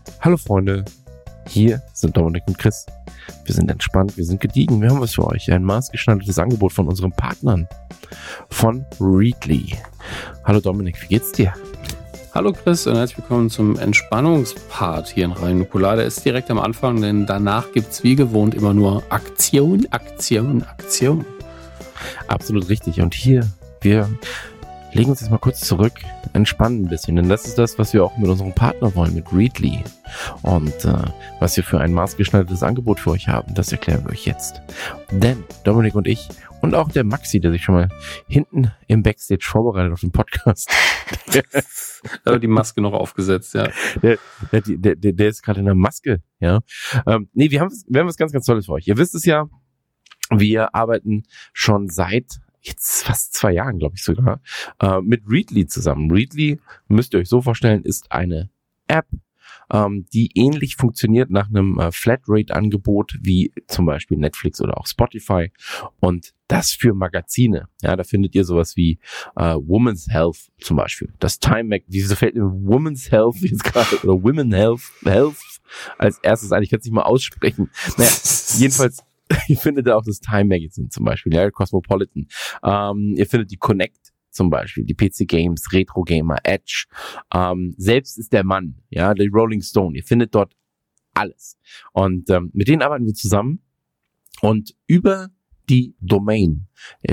Hallo Freunde, hier sind Dominik und Chris. Wir sind entspannt, wir sind gediegen, wir haben was für euch. Ein maßgeschneidertes Angebot von unseren Partnern von Readly. Hallo Dominik, wie geht's dir? Hallo Chris und herzlich willkommen zum Entspannungspart hier in Radio Nukular. Der ist direkt am Anfang, denn danach gibt's wie gewohnt immer nur Aktion, Aktion, Aktion. Absolut richtig. Und hier, wir legen uns jetzt mal kurz zurück, entspannen ein bisschen, denn das ist das, was wir auch mit unserem Partner wollen, mit Readly. Und was wir für ein maßgeschneidertes Angebot für euch haben, das erklären wir euch jetzt. Denn Dominik und ich und auch der Maxi, der sich schon mal hinten im Backstage vorbereitet auf den Podcast. Aber die Maske noch aufgesetzt, ja. Der ist gerade in der Maske, ja. Wir haben was ganz, ganz Tolles für euch. Ihr wisst es ja, wir arbeiten schon seit jetzt fast 2 Jahren, glaube ich sogar, mit Readly zusammen. Readly, müsst ihr euch so vorstellen, ist eine App, die ähnlich funktioniert nach einem Flatrate-Angebot wie zum Beispiel Netflix oder auch Spotify, und das für Magazine. Ja, da findet ihr sowas wie Women's Health zum Beispiel. Das Time Mag, wieso fällt mir Women's Health jetzt gerade, oder Women Health als erstes ein? Ich kann es nicht mal aussprechen. Naja, jedenfalls, ihr findet da auch das Time Magazine zum Beispiel, ja, Cosmopolitan. Ihr findet die Connect zum Beispiel, die PC Games, Retro Gamer, Edge. Selbst ist der Mann, ja, die Rolling Stone. Ihr findet dort alles. Und mit denen arbeiten wir zusammen. Und über die Domain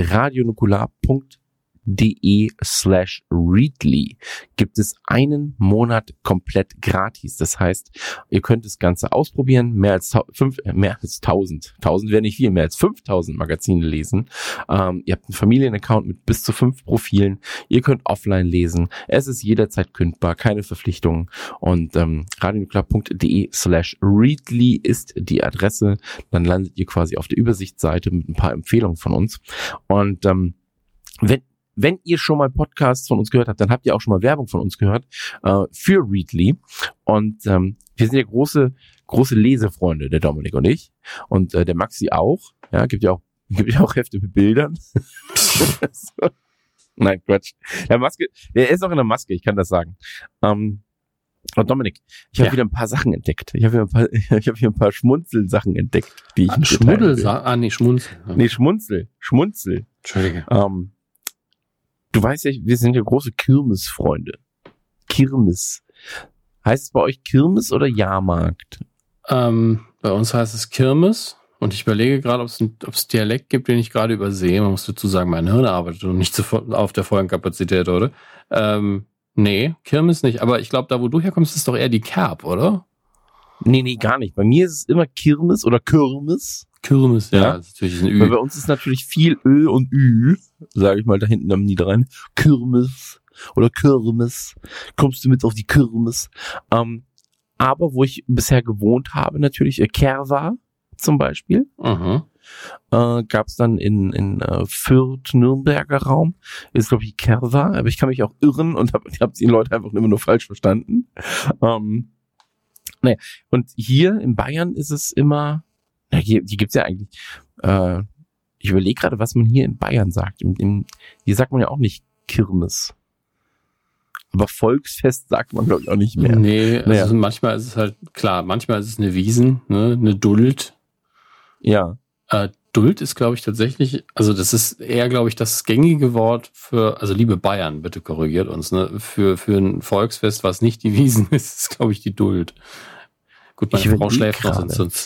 radionukular.de/Readly gibt es einen Monat komplett gratis. Das heißt, ihr könnt das Ganze ausprobieren, mehr als 1000 wäre nicht viel, mehr als 5000 Magazine lesen. Ihr habt einen Familienaccount mit bis zu 5 Profilen. Ihr könnt offline lesen. Es ist jederzeit kündbar, keine Verpflichtungen. Und radionukular.de/Readly ist die Adresse. Dann landet ihr quasi auf der Übersichtsseite mit ein paar Empfehlungen von uns. Und wenn ihr schon mal Podcasts von uns gehört habt, dann habt ihr auch schon mal Werbung von uns gehört für Readly. Und wir sind ja große Lesefreunde, der Dominik und ich. Und der Maxi auch. Ja, gibt ja auch Hefte mit Bildern. Nein, Quatsch. Der ist auch in der Maske, ich kann das sagen. Und Dominik, ich habe wieder ein paar Sachen entdeckt. Ich habe hier ein paar Schmunzelsachen entdeckt, die ich Schmunzel. Entschuldige. Du weißt ja, wir sind ja große Kirmesfreunde. Kirmes. Heißt es bei euch Kirmes oder Jahrmarkt? Bei uns heißt es Kirmes. Und ich überlege gerade, ob es Dialekt gibt, den ich gerade übersehe. Man muss dazu sagen, mein Hirn arbeitet und nicht auf der vollen Kapazität, oder? Nee, Kirmes nicht. Aber ich glaube, da wo du herkommst, ist doch eher die Kerb, oder? Nee, gar nicht. Bei mir ist es immer Kirmes oder Kirmes. Kirmes, ja. Das ist natürlich ein Ü. Weil bei uns ist natürlich viel Ö und Ü, sage ich mal da hinten am Niederrhein. Kirmes oder Kirmes. Kommst du mit auf die Kirmes? Aber wo ich bisher gewohnt habe, natürlich Kerwa zum Beispiel. Gab es dann in Fürth, Nürnberger Raum. Ist, glaube ich, Kerwa. Aber ich kann mich auch irren und habe die Leute einfach immer nur falsch verstanden. Naja, und hier in Bayern ist es immer, hier gibt's ja eigentlich, ich überlege gerade, was man hier in Bayern sagt. Hier sagt man ja auch nicht Kirmes. Aber Volksfest sagt man, glaube ich, auch nicht mehr. Nee, also manchmal ist es halt, klar, manchmal ist es eine Wiesen, ne, eine Duld. Ja. Duld ist, glaube ich, tatsächlich, also das ist eher, glaube ich, das gängige Wort für, also liebe Bayern, bitte korrigiert uns, ne, für ein Volksfest, was nicht die Wiesen ist glaube ich, die Duld. Gut, meine Frau schläft noch, sonst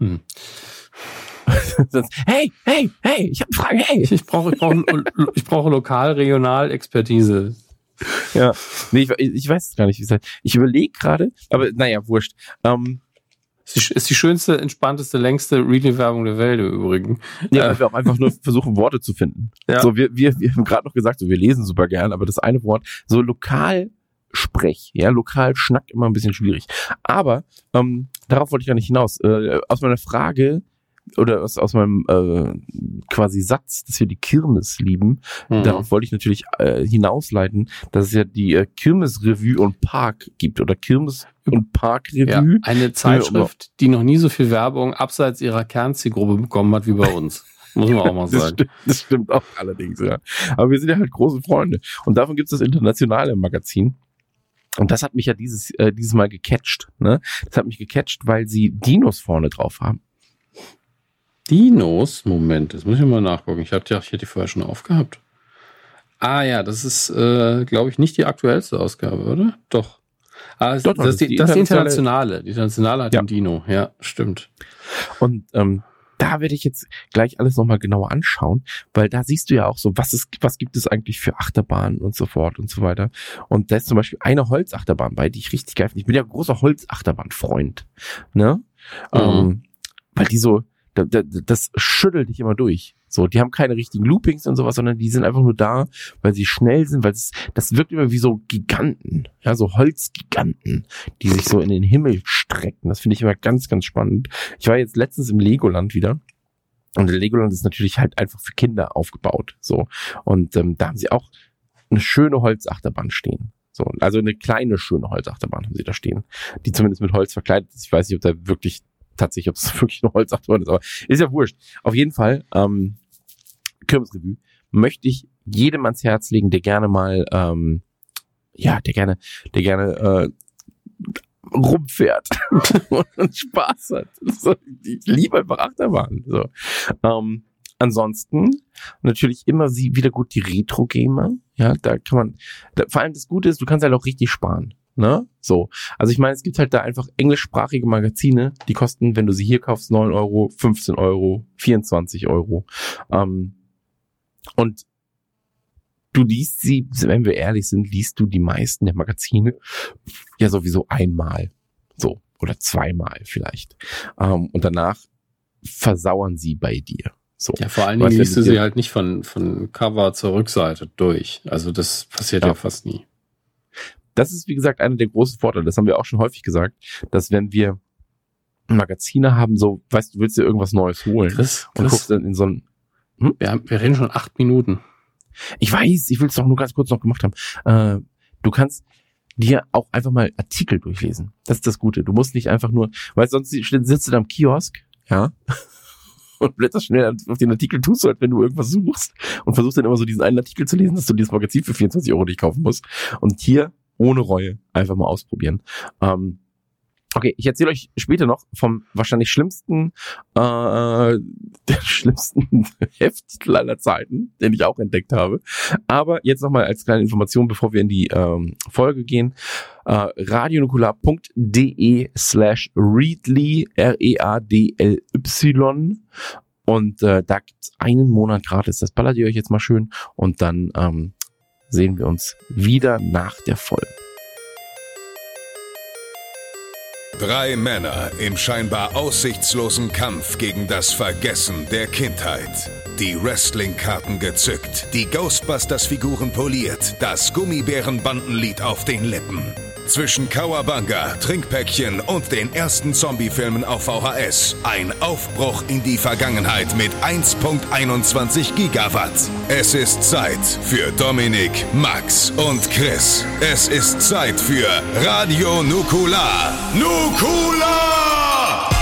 Hey, ich habe eine Frage, hey. Ich brauche Lokal-Regional-Expertise. Ja, nee, ich weiß es gar nicht, wie es heißt. Ich überlege gerade, aber naja, wurscht. Ist die schönste, entspannteste, längste Readly-Werbung der Welt im Übrigen. Ja, weil wir auch einfach nur versuchen, Worte zu finden. Ja. So, wir haben gerade noch gesagt, so, wir lesen super gern, aber das eine Wort, so Lokalsprech, ja, Lokalschnack immer ein bisschen schwierig. Aber darauf wollte ich gar nicht hinaus. Aus meiner Frage oder aus meinem quasi Satz, dass wir die Kirmes lieben, darauf wollte ich natürlich hinausleiten, dass es ja die Kirmes-Revue und Park gibt oder Kirmes- und Park-Revue. Ja, eine Zeitschrift, die noch nie so viel Werbung abseits ihrer Kernzielgruppe bekommen hat wie bei uns. Muss man auch mal sagen. Das stimmt auch allerdings, ja. Aber wir sind ja halt große Freunde. Und davon gibt es das internationale Magazin. Und das hat mich ja dieses Mal gecatcht. Ne? Das hat mich gecatcht, weil sie Dinos vorne drauf haben. Dinos? Moment, das muss ich mal nachgucken. Ich hätte die vorher schon aufgehabt. Ah ja, das ist, glaube ich, nicht die aktuellste Ausgabe, oder? Doch. Ah, Doch, das ist die internationale. Die internationale hat ja. den Dino. Ja, stimmt. Und da werde ich jetzt gleich alles nochmal genauer anschauen, weil da siehst du ja auch so, was gibt es eigentlich für Achterbahnen und so fort und so weiter. Und da ist zum Beispiel eine Holzachterbahn bei, die ich richtig geil finde. Ich bin ja ein großer Holzachterbahn-Freund. Ne? Weil die so, das schüttelt dich immer durch. So, die haben keine richtigen Loopings und sowas, sondern die sind einfach nur da, weil sie schnell sind, weil das wirkt immer wie so Giganten, ja, so Holzgiganten, die sich so in den Himmel strecken. Das finde ich immer ganz, ganz spannend. Ich war jetzt letztens im Legoland wieder. Und der Legoland ist natürlich halt einfach für Kinder aufgebaut. So. Und da haben sie auch eine schöne Holzachterbahn stehen. So, also eine kleine, schöne Holzachterbahn haben sie da stehen, die zumindest mit Holz verkleidet ist. Ich weiß nicht, ob es wirklich eine Holzachterbahn ist, aber ist ja wurscht. Auf jeden Fall, Kirmesrevue möchte ich jedem ans Herz legen, der gerne mal, der gerne rumfährt und Spaß hat. So, ich liebe einfach Achterbahn. So. Ansonsten natürlich immer wieder gut die Retro-Gamer. Ja, da kann man, vor allem das Gute ist, du kannst halt auch richtig sparen. Ne? So. Also ich meine, es gibt halt da einfach englischsprachige Magazine, die kosten, wenn du sie hier kaufst, 9 Euro, 15 Euro, 24 Euro. Und du liest sie, wenn wir ehrlich sind, liest du die meisten der Magazine ja sowieso einmal. So. Oder zweimal vielleicht. Und danach versauern sie bei dir. So. Ja, vor allen Dingen liest du sie halt nicht von Cover zur Rückseite durch. Also das passiert ja fast nie. Das ist, wie gesagt, einer der großen Vorteile. Das haben wir auch schon häufig gesagt, dass wenn wir Magazine haben, so, weißt du, willst dir irgendwas Neues holen Chris, und guckst dann in so ein... Wir reden schon 8 Minuten. Ich weiß, ich will es doch nur ganz kurz noch gemacht haben. Du kannst dir auch einfach mal Artikel durchlesen. Das ist das Gute. Du musst nicht einfach nur, weil sonst sitzt du da am Kiosk, ja, und blätterst schnell auf den Artikel, tust du halt, wenn du irgendwas suchst und versuchst dann immer so diesen einen Artikel zu lesen, dass du dieses Magazin für 24 Euro nicht kaufen musst. Und hier ohne Reue einfach mal ausprobieren. Okay, ich erzähle euch später noch vom wahrscheinlich schlimmsten Hefttitel aller Zeiten, den ich auch entdeckt habe. Aber jetzt nochmal als kleine Information, bevor wir in die Folge gehen. radionukular.de/Readly, READLY. Und da gibt's einen Monat gratis. Das ballert ihr euch jetzt mal schön. Und dann sehen wir uns wieder nach der Folge. 3 Männer im scheinbar aussichtslosen Kampf gegen das Vergessen der Kindheit. Die Wrestling-Karten gezückt, die Ghostbusters-Figuren poliert, das Gummibärenbandenlied auf den Lippen. Zwischen Kawabanga, Trinkpäckchen und den ersten Zombie-Filmen auf VHS. Ein Aufbruch in die Vergangenheit mit 1,21 Gigawatt. Es ist Zeit für Dominik, Max und Chris. Es ist Zeit für Radio Nukular. Nukular!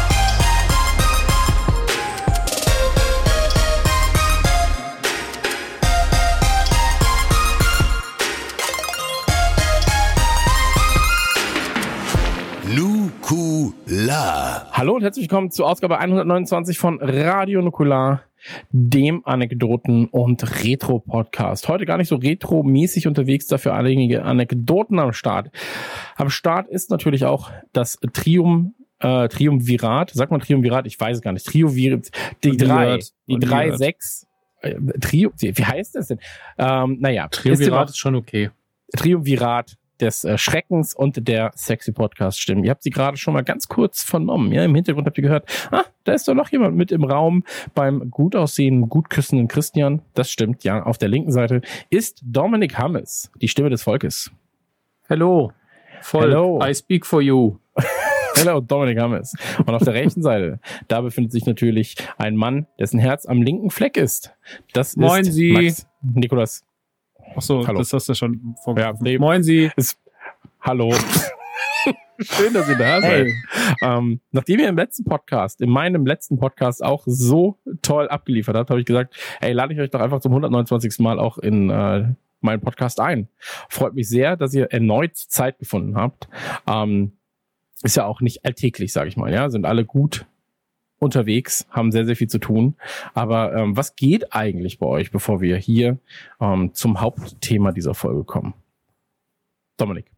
Nukular. Hallo und herzlich willkommen zur Ausgabe 129 von Radio Nukular, dem Anekdoten- und Retro-Podcast. Heute gar nicht so retro-mäßig unterwegs, dafür einige Anekdoten am Start. Am Start ist natürlich auch das Triumvirat. Sagt man Triumvirat? Ich weiß es gar nicht. Triumvirat. Die 3-6. Wie heißt das denn? Triumvirat ist schon okay. Triumvirat des Schreckens und der sexy Podcast-Stimmen. Ihr habt sie gerade schon mal ganz kurz vernommen. Ja, im Hintergrund habt ihr gehört, da ist doch noch jemand mit im Raum beim gut aussehenden, gut küssenden Christian. Das stimmt, ja. Auf der linken Seite ist Dominik Hammes, die Stimme des Volkes. Hello. Volk, hello. I speak for you. Hello, Dominik Hammes. Und auf der rechten Seite, da befindet sich natürlich ein Mann, dessen Herz am linken Fleck ist. Das Moin ist Sie. Max Nikolas. Achso, das hast du schon vorgestellt. Ja, Moin Sie. Hallo. Schön, dass ihr da seid. Nachdem ihr in meinem letzten Podcast auch so toll abgeliefert habt, habe ich gesagt, lade ich euch doch einfach zum 129. Mal auch in meinen Podcast ein. Freut mich sehr, dass ihr erneut Zeit gefunden habt. Ist ja auch nicht alltäglich, sage ich mal. Ja, sind alle gut unterwegs, haben sehr, sehr viel zu tun. Aber was geht eigentlich bei euch, bevor wir hier zum Hauptthema dieser Folge kommen? Dominik.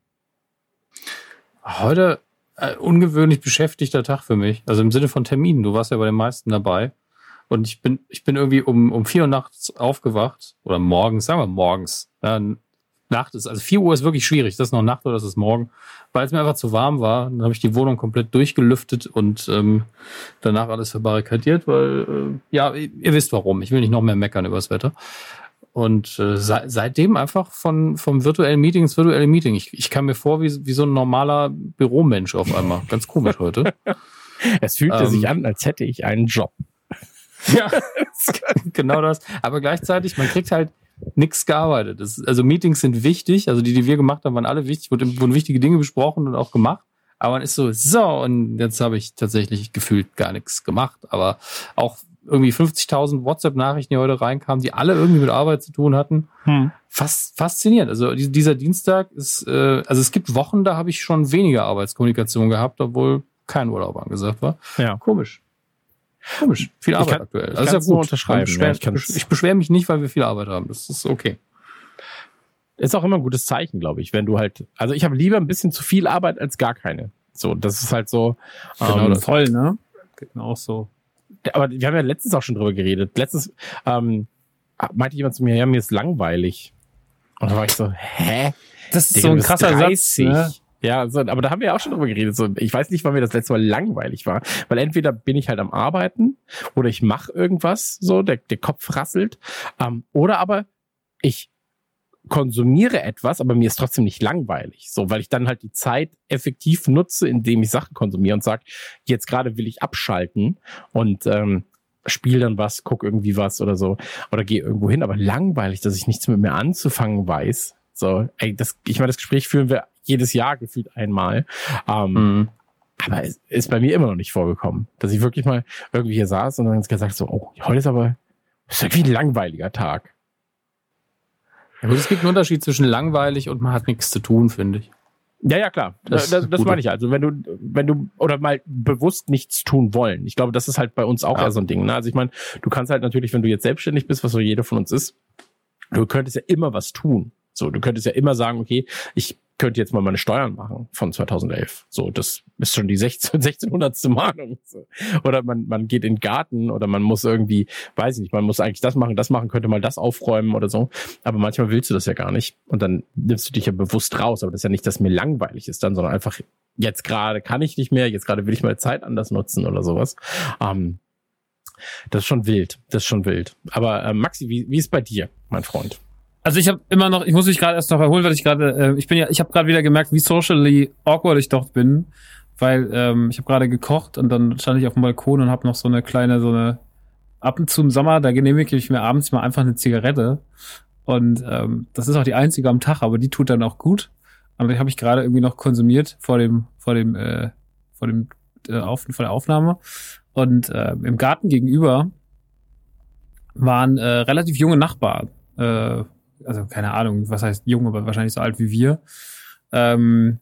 Heute ungewöhnlich beschäftigter Tag für mich. Also im Sinne von Terminen. Du warst ja bei den meisten dabei. Und ich bin irgendwie um 4 Uhr nachts aufgewacht. Oder morgens, sagen wir morgens. Ja, Nacht ist, also 4 Uhr ist wirklich schwierig. Das ist noch Nacht oder das ist morgen. Weil es mir einfach zu warm war. Dann habe ich die Wohnung komplett durchgelüftet und danach alles verbarrikadiert, weil, ja, ihr wisst warum. Ich will nicht noch mehr meckern über das Wetter. Und seitdem einfach vom virtuellen Meeting ins virtuelle Meeting. Ich kam mir vor wie so ein normaler Büromensch auf einmal. Ganz komisch heute. Es fühlte sich an, als hätte ich einen Job. Ja, genau das. Aber gleichzeitig, man kriegt halt nichts gearbeitet. Also Meetings sind wichtig. Also die wir gemacht haben, waren alle wichtig. Wurden wichtige Dinge besprochen und auch gemacht. Aber man ist so, und jetzt habe ich tatsächlich gefühlt gar nichts gemacht. Aber auch irgendwie 50.000 WhatsApp-Nachrichten, die heute reinkamen, die alle irgendwie mit Arbeit zu tun hatten. Faszinierend. Also dieser Dienstag ist, also es gibt Wochen, da habe ich schon weniger Arbeitskommunikation gehabt, obwohl kein Urlaub angesagt war. Ja. Komisch. Viel Arbeit aktuell. Ich kann es nur unterschreiben. Ich beschwere mich nicht, weil wir viel Arbeit haben. Das ist okay. Ist auch immer ein gutes Zeichen, glaube ich, wenn du halt, also ich habe lieber ein bisschen zu viel Arbeit als gar keine. So, das ist halt so. Genau, das voll, ne? Geht mir auch so. Aber wir haben ja letztens auch schon drüber geredet. Letztens meinte jemand zu mir, ja, mir ist langweilig. Und da war ich so, hä? Das ist Digga, so ein krasser 30. Satz, ne? Ja, so, aber da haben wir ja auch schon drüber geredet. So, ich weiß nicht, wann mir das letzte Mal langweilig war. Weil entweder bin ich halt am Arbeiten oder ich mache irgendwas, so, der Kopf rasselt. Oder aber ich konsumiere etwas, aber mir ist trotzdem nicht langweilig. So, weil ich dann halt die Zeit effektiv nutze, indem ich Sachen konsumiere und sage, jetzt gerade will ich abschalten und spiel dann was, guck irgendwie was oder so. Oder gehe irgendwo hin, aber langweilig, dass ich nichts mit mir anzufangen weiß. So, ey, das Gespräch führen wir jedes Jahr gefühlt einmal. Aber es ist bei mir immer noch nicht vorgekommen, dass ich wirklich mal irgendwie hier saß und dann gesagt so, oh, heute ist irgendwie ein langweiliger Tag. Ja, gut, es gibt einen Unterschied zwischen langweilig und man hat nichts zu tun, finde ich. Ja, klar. Das meine ich. Also wenn du oder mal bewusst nichts tun wollen. Ich glaube, das ist halt bei uns auch eher so ein Ding. Ne? Also ich meine, du kannst halt natürlich, wenn du jetzt selbstständig bist, was so jeder von uns ist, du könntest ja immer was tun. So, du könntest ja immer sagen, okay, ich könnte jetzt mal meine Steuern machen von 2011. So, das ist schon die 1600. Mahnung. So. Oder man geht in den Garten oder man muss irgendwie, weiß ich nicht, man muss eigentlich das machen, könnte mal das aufräumen oder so. Aber manchmal willst du das ja gar nicht. Und dann nimmst du dich ja bewusst raus. Aber das ist ja nicht, dass mir langweilig ist dann, sondern einfach, jetzt gerade kann ich nicht mehr, jetzt gerade will ich meine Zeit anders nutzen oder sowas. Das ist schon wild. Aber Maxi, wie ist bei dir, mein Freund? Also ich muss mich gerade erst noch erholen, weil ich habe gerade wieder gemerkt, wie socially awkward ich doch bin, weil ich habe gerade gekocht und dann stand ich auf dem Balkon und habe noch so eine ab und zu im Sommer, da genehmige ich mir abends mal einfach eine Zigarette und das ist auch die einzige am Tag, aber die tut dann auch gut. Und die habe ich gerade irgendwie noch konsumiert vor der Aufnahme und im Garten gegenüber waren relativ junge Nachbarn. Also keine Ahnung, was heißt jung, aber wahrscheinlich so alt wie wir. Und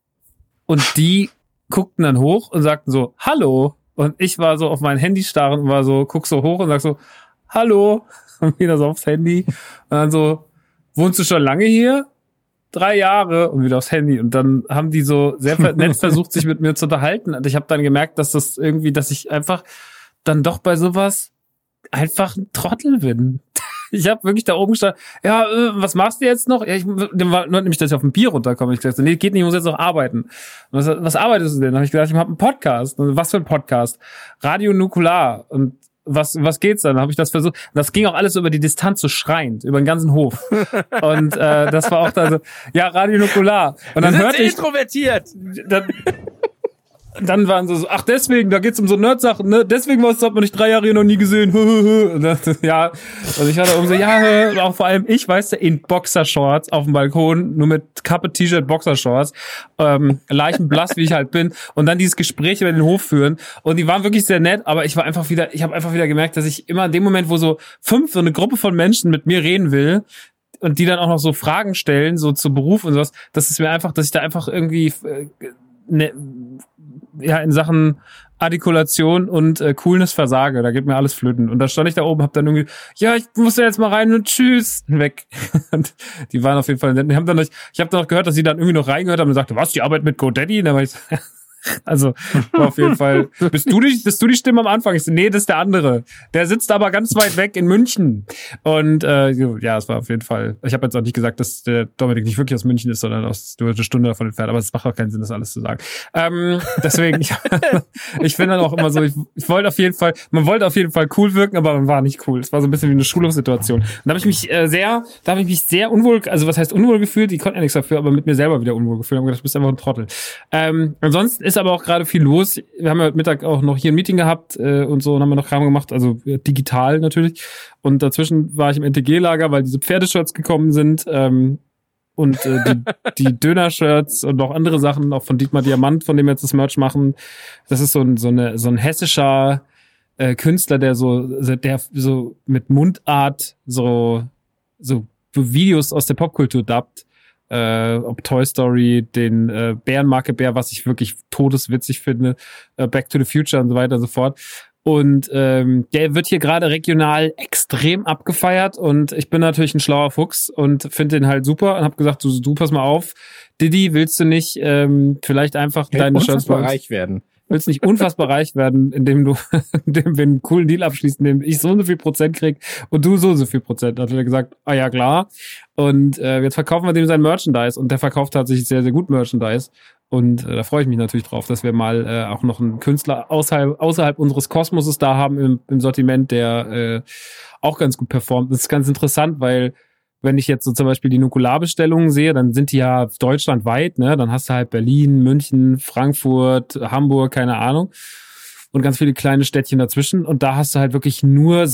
die guckten dann hoch und sagten so, hallo. Und ich war so auf mein Handy starren und war so, guck so hoch und sag so, hallo. Und wieder so aufs Handy. Und dann so, wohnst du schon lange hier? 3 Jahre. Und wieder aufs Handy. Und dann haben die so sehr nett versucht, sich mit mir zu unterhalten. Und ich habe dann gemerkt, dass ich einfach dann doch bei sowas einfach ein Trottel bin. Ich habe wirklich da oben gestanden, ja, was machst du jetzt noch? Ja, ich war nämlich, dass ich auf ein Bier runterkomme. Ich gesagt, nee, geht nicht, ich muss jetzt noch arbeiten. Und was arbeitest du denn? Dann habe ich gesagt, ich habe einen Podcast. Und was für ein Podcast? Radio Nukular. Und was geht's dann? Dann habe ich das versucht. Und das ging auch alles über die Distanz so schreiend, über den ganzen Hof. Und das war auch da so, ja, Radio Nukular. Und dann hörte ich introvertiert. Dann waren sie so, ach deswegen, da geht's um so Nerd-Sachen, ne? Deswegen hat man nicht 3 Jahre hier noch nie gesehen. Und das, ja, also ich war da oben so, ja, auch vor allem ich, weißt du, in Boxershorts auf dem Balkon, nur mit Kappe, T-Shirt, Boxershorts, leichenblass, wie ich halt bin, und dann dieses Gespräch über den Hof führen. Und die waren wirklich sehr nett, aber ich habe einfach wieder gemerkt, dass ich immer in dem Moment, wo so eine Gruppe von Menschen mit mir reden will, die dann auch noch so Fragen stellen, so zu Beruf und sowas, das ist mir einfach, dass ich da einfach irgendwie in Sachen Artikulation und Coolness versage. Da geht mir alles flöten. Und da stand ich da oben, hab dann irgendwie, ja, ich muss da jetzt mal rein und tschüss, weg. Und die waren auf jeden Fall nett. Ich habe dann noch gehört, dass sie dann irgendwie noch reingehört haben und sagte, was, die Arbeit mit GoDaddy? Und dann war ich so, also, war auf jeden Fall, bist du die Stimme am Anfang? Ich so, nee, das ist der andere. Der sitzt aber ganz weit weg in München. Und ja, es war auf jeden Fall, ich habe jetzt auch nicht gesagt, dass der Dominik nicht wirklich aus München ist, sondern nur eine Stunde davon entfernt, aber es macht auch keinen Sinn, das alles zu sagen. Deswegen, ich finde dann auch immer so, man wollte auf jeden Fall cool wirken, aber man war nicht cool. Es war so ein bisschen wie eine Schulungssituation. Und da habe ich mich sehr unwohl, also was heißt unwohl gefühlt? Die konnten ja nichts dafür, aber mit mir selber wieder unwohl gefühlt. Ich habe gedacht, du bist einfach ein Trottel. Ansonsten ist aber auch gerade viel los. Wir haben ja heute Mittag auch noch hier ein Meeting gehabt und so und haben wir noch Kram gemacht, also digital natürlich. Und dazwischen war ich im NTG-Lager, weil diese Pferdeshirts gekommen sind und die Döner-Shirts und noch andere Sachen, auch von Dietmar Diamant, von dem wir jetzt das Merch machen. Das ist so ein hessischer Künstler, der so mit Mundart so Videos aus der Popkultur dubbt. Ob Toy Story, den Bärenmarke Bär, was ich wirklich todeswitzig finde, Back to the Future und so weiter und so fort. Und der wird hier gerade regional extrem abgefeiert und ich bin natürlich ein schlauer Fuchs und finde den halt super und habe gesagt, du pass mal auf, Diddy, willst du nicht vielleicht einfach deine Chance reich werden? Willst nicht unfassbar reich werden, indem wir einen coolen Deal abschließen, indem ich so und so viel Prozent krieg und du so und so viel Prozent. Da hat er gesagt, ja klar. Und jetzt verkaufen wir dem sein Merchandise und der verkauft tatsächlich sehr, sehr gut Merchandise. Und da freue ich mich natürlich drauf, dass wir mal auch noch einen Künstler außerhalb unseres Kosmoses da haben im Sortiment, der auch ganz gut performt. Das ist ganz interessant, weil wenn ich jetzt so zum Beispiel die Nukularbestellungen sehe, dann sind die ja deutschlandweit, ne? Dann hast du halt Berlin, München, Frankfurt, Hamburg, keine Ahnung. Und ganz viele kleine Städtchen dazwischen. Und da hast du halt wirklich nur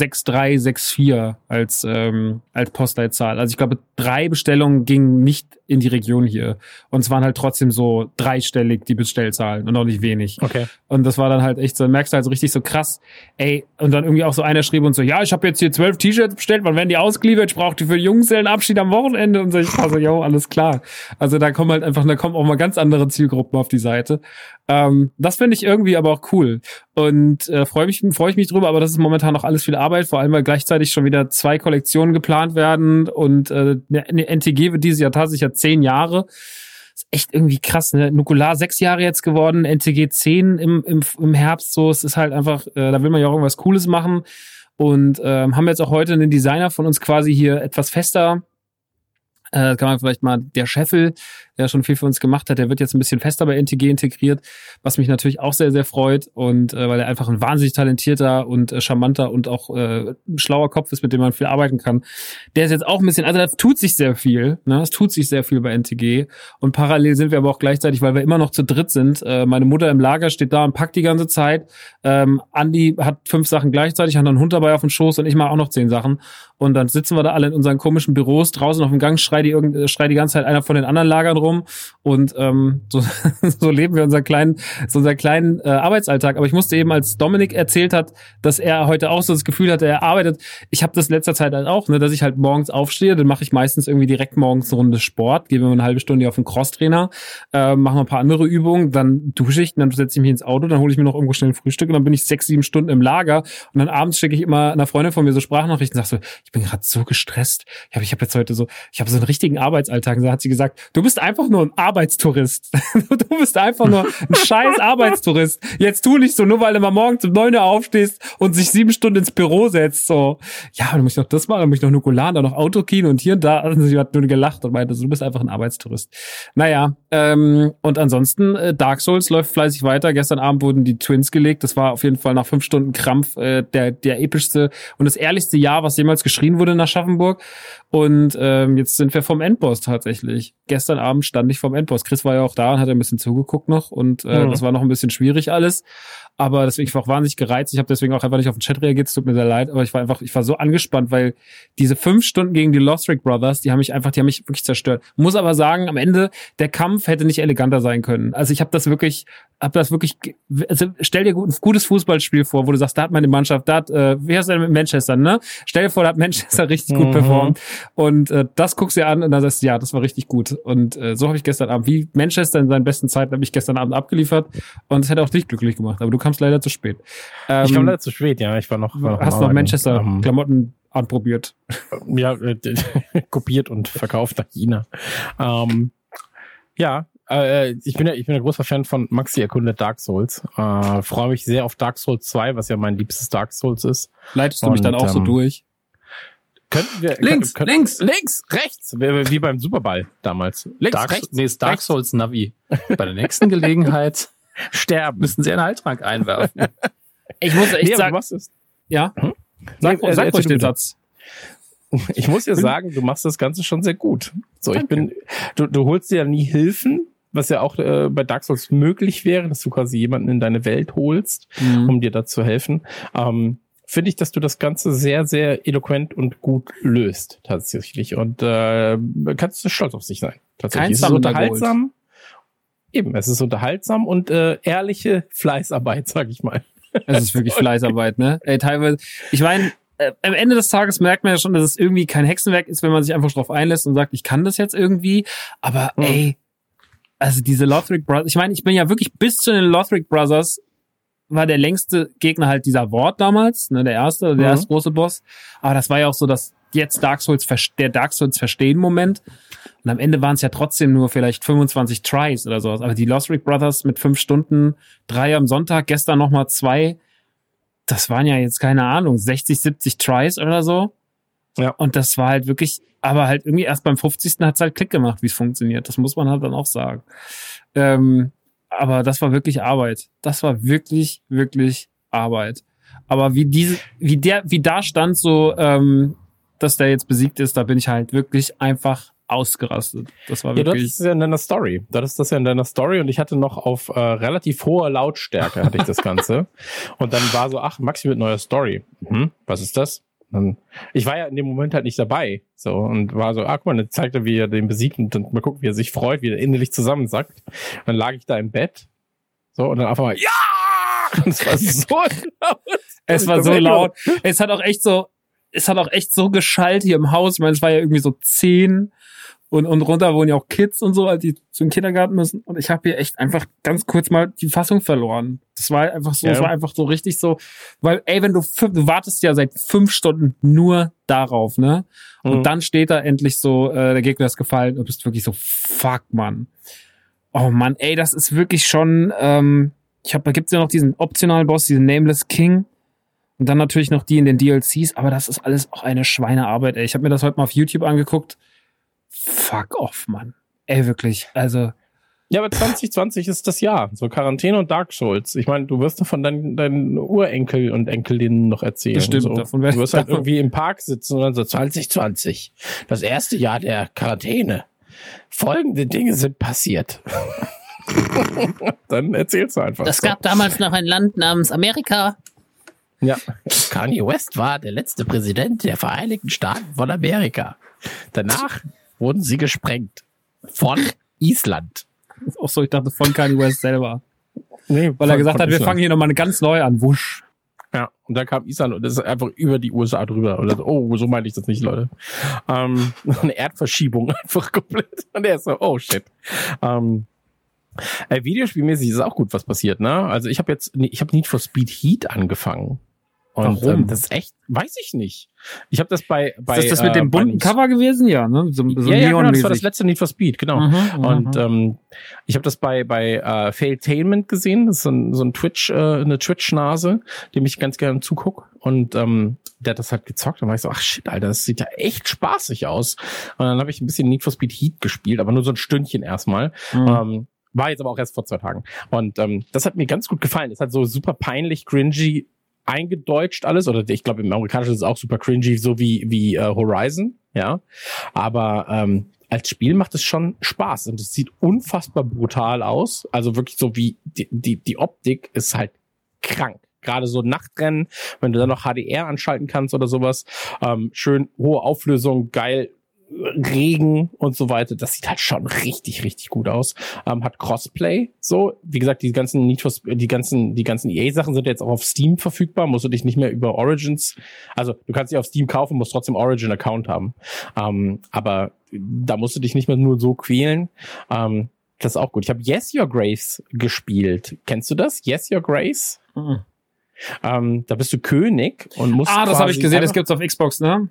6364 als Postleitzahl. Also ich glaube, 3 Bestellungen gingen nicht in die Region hier. Und es waren halt trotzdem so 3-stellig die Bestellzahlen und auch nicht wenig. Okay. Und das war dann halt echt so, merkst du halt so richtig so krass, ey, und dann irgendwie auch so einer schrieb und so, ja, ich habe jetzt hier 12 T-Shirts bestellt, wann werden die ausgeliefert? Ich brauche die für die Junggesellenabschied am Wochenende und so. Ich war so, jo, alles klar. Also da kommen auch mal ganz andere Zielgruppen auf die Seite. Das finde ich irgendwie aber auch cool. Und freue ich mich drüber, aber das ist momentan noch alles viel Arbeit, vor allem weil gleichzeitig schon wieder 2 Kollektionen geplant werden und eine NTG wird dieses Jahr tatsächlich 10 Jahre. Ist echt irgendwie krass, ne? Nukular 6 Jahre jetzt geworden, NTG 10 im Herbst, so. Es ist halt einfach, da will man ja auch irgendwas Cooles machen und haben jetzt auch heute einen Designer von uns quasi hier etwas fester. Kann man vielleicht mal, der Scheffel, der schon viel für uns gemacht hat, der wird jetzt ein bisschen fester bei NTG integriert, was mich natürlich auch sehr, sehr freut und weil er einfach ein wahnsinnig talentierter und charmanter und auch schlauer Kopf ist, mit dem man viel arbeiten kann. Der ist jetzt auch ein bisschen, also da tut sich sehr viel, ne? Es tut sich sehr viel bei NTG und parallel sind wir aber auch gleichzeitig, weil wir immer noch zu dritt sind. Meine Mutter im Lager steht da und packt die ganze Zeit. Andi hat 5 Sachen gleichzeitig, hat noch einen Hund dabei auf dem Schoß und ich mache auch noch 10 Sachen. Und dann sitzen wir da alle in unseren komischen Büros draußen auf dem Gang, schreit die ganze Zeit einer von den anderen Lagern rum und so leben wir unseren kleinen Arbeitsalltag. Aber ich musste eben, als Dominik erzählt hat, dass er heute auch so das Gefühl hatte, er arbeitet. Ich habe das in letzter Zeit halt auch, ne, dass ich halt morgens aufstehe, dann mache ich meistens irgendwie direkt morgens eine Runde Sport, gehe mir eine halbe Stunde auf den Crosstrainer, mache noch ein paar andere Übungen, dann dusche ich, dann setze ich mich ins Auto, dann hole ich mir noch irgendwo schnell ein Frühstück und dann bin ich 6-7 Stunden im Lager und dann abends schicke ich immer einer Freundin von mir so Sprachnachrichten und sag so, ich bin gerade so gestresst. Ich habe so einen richtigen Arbeitsalltag. Und da hat sie gesagt, du bist einfach nur ein Arbeitstourist. Du bist einfach nur ein scheiß Arbeitstourist. Jetzt tu nicht so, nur weil du mal morgens um 9 Uhr aufstehst und sich 7 Stunden ins Büro setzt. So, ja, dann muss ich noch das machen, dann muss ich noch Nukular, dann noch Autokino und hier und da. Also sie hat nur gelacht und meinte, du bist einfach ein Arbeitstourist. Naja, und ansonsten, Dark Souls läuft fleißig weiter. Gestern Abend wurden die Twins gelegt. Das war auf jeden Fall nach 5 Stunden Krampf der epischste und das ehrlichste Jahr, was jemals geschrieben wurde nach Aschaffenburg. Und jetzt sind wir vom Endboss tatsächlich. Gestern Abend Kampf stand ich vorm Endboss. Chris war ja auch da und hat ein bisschen zugeguckt noch und das war noch ein bisschen schwierig alles. Aber deswegen, ich war auch wahnsinnig gereizt. Ich habe deswegen auch einfach nicht auf den Chat reagiert, es tut mir sehr leid, aber ich war so angespannt, weil diese 5 Stunden gegen die Lothric Brothers, die haben mich wirklich zerstört. Muss aber sagen, am Ende, der Kampf hätte nicht eleganter sein können. Also ich habe das wirklich, also stell dir ein gutes Fußballspiel vor, wo du sagst, da hat meine Mannschaft, wie heißt du denn mit Manchester, ne? Stell dir vor, da hat Manchester richtig gut performt und das guckst du dir an und dann sagst du, ja, das war richtig gut. Und so habe ich gestern Abend, wie Manchester in seinen besten Zeiten, habe ich gestern Abend abgeliefert und es hätte auch dich glücklich gemacht, aber du kamst leider zu spät. Ich kam leider zu spät, ja. Ich war noch hast noch Manchester-Klamotten anprobiert. Ja, kopiert und verkauft nach China. Ich bin ja großer Fan von Maxi erkundet Dark Souls. Freue mich sehr auf Dark Souls 2, was ja mein liebstes Dark Souls ist. Leitest du mich dann auch so durch? Könnten wir Links, rechts, wie beim Superball damals. Links, rechts. Nee, ist Dark Souls Navi. Bei der nächsten Gelegenheit müssen Sie einen Heiltrank einwerfen. Ich muss echt sagen, ja. Sag ruhig den Satz. Ich muss ja sagen, du machst das Ganze schon sehr gut. So, du holst dir ja nie Hilfen, was ja auch bei Dark Souls möglich wäre, dass du quasi jemanden in deine Welt holst, um dir da zu helfen. Finde ich, dass du das Ganze sehr, sehr eloquent und gut löst, tatsächlich. Und kannst du stolz auf sich sein. Tatsächlich. Es ist unterhaltsam. Eben, es ist unterhaltsam und ehrliche Fleißarbeit, sag ich mal. Es ist wirklich Fleißarbeit, ne? Ey, teilweise, ich meine, am Ende des Tages merkt man ja schon, dass es irgendwie kein Hexenwerk ist, wenn man sich einfach drauf einlässt und sagt, ich kann das jetzt irgendwie. Aber ey, also diese Lothric Brothers, ich meine, ich bin ja wirklich bis zu den Lothric Brothers war der längste Gegner halt dieser Wort damals, ne, der erste große Boss. Aber das war ja auch so, dass jetzt der Dark Souls verstehen Moment. Und am Ende waren es ja trotzdem nur vielleicht 25 Tries oder sowas. Aber die Lothric Brothers mit 5 Stunden, 3 am Sonntag, gestern nochmal 2, das waren ja jetzt, keine Ahnung, 60, 70 Tries oder so. Ja. Und das war halt wirklich, aber halt irgendwie erst beim 50. hat es halt Klick gemacht, wie es funktioniert. Das muss man halt dann auch sagen. Aber das war wirklich Arbeit. Das war wirklich, wirklich Arbeit. Aber wie da stand so, dass der jetzt besiegt ist, da bin ich halt wirklich einfach ausgerastet. Das war wirklich. Ja, das ist ja in deiner Story. Das ist das ja in deiner Story und ich hatte noch auf relativ hoher Lautstärke hatte ich das Ganze. Und dann war so, ach, Maxi mit neuer Story. Was ist das? Ich war ja in dem Moment halt nicht dabei. So, und war so, guck mal, dann zeigt er, wie er den besiegt und dann mal gucken, wie er sich freut, wie er innerlich zusammensackt. Dann lag ich da im Bett. So, und dann einfach mal, ja! Und es war so laut. Es war so laut. Es hat auch echt so geschallt hier im Haus. Ich meine, es war ja irgendwie so 10 und runter wohnen ja auch Kids und so, als die zum Kindergarten müssen. Und ich habe hier echt einfach ganz kurz mal die Fassung verloren. Das war einfach so, es war einfach so richtig so, weil, ey, wenn du wartest ja seit 5 Stunden nur darauf, ne? Und dann steht da endlich so, der Gegner ist gefallen und bist wirklich so, fuck, Mann. Oh Mann, ey, das ist wirklich schon, da gibt's ja noch diesen optionalen Boss, diesen Nameless King. Und dann natürlich noch die in den DLCs, aber das ist alles auch eine Schweinearbeit, ey. Ich habe mir das heute mal auf YouTube angeguckt. Fuck off, Mann. Ey, wirklich, also. Ja, aber 2020 ist das Jahr. So Quarantäne und Dark Souls. Ich meine, du wirst doch von deinen Urenkel und Enkelinnen noch erzählen. Das stimmt. So. Du wirst halt irgendwie im Park sitzen und dann so 2020. Das erste Jahr der Quarantäne. Folgende Dinge sind passiert. Dann erzählst du einfach. Es gab damals noch ein Land namens Amerika. Ja, Kanye West war der letzte Präsident der Vereinigten Staaten von Amerika. Danach wurden sie gesprengt. Von Island. Auch so, ich dachte von Kanye West selber. Nee, weil er gesagt hat, wir fangen hier nochmal ganz neu an. Wusch. Ja, und dann kam Island und das ist einfach über die USA drüber. Und so, oh, so meine ich das nicht, Leute. Eine Erdverschiebung einfach komplett. Und er ist so, oh shit. Videospielmäßig ist auch gut was passiert, ne? Also ich habe Need for Speed Heat angefangen. Und warum? Das ist echt, weiß ich nicht. Ich habe das bei ist das mit dem bunten Cover gewesen? Ja, ne? So ja, genau, das war das letzte Need for Speed, genau. Und ich habe das bei Failtainment gesehen. Das ist so ein eine Twitch-Nase, dem ich ganz gerne zuguck. Und der hat das halt gezockt. Und war ich so, ach shit, Alter, das sieht ja echt spaßig aus. Und dann habe ich ein bisschen Need for Speed Heat gespielt, aber nur so ein Stündchen erstmal. War jetzt aber auch erst vor 2 Tagen. Und das hat mir ganz gut gefallen. Das hat so super peinlich, cringy eingedeutscht alles. Oder ich glaube, im Amerikanischen ist es auch super cringy, so wie Horizon. Ja. Aber als Spiel macht es schon Spaß und es sieht unfassbar brutal aus. Also wirklich so wie die Optik ist halt krank. Gerade so Nachtrennen, wenn du dann noch HDR anschalten kannst oder sowas. Schön hohe Auflösung, geil Regen und so weiter. Das sieht halt schon richtig, richtig gut aus. Hat Crossplay, so. Wie gesagt, die ganzen EA-Sachen sind jetzt auch auf Steam verfügbar. Musst du dich nicht mehr über Origins, also du kannst sie auf Steam kaufen, musst trotzdem Origin-Account haben. Aber da musst du dich nicht mehr nur so quälen. Das ist auch gut. Ich habe Yes Your Grace gespielt. Kennst du das? Yes Your Grace? Mhm. Da bist du König und musst das habe ich gesehen, das gibt's auf Xbox, ne?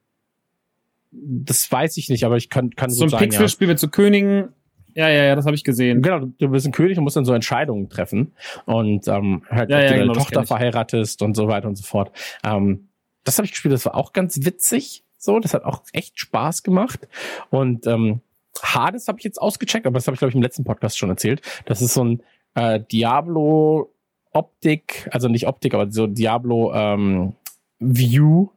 Das weiß ich nicht, aber ich kann so ein sagen, Pixel-Spiel mit so Königen. Ja, das habe ich gesehen. Genau, du bist ein König und musst dann so Entscheidungen treffen und halt, ob du deine Tochter verheiratest und so weiter und so fort. Das habe ich gespielt, das war auch ganz witzig. So, das hat auch echt Spaß gemacht. Und Hades habe ich jetzt ausgecheckt, aber das habe ich, glaube ich, im letzten Podcast schon erzählt. Das ist so ein Diablo-Optik, also nicht Optik, aber so Diablo View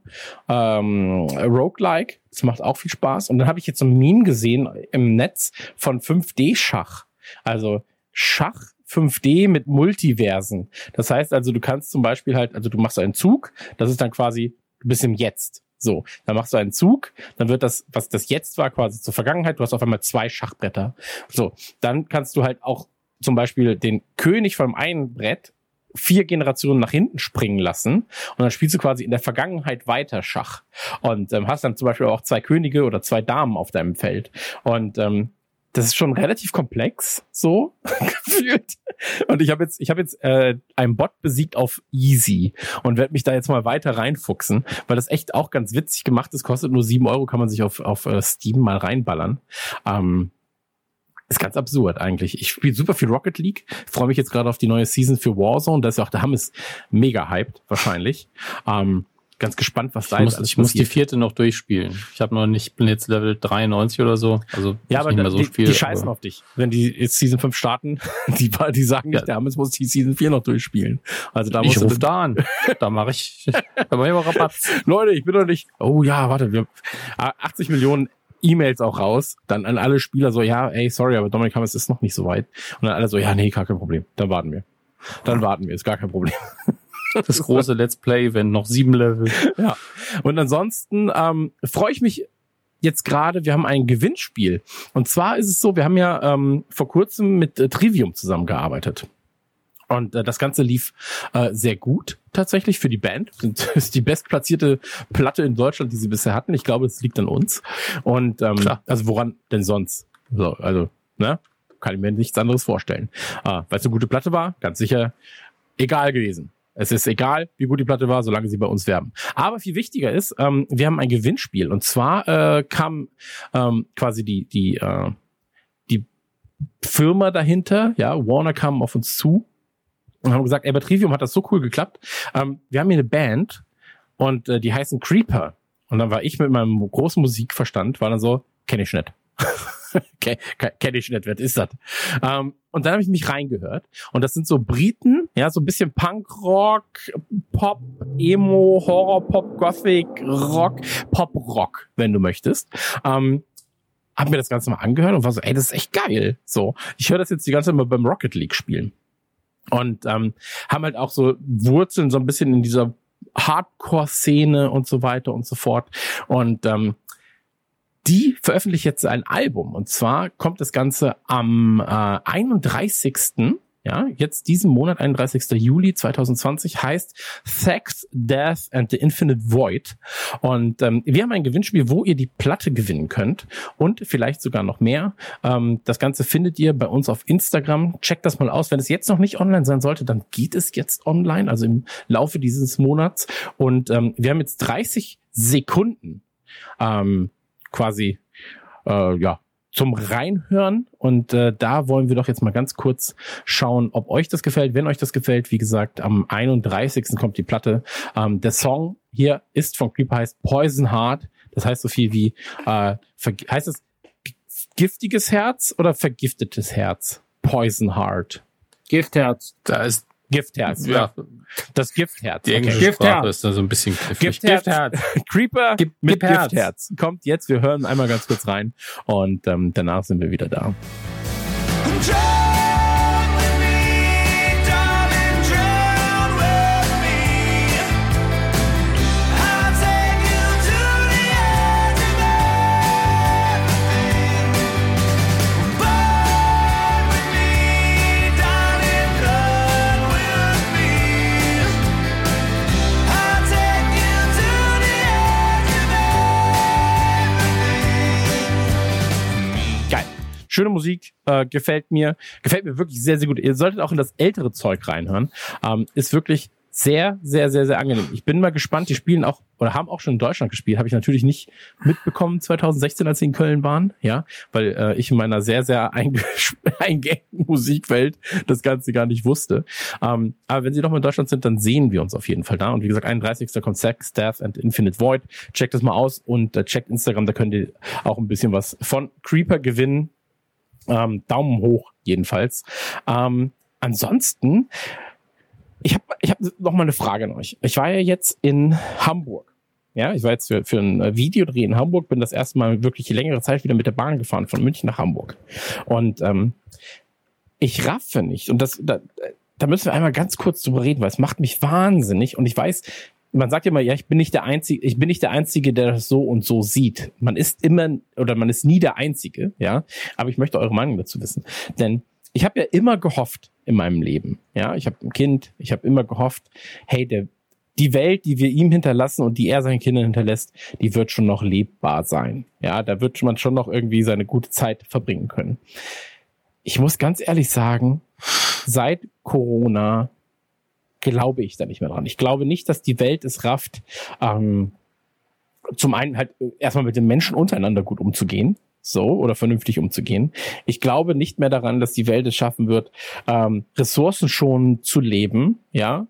Roguelike. Das macht auch viel Spaß. Und dann habe ich jetzt so ein Meme gesehen im Netz von 5D-Schach. Also Schach 5D mit Multiversen. Das heißt also, du kannst zum Beispiel halt, also du machst einen Zug, das ist dann quasi, du bist im Jetzt. So, dann machst du einen Zug, dann wird das, was das Jetzt war, quasi zur Vergangenheit, du hast auf einmal 2 Schachbretter. So, dann kannst du halt auch zum Beispiel den König vom einen Brett 4 Generationen nach hinten springen lassen und dann spielst du quasi in der Vergangenheit weiter Schach und hast dann zum Beispiel auch 2 Könige oder 2 Damen auf deinem Feld und das ist schon relativ komplex, so gefühlt. Und ich habe jetzt einen Bot besiegt auf Easy und werde mich da jetzt mal weiter reinfuchsen, weil das echt auch ganz witzig gemacht ist. Kostet nur 7 €, kann man sich auf Steam mal reinballern. Ist ganz absurd eigentlich. Ich spiele super viel Rocket League. Freue mich jetzt gerade auf die neue Season für Warzone. Da ist ja auch der Hammes mega hyped, wahrscheinlich. Ganz gespannt, was da ist. Ich muss die 4. noch durchspielen. Ich bin jetzt Level 93 oder so. Also ja, aber nicht mehr so viel, die scheißen auf dich. Wenn die jetzt Season 5 starten, die sagen nicht, der Hammes muss die Season 4 noch durchspielen. Also da ich rufe da an. Da mache ich mal Rabatt. Leute, ich bin doch nicht. Oh ja, warte, wir 80 Millionen E-Mails auch raus, dann an alle Spieler so, ja, ey, sorry, aber Dominik Hammes ist noch nicht so weit. Und dann alle so, ja, nee, gar kein Problem. Dann warten wir, ist gar kein Problem. Das große Let's Play-Event, noch 7 Level. Ja. Und ansonsten freue ich mich jetzt gerade, wir haben ein Gewinnspiel. Und zwar ist es so, wir haben ja vor kurzem mit Trivium zusammengearbeitet. Und das Ganze lief sehr gut tatsächlich für die Band. Das ist die bestplatzierte Platte in Deutschland, die sie bisher hatten. Ich glaube, es liegt an uns. Und also woran denn sonst? So, also, ne? Kann ich mir nichts anderes vorstellen. Weil es eine gute Platte war, ganz sicher egal gewesen. Es ist egal, wie gut die Platte war, solange sie bei uns werben. Aber viel wichtiger ist, wir haben ein Gewinnspiel. Und zwar kam quasi die Firma dahinter, ja, Warner kam auf uns zu und haben gesagt, ey, bei Trivium hat das so cool geklappt. Wir haben hier eine Band und die heißen Creeper. Und dann war ich mit meinem großen Musikverstand, war dann so, kenn ich nicht. Kenn ich nicht, wer ist das? Und dann habe ich mich reingehört. Und das sind so Briten, ja, so ein bisschen Punkrock, Pop, Emo, Horror-Pop, Gothic, Rock, Pop-Rock, wenn du möchtest. Hab mir das Ganze mal angehört und war so, ey, das ist echt geil. So, ich höre das jetzt die ganze Zeit mal beim Rocket League spielen. Und haben halt auch so Wurzeln so ein bisschen in dieser Hardcore-Szene und so weiter und so fort. Und die veröffentlicht jetzt ein Album. Und zwar kommt das Ganze am 31. Ja, jetzt diesen Monat, 31. Juli 2020, heißt Sex, Death and the Infinite Void. Und wir haben ein Gewinnspiel, wo ihr die Platte gewinnen könnt und vielleicht sogar noch mehr. Das Ganze findet ihr bei uns auf Instagram. Checkt das mal aus. Wenn es jetzt noch nicht online sein sollte, dann geht es jetzt online, also im Laufe dieses Monats. Und wir haben jetzt 30 Sekunden quasi zum Reinhören und da wollen wir doch jetzt mal ganz kurz schauen, ob euch das gefällt. Wenn euch das gefällt, wie gesagt, am 31. kommt die Platte. Der Song hier ist von Creeper, heißt Poison Heart. Das heißt so viel wie, heißt es giftiges Herz oder vergiftetes Herz? Poison Heart. Giftherz. Da ist Giftherz. Ja, Das Giftherz. die englische Okay. Sprache Giftherz. ist da so ein bisschen knifflig. Giftherz. Creeper mit Giftherz. Giftherz. Kommt jetzt, wir hören einmal ganz kurz rein und danach sind wir wieder da. Geil. Schöne Musik, gefällt mir wirklich sehr, sehr gut. Ihr solltet auch in das ältere Zeug reinhören. Ist wirklich sehr, sehr, sehr, sehr angenehm. Ich bin mal gespannt, die spielen auch, oder haben auch schon in Deutschland gespielt, habe ich natürlich nicht mitbekommen 2016, als sie in Köln waren, ja, weil ich in meiner sehr, sehr eingängigen Musikwelt das Ganze gar nicht wusste. Aber wenn sie doch mal in Deutschland sind, dann sehen wir uns auf jeden Fall da. Und wie gesagt, 31. kommt Sex, Death and Infinite Void. Checkt das mal aus und checkt Instagram, da könnt ihr auch ein bisschen was von Creeper gewinnen. Daumen hoch jedenfalls. Ansonsten, ich hab noch mal eine Frage an euch. Ich war ja jetzt in Hamburg. Ja, ich war jetzt für ein Videodreh in Hamburg, bin das erste Mal wirklich längere Zeit wieder mit der Bahn gefahren, von München nach Hamburg. Und ich raffe nicht. Und da müssen wir einmal ganz kurz drüber reden, weil es macht mich wahnsinnig. Und ich weiß, man sagt ja immer, ja, ich bin nicht der Einzige, der das so und so sieht. Man ist nie der Einzige, ja. Aber ich möchte eure Meinung dazu wissen. Denn ich habe ja immer gehofft in meinem Leben, ja, ich habe ein Kind, ich habe immer gehofft, hey, die Welt, die wir ihm hinterlassen und die er seinen Kindern hinterlässt, die wird schon noch lebbar sein. Ja, da wird man schon noch irgendwie seine gute Zeit verbringen können. Ich muss ganz ehrlich sagen, seit Corona glaube ich da nicht mehr dran. Ich glaube nicht, dass die Welt es rafft, zum einen halt erstmal mit den Menschen untereinander gut umzugehen, oder vernünftig umzugehen. Ich glaube nicht mehr daran, dass die Welt es schaffen wird, Ressourcen schon zu leben, ja,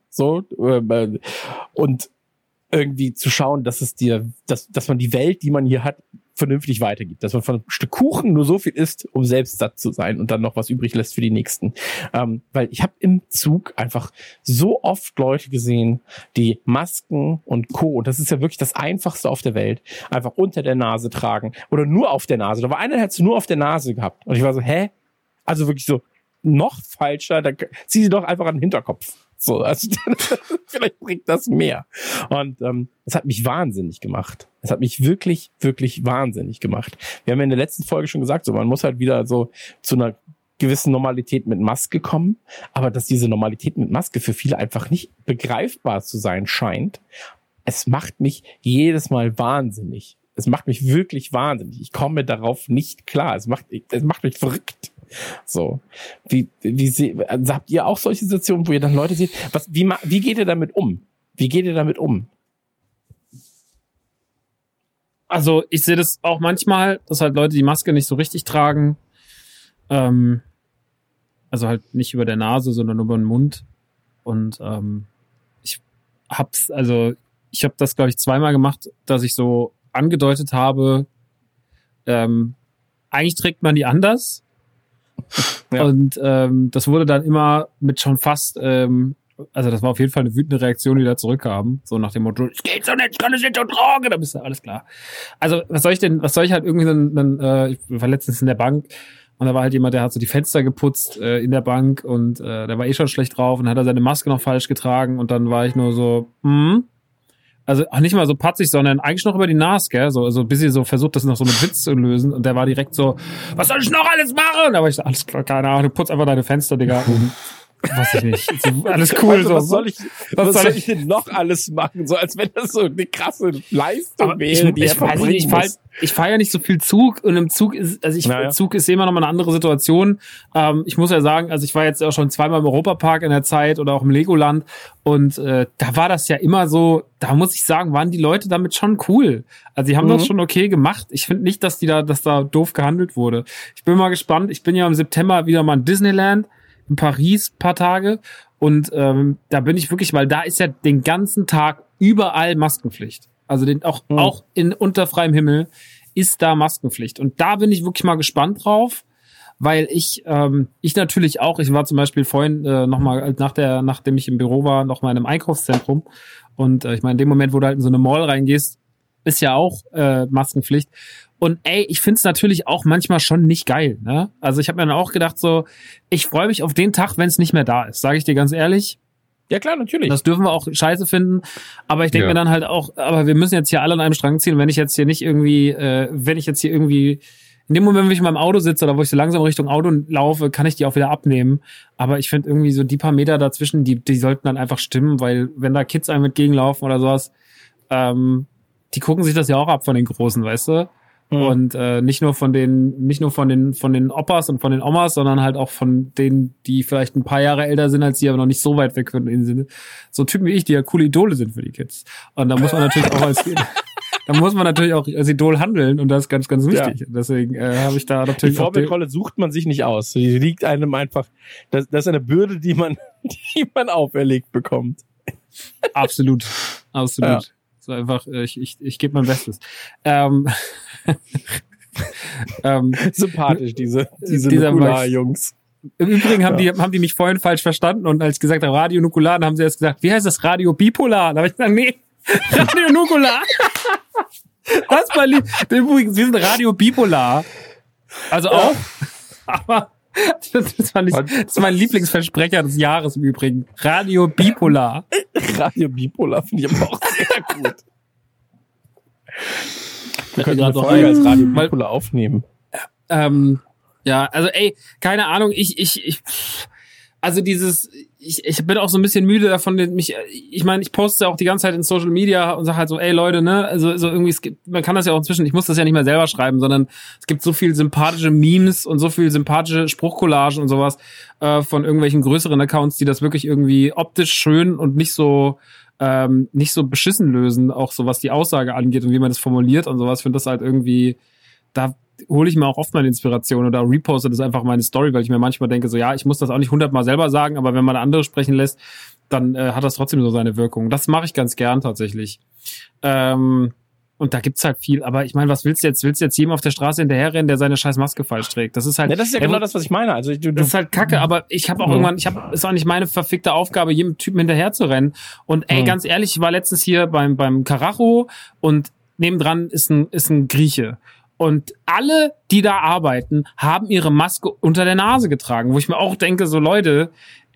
und irgendwie zu schauen, dass man die Welt, die man hier hat, vernünftig weitergibt. Dass man von einem Stück Kuchen nur so viel isst, um selbst satt zu sein und dann noch was übrig lässt für die Nächsten. Weil ich habe im Zug einfach so oft Leute gesehen, die Masken und Co., und das ist ja wirklich das Einfachste auf der Welt, einfach unter der Nase tragen oder nur auf der Nase. Da war einer, der hat es nur auf der Nase gehabt. Und ich war so, hä? Also wirklich so, noch falscher, dann zieh sie doch einfach an den Hinterkopf. Also vielleicht bringt das mehr. Und es hat mich wahnsinnig gemacht. Es hat mich wirklich, wirklich wahnsinnig gemacht. Wir haben ja in der letzten Folge schon gesagt, man muss halt wieder so zu einer gewissen Normalität mit Maske kommen, aber dass diese Normalität mit Maske für viele einfach nicht begreifbar zu sein scheint, es macht mich jedes Mal wahnsinnig. Es macht mich wirklich wahnsinnig. Ich komme darauf nicht klar. Es macht mich verrückt. So. Habt ihr auch solche Situationen, wo ihr dann Leute seht? Wie geht ihr damit um? Also ich sehe das auch manchmal, dass halt Leute die Maske nicht so richtig tragen. Also halt nicht über der Nase, sondern über den Mund. Und ich habe das, glaube ich, zweimal gemacht, dass ich so angedeutet habe, eigentlich trägt man die anders. Ja. Und das wurde dann immer mit schon fast, also das war auf jeden Fall eine wütende Reaktion, die da zurückkam. So nach dem Motto, es geht so nicht, ich kann es nicht so tragen. Da bist du, alles klar. Also was soll ich halt irgendwie ich war letztens in der Bank und da war halt jemand, der hat so die Fenster geputzt in der Bank und der war schon schlecht drauf und hat er seine Maske noch falsch getragen und dann war ich nur so, also auch nicht mal so patzig, sondern eigentlich noch über die Nase, gell? So ein bisschen so versucht, das noch so mit Witz zu lösen. Und der war direkt so, was soll ich noch alles machen? Da war ich so, alles klar, keine Ahnung, du putzt einfach deine Fenster, Digga. Weiß ich nicht. So, alles cool. Also, so. Was soll ich denn noch alles machen? So als wenn das so eine krasse Leistung wäre, die ich fahre ja nicht so viel Zug und im Zug ist, Zug ist immer noch mal eine andere Situation. Ich muss ja sagen, also ich war jetzt auch schon zweimal im Europapark in der Zeit oder auch im Legoland und da war das ja immer so, da muss ich sagen, waren die Leute damit schon cool. Also die haben das schon okay gemacht. Ich finde nicht, dass da doof gehandelt wurde. Ich bin mal gespannt. Ich bin ja im September wieder mal in Disneyland in Paris paar Tage und da bin ich wirklich, weil da ist ja den ganzen Tag überall Maskenpflicht. Also auch unter freiem Himmel ist da Maskenpflicht. Und da bin ich wirklich mal gespannt drauf. weil ich natürlich auch, ich war zum Beispiel vorhin nochmal, nachdem ich im Büro war, nochmal in einem Einkaufszentrum und ich meine, in dem Moment, wo du halt in so eine Mall reingehst, ist ja auch Maskenpflicht. Und ich find's natürlich auch manchmal schon nicht geil, ne? Also ich habe mir dann auch gedacht so, ich freue mich auf den Tag, wenn es nicht mehr da ist, sage ich dir ganz ehrlich. Ja klar, natürlich. Das dürfen wir auch scheiße finden, aber ich denke mir dann halt auch, aber wir müssen jetzt hier alle an einem Strang ziehen, wenn ich jetzt hier irgendwie, in dem Moment, wenn ich in meinem Auto sitze oder wo ich so langsam Richtung Auto laufe, kann ich die auch wieder abnehmen. Aber ich finde irgendwie so die paar Meter dazwischen, die sollten dann einfach stimmen, weil wenn da Kids einem entgegenlaufen oder sowas, die gucken sich das ja auch ab von den Großen, weißt du? Und nicht nur von den Opas und von den Omas, sondern halt auch von denen, die vielleicht ein paar Jahre älter sind als die, aber noch nicht so weit weg von ihnen sind. So Typen wie ich, die ja coole Idole sind für die Kids. Und da muss man natürlich auch als Idol handeln und das ist ganz, ganz wichtig. Ja. Deswegen habe ich da natürlich die Vorbildrolle sucht man sich nicht aus. Die liegt einem einfach. Das ist eine Bürde, die man auferlegt bekommt. Absolut. Ja. So einfach, ich gebe mein Bestes. Sympathisch, diese Nukular-Jungs. Im Übrigen haben die mich vorhin falsch verstanden und als ich gesagt habe, Radio Nukular, dann haben sie erst gesagt, wie heißt das? Radio Bipolar? Da habe ich gesagt, nee, Radio Nukular. Das war lieb. Übrigens, wir sind Radio Bipolar. Also auch, aber das ist mein Lieblingsversprecher des Jahres im Übrigen. Radio Bipolar. Radio Bipolar finde ich aber auch sehr gut. Wir können gerade noch als Radio Bipolar aufnehmen. Ja, also keine Ahnung, ich bin auch so ein bisschen müde davon, ich meine, ich poste auch die ganze Zeit in Social Media und sage halt so, Leute, ne, also so irgendwie, man kann das ja auch inzwischen, ich muss das ja nicht mehr selber schreiben, sondern es gibt so viel sympathische Memes und so viel sympathische Spruchcollagen und sowas von irgendwelchen größeren Accounts, die das wirklich irgendwie optisch schön und nicht so beschissen lösen, auch so was die Aussage angeht und wie man das formuliert und sowas. Ich finde das halt irgendwie, da hole ich mir auch oft meine Inspiration oder reposte das einfach meine Story, weil ich mir manchmal denke, so ja, ich muss das auch nicht 100-mal selber sagen, aber wenn man andere sprechen lässt, dann hat das trotzdem so seine Wirkung. Das mache ich ganz gern tatsächlich. Und da gibt's halt viel, aber ich meine, was willst du jetzt? Willst du jetzt jedem auf der Straße hinterherrennen, der seine scheiß Maske falsch trägt? Das ist halt. Ja, das ist ja genau das, was ich meine. Also das ist halt Kacke, aber ich habe auch ist auch nicht meine verfickte Aufgabe, jedem Typen hinterher zu rennen. Und ganz ehrlich, ich war letztens hier beim Karacho und nebendran ist ein Grieche. Und alle, die da arbeiten, haben ihre Maske unter der Nase getragen, wo ich mir auch denke, so Leute,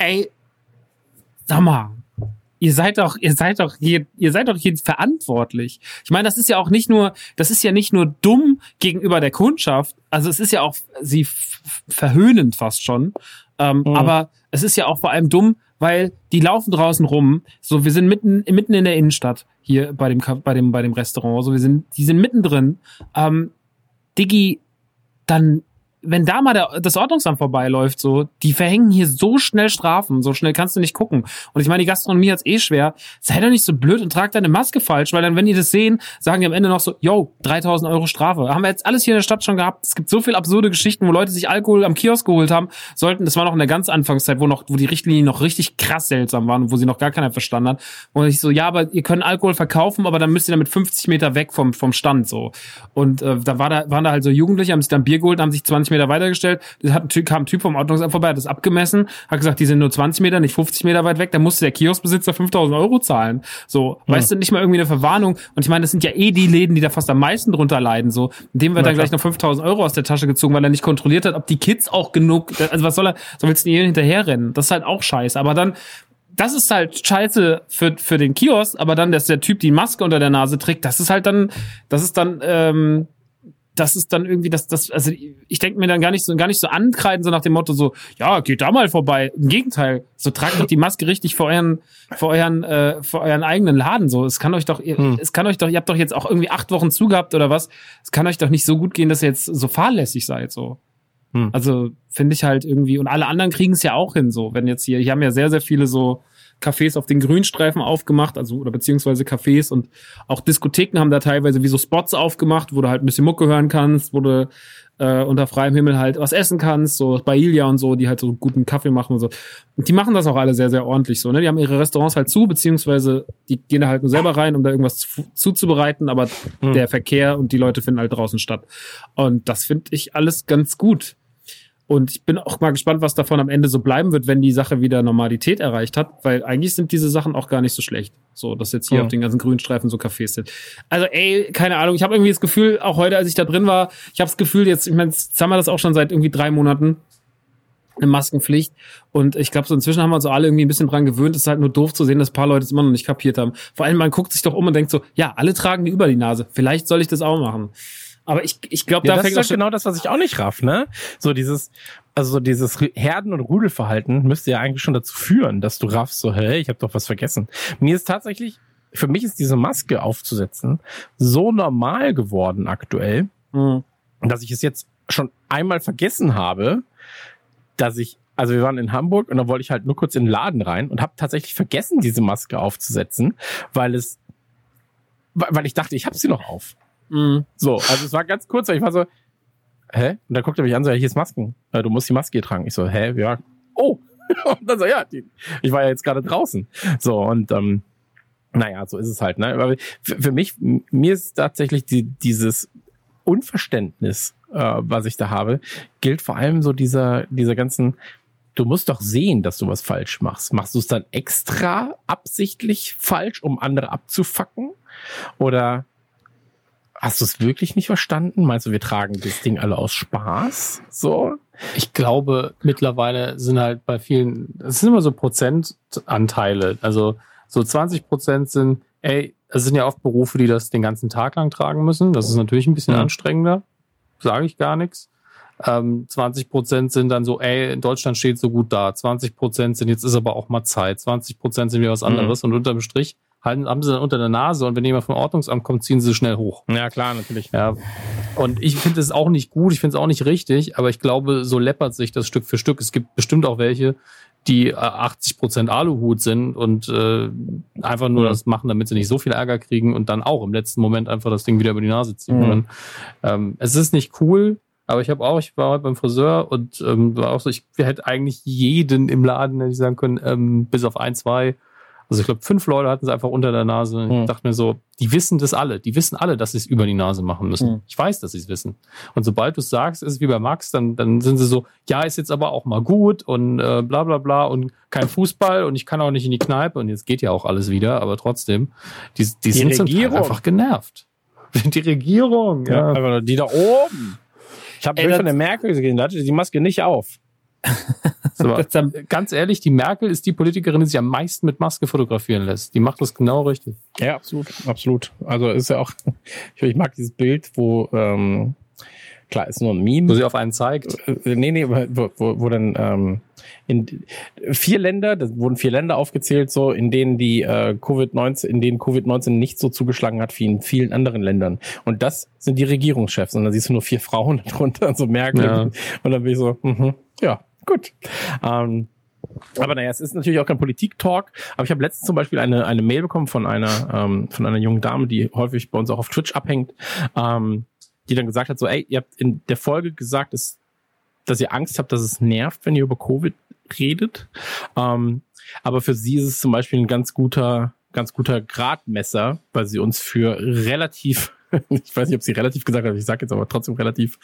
sag mal, ihr seid doch hier verantwortlich. Ich meine, das ist ja nicht nur dumm gegenüber der Kundschaft, also es ist ja auch sie verhöhnend fast schon, aber es ist ja auch vor allem dumm, weil die laufen draußen rum, so wir sind mitten in der Innenstadt hier bei dem Restaurant, so die sind mittendrin, Diggi, dann, wenn da mal das Ordnungsamt vorbeiläuft, so, die verhängen hier so schnell Strafen, so schnell kannst du nicht gucken. Und ich meine, die Gastronomie hat's schwer. Sei doch nicht so blöd und trag deine Maske falsch, weil dann, wenn die das sehen, sagen die am Ende noch so, 3.000 € Strafe. Haben wir jetzt alles hier in der Stadt schon gehabt. Es gibt so viel absurde Geschichten, wo Leute sich Alkohol am Kiosk geholt haben, das war noch in der ganz Anfangszeit, wo die Richtlinien noch richtig krass seltsam waren und wo sie noch gar keiner verstanden hat. Und ich so, ja, aber ihr könnt Alkohol verkaufen, aber dann müsst ihr damit 50 Meter weg vom Stand, so. Und da waren da halt so Jugendliche, haben sich dann Bier geholt, haben sich 20 Meter weitergestellt. Kam ein Typ vom Ordnungsamt vorbei, hat das abgemessen, hat gesagt, die sind nur 20 Meter, nicht 50 Meter weit weg. Da musste der Kioskbesitzer 5.000 € zahlen. So, weißt du, nicht mal irgendwie eine Verwarnung. Und ich meine, das sind ja die Läden, die da fast am meisten drunter leiden. So, dem wird dann gleich noch 5.000 € aus der Tasche gezogen, weil er nicht kontrolliert hat, ob die Kids auch genug, also was so willst du hier hinterherrennen? Das ist halt auch scheiße. Aber dann, das ist halt scheiße für den Kiosk, aber dann, dass der Typ die Maske unter der Nase trägt, das ist dann irgendwie also ich denke mir dann gar nicht so ankreiden, so nach dem Motto so, ja, geht da mal vorbei. Im Gegenteil, so tragt doch die Maske richtig vor euren eigenen Laden, so. Ihr habt doch jetzt auch irgendwie 8 Wochen zugehabt oder was. Es kann euch doch nicht so gut gehen, dass ihr jetzt so fahrlässig seid, so. Also, finde ich halt irgendwie, und alle anderen kriegen es ja auch hin, so. Wenn jetzt hier haben ja sehr, sehr viele so Cafés auf den Grünstreifen aufgemacht, also oder beziehungsweise Cafés und auch Diskotheken haben da teilweise wie so Spots aufgemacht, wo du halt ein bisschen Mucke hören kannst, wo du unter freiem Himmel halt was essen kannst, so Bailia und so, die halt so guten Kaffee machen und so. Und die machen das auch alle sehr, sehr ordentlich so, ne? Die haben ihre Restaurants halt zu, beziehungsweise die gehen da halt nur selber rein, um da irgendwas zuzubereiten, aber der Verkehr und die Leute finden halt draußen statt. Und das finde ich alles ganz gut. Und ich bin auch mal gespannt, was davon am Ende so bleiben wird, wenn die Sache wieder Normalität erreicht hat, weil eigentlich sind diese Sachen auch gar nicht so schlecht. So, dass jetzt hier auf den ganzen Grünstreifen so Cafés sind. Also keine Ahnung, ich habe irgendwie das Gefühl, auch heute, als ich da drin war, ich habe das Gefühl jetzt, ich meine, jetzt haben wir das auch schon seit irgendwie 3 Monaten, eine Maskenpflicht. Und ich glaube, so inzwischen haben wir uns alle irgendwie ein bisschen dran gewöhnt. Es ist halt nur doof zu sehen, dass ein paar Leute es immer noch nicht kapiert haben. Vor allem, man guckt sich doch um und denkt so, ja, alle tragen die über die Nase. Vielleicht soll ich das auch machen. Aber ich glaube, da das fängt ist genau das, was ich auch nicht raff, ne? So dieses Herden- und Rudelverhalten müsste ja eigentlich schon dazu führen, dass du raffst, so, hey, ich habe doch was vergessen. Für mich ist diese Maske aufzusetzen so normal geworden aktuell, dass ich es jetzt schon einmal vergessen habe, also wir waren in Hamburg und da wollte ich halt nur kurz in den Laden rein und habe tatsächlich vergessen, diese Maske aufzusetzen, weil ich dachte, ich habe sie noch auf. So, also es war ganz kurz, weil ich war so, hä? Und dann guckt er mich an, so, ja, hier ist Masken. Du musst die Maske hier tragen. Ich so, hä? Ja. Oh! Und dann so, ja, ich war ja jetzt gerade draußen. So, und naja, so ist es halt, ne? Aber für mir ist tatsächlich dieses Unverständnis, was ich da habe, gilt vor allem so dieser ganzen, du musst doch sehen, dass du was falsch machst. Machst du es dann extra absichtlich falsch, um andere abzufacken? Oder hast du es wirklich nicht verstanden? Meinst du, wir tragen das Ding alle aus Spaß? So? Ich glaube, mittlerweile sind halt bei vielen, es sind immer so Prozentanteile. Also so 20% sind, es sind ja oft Berufe, die das den ganzen Tag lang tragen müssen. Das ist natürlich ein bisschen anstrengender. Sage ich gar nichts. 20% sind dann so, in Deutschland steht so gut da. 20% sind, jetzt ist aber auch mal Zeit. 20% sind wieder was anderes. Und unterm Strich haben sie dann unter der Nase und wenn jemand vom Ordnungsamt kommt, ziehen sie schnell hoch. Ja, klar, natürlich. Ja. Und ich finde es auch nicht gut, ich finde es auch nicht richtig, aber ich glaube, so läppert sich das Stück für Stück. Es gibt bestimmt auch welche, die 80% Aluhut sind und einfach nur das machen, damit sie nicht so viel Ärger kriegen und dann auch im letzten Moment einfach das Ding wieder über die Nase ziehen können. Es ist nicht cool, aber ich war heute beim Friseur und war auch so, ich hätte eigentlich jeden im Laden, hätte ich sagen können, bis auf 1, 2. Also ich glaube, 5 Leute hatten es einfach unter der Nase. Ich dachte mir so, die wissen das alle. Die wissen alle, dass sie es über die Nase machen müssen. Ich weiß, dass sie es wissen. Und sobald du es sagst, ist es wie bei Max, dann sind sie so, ja, ist jetzt aber auch mal gut und bla bla bla und kein Fußball und ich kann auch nicht in die Kneipe und jetzt geht ja auch alles wieder, aber trotzdem, die sind zum Teil einfach genervt. Die Regierung, ja. Aber die da oben. Ich habe von der Merkel gesehen, da hatte die Maske nicht auf. So, ganz ehrlich, die Merkel ist die Politikerin, die sich am meisten mit Maske fotografieren lässt. Die macht das genau richtig. Ja, absolut. Also ist ja auch, ich mag dieses Bild, wo, klar, ist nur ein Meme. Wo sie auf einen zeigt. Wo dann in 4 Länder, da wurden 4 Länder aufgezählt, so, in denen Covid-19 nicht so zugeschlagen hat wie in vielen anderen Ländern. Und das sind die Regierungschefs. Und dann siehst du nur 4 Frauen darunter, so Merkel. Ja. Und dann bin ich so, ja. Gut. Aber naja, es ist natürlich auch kein Politik-Talk. Aber ich habe letztens zum Beispiel eine Mail bekommen von einer jungen Dame, die häufig bei uns auch auf Twitch abhängt, die dann gesagt hat, so, ihr habt in der Folge gesagt, dass ihr Angst habt, dass es nervt, wenn ihr über Covid redet. Aber für sie ist es zum Beispiel ein ganz guter Gradmesser, weil sie uns für relativ, ich weiß nicht, ob sie relativ gesagt hat, ich sage jetzt aber trotzdem relativ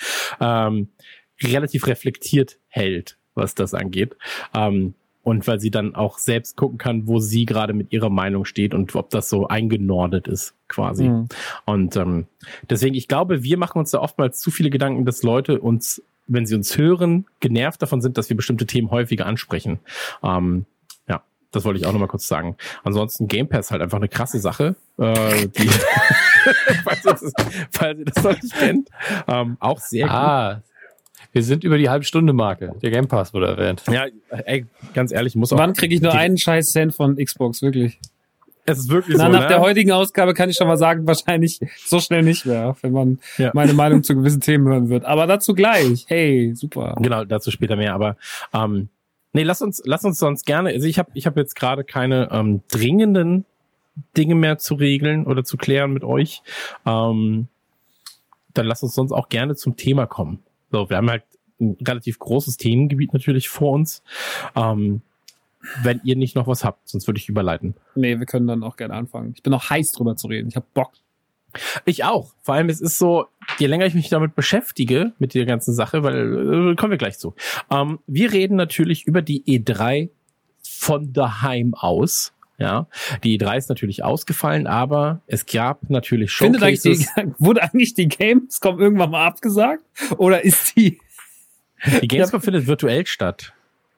reflektiert hält, was das angeht. Und weil sie dann auch selbst gucken kann, wo sie gerade mit ihrer Meinung steht und ob das so eingenordet ist, quasi. Und deswegen, ich glaube, wir machen uns da oftmals zu viele Gedanken, dass Leute uns, wenn sie uns hören, genervt davon sind, dass wir bestimmte Themen häufiger ansprechen. Ja, das wollte ich auch nochmal kurz sagen. Ansonsten Game Pass halt einfach eine krasse Sache, die falls ihr das noch nicht kennt, auch sehr gut. Wir sind über die Halbstunde-Marke. Der Game Pass wurde erwähnt. Ja, ganz ehrlich, muss auch. Wann kriege ich nur einen scheiß Cent von Xbox, wirklich? Es ist wirklich so, nach der heutigen Ausgabe kann ich schon mal sagen, wahrscheinlich so schnell nicht mehr, wenn man meine Meinung zu gewissen Themen hören wird. Aber dazu gleich. Hey, super. Genau, dazu später mehr. Aber lass uns sonst gerne. Also ich hab jetzt gerade keine dringenden Dinge mehr zu regeln oder zu klären mit euch. Dann lass uns sonst auch gerne zum Thema kommen. So, wir haben halt ein relativ großes Themengebiet natürlich vor uns. Wenn ihr nicht noch was habt, sonst würde ich überleiten. Nee, wir können dann auch gerne anfangen. Ich bin auch heiß drüber zu reden. Ich hab Bock. Ich auch. Vor allem, es ist so, je länger ich mich damit beschäftige, mit der ganzen Sache, weil, kommen wir gleich zu. Wir reden natürlich über die E3 von daheim aus. Ja, die E3 ist natürlich ausgefallen, aber es gab natürlich Showcases. Wurde eigentlich die Gamescom irgendwann mal abgesagt? Oder ist die... Die Gamescom findet virtuell statt.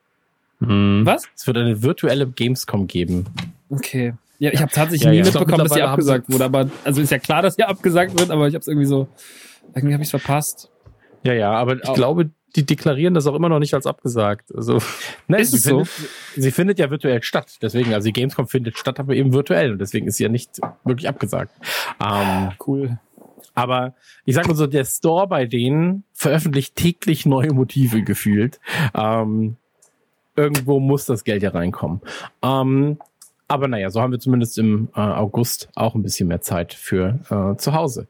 Was? Es wird eine virtuelle Gamescom geben. Okay. Ja, ich habe tatsächlich nie mitbekommen, dass sie abgesagt wurde. Aber also ist ja klar, dass sie abgesagt wird, aber ich habe es irgendwie habe ich es verpasst. Ja, aber Ich glaube, die deklarieren das auch immer noch nicht als abgesagt. Also ist es so? Sie findet ja virtuell statt. Deswegen, also die Gamescom findet statt, aber eben virtuell. Und deswegen ist sie ja nicht wirklich abgesagt. Cool. Aber ich sag mal so, der Store bei denen veröffentlicht täglich neue Motive gefühlt. Irgendwo muss das Geld ja reinkommen. Aber naja, so haben wir zumindest im August auch ein bisschen mehr Zeit für zu Hause.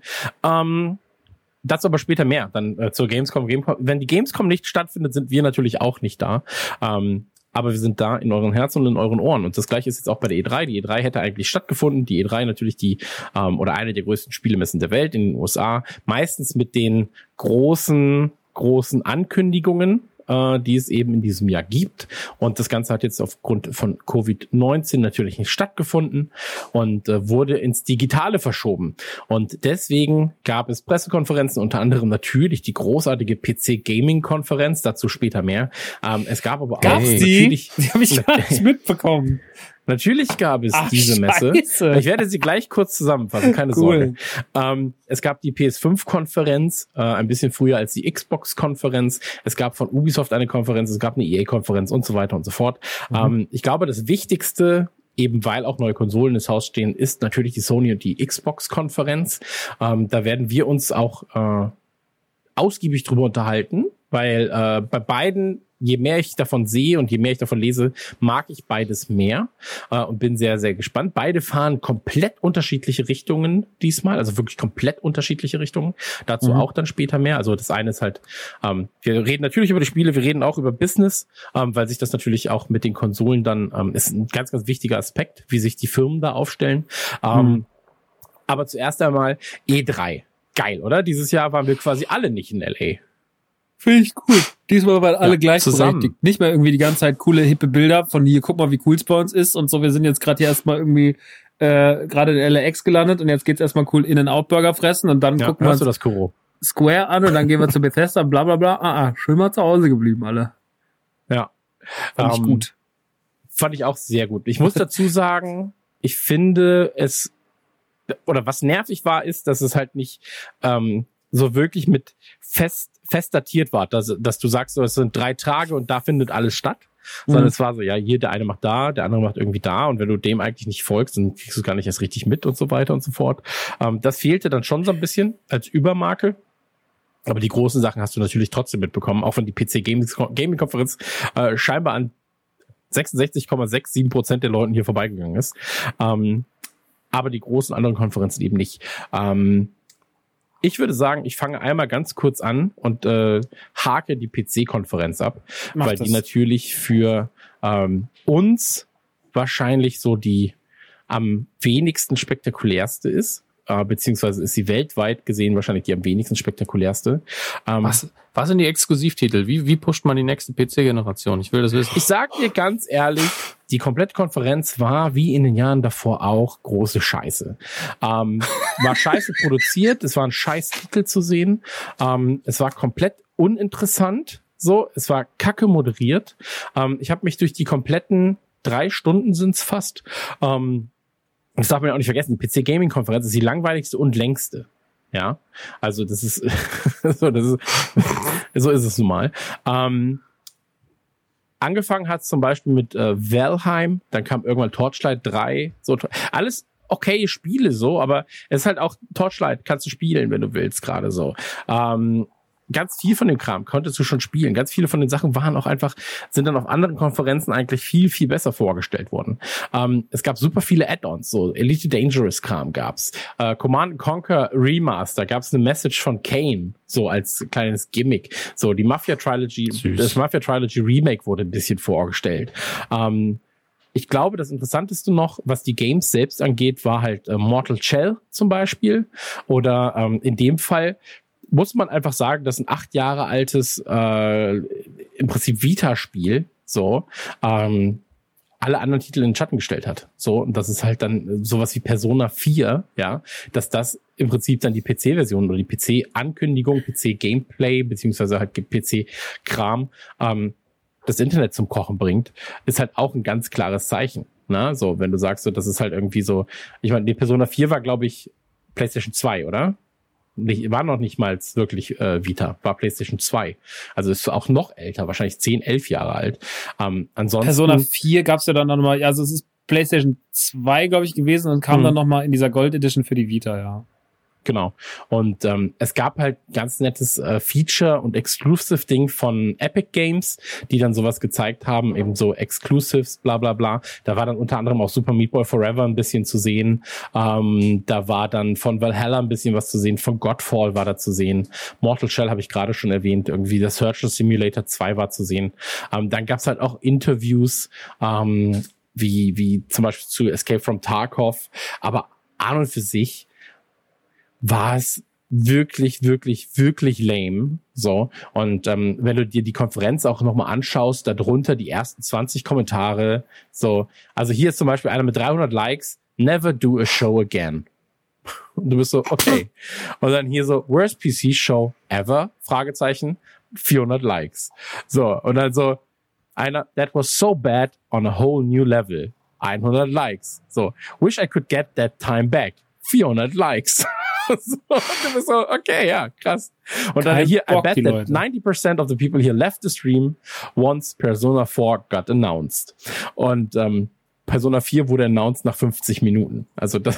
Dazu aber später mehr, dann zur Gamescom. Wenn die Gamescom nicht stattfindet, sind wir natürlich auch nicht da. Aber wir sind da in euren Herzen und in euren Ohren. Und das Gleiche ist jetzt auch bei der E3. Die E3 hätte eigentlich stattgefunden. Die E3 natürlich oder eine der größten Spielemessen der Welt in den USA. Meistens mit den großen Ankündigungen, die es eben in diesem Jahr gibt. Und das Ganze hat jetzt aufgrund von Covid-19 natürlich nicht stattgefunden und wurde ins Digitale verschoben. Und deswegen gab es Pressekonferenzen, unter anderem natürlich die großartige PC-Gaming-Konferenz, dazu später mehr. Es gab aber auch... Die habe ich gar nicht mitbekommen. Natürlich gab es diese Messe. Scheiße. Ich werde sie gleich kurz zusammenfassen, keine Sorge. Es gab die PS5-Konferenz, ein bisschen früher als die Xbox-Konferenz. Es gab von Ubisoft eine Konferenz, es gab eine EA-Konferenz und so weiter und so fort. Ich glaube, das Wichtigste, eben weil auch neue Konsolen ins Haus stehen, ist natürlich die Sony und die Xbox-Konferenz. Da werden wir uns auch ausgiebig drüber unterhalten, weil bei beiden, je mehr ich davon sehe und je mehr ich davon lese, mag ich beides mehr und bin sehr, sehr gespannt. Beide fahren komplett unterschiedliche Richtungen diesmal, also wirklich komplett unterschiedliche Richtungen. Dazu auch dann später mehr. Also das eine ist halt, wir reden natürlich über die Spiele, wir reden auch über Business, weil sich das natürlich auch mit den Konsolen dann, ist ein ganz, ganz wichtiger Aspekt, wie sich die Firmen da aufstellen. Aber zuerst einmal E3. Geil, oder? Dieses Jahr waren wir quasi alle nicht in L.A. Finde ich cool. Diesmal waren alle gleich zusammen. berechtigt. Nicht mehr irgendwie die ganze Zeit coole, hippe Bilder von hier, guck mal, wie cool es bei uns ist und so. Wir sind jetzt gerade hier erstmal irgendwie gerade in LAX gelandet und jetzt geht's erstmal cool In-N-Out-Burger fressen und dann gucken wir uns das Kuro Square an und dann gehen wir zu Bethesda, bla bla bla. Schön mal zu Hause geblieben, alle. Ja. Fand ich gut. Fand ich auch sehr gut. Ich muss dazu sagen, ich finde es, oder was nervig war, ist, dass es halt nicht so wirklich mit fest datiert war, dass du sagst, so, es sind 3 Tage und da findet alles statt. Sondern es war so, ja, hier, der eine macht da, der andere macht irgendwie da und wenn du dem eigentlich nicht folgst, dann kriegst du gar nicht erst richtig mit und so weiter und so fort. Das fehlte dann schon so ein bisschen als Übermarke. Aber die großen Sachen hast du natürlich trotzdem mitbekommen, auch wenn die PC-Gaming-Konferenz scheinbar an 66,67% der Leuten hier vorbeigegangen ist. Aber die großen anderen Konferenzen eben nicht. Ich würde sagen, ich fange einmal ganz kurz an und hake die PC-Konferenz ab, weil die natürlich für uns wahrscheinlich so die am wenigsten spektakulärste ist, beziehungsweise ist sie weltweit gesehen wahrscheinlich die am wenigsten spektakulärste. Was sind die Exklusivtitel? Wie pusht man die nächste PC-Generation? Ich will das wissen. Ich sag dir ganz ehrlich, die komplette Konferenz war, wie in den Jahren davor auch, große Scheiße. War scheiße produziert, es waren scheiß Titel zu sehen, es war komplett uninteressant, so, es war kacke moderiert. Ich habe mich durch die kompletten 3 Stunden sind's fast, das darf man ja auch nicht vergessen, die PC-Gaming-Konferenz ist die langweiligste und längste. Ja, also das ist, so ist es nun mal. Angefangen hat es zum Beispiel mit Valheim, dann kam irgendwann Torchlight 3, so alles okay Spiele so, aber es ist halt auch Torchlight, kannst du spielen, wenn du willst, gerade so. Ganz viel von dem Kram konntest du schon spielen. Ganz viele von den Sachen waren auch einfach, sind dann auf anderen Konferenzen eigentlich viel, viel besser vorgestellt worden. Es gab super viele Add-ons, so Elite Dangerous Kram gab's. Command & Conquer Remaster, gab's eine Message von Kane, so als kleines Gimmick. So, die Mafia Trilogy, das Mafia Trilogy Remake wurde ein bisschen vorgestellt. ich glaube, das Interessanteste noch, was die Games selbst angeht, war halt Mortal Shell zum Beispiel. Oder in dem Fall muss man einfach sagen, dass ein 8 Jahre altes im Prinzip Vita-Spiel so alle anderen Titel in den Schatten gestellt hat. So, und das ist halt dann sowas wie Persona 4, ja, dass das im Prinzip dann die PC-Version oder die PC-Ankündigung, PC-Gameplay, beziehungsweise halt PC-Kram, das Internet zum Kochen bringt, ist halt auch ein ganz klares Zeichen. Na, so, wenn du sagst, so, das ist halt irgendwie so, ich meine, die Persona 4 war, glaube ich, PlayStation 2, oder? War noch nicht mal wirklich Vita, war PlayStation 2. Also ist auch noch älter, wahrscheinlich 10, 11 Jahre alt. Ansonsten Persona 4 gab's ja dann nochmal, also es ist PlayStation 2, glaube ich, gewesen und kam dann nochmal in dieser Gold Edition für die Vita, ja. Genau. Und es gab halt ganz nettes Feature- und Exclusive-Ding von Epic Games, die dann sowas gezeigt haben, eben so Exclusives, bla bla bla. Da war dann unter anderem auch Super Meat Boy Forever ein bisschen zu sehen. Da war dann von Valhalla ein bisschen was zu sehen, von Godfall war da zu sehen. Mortal Shell habe ich gerade schon erwähnt, irgendwie der Surgeon Simulator 2 war zu sehen. Dann gab's halt auch Interviews, wie zum Beispiel zu Escape from Tarkov. Aber an und für sich war es wirklich, wirklich, wirklich lame. So. Und wenn du dir die Konferenz auch nochmal anschaust, darunter die ersten 20 Kommentare. So, also hier ist zum Beispiel einer mit 300 Likes, never do a show again. Und du bist so, okay. Und dann hier so, worst PC show ever? Fragezeichen, 400 Likes. So, und dann so, einer, that was so bad on a whole new level. 100 Likes. So, wish I could get that time back. 400 Likes. So, und du bist so, okay, ja, krass. Und dann hier, I bet that 90% of the people here left the stream once Persona 4 got announced. Und Persona 4 wurde announced nach 50 Minuten. Also das,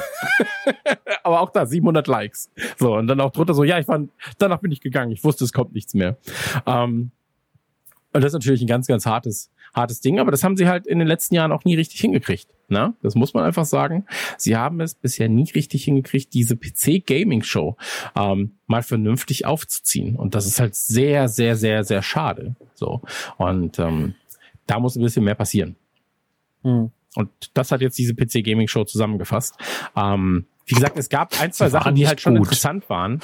aber auch da 700 Likes. So, und dann auch drunter so, ja, danach bin ich gegangen. Ich wusste, es kommt nichts mehr. Und das ist natürlich ein ganz, ganz hartes Ding, aber das haben sie halt in den letzten Jahren auch nie richtig hingekriegt. Na, das muss man einfach sagen. Sie haben es bisher nie richtig hingekriegt, diese PC-Gaming-Show mal vernünftig aufzuziehen. Und das ist halt sehr, sehr, sehr, sehr schade. So. Und da muss ein bisschen mehr passieren. Und das hat jetzt diese PC-Gaming-Show zusammengefasst. Wie gesagt, es gab ein, zwei Sachen, die halt schon interessant waren.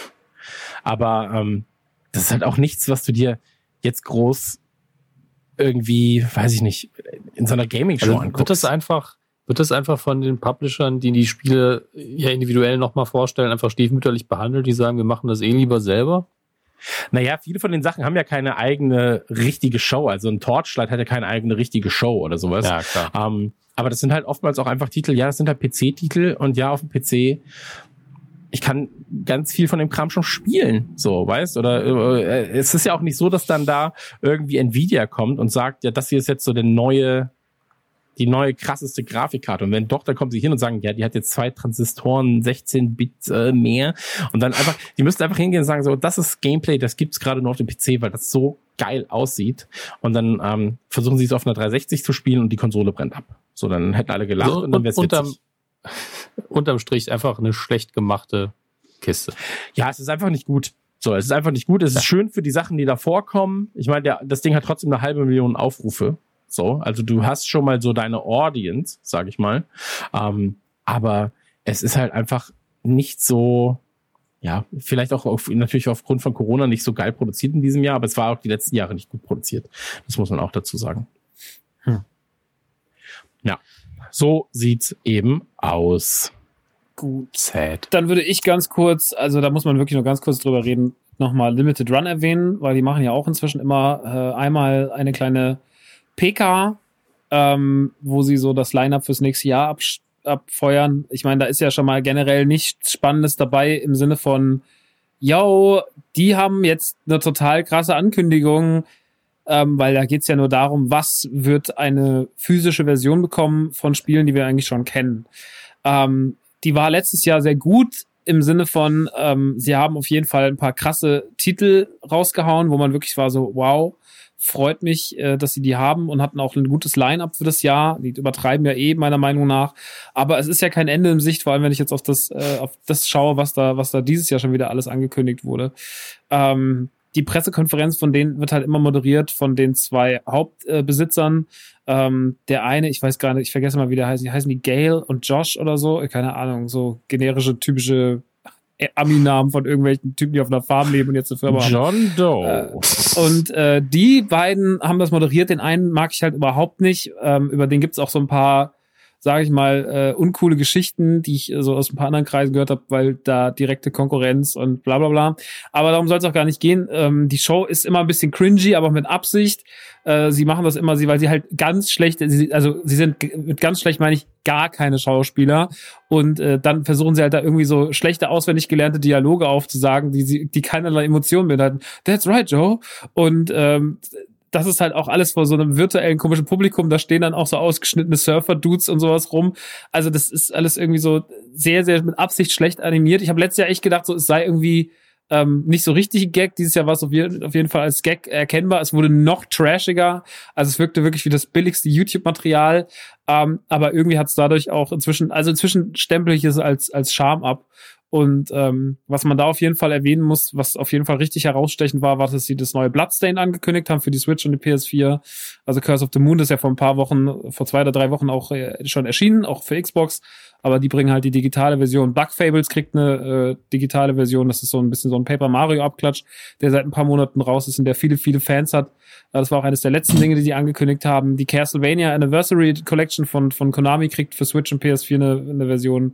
Aber das ist halt auch nichts, was du dir jetzt groß irgendwie, weiß ich nicht, in so einer Gaming-Show anguckst. Wird das einfach von den Publishern, die Spiele ja individuell nochmal vorstellen, einfach stiefmütterlich behandelt, die sagen, wir machen das lieber selber? Naja, viele von den Sachen haben ja keine eigene richtige Show. Also ein Torchlight hat ja keine eigene richtige Show oder sowas. Ja, klar. Aber das sind halt oftmals auch einfach Titel, ja, das sind halt PC-Titel und ja, auf dem PC ich kann ganz viel von dem Kram schon spielen, so, weißt? Oder es ist ja auch nicht so, dass dann da irgendwie Nvidia kommt und sagt, ja, das hier ist jetzt so die neue krasseste Grafikkarte. Und wenn doch, dann kommen sie hin und sagen, ja, die hat jetzt 2 Transistoren, 16 Bit mehr. Und dann einfach, die müssten einfach hingehen und sagen, so, das ist Gameplay, das gibt's gerade nur auf dem PC, weil das so geil aussieht. Und dann versuchen sie es auf einer 360 zu spielen und die Konsole brennt ab. So, dann hätten alle gelacht so, und dann wäre es witzig. Unterm Strich einfach eine schlecht gemachte Kiste. Ja, es ist einfach nicht gut. So, es ist einfach nicht gut. Es ist schön für die Sachen, die da vorkommen. Ich meine, das Ding hat trotzdem 500.000 Aufrufe. So, also du hast schon mal so deine Audience, sag ich mal. Aber es ist halt einfach nicht so, ja, vielleicht auch natürlich aufgrund von Corona nicht so geil produziert in diesem Jahr, aber es war auch die letzten Jahre nicht gut produziert. Das muss man auch dazu sagen. Ja, so sieht's eben aus. Gut. Sad. Dann würde ich ganz kurz, also da muss man wirklich nur ganz kurz drüber reden, nochmal Limited Run erwähnen, weil die machen ja auch inzwischen immer einmal eine kleine PK, wo sie so das Line-Up fürs nächste Jahr abfeuern. Ich meine, da ist ja schon mal generell nichts Spannendes dabei im Sinne von, yo, die haben jetzt eine total krasse Ankündigung, weil da geht's ja nur darum, was wird eine physische Version bekommen von Spielen, die wir eigentlich schon kennen. Die war letztes Jahr sehr gut im Sinne von, sie haben auf jeden Fall ein paar krasse Titel rausgehauen, wo man wirklich war so, wow, freut mich, dass sie die haben und hatten auch ein gutes Line-Up für das Jahr. Die übertreiben ja meiner Meinung nach. Aber es ist ja kein Ende in Sicht, vor allem wenn ich jetzt auf das schaue, was da dieses Jahr schon wieder alles angekündigt wurde. die Pressekonferenz von denen wird halt immer moderiert von den 2 Hauptbesitzern. Der eine, ich weiß gar nicht, ich vergesse mal, wie der heißt. Die heißen die Gail und Josh oder so. Keine Ahnung, so generische, typische Ami-Namen von irgendwelchen Typen, die auf einer Farm leben und jetzt eine Firma haben. John Doe. Und die beiden haben das moderiert. Den einen mag ich halt überhaupt nicht. Über den gibt's auch so ein paar, sage ich mal, uncoole Geschichten, die ich so aus ein paar anderen Kreisen gehört habe, weil da direkte Konkurrenz und bla bla bla. Aber darum soll es auch gar nicht gehen. Die Show ist immer ein bisschen cringy, aber mit Absicht. Sie machen das immer, weil sie halt ganz schlecht, sie sind mit ganz schlecht meine ich gar keine Schauspieler und dann versuchen sie halt da irgendwie so schlechte, auswendig gelernte Dialoge aufzusagen, die keinerlei Emotionen beinhalten. That's right, Joe. Und das ist halt auch alles vor so einem virtuellen komischen Publikum, da stehen dann auch so ausgeschnittene Surfer-Dudes und sowas rum. Also das ist alles irgendwie so sehr, sehr mit Absicht schlecht animiert. Ich habe letztes Jahr echt gedacht, so es sei irgendwie nicht so richtig Gag. Dieses Jahr war es auf jeden Fall als Gag erkennbar. Es wurde noch trashiger. Also es wirkte wirklich wie das billigste YouTube-Material. Aber irgendwie hat es dadurch auch inzwischen stempel ich es als Charme ab. Und was man da auf jeden Fall erwähnen muss, was auf jeden Fall richtig herausstechend war, dass sie das neue Bloodstained angekündigt haben für die Switch und die PS4. Also Curse of the Moon, das ist ja vor 2 oder 3 Wochen auch schon erschienen, auch für Xbox. Aber die bringen halt die digitale Version. Bug Fables kriegt eine digitale Version. Das ist so ein bisschen so ein Paper Mario Abklatsch, der seit ein paar Monaten raus ist und der viele, viele Fans hat. Das war auch eines der letzten Dinge, die sie angekündigt haben. Die Castlevania Anniversary Collection von Konami kriegt für Switch und PS4 eine Version,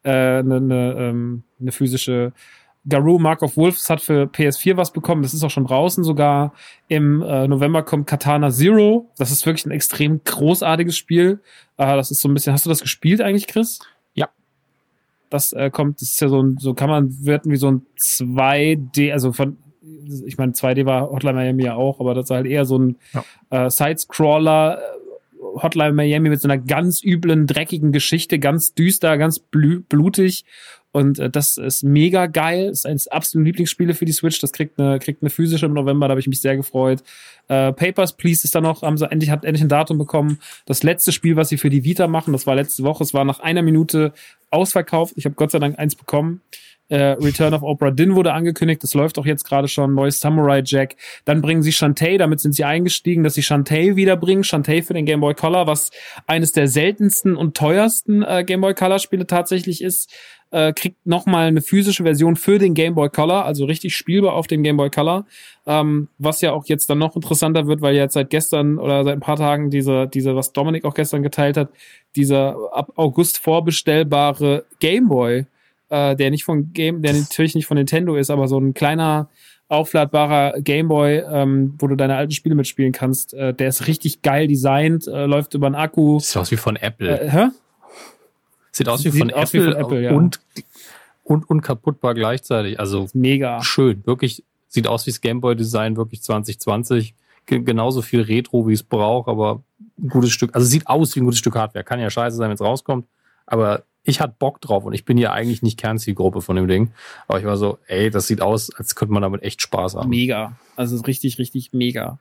eine physische. Garou Mark of Wolves hat für PS4 was bekommen. Das ist auch schon draußen sogar. Im November kommt Katana Zero. Das ist wirklich ein extrem großartiges Spiel. Das ist so ein bisschen, hast du das gespielt eigentlich, Chris? Ja. Das ist ja so kann man werten wie so ein 2D, also ich meine 2D war Hotline Miami ja auch, aber das ist halt eher so ein Side-Scroller, Hotline Miami mit so einer ganz üblen, dreckigen Geschichte, ganz düster, ganz blutig. Und das ist mega geil. Das ist eines der absoluten Lieblingsspiele für die Switch. Das kriegt eine physische im November, da habe ich mich sehr gefreut. Papers, Please ist da noch, hat endlich ein Datum bekommen. Das letzte Spiel, was sie für die Vita machen, das war letzte Woche, es war nach 1 Minute ausverkauft. Ich habe Gott sei Dank eins bekommen. Return of Obra Dinn wurde angekündigt, das läuft auch jetzt gerade schon, neues Samurai Jack. Dann bringen sie Shantae, damit sind sie eingestiegen, dass sie Shantae wiederbringen. Shantae für den Game Boy Color, was eines der seltensten und teuersten Game Boy Color Spiele tatsächlich ist, kriegt nochmal eine physische Version für den Game Boy Color, also richtig spielbar auf dem Game Boy Color, was ja auch jetzt dann noch interessanter wird, weil jetzt seit gestern oder seit ein paar Tagen diese, was Dominik auch gestern geteilt hat, dieser ab August vorbestellbare Game Boy, der natürlich nicht von Nintendo ist, aber so ein kleiner aufladbarer Gameboy, wo du deine alten Spiele mitspielen kannst. Der ist richtig geil designt, läuft über einen Akku. Sieht aus wie von Apple. Hä? Sieht aus wie von Apple, ja. und unkaputtbar gleichzeitig. Also mega schön. Wirklich sieht aus wie das Gameboy-Design, wirklich 2020. Genauso viel Retro, wie es braucht, aber ein gutes Stück. Also sieht aus wie ein gutes Stück Hardware. Kann ja scheiße sein, wenn es rauskommt. Aber ich hatte Bock drauf und ich bin ja eigentlich nicht Kernzielgruppe von dem Ding. Aber ich war so, das sieht aus, als könnte man damit echt Spaß haben. Mega. Also richtig, richtig mega.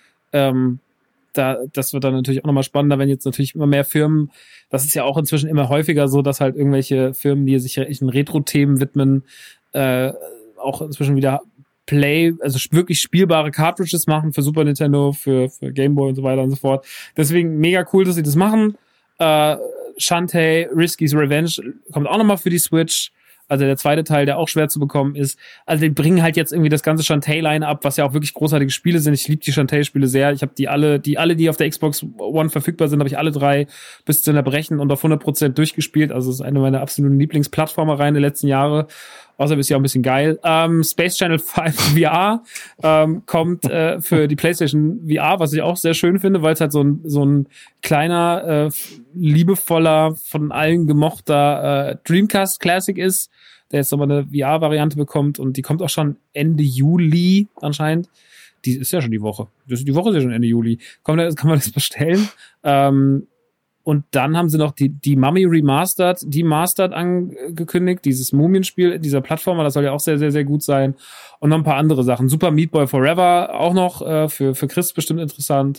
Das wird dann natürlich auch nochmal spannender, wenn jetzt natürlich immer mehr Firmen, das ist ja auch inzwischen immer häufiger so, dass halt irgendwelche Firmen, die sich in Retro-Themen widmen, auch inzwischen wieder also wirklich spielbare Cartridges machen für Super Nintendo, für Game Boy und so weiter und so fort. Deswegen mega cool, dass sie das machen. Shantae, Risky's Revenge kommt auch nochmal für die Switch. Also der zweite Teil, der auch schwer zu bekommen ist. Also die bringen halt jetzt irgendwie das ganze Shantae-Line ab, was ja auch wirklich großartige Spiele sind. Ich liebe die Shantae-Spiele sehr. Ich habe die auf der Xbox One verfügbar sind, habe ich alle 3 bis zu Erbrechen und auf 100% durchgespielt. Also es ist eine meiner absoluten Lieblingsplattformereien der letzten Jahre. Außerdem ist ja auch ein bisschen geil. Space Channel 5 VR kommt für die PlayStation VR, was ich auch sehr schön finde, weil es halt so ein kleiner, liebevoller, von allen gemochter Dreamcast Classic ist, der jetzt nochmal eine VR-Variante bekommt und die kommt auch schon Ende Juli anscheinend. Die ist ja schon die Woche. Die Woche ist ja schon Ende Juli. Kann man das bestellen? Und dann haben sie noch die Mummy Remastered, angekündigt, dieses Mumienspiel, dieser Plattformer, das soll ja auch sehr, sehr, sehr gut sein. Und noch ein paar andere Sachen. Super Meat Boy Forever auch noch, für Chris bestimmt interessant.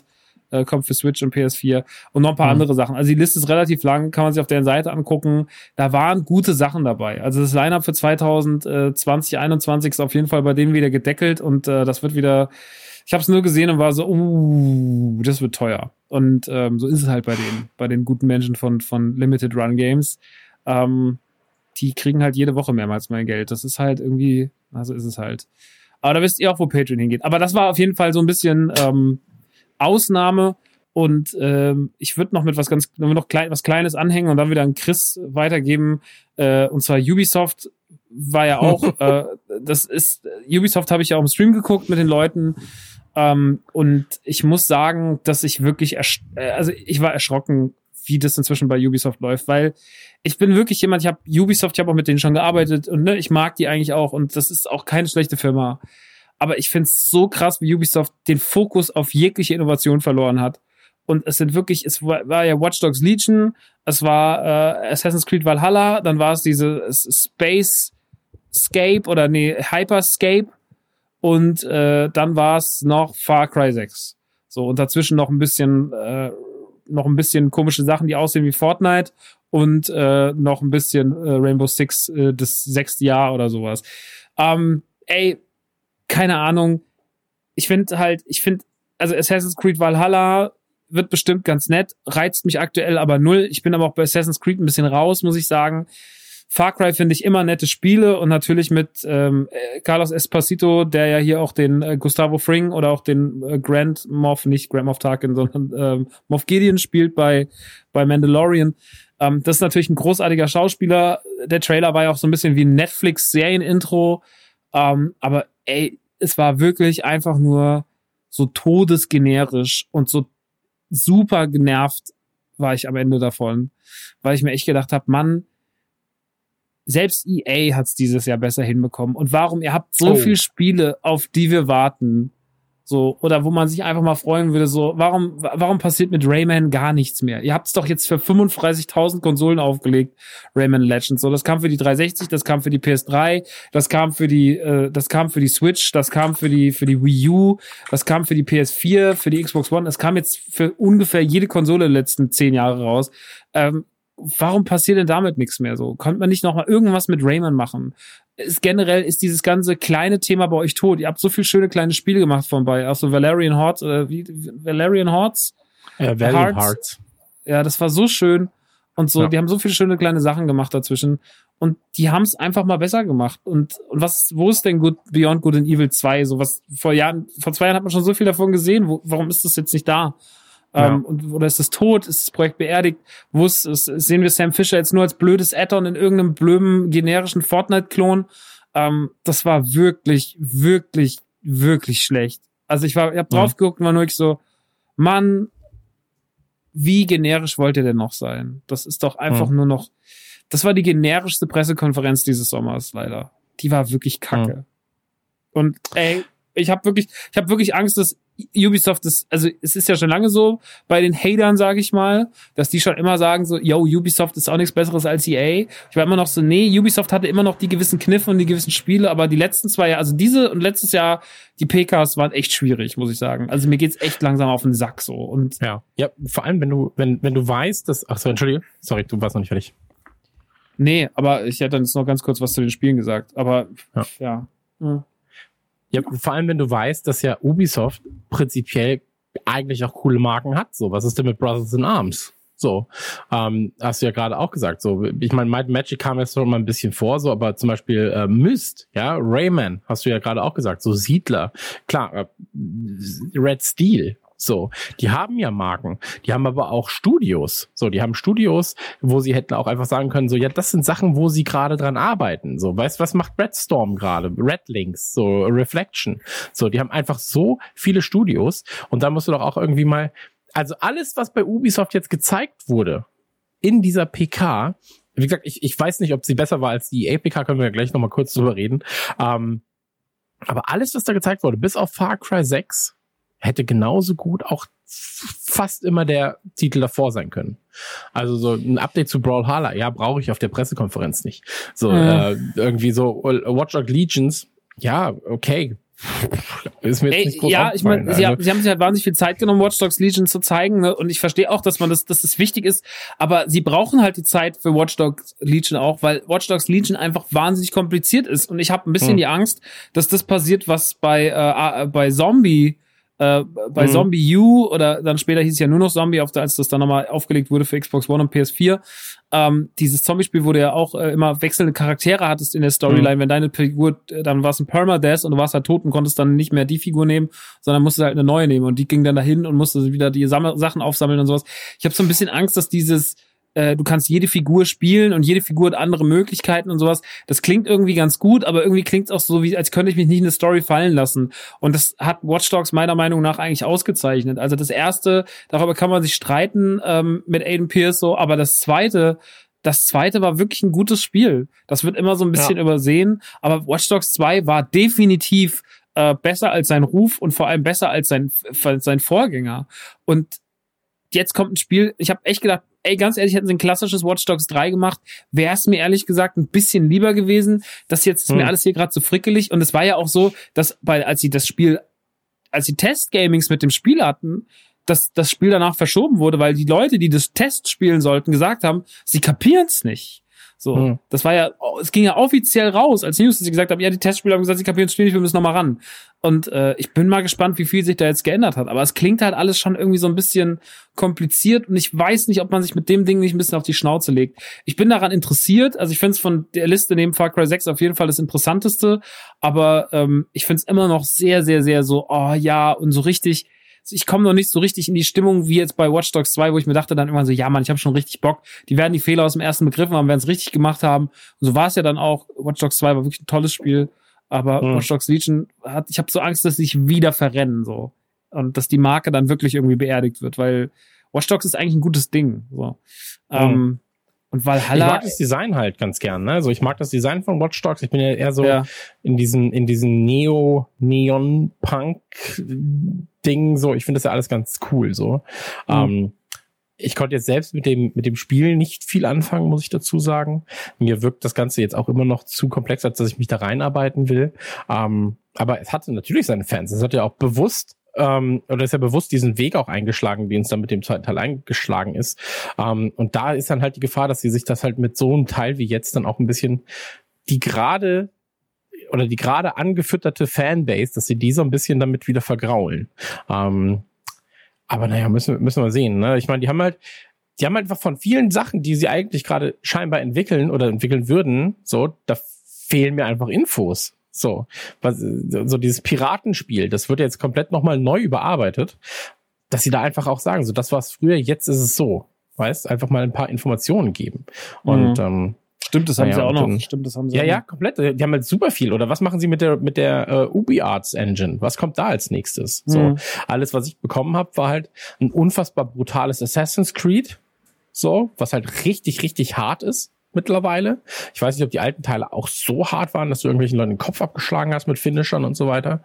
kommt für Switch und PS4 und noch ein paar andere Sachen. Also die Liste ist relativ lang, kann man sich auf deren Seite angucken. Da waren gute Sachen dabei. Also das Line-Up für 2020, 2021 ist auf jeden Fall bei denen wieder gedeckelt und das wird wieder, ich habe es nur gesehen und war so, das wird teuer. Und so ist es halt bei den guten Menschen von Limited Run Games. Die kriegen halt jede Woche mehrmals mein Geld. Das ist halt irgendwie, also ist es halt. Aber da wisst ihr auch, wo Patreon hingeht. Aber das war auf jeden Fall so ein bisschen Ausnahme und ich würde noch mit was was Kleines anhängen und dann wieder an Chris weitergeben. Und zwar Ubisoft war ja auch, Ubisoft habe ich ja auch im Stream geguckt mit den Leuten. Und ich muss sagen, dass ich wirklich, ich war erschrocken, wie das inzwischen bei Ubisoft läuft, weil ich bin wirklich jemand, ich habe auch mit denen schon gearbeitet und ne, ich mag die eigentlich auch und das ist auch keine schlechte Firma. Aber ich finde es so krass, wie Ubisoft den Fokus auf jegliche Innovation verloren hat. Und es war ja Watch Dogs Legion, es war Assassin's Creed Valhalla, dann war es diese Hyperscape und dann war es noch Far Cry 6. So, und dazwischen noch ein bisschen komische Sachen, die aussehen wie Fortnite und noch ein bisschen Rainbow Six, das 6. Jahr oder sowas. Keine Ahnung. Ich finde, also Assassin's Creed Valhalla wird bestimmt ganz nett, reizt mich aktuell aber null. Ich bin aber auch bei Assassin's Creed ein bisschen raus, muss ich sagen. Far Cry finde ich immer nette Spiele und natürlich mit Carlos Esposito, der ja hier auch den Gustavo Fring oder auch den nicht Grand Moff Tarkin, sondern Moff Gideon spielt bei Mandalorian. Das ist natürlich ein großartiger Schauspieler. Der Trailer war ja auch so ein bisschen wie ein Netflix-Serien-Intro. Aber es war wirklich einfach nur so todesgenerisch und so super genervt war ich am Ende davon, weil ich mir echt gedacht habe, Mann, selbst EA hat's dieses Jahr besser hinbekommen. Und warum? Ihr habt so viel Spiele, auf die wir warten. So, oder wo man sich einfach mal freuen würde, so, warum passiert mit Rayman gar nichts mehr? Ihr habt's doch jetzt für 35.000 Konsolen aufgelegt, Rayman Legends. So, das kam für die 360, das kam für die PS3, das kam für die Switch, das kam für die Wii U, das kam für die PS4, für die Xbox One, das kam jetzt für ungefähr jede Konsole der letzten 10 Jahre raus. Warum passiert denn damit nichts mehr so? Konnte man nicht noch mal irgendwas mit Rayman machen? Generell ist dieses ganze kleine Thema bei euch tot. Ihr habt so viele schöne kleine Spiele gemacht auch so Valerian Hearts. Valiant Hearts. Ja, das war so schön. Und so, Die haben so viele schöne kleine Sachen gemacht dazwischen. Und die haben es einfach mal besser gemacht. Und wo ist denn Beyond Good and Evil 2? So was vor 2 Jahren hat man schon so viel davon gesehen. Warum ist das jetzt nicht da? Oder ist es tot? Ist das Projekt beerdigt? Sehen wir Sam Fisher jetzt nur als blödes Add-on in irgendeinem blöden, generischen Fortnite-Klon? Das war wirklich, wirklich, wirklich schlecht. Also ich habe drauf geguckt und war nur so, Mann, wie generisch wollt ihr denn noch sein? Das ist doch einfach nur noch, das war die generischste Pressekonferenz dieses Sommers, leider. Die war wirklich kacke. Und ich habe wirklich Angst, dass Ubisoft es ist ja schon lange so bei den Hatern, sage ich mal, dass die schon immer sagen so, Ubisoft ist auch nichts Besseres als EA. Ich war immer noch so, nee, Ubisoft hatte immer noch die gewissen Kniffe und die gewissen Spiele, aber die letzten 2 Jahre, also diese und letztes Jahr, die PKs waren echt schwierig, muss ich sagen. Also mir geht's echt langsam auf den Sack so. Und ja, vor allem, wenn du weißt, dass, Entschuldige, sorry, du warst noch nicht fertig. Nee, aber ich hätte dann jetzt noch ganz kurz was zu den Spielen gesagt, aber ja. Ja, vor allem, wenn du weißt, dass ja Ubisoft prinzipiell eigentlich auch coole Marken hat. So, was ist denn mit Brothers in Arms? So, hast du ja gerade auch gesagt. So, ich meine, Might and Magic kam jetzt noch mal ein bisschen vor, so, aber zum Beispiel Myst, ja, Rayman, hast du ja gerade auch gesagt. So Siedler, klar, Red Steel. So, die haben ja Marken, die haben aber auch Studios. So, die haben Studios, wo sie hätten auch einfach sagen können, so, ja, das sind Sachen, wo sie gerade dran arbeiten. So, weißt du, was macht Red Storm gerade? Red Links, so Reflection. So, die haben einfach so viele Studios und da musst du doch auch irgendwie mal, also alles, was bei Ubisoft jetzt gezeigt wurde in dieser PK, wie gesagt, ich weiß nicht, ob sie besser war als die EA-PK, können wir ja gleich nochmal kurz drüber reden. Aber alles, was da gezeigt wurde, bis auf Far Cry 6, hätte genauso gut auch fast immer der Titel davor sein können. Also so ein Update zu Brawlhalla, ja, brauche ich auf der Pressekonferenz nicht. So, irgendwie so Watch Dogs Legions, ja, okay, Ist mir jetzt nicht groß ja, ich meine, aufgefallen. sie haben sich halt wahnsinnig viel Zeit genommen, Watch Dogs Legion zu zeigen, ne? Und ich verstehe auch, dass das wichtig ist, aber sie brauchen halt die Zeit für Watch Dogs Legion auch, weil Watch Dogs Legion einfach wahnsinnig kompliziert ist und ich habe ein bisschen die Angst, dass das passiert, was bei Zombie Zombie U oder dann später hieß es ja nur noch Zombie, als das dann nochmal aufgelegt wurde für Xbox One und PS4. Dieses Zombie-Spiel, wo du ja auch immer wechselnde Charaktere hattest in der Storyline. Wenn deine Figur, dann war es ein Permadeath und du warst halt tot und konntest dann nicht mehr die Figur nehmen, sondern musstest halt eine neue nehmen und die ging dann dahin und musste wieder die Sachen aufsammeln und sowas. Ich habe so ein bisschen Angst, dass du kannst jede Figur spielen und jede Figur hat andere Möglichkeiten und sowas. Das klingt irgendwie ganz gut, aber irgendwie klingt es auch so, wie als könnte ich mich nicht in eine Story fallen lassen. Und das hat Watch Dogs meiner Meinung nach eigentlich ausgezeichnet. Also das erste, darüber kann man sich streiten mit Aiden Pierce so, aber das zweite war wirklich ein gutes Spiel. Das wird immer so ein bisschen übersehen, aber Watch Dogs 2 war definitiv besser als sein Ruf und vor allem besser als sein Vorgänger. Und jetzt kommt ein Spiel, ich habe echt gedacht, ganz ehrlich, hätten sie ein klassisches Watch Dogs 3 gemacht, wäre es mir ehrlich gesagt ein bisschen lieber gewesen. Das jetzt ist mir alles hier gerade so frickelig. Und es war ja auch so, dass als sie Testgamings mit dem Spiel hatten, dass das Spiel danach verschoben wurde, weil die Leute, die das Test spielen sollten, gesagt haben, sie kapieren es nicht. So, das war ja, es ging ja offiziell raus, als News, dass sie gesagt haben, ja, die Testspieler haben gesagt, sie kapieren das Spiel nicht, wir müssen nochmal ran. Und ich bin mal gespannt, wie viel sich da jetzt geändert hat. Aber es klingt halt alles schon irgendwie so ein bisschen kompliziert und ich weiß nicht, ob man sich mit dem Ding nicht ein bisschen auf die Schnauze legt. Ich bin daran interessiert, also ich finde es von der Liste neben Far Cry 6 auf jeden Fall das Interessanteste, aber ich finde es immer noch sehr, sehr, sehr so, oh ja, und so richtig, ich komme noch nicht so richtig in die Stimmung wie jetzt bei Watch Dogs 2, wo ich mir dachte dann irgendwann so, ja Mann, ich habe schon richtig Bock. Die werden die Fehler aus dem ersten begriffen haben, werden es richtig gemacht haben. Und so war es ja dann auch. Watch Dogs 2 war wirklich ein tolles Spiel. Aber Watch Dogs Legion ich habe so Angst, dass sie sich wieder verrennen, so. Und dass die Marke dann wirklich irgendwie beerdigt wird, weil Watch Dogs ist eigentlich ein gutes Ding, so. Und Valhalla. Ich mag das Design halt ganz gern, ne? Also ich mag das Design von Watch Dogs. Ich bin ja eher so in diesen Neon-Punk-Ding, so. Ich finde das ja alles ganz cool, so. Ich konnte jetzt selbst mit dem Spiel nicht viel anfangen, muss ich dazu sagen. Mir wirkt das Ganze jetzt auch immer noch zu komplex, als dass ich mich da reinarbeiten will. Aber es hatte natürlich seine Fans. Es hat ja auch bewusst oder ist ja bewusst diesen Weg auch eingeschlagen, den es dann mit dem zweiten Teil eingeschlagen ist. Und da ist dann halt die Gefahr, dass sie sich das halt mit so einem Teil wie jetzt dann auch ein bisschen die gerade angefütterte Fanbase, dass sie die so ein bisschen damit wieder vergraulen. Aber naja, müssen wir sehen. Ne? Ich meine, die haben einfach von vielen Sachen, die sie eigentlich gerade scheinbar entwickeln oder entwickeln würden, so, da fehlen mir einfach Infos. So dieses Piratenspiel, das wird jetzt komplett nochmal neu überarbeitet, dass sie da einfach auch sagen, so, das war es früher, jetzt ist es so. Weißt, einfach mal ein paar Informationen geben. Und stimmt, das haben sie auch noch. Stimmt, das haben sie. Ja, komplett. Die haben halt super viel. Oder was machen sie mit der UbiArts Engine? Was kommt da als nächstes? So, alles, was ich bekommen habe, war halt ein unfassbar brutales Assassin's Creed. So, was halt richtig, richtig hart ist mittlerweile. Ich weiß nicht, ob die alten Teile auch so hart waren, dass du irgendwelchen Leuten den Kopf abgeschlagen hast mit Finishern und so weiter.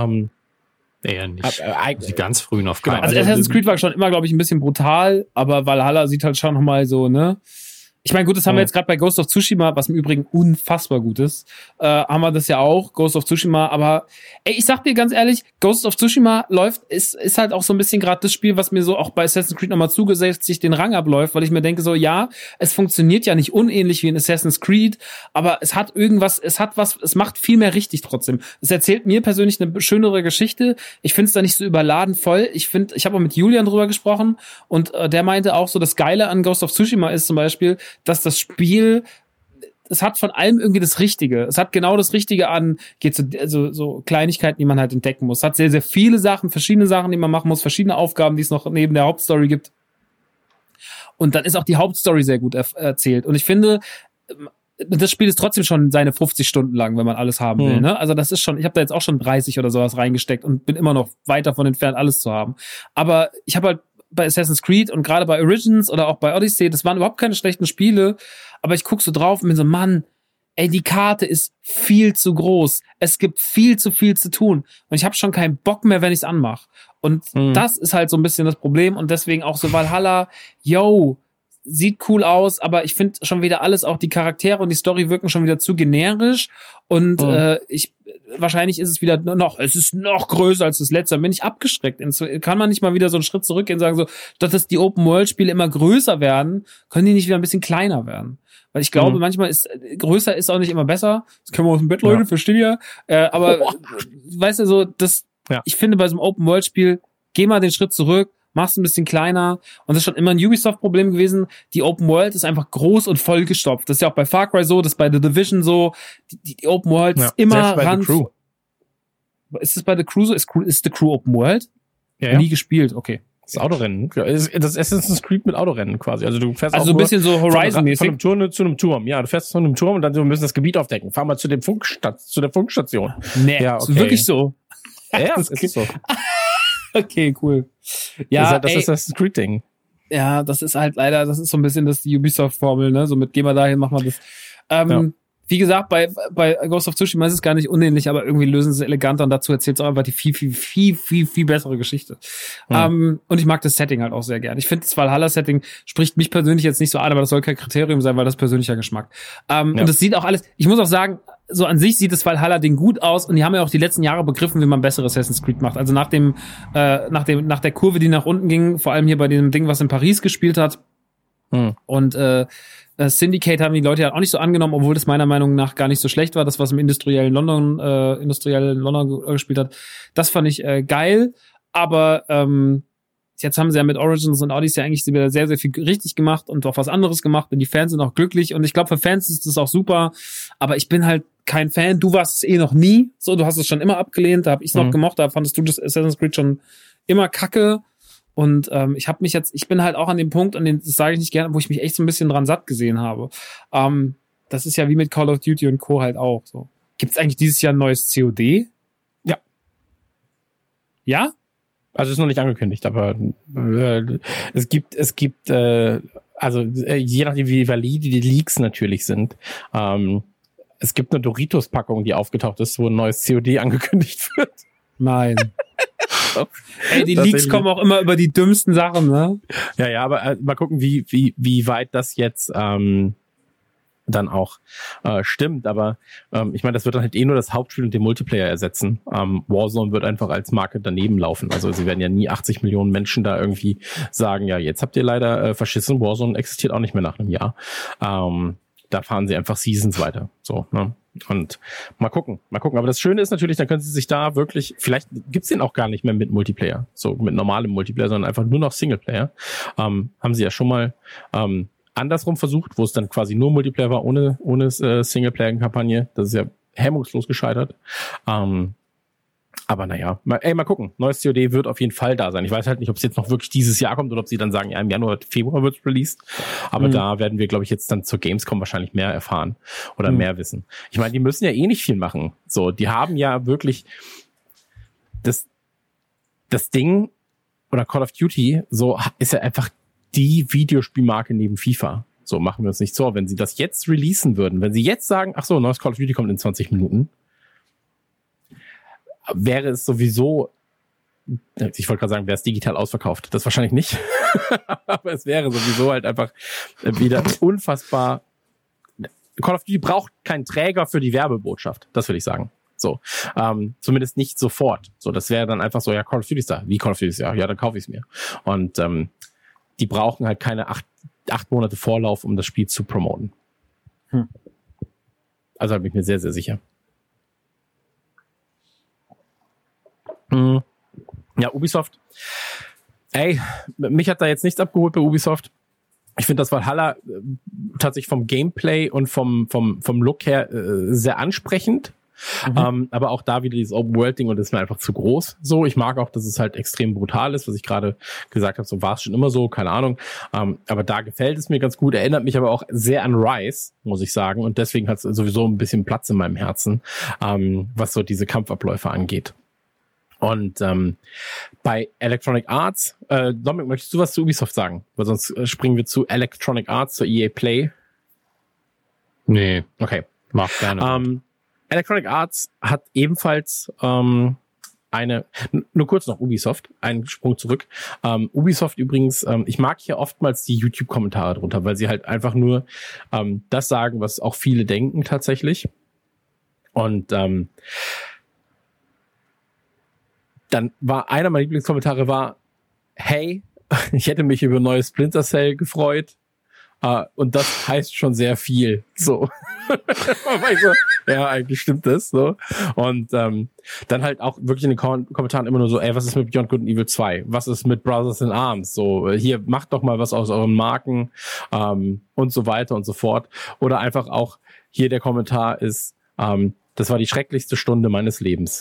Eher nicht. Die ganz frühen auf keinen Fall. Also Assassin's Creed war schon immer, glaube ich, ein bisschen brutal, aber Valhalla sieht halt schon nochmal so, ne? Ich meine, gut, das haben wir jetzt gerade bei Ghost of Tsushima, was im Übrigen unfassbar gut ist, haben wir das ja auch, Ghost of Tsushima, aber ich sag dir ganz ehrlich, Ghost of Tsushima ist halt auch so ein bisschen gerade das Spiel, was mir so auch bei Assassin's Creed nochmal zusätzlich den Rang abläuft, weil ich mir denke so, ja, es funktioniert ja nicht unähnlich wie in Assassin's Creed, aber es macht viel mehr richtig trotzdem. Es erzählt mir persönlich eine schönere Geschichte, ich finde es da nicht so überladen voll, ich habe auch mit Julian drüber gesprochen und der meinte auch so, das Geile an Ghost of Tsushima ist zum Beispiel, dass das Spiel, es hat von allem irgendwie das Richtige. Es hat genau das Richtige an, so Kleinigkeiten, die man halt entdecken muss. Es hat sehr, sehr viele Sachen, verschiedene Sachen, die man machen muss, verschiedene Aufgaben, die es noch neben der Hauptstory gibt. Und dann ist auch die Hauptstory sehr gut erzählt. Und ich finde, das Spiel ist trotzdem schon seine 50 Stunden lang, wenn man alles haben will. Ne? Also das ist schon, ich habe da jetzt auch schon 30 oder sowas reingesteckt und bin immer noch weit davon entfernt, alles zu haben. Aber ich habe halt bei Assassin's Creed und gerade bei Origins oder auch bei Odyssey, das waren überhaupt keine schlechten Spiele, aber ich guck so drauf und bin so, Mann, die Karte ist viel zu groß. Es gibt viel zu tun. Und ich habe schon keinen Bock mehr, wenn ich's anmache. Und das ist halt so ein bisschen das Problem und deswegen auch so Valhalla, sieht cool aus, aber ich finde schon wieder alles, auch die Charaktere und die Story wirken schon wieder zu generisch und wahrscheinlich ist es wieder es ist noch größer als das letzte. Dann bin ich abgeschreckt. Kann man nicht mal wieder so einen Schritt zurückgehen und sagen so, dass die Open-World-Spiele immer größer werden, können die nicht wieder ein bisschen kleiner werden? Weil ich glaube, manchmal größer ist auch nicht immer besser. Das können wir aus dem Bett, Leute, versteht ihr? Aber weißt du, so, ich finde, bei so einem Open-World-Spiel, geh mal den Schritt zurück, mach's ein bisschen kleiner. Und das ist schon immer ein Ubisoft-Problem gewesen. Die Open World ist einfach groß und vollgestopft. Das ist ja auch bei Far Cry so, das ist bei The Division so. Die Open World ist immer ran. Ist es bei The Crew so? Ist The Crew Open World? Ja. Nie gespielt, okay. Das Autorennen. Das ist Assassin's Creed mit Autorennen quasi. Also du fährst auch so ein bisschen so Horizon-mäßig. Von einem Turm zu einem Turm. Ja, du fährst von einem Turm und dann wir müssen das Gebiet aufdecken. Fahr mal zu der Funkstation. Nee, ja, okay. Ist wirklich so. Ja, das ist so. Okay, cool. Ja, das ist das Creed-Ding. Ja, das ist halt leider, das ist so ein bisschen das die Ubisoft-Formel, ne? So mit geh mal dahin, mach mal das. Wie gesagt, bei Ghost of Tsushima ist es gar nicht unähnlich, aber irgendwie lösen sie es eleganter und dazu erzählt es auch einfach die viel bessere Geschichte. Und ich mag das Setting halt auch sehr gern. Ich finde, das Valhalla-Setting spricht mich persönlich jetzt nicht so an, aber das soll kein Kriterium sein, weil das persönlicher Geschmack. Und das sieht auch alles, ich muss auch sagen, so an sich sieht das Valhalla-Ding gut aus und die haben ja auch die letzten Jahre begriffen, wie man bessere Assassin's Creed macht. Also nach der Kurve, die nach unten ging, vor allem hier bei dem Ding, was in Paris gespielt hat. Und Syndicate haben die Leute ja auch nicht so angenommen, obwohl das meiner Meinung nach gar nicht so schlecht war, das was im industriellen London gespielt hat. Das fand ich geil, aber jetzt haben sie ja mit Origins und Odyssey eigentlich wieder sehr, sehr viel richtig gemacht und auch was anderes gemacht und die Fans sind auch glücklich und ich glaube, für Fans ist das auch super, aber ich bin halt kein Fan. Du warst es noch nie so, du hast es schon immer abgelehnt, da habe ich es noch gemocht, da fandest du das Assassin's Creed schon immer kacke. Und ich bin halt auch an dem Punkt, das sage ich nicht gerne, wo ich mich echt so ein bisschen dran satt gesehen habe. Das ist ja wie mit Call of Duty und Co. halt auch so. Gibt es eigentlich dieses Jahr ein neues COD? Ja. Ja? Also ist noch nicht angekündigt, aber es gibt je nachdem wie valide die Leaks natürlich sind, es gibt eine Doritos-Packung, die aufgetaucht ist, wo ein neues COD angekündigt wird. Nein. Ey, die Leaks kommen auch immer über die dümmsten Sachen, ne? Ja, aber mal gucken, wie weit das jetzt dann auch stimmt. Aber ich meine, das wird dann halt nur das Hauptspiel und den Multiplayer ersetzen. Warzone wird einfach als Marke daneben laufen. Also sie werden ja nie 80 Millionen Menschen da irgendwie sagen, ja, jetzt habt ihr leider verschissen, Warzone existiert auch nicht mehr nach einem Jahr. Da fahren sie einfach Seasons weiter. So, ne? Und mal gucken. Aber das Schöne ist natürlich, dann können sie sich da wirklich, vielleicht gibt's den auch gar nicht mehr mit Multiplayer, so mit normalem Multiplayer, sondern einfach nur noch Singleplayer. Haben sie ja schon mal andersrum versucht, wo es dann quasi nur Multiplayer war, ohne Singleplayer-Kampagne. Das ist ja hemmungslos gescheitert. Aber naja, mal gucken. Neues COD wird auf jeden Fall da sein. Ich weiß halt nicht, ob es jetzt noch wirklich dieses Jahr kommt oder ob sie dann sagen, ja, im Januar, Februar wird's released. Aber da werden wir, glaube ich, jetzt dann zur Gamescom wahrscheinlich mehr erfahren oder mehr wissen. Ich meine, die müssen ja eh nicht viel machen. So, die haben ja wirklich das Ding oder Call of Duty, so ist ja einfach die Videospielmarke neben FIFA. So, machen wir uns nicht so. Wenn sie das jetzt releasen würden, wenn sie jetzt sagen, ach so, neues Call of Duty kommt in 20 Minuten, wäre es sowieso, ich wollte gerade sagen, wäre es digital ausverkauft. Das wahrscheinlich nicht. Aber es wäre sowieso halt einfach wieder unfassbar. Call of Duty braucht keinen Träger für die Werbebotschaft. Das will ich sagen. So. Zumindest nicht sofort. So, das wäre dann einfach so, ja, Call of Duty ist da. Wie Call of Duty ist da? Ja, dann kaufe ich es mir. Und die brauchen halt keine 8 Monate Vorlauf, um das Spiel zu promoten. Also da bin ich mir sehr, sehr sicher. Ja, Ubisoft. Ey, mich hat da jetzt nichts abgeholt bei Ubisoft. Ich finde das Valhalla tatsächlich vom Gameplay und vom Look her sehr ansprechend. Aber auch da wieder dieses Open-World-Ding und das ist mir einfach zu groß. So, ich mag auch, dass es halt extrem brutal ist, was ich gerade gesagt habe. So war es schon immer so, keine Ahnung. Aber da gefällt es mir ganz gut. Erinnert mich aber auch sehr an Rise, muss ich sagen. Und deswegen hat es sowieso ein bisschen Platz in meinem Herzen, was so diese Kampfabläufe angeht. Und bei Electronic Arts, Dominik, möchtest du was zu Ubisoft sagen? Weil sonst springen wir zu Electronic Arts, zu EA Play. Nee. Okay. Mach gerne. Electronic Arts hat ebenfalls nur kurz noch Ubisoft, einen Sprung zurück. Ubisoft übrigens, ich mag hier oftmals die YouTube-Kommentare drunter, weil sie halt einfach nur das sagen, was auch viele denken tatsächlich. Und dann war einer meiner Lieblingskommentare war, hey, ich hätte mich über neues Splinter Cell gefreut. Und das heißt schon sehr viel. So. Ja, eigentlich stimmt das. So. Und dann halt auch wirklich in den Kommentaren immer nur so, ey, was ist mit Beyond Good and Evil 2? Was ist mit Brothers in Arms? So, hier, macht doch mal was aus euren Marken und so weiter und so fort. Oder einfach auch, hier der Kommentar ist, das war die schrecklichste Stunde meines Lebens.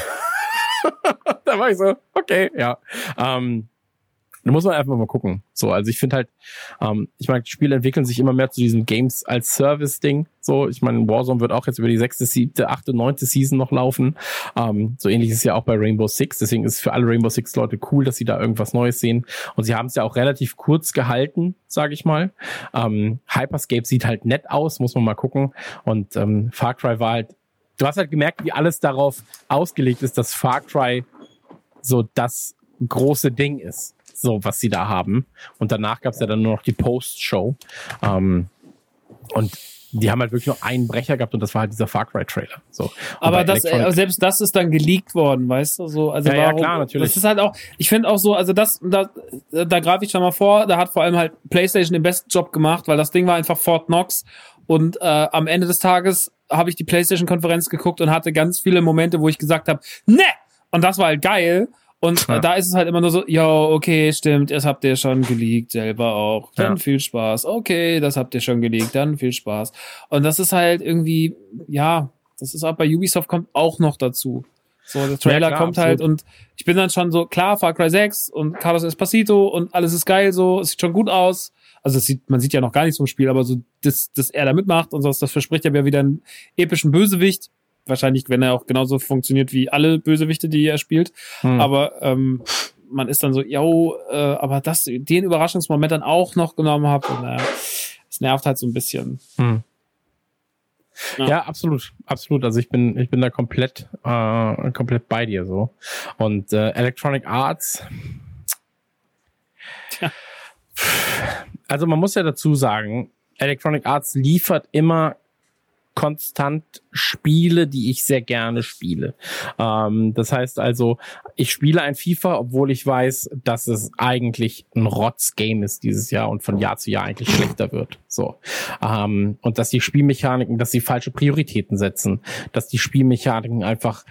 Da war ich so, okay, ja. Da muss man einfach mal gucken. So, also ich finde halt, ich meine, die Spiele entwickeln sich immer mehr zu diesem Games als Service-Ding. So, ich meine, Warzone wird auch jetzt über die 6., 7., 8., 9. Season noch laufen. So ähnlich ist es ja auch bei Rainbow Six. Deswegen ist es für alle Rainbow Six Leute cool, dass sie da irgendwas Neues sehen. Und sie haben es ja auch relativ kurz gehalten, sage ich mal. Hyperscape sieht halt nett aus, muss man mal gucken. Und Far Cry war halt, du hast halt gemerkt, wie alles darauf ausgelegt ist, dass Far Cry so das große Ding ist. So, was sie da haben. Und danach gab es ja dann nur noch die Post-Show. Und die haben halt wirklich nur einen Brecher gehabt und das war halt dieser Far Cry-Trailer. So. Aber das, selbst das ist dann geleakt worden, weißt du? So, also ja, warum, ja, klar, natürlich. Das ist halt auch, ich finde auch so, also da greife ich schon mal vor, da hat vor allem halt PlayStation den besten Job gemacht, weil das Ding war einfach Fort Knox und am Ende des Tages habe ich die PlayStation-Konferenz geguckt und hatte ganz viele Momente, wo ich gesagt habe, ne! Und das war halt geil. Und da ist es halt immer nur so, ja, okay, stimmt, das habt ihr schon geleakt, selber auch. Dann viel Spaß. Okay, das habt ihr schon geleakt, dann viel Spaß. Und das ist halt irgendwie, ja, das ist auch bei Ubisoft kommt auch noch dazu. So, der Trailer klar, kommt halt und ich bin dann schon so, klar, Far Cry 6 und Carlos Esposito und alles ist geil so, es sieht schon gut aus. Also man sieht ja noch gar nichts vom Spiel, aber so, dass er da mitmacht und so, das verspricht ja wieder einen epischen Bösewicht. Wahrscheinlich, wenn er auch genauso funktioniert wie alle Bösewichte, die er spielt. Aber man ist dann so, aber den Überraschungsmoment dann auch noch genommen habe, es nervt halt so ein bisschen. Ja, absolut, absolut. Also ich bin da komplett bei dir so. Und Electronic Arts. Ja. Also man muss ja dazu sagen, Electronic Arts liefert immer konstant Spiele, die ich sehr gerne spiele. Das heißt also, ich spiele ein FIFA, obwohl ich weiß, dass es eigentlich ein Rotz-Game ist dieses Jahr und von Jahr zu Jahr eigentlich schlechter wird. So. Und dass die Spielmechaniken, dass sie falsche Prioritäten setzen, dass die Spielmechaniken einfach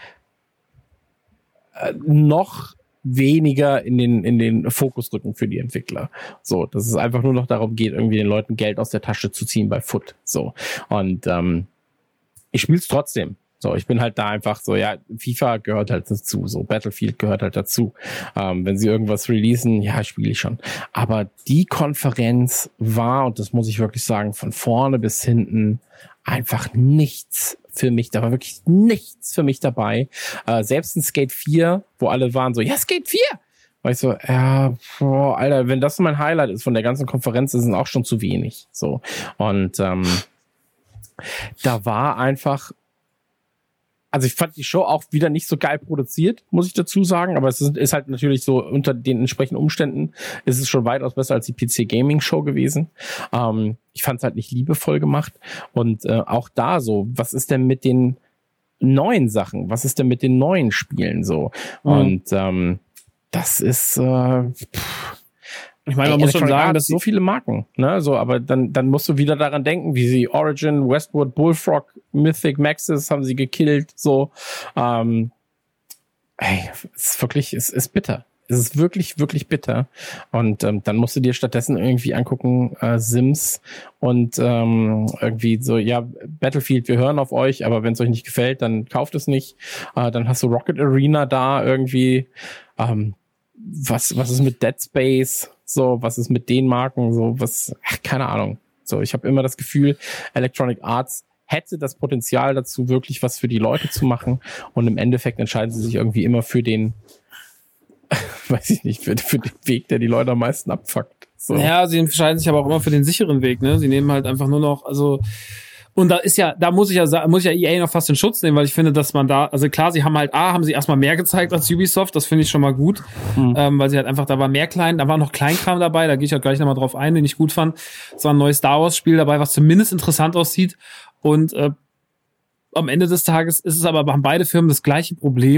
noch weniger in den Fokus rücken für die Entwickler. So, dass es einfach nur noch darum geht, irgendwie den Leuten Geld aus der Tasche zu ziehen bei Foot. So. Und ich spiele es trotzdem. So, ich bin halt da einfach so, ja, FIFA gehört halt dazu, so Battlefield gehört halt dazu. Wenn sie irgendwas releasen, ja, spiele ich schon. Aber die Konferenz war, und das muss ich wirklich sagen, von vorne bis hinten einfach nichts für mich. Da war wirklich nichts für mich dabei. Selbst in Skate 4, wo alle waren so, ja, Skate 4! Weil ich so, ja, boah, Alter, wenn das mein Highlight ist von der ganzen Konferenz, ist es auch schon zu wenig. So. Und da war einfach, also ich fand die Show auch wieder nicht so geil produziert, muss ich dazu sagen, aber es ist halt natürlich so, unter den entsprechenden Umständen ist es schon weitaus besser als die PC Gaming Show gewesen. Ich fand es halt nicht liebevoll gemacht und auch da so, was ist denn mit den neuen Sachen? Was ist denn mit den neuen Spielen so? Und das ist ich meine, man muss schon sagen, dass so viele Marken, ne, so, aber dann musst du wieder daran denken, wie sie Origin, Westwood, Bullfrog, Mythic, Maxis haben sie gekillt, so, es ist wirklich, es ist bitter. Es ist wirklich, wirklich bitter. Und dann musst du dir stattdessen irgendwie angucken, Sims und irgendwie so, ja, Battlefield, wir hören auf euch, aber wenn es euch nicht gefällt, dann kauft es nicht. Dann hast du Rocket Arena da irgendwie, was ist mit Dead Space? So, was ist mit den Marken? So, keine Ahnung. So, ich habe immer das Gefühl, Electronic Arts hätte das Potenzial dazu, wirklich was für die Leute zu machen. Und im Endeffekt entscheiden sie sich irgendwie immer für den, weiß ich nicht, für den Weg, der die Leute am meisten abfuckt. So. Ja, sie entscheiden sich aber auch immer für den sicheren Weg, ne? Sie nehmen halt einfach nur noch, also, und da muss ich ja EA noch fast in Schutz nehmen, weil ich finde, dass man da, also klar, sie haben halt, haben sie erstmal mehr gezeigt als Ubisoft, das finde ich schon mal gut, weil sie halt einfach, da war noch Kleinkram dabei, da gehe ich halt gleich nochmal drauf ein, den ich gut fand. Es war ein neues Star Wars Spiel dabei, was zumindest interessant aussieht und am Ende des Tages ist es aber, haben beide Firmen das gleiche Problem,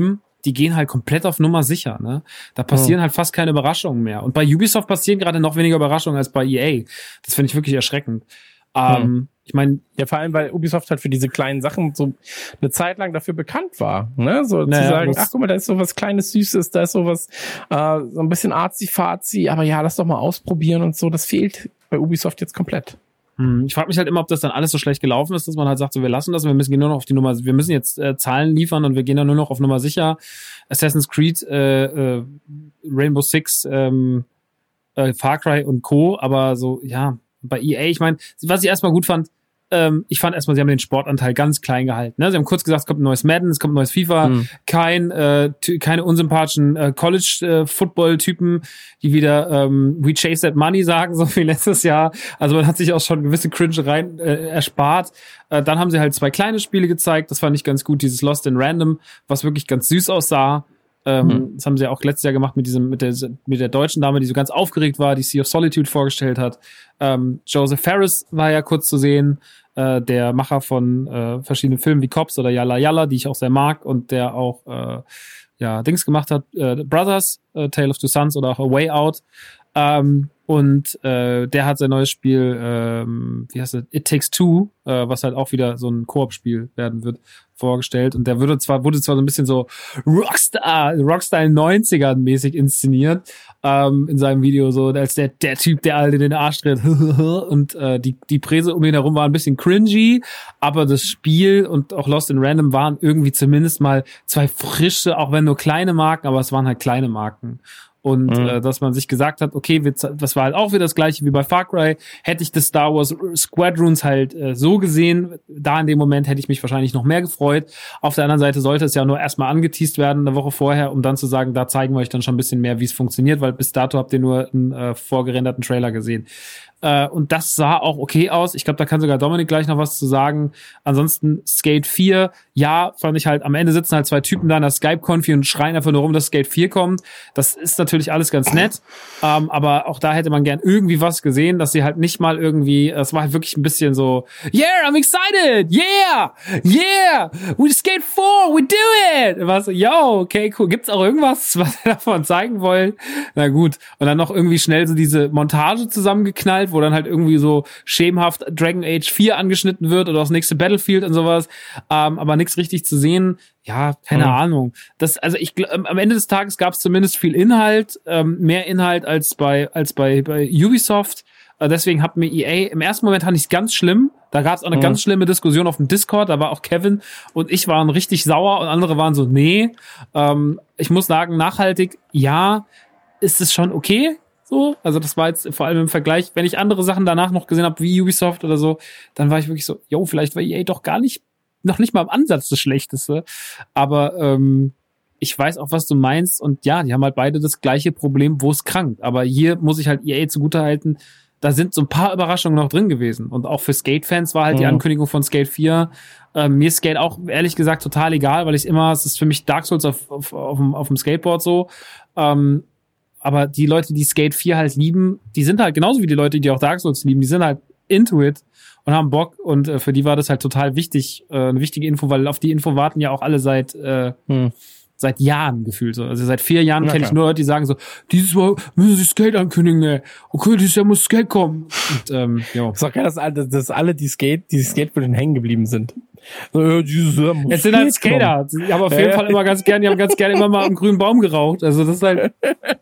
die gehen halt komplett auf Nummer sicher, ne? Da passieren halt fast keine Überraschungen mehr. Und bei Ubisoft passieren gerade noch weniger Überraschungen als bei EA. Das finde ich wirklich erschreckend. Ich meine, ja, vor allem, weil Ubisoft halt für diese kleinen Sachen so eine Zeit lang dafür bekannt war, ne? So zu sagen, ach guck mal, da ist so was Kleines, Süßes, da ist so was, so ein bisschen arzi-fazi, aber ja, lass doch mal ausprobieren und so. Das fehlt bei Ubisoft jetzt komplett. Ich frage mich halt immer, ob das dann alles so schlecht gelaufen ist, dass man halt sagt, so wir lassen das, wir müssen nur noch auf die Nummer, wir müssen jetzt Zahlen liefern und wir gehen dann nur noch auf Nummer sicher. Assassin's Creed, Rainbow Six, Far Cry und Co. Aber so, ja, bei EA, ich meine, was ich erstmal gut fand, ich fand erstmal, sie haben den Sportanteil ganz klein gehalten. Ne? Sie haben kurz gesagt, es kommt ein neues Madden, es kommt ein neues FIFA, keine unsympathischen College-Football-Typen, die wieder We chase that money sagen, so wie letztes Jahr. Also man hat sich auch schon gewisse Cringe erspart. Dann haben sie halt 2 kleine Spiele gezeigt, das fand ich ganz gut, dieses Lost in Random, was wirklich ganz süß aussah. Das haben sie ja auch letztes Jahr gemacht mit der deutschen Dame, die so ganz aufgeregt war, die Sea of Solitude vorgestellt hat. Joseph Fares war ja kurz zu sehen, der Macher von verschiedenen Filmen wie Cops oder Yalla Yalla, die ich auch sehr mag und der auch Dings gemacht hat, Brothers, Tale of Two Sons oder auch A Way Out. Und der hat sein neues Spiel, wie heißt das, It Takes Two, was halt auch wieder so ein Koop-Spiel werden wird, vorgestellt. Und der wurde zwar so ein bisschen so Rockstar 90ern mäßig inszeniert, in seinem Video, so als der Typ, der alle den Arsch dreht. Und die Präse um ihn herum war ein bisschen cringy, aber das Spiel und auch Lost in Random waren irgendwie zumindest mal 2 frische, auch wenn nur kleine Marken, aber es waren halt kleine Marken. Und dass man sich gesagt hat, okay, das war halt auch wieder das gleiche wie bei Far Cry. Hätte ich das Star Wars Squadrons halt so gesehen, da in dem Moment hätte ich mich wahrscheinlich noch mehr gefreut. Auf der anderen Seite sollte es ja nur erstmal angeteast werden, eine Woche vorher, um dann zu sagen, da zeigen wir euch dann schon ein bisschen mehr, wie es funktioniert, weil bis dato habt ihr nur einen vorgerenderten Trailer gesehen. Und das sah auch okay aus. Ich glaube, da kann sogar Dominik gleich noch was zu sagen. Ansonsten Skate 4, ja, fand ich halt, am Ende sitzen halt 2 Typen da in der Skype-Konfi und schreien einfach nur rum, dass Skate 4 kommt. Das ist natürlich alles ganz nett. Aber auch da hätte man gern irgendwie was gesehen, dass sie halt nicht mal irgendwie, es war halt wirklich ein bisschen so, yeah, I'm excited! Yeah! Yeah! We skate 4! We do it! Und war so, yo, okay, cool. Gibt's auch irgendwas, was wir davon zeigen wollen? Na gut. Und dann noch irgendwie schnell so diese Montage zusammengeknallt, wo dann halt irgendwie so schemenhaft Dragon Age 4 angeschnitten wird oder das nächste Battlefield und sowas, aber nichts richtig zu sehen. Ja, keine Ahnung. Also am Ende des Tages gab es zumindest viel Inhalt, mehr Inhalt als bei Ubisoft. Deswegen hat mir EA, im ersten Moment fand ich es ganz schlimm. Da gab es auch eine ganz schlimme Diskussion auf dem Discord. Da war auch Kevin und ich waren richtig sauer und andere waren so, nee. Ich muss sagen, nachhaltig, ja, ist es schon okay. So, also das war jetzt vor allem im Vergleich, wenn ich andere Sachen danach noch gesehen habe, wie Ubisoft oder so, dann war ich wirklich so, yo, vielleicht war EA doch noch nicht mal im Ansatz das Schlechteste. Aber ich weiß auch, was du meinst. Und ja, die haben halt beide das gleiche Problem, wo es krankt. Aber hier muss ich halt EA zugutehalten, da sind so ein paar Überraschungen noch drin gewesen. Und auch für Skate-Fans war halt die Ankündigung von Skate 4. Mir ist Skate auch, ehrlich gesagt, total egal, weil es ist für mich Dark Souls auf dem Skateboard so. Aber die Leute, die Skate 4 halt lieben, die sind halt genauso wie die Leute, die auch Dark Souls lieben, die sind halt into it und haben Bock und für die war das halt total wichtig, eine wichtige Info, weil auf die Info warten ja auch alle seit Jahren gefühlt so. Also seit 4 Jahren kenne ich nur Leute, die sagen so, dieses Mal müssen sie Skate ankündigen, ey. Okay, dieses Jahr muss Skate kommen. Und ja. Ist doch geil, dass alle die Skateboarding hängen geblieben sind. So, dieses Jahr muss es sind halt Skater. Die haben auf jeden Fall immer ganz gerne immer mal am grünen Baum geraucht. Also das ist halt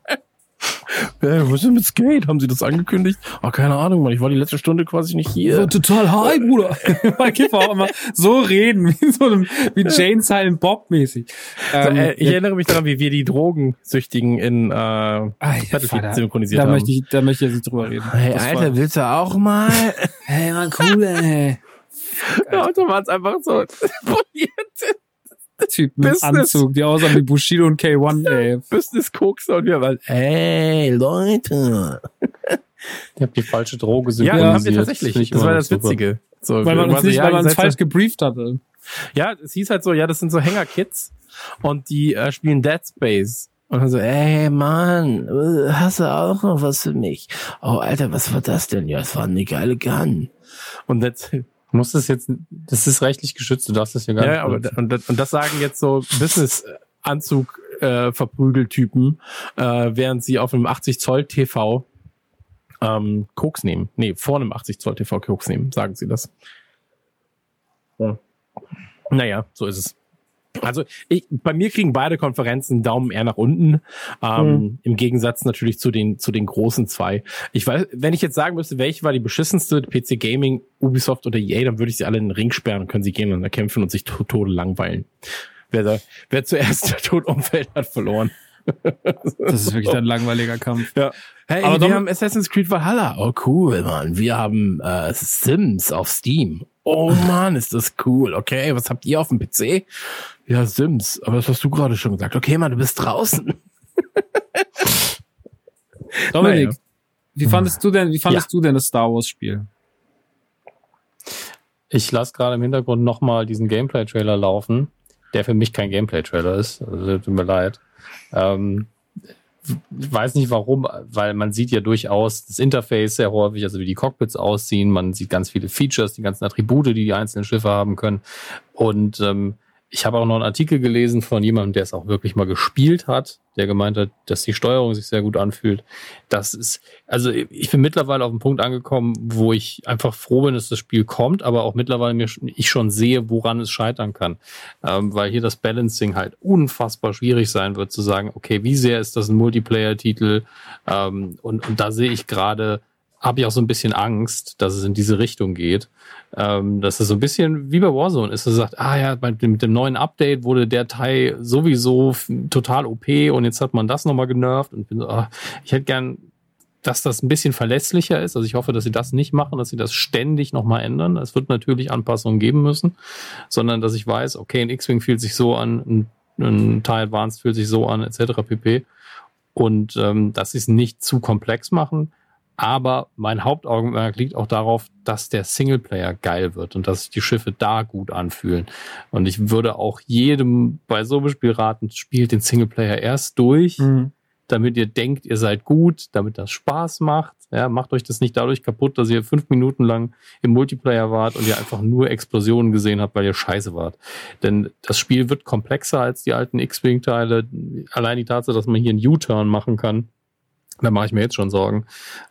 was ist denn mit Skate? Haben sie das angekündigt? Keine Ahnung, Mann. Ich war die letzte Stunde quasi nicht hier. So total high, Bruder. Mein Kiffer auch immer so reden, wie Jane Silent Bob mäßig. Ich erinnere mich daran, wie wir die Drogensüchtigen in Battlefield synchronisiert haben. Da möchte ich jetzt nicht drüber reden. Hey, Alter, willst du auch mal? Hey, man, cool, ey. Ja, und dann waren es einfach so polierte Typen im Anzug, die aussahen wie Bushido und K1, ey. Business-Kokser und wir waren, hey, Leute. Ich habe die falsche Droge synchronisiert. Ja, haben wir tatsächlich. Das war das Witzige. So, weil man uns falsch gebrieft hatte. Ja, es hieß halt so, ja, das sind so Hänger-Kids und die spielen Dead Space. Und dann so, ey, Mann, hast du auch noch was für mich? Oh, Alter, was war das denn? Ja, es war eine geile Gun. Und das muss das jetzt, das ist rechtlich geschützt, du darfst das ja gar nicht. Ja, aber und das sagen jetzt so Anzug Verprügeltypen, während sie auf einem 80 Zoll TV Koks nehmen. Nee, vor einem 80 Zoll TV Koks nehmen, sagen sie das. Ja. Naja, so ist es. Also bei mir kriegen beide Konferenzen einen Daumen eher nach unten, im Gegensatz natürlich zu den großen zwei. Ich weiß, wenn ich jetzt sagen müsste, welche war die beschissenste, PC Gaming, Ubisoft oder EA, dann würde ich sie alle in den Ring sperren und können sie gegeneinander kämpfen und sich Tode langweilen. Wer zuerst tot umfällt, hat verloren. Das ist wirklich ein langweiliger Kampf. Ja. Hey, aber wir haben Assassin's Creed Valhalla. Oh cool, Mann. Wir haben Sims auf Steam. Oh Mann, ist das cool. Okay, was habt ihr auf dem PC? Ja, Sims. Aber das hast du gerade schon gesagt. Okay, Mann, du bist draußen. Dominik, wie fandest du denn das Star Wars Spiel? Ich lasse gerade im Hintergrund nochmal diesen Gameplay-Trailer laufen, der für mich kein Gameplay-Trailer ist. Also, tut mir leid. Ich weiß nicht warum, weil man sieht ja durchaus das Interface sehr häufig, also wie die Cockpits aussehen. Man sieht ganz viele Features, die ganzen Attribute, die einzelnen Schiffe haben können. Und ich habe auch noch einen Artikel gelesen von jemandem, der es auch wirklich mal gespielt hat, der gemeint hat, dass die Steuerung sich sehr gut anfühlt. Das ist, also ich bin mittlerweile auf einen Punkt angekommen, wo ich einfach froh bin, dass das Spiel kommt, aber auch mittlerweile ich schon sehe, woran es scheitern kann. Weil hier das Balancing halt unfassbar schwierig sein wird, zu sagen, okay, wie sehr ist das ein Multiplayer-Titel? Und da sehe ich gerade, habe ich auch so ein bisschen Angst, dass es in diese Richtung geht. Dass es so ein bisschen wie bei Warzone ist, dass er sagt, mit dem neuen Update wurde der Teil sowieso total OP und jetzt hat man das nochmal genervt und bin so, ich hätte gern, dass das ein bisschen verlässlicher ist. Also ich hoffe, dass sie das nicht machen, dass sie das ständig nochmal ändern. Es wird natürlich Anpassungen geben müssen, sondern dass ich weiß, okay, ein X-Wing fühlt sich so an, ein TIE Advanced fühlt sich so an, etc. pp. Und dass sie es nicht zu komplex machen. Aber mein Hauptaugenmerk liegt auch darauf, dass der Singleplayer geil wird und dass sich die Schiffe da gut anfühlen. Und ich würde auch jedem bei so einem Spiel raten, spielt den Singleplayer erst durch, damit ihr denkt, ihr seid gut, damit das Spaß macht. Ja, macht euch das nicht dadurch kaputt, dass ihr 5 Minuten lang im Multiplayer wart und ihr einfach nur Explosionen gesehen habt, weil ihr scheiße wart. Denn das Spiel wird komplexer als die alten X-Wing-Teile. Allein die Tatsache, dass man hier einen U-Turn machen kann, da mache ich mir jetzt schon Sorgen.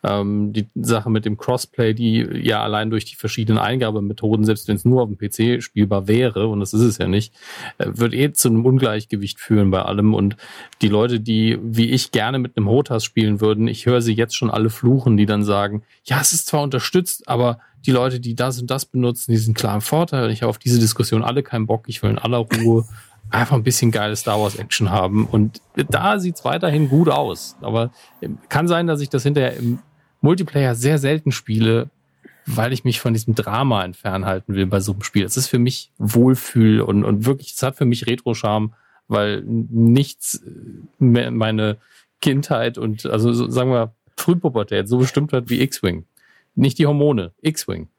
Die Sache mit dem Crossplay, die ja allein durch die verschiedenen Eingabemethoden, selbst wenn es nur auf dem PC spielbar wäre, und das ist es ja nicht, wird zu einem Ungleichgewicht führen bei allem. Und die Leute, die wie ich gerne mit einem HOTAS spielen würden, ich höre sie jetzt schon alle fluchen, die dann sagen, ja, es ist zwar unterstützt, aber die Leute, die das und das benutzen, die sind klar im Vorteil. Und ich habe auf diese Diskussion alle keinen Bock. Ich will in aller Ruhe einfach ein bisschen geile Star Wars Action haben. Und da sieht's weiterhin gut aus. Aber kann sein, dass ich das hinterher im Multiplayer sehr selten spiele, weil ich mich von diesem Drama entfernen halten will bei so einem Spiel. Es ist für mich Wohlfühl und wirklich, es hat für mich Retro-Charme, weil nichts meine Kindheit und, also sagen wir, Frühpubertät so bestimmt hat wie X-Wing. Nicht die Hormone, X-Wing.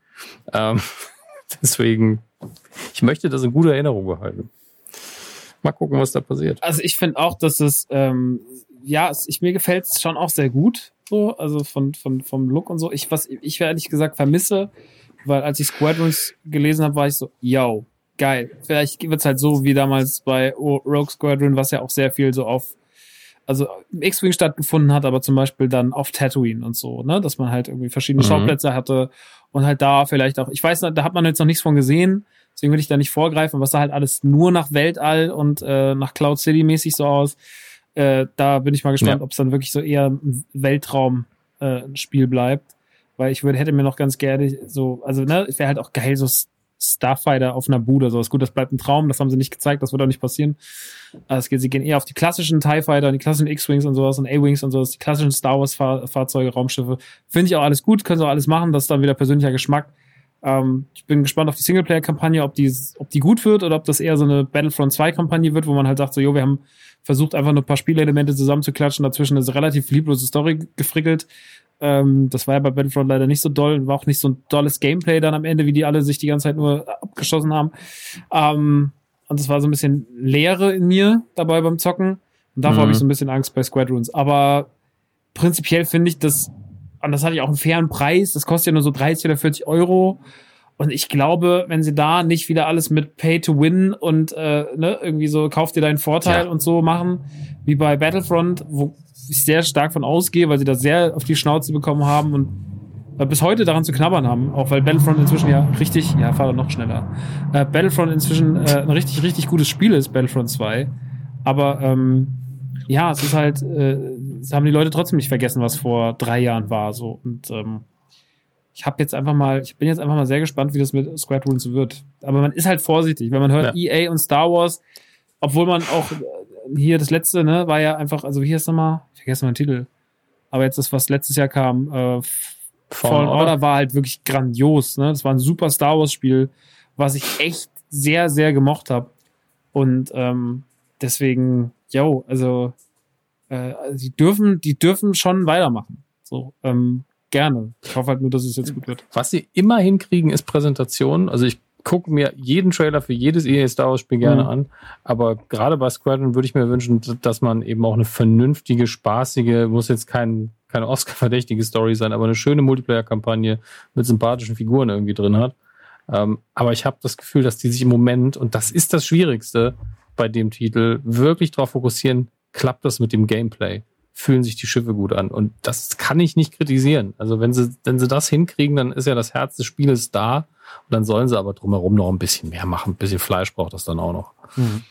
Deswegen, ich möchte das in guter Erinnerung behalten. Mal gucken, was da passiert. Also ich finde auch, dass es, mir gefällt es schon auch sehr gut, so, also vom Look und so. Was ich ehrlich gesagt vermisse, weil als ich Squadrons gelesen habe, war ich so, yo, geil. Vielleicht wird's halt so wie damals bei Rogue Squadron, was ja auch sehr viel so also im X-Wing stattgefunden hat, aber zum Beispiel dann auf Tatooine und so, ne, dass man halt irgendwie verschiedene Schauplätze hatte und halt da vielleicht auch, ich weiß, da hat man jetzt noch nichts von gesehen, deswegen will ich da nicht vorgreifen, was da halt alles nur nach Weltall und nach Cloud City mäßig so aus. Da bin ich mal gespannt, ob es dann wirklich so eher ein Weltraum-Spiel bleibt, weil hätte mir noch ganz gerne so, also ne, es wäre halt auch geil, so Starfighter auf Naboo oder sowas. Gut, das bleibt ein Traum, das haben sie nicht gezeigt, das wird auch nicht passieren. Sie gehen eher auf die klassischen TIE Fighter und die klassischen X-Wings und sowas und A-Wings und sowas, die klassischen Star Wars Fahrzeuge, Raumschiffe. Finde ich auch alles gut, können sie auch alles machen, das ist dann wieder persönlicher Geschmack. Ich bin gespannt auf die Singleplayer-Kampagne, ob die gut wird oder ob das eher so eine Battlefront 2-Kampagne wird, wo man halt sagt, so, wir haben versucht, einfach nur ein paar Spielelemente zusammenzuklatschen, dazwischen ist eine relativ lieblose Story gefrickelt. Das war ja bei Battlefront leider nicht so doll, war auch nicht so ein dolles Gameplay dann am Ende, wie die alle sich die ganze Zeit nur abgeschossen haben. Und das war so ein bisschen Leere in mir dabei beim Zocken. Und davor habe ich so ein bisschen Angst bei Squadrons. Aber prinzipiell finde ich das, und das hatte ich auch einen fairen Preis, das kostet ja nur so 30 oder 40 Euro. Und ich glaube, wenn sie da nicht wieder alles mit Pay to Win und irgendwie so, kauf dir deinen Vorteil und so machen, wie bei Battlefront, wo ich sehr stark von ausgehe, weil sie da sehr auf die Schnauze bekommen haben und bis heute daran zu knabbern haben, auch weil Battlefront inzwischen fahr doch noch schneller. Battlefront inzwischen ein richtig, richtig gutes Spiel ist, Battlefront 2. Aber es ist halt, es haben die Leute trotzdem nicht vergessen, was vor 3 Jahren war. So. Und ich bin jetzt einfach mal sehr gespannt, wie das mit Squadrons wird. Aber man ist halt vorsichtig, wenn man hört EA und Star Wars, obwohl man auch hier das letzte, ne, war ja einfach, also wie hieß es nochmal? Ich vergesse mal den Titel. Aber jetzt das, was letztes Jahr kam, Fallen Order war halt wirklich grandios, ne? Das war ein super Star Wars Spiel, was ich echt sehr, sehr gemocht habe. Und deswegen, die dürfen schon weitermachen. So, gerne. Ich hoffe halt nur, dass es jetzt gut wird. Was sie immer hinkriegen, ist Präsentation. Also ich gucke mir jeden Trailer für jedes EA Star Wars Spiel gerne an. Aber gerade bei Squadron würde ich mir wünschen, dass man eben auch eine vernünftige, spaßige, muss jetzt keine Oscar-verdächtige Story sein, aber eine schöne Multiplayer-Kampagne mit sympathischen Figuren irgendwie drin hat. Aber ich habe das Gefühl, dass die sich im Moment, und das ist das Schwierigste bei dem Titel, wirklich darauf fokussieren, klappt das mit dem Gameplay? Fühlen sich die Schiffe gut an? Und das kann ich nicht kritisieren. Also wenn sie das hinkriegen, dann ist ja das Herz des Spieles da. Und dann sollen sie aber drumherum noch ein bisschen mehr machen. Ein bisschen Fleisch braucht das dann auch noch. Mhm.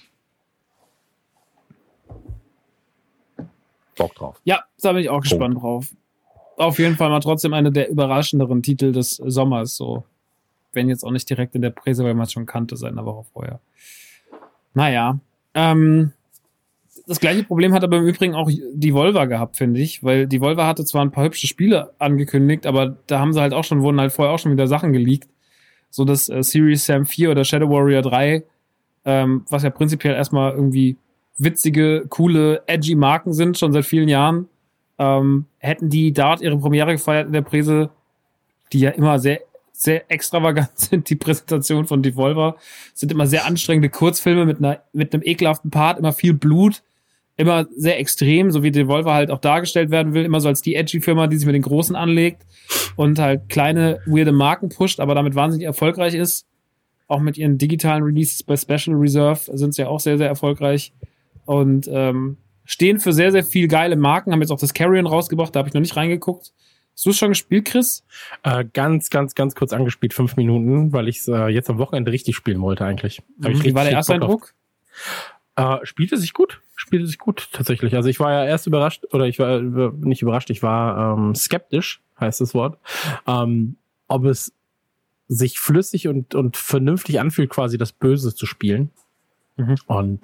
Bock drauf. Ja, da bin ich auch gespannt drauf. Auf jeden Fall mal trotzdem eine der überraschenderen Titel des Sommers. So, wenn jetzt auch nicht direkt in der Presse, weil man es schon kannte seit einer Woche vorher. Naja, das gleiche Problem hat aber im Übrigen auch Devolver gehabt, finde ich, weil Devolver hatte zwar ein paar hübsche Spiele angekündigt, aber da haben sie halt wurden halt vorher auch schon wieder Sachen geleakt, so dass Serious Sam 4 oder Shadow Warrior 3, was ja prinzipiell erstmal irgendwie witzige, coole, edgy Marken sind, schon seit vielen Jahren, hätten die dort ihre Premiere gefeiert in der Presse, die ja immer sehr, sehr extravagant sind, die Präsentation von Devolver, sind immer sehr anstrengende Kurzfilme mit einem ekelhaften Part, immer viel Blut, immer sehr extrem, so wie Devolver halt auch dargestellt werden will, immer so als die edgy Firma, die sich mit den Großen anlegt und halt kleine, weirde Marken pusht, aber damit wahnsinnig erfolgreich ist. Auch mit ihren digitalen Releases bei Special Reserve sind sie ja auch sehr, sehr erfolgreich und stehen für sehr, sehr viel geile Marken, haben jetzt auch das Carrion rausgebracht, da habe ich noch nicht reingeguckt. Hast du es schon gespielt, Chris? Ganz kurz angespielt, 5 Minuten, weil ich es jetzt am Wochenende richtig spielen wollte eigentlich. Wie war der erste Eindruck? Spielte sich gut, tatsächlich. Also ich war ja erst überrascht, oder ich war nicht überrascht, ich war skeptisch, heißt das Wort, ob es sich flüssig und vernünftig anfühlt, quasi das Böse zu spielen. Mhm. Und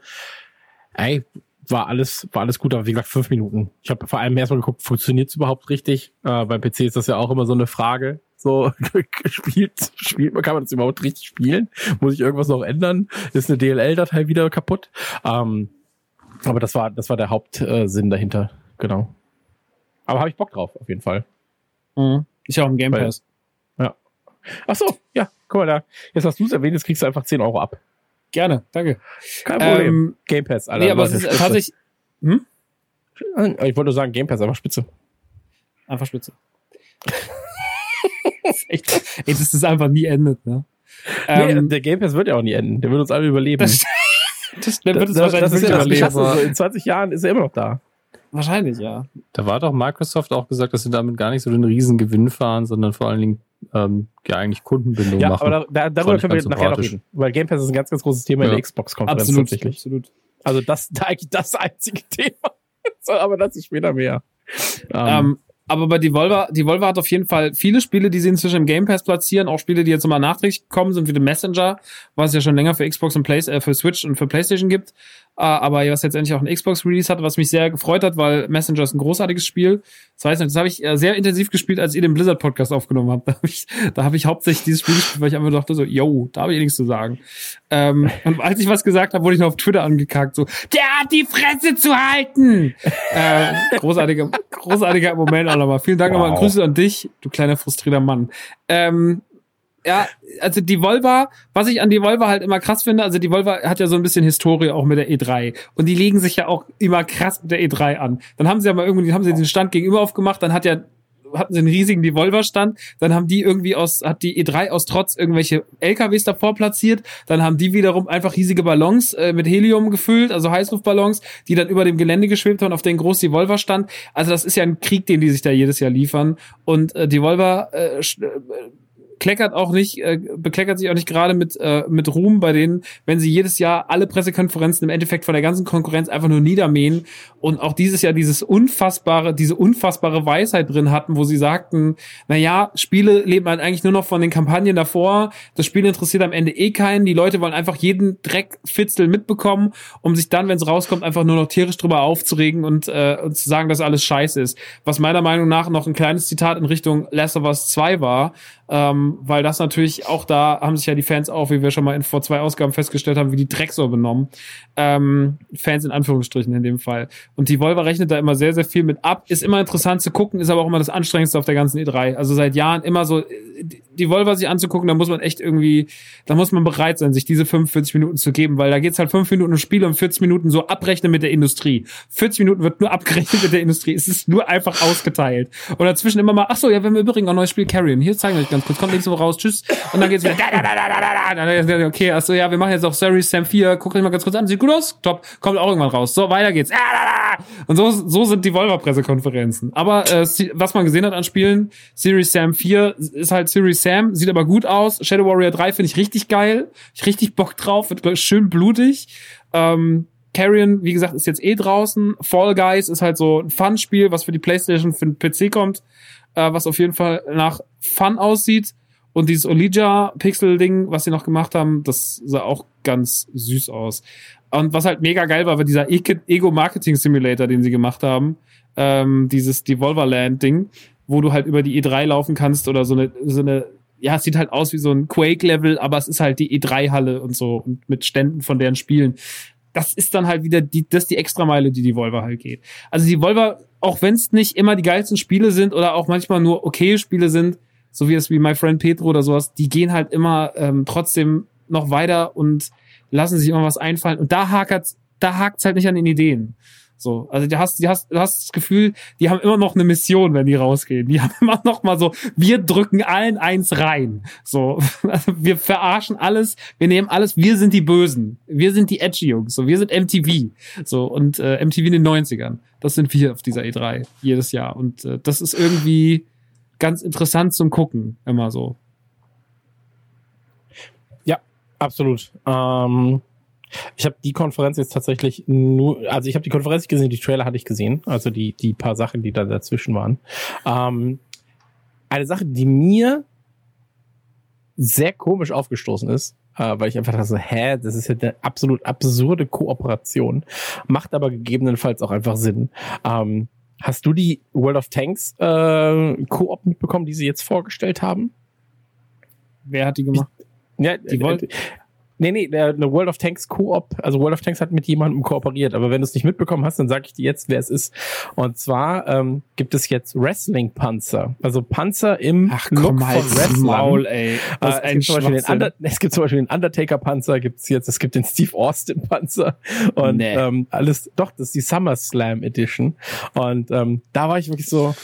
war alles gut, aber wie gesagt, 5 Minuten. Ich habe vor allem erstmal geguckt, funktioniert es überhaupt richtig? Beim PC ist das ja auch immer so eine Frage. So, kann man das überhaupt richtig spielen? Muss ich irgendwas noch ändern? Ist eine DLL-Datei wieder kaputt? Aber das war der Hauptsinn dahinter, genau. Aber habe ich Bock drauf, auf jeden Fall. Mhm. Ist ja auch im Game Pass. Ja. Ach so, ja, guck mal da. Jetzt hast du es erwähnt, jetzt kriegst du einfach 10 € ab. Gerne, danke. Kein Problem. Game Pass, Alter. Nee, aber Leute, es ist tatsächlich... Ich wollte nur sagen, Game Pass, einfach spitze. Einfach spitze. Dass das einfach nie endet, ne? Der Game Pass wird ja auch nie enden. Der wird uns alle überleben. Der wird es wahrscheinlich überleben. So in 20 Jahren ist er immer noch da. Wahrscheinlich, ja. Da war doch Microsoft auch gesagt, dass sie damit gar nicht so den riesen Gewinn fahren, sondern vor allen Dingen eigentlich Kundenbindung machen. Ja, aber darüber können wir nachher noch reden. Weil Game Pass ist ein ganz, ganz großes Thema in der Xbox-Konferenz tatsächlich. Absolut. Also das ist eigentlich das einzige Thema. Aber das ist später mehr. Aber bei Devolver hat auf jeden Fall viele Spiele, die sie inzwischen im Game Pass platzieren, auch Spiele, die jetzt nochmal nachträglich gekommen sind, wie The Messenger, was es ja schon länger für Xbox und für Switch und für PlayStation gibt, aber was jetzt endlich auch ein Xbox-Release hat, was mich sehr gefreut hat, weil Messenger ist ein großartiges Spiel. Das habe ich sehr intensiv gespielt, als ihr den Blizzard-Podcast aufgenommen habt. Da habe ich hauptsächlich dieses Spiel gespielt, weil ich einfach dachte so, da habe ich nichts zu sagen. Und als ich was gesagt habe, wurde ich noch auf Twitter angekackt, so, der hat die Fresse zu halten! Großartiger Moment, aber vielen Dank nochmal. Grüße an dich, du kleiner frustrierter Mann. Ja, also Devolver, was ich an Devolver halt immer krass finde, also Devolver hat ja so ein bisschen Historie auch mit der E3 und die legen sich ja auch immer krass mit der E3 an. Dann haben sie ja mal irgendwie, haben sie den Stand gegenüber aufgemacht, dann hat ja hatten sie einen riesigen Devolver-Stand, dann haben die hat die E3 aus Trotz irgendwelche LKWs davor platziert, dann haben die wiederum einfach riesige Ballons mit Helium gefüllt, also Heißluftballons, die dann über dem Gelände geschwebt haben, auf den groß Devolver stand. Also das ist ja ein Krieg, den die sich da jedes Jahr liefern. Und Devolver bekleckert sich auch nicht gerade mit Ruhm bei denen, wenn sie jedes Jahr alle Pressekonferenzen im Endeffekt von der ganzen Konkurrenz einfach nur niedermähen und auch dieses Jahr diese unfassbare Weisheit drin hatten, wo sie sagten, naja, Spiele leben halt eigentlich nur noch von den Kampagnen davor, das Spiel interessiert am Ende eh keinen, die Leute wollen einfach jeden Dreckfitzel mitbekommen, um sich dann, wenn es rauskommt, einfach nur noch tierisch drüber aufzuregen und zu sagen, dass alles scheiße ist. Was meiner Meinung nach noch ein kleines Zitat in Richtung Last of Us 2 war, weil das natürlich auch da haben sich ja die Fans auch, wie wir schon mal vor 2 Ausgaben festgestellt haben, wie die Drecksau benommen. Fans in Anführungsstrichen in dem Fall. Und die Volver rechnet da immer sehr, sehr viel mit ab. Ist immer interessant zu gucken, ist aber auch immer das Anstrengendste auf der ganzen E3. Also seit Jahren immer so, die Volver sich anzugucken, da muss man echt irgendwie, da muss man bereit sein, sich diese 45 Minuten zu geben, weil da geht's halt 5 Minuten im Spiel und 40 Minuten so abrechnen mit der Industrie. 40 Minuten wird nur abgerechnet mit der Industrie. Es ist nur einfach ausgeteilt. Und dazwischen immer mal, ach so, ja, wir haben übrigens ein neues Spiel Carrion. Hier zeigen wir euch ganz kurz. Kommt nächste Woche raus, tschüss. Und dann geht's wieder. Okay, achso, ja, wir machen jetzt auch Series Sam 4. Guckt euch mal ganz kurz an. Sieht gut aus. Top. Kommt auch irgendwann raus. So, weiter geht's. Und so sind die Volver-Pressekonferenzen. Aber was man gesehen hat an Spielen, Series Sam 4 ist halt Series Sam, sieht aber gut aus. Shadow Warrior 3 finde ich richtig geil. Ich richtig Bock drauf. Wird schön blutig. Carrion, wie gesagt, ist jetzt draußen. Fall Guys ist halt so ein Fun-Spiel, was für die PlayStation, für den PC kommt. Was auf jeden Fall nach Fun aussieht. Und dieses Olija-Pixel-Ding, was sie noch gemacht haben, das sah auch ganz süß aus. Und was halt mega geil war dieser Ego-Marketing-Simulator, den sie gemacht haben. Dieses Devolverland-Ding, wo du halt über die E3 laufen kannst oder so eine, ja, es sieht halt aus wie so ein Quake-Level, aber es ist halt die E3-Halle und so und mit Ständen von deren Spielen. Das ist dann halt wieder die Extrameile, die Devolver halt geht. Also Devolver, auch wenn es nicht immer die geilsten Spiele sind oder auch manchmal nur okay Spiele sind, so wie My Friend Pedro oder sowas, die gehen halt immer trotzdem noch weiter und lassen sich immer was einfallen. Und da hakt's halt nicht an den Ideen. So, also du hast das Gefühl, die haben immer noch eine Mission, wenn die rausgehen. Die haben immer noch mal so, wir drücken allen eins rein. So, also wir verarschen alles, wir nehmen alles, wir sind die Bösen. Wir sind die Edgy-Jungs. So, wir sind MTV. So, und MTV in den 90ern. Das sind wir auf dieser E3 jedes Jahr. Und das ist irgendwie ganz interessant zum Gucken, immer so. Ja, absolut. Ich habe die Konferenz jetzt tatsächlich ich habe die Konferenz nicht gesehen, die Trailer hatte ich gesehen, also die paar Sachen, die da dazwischen waren. Eine Sache, die mir sehr komisch aufgestoßen ist, weil ich einfach dachte so, das ist ja eine absolut absurde Kooperation, macht aber gegebenenfalls auch einfach Sinn. Hast du die World of Tanks Koop mitbekommen, die sie jetzt vorgestellt haben? Wer hat die gemacht? Ja, die wollten. Nee, eine World of Tanks Koop, also World of Tanks hat mit jemandem kooperiert, aber wenn du es nicht mitbekommen hast, dann sage ich dir jetzt, wer es ist. Und zwar gibt es jetzt Wrestling-Panzer, also Panzer im Look von Wrestlern. Maul, ey. Es gibt zum Beispiel den Undertaker-Panzer, es gibt den Steve Austin-Panzer und alles, doch, das ist die SummerSlam Edition. Und da war ich wirklich so,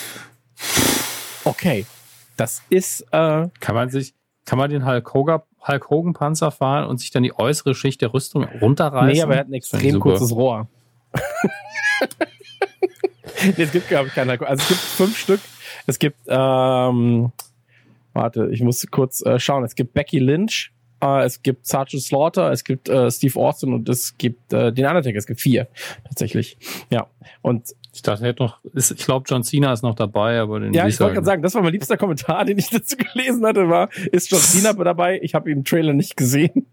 okay, das ist Kann man den Hulk Hogan Panzer fahren und sich dann die äußere Schicht der Rüstung runterreißen? Nee, aber er hat ein extrem kurzes Rohr. Es gibt, glaube ich, keine. Also es gibt 5 Stück. Es gibt, warte, ich muss kurz schauen. Es gibt Becky Lynch, es gibt Sergeant Slaughter, es gibt Steve Austin und es gibt den Undertaker. Es gibt 4 tatsächlich. Ja, und ich dachte, ich glaube, John Cena ist noch dabei, aber den. Ja, ich wollte gerade sagen, das war mein liebster Kommentar, den ich dazu gelesen hatte, ist John Cena dabei? Ich habe den Trailer nicht gesehen.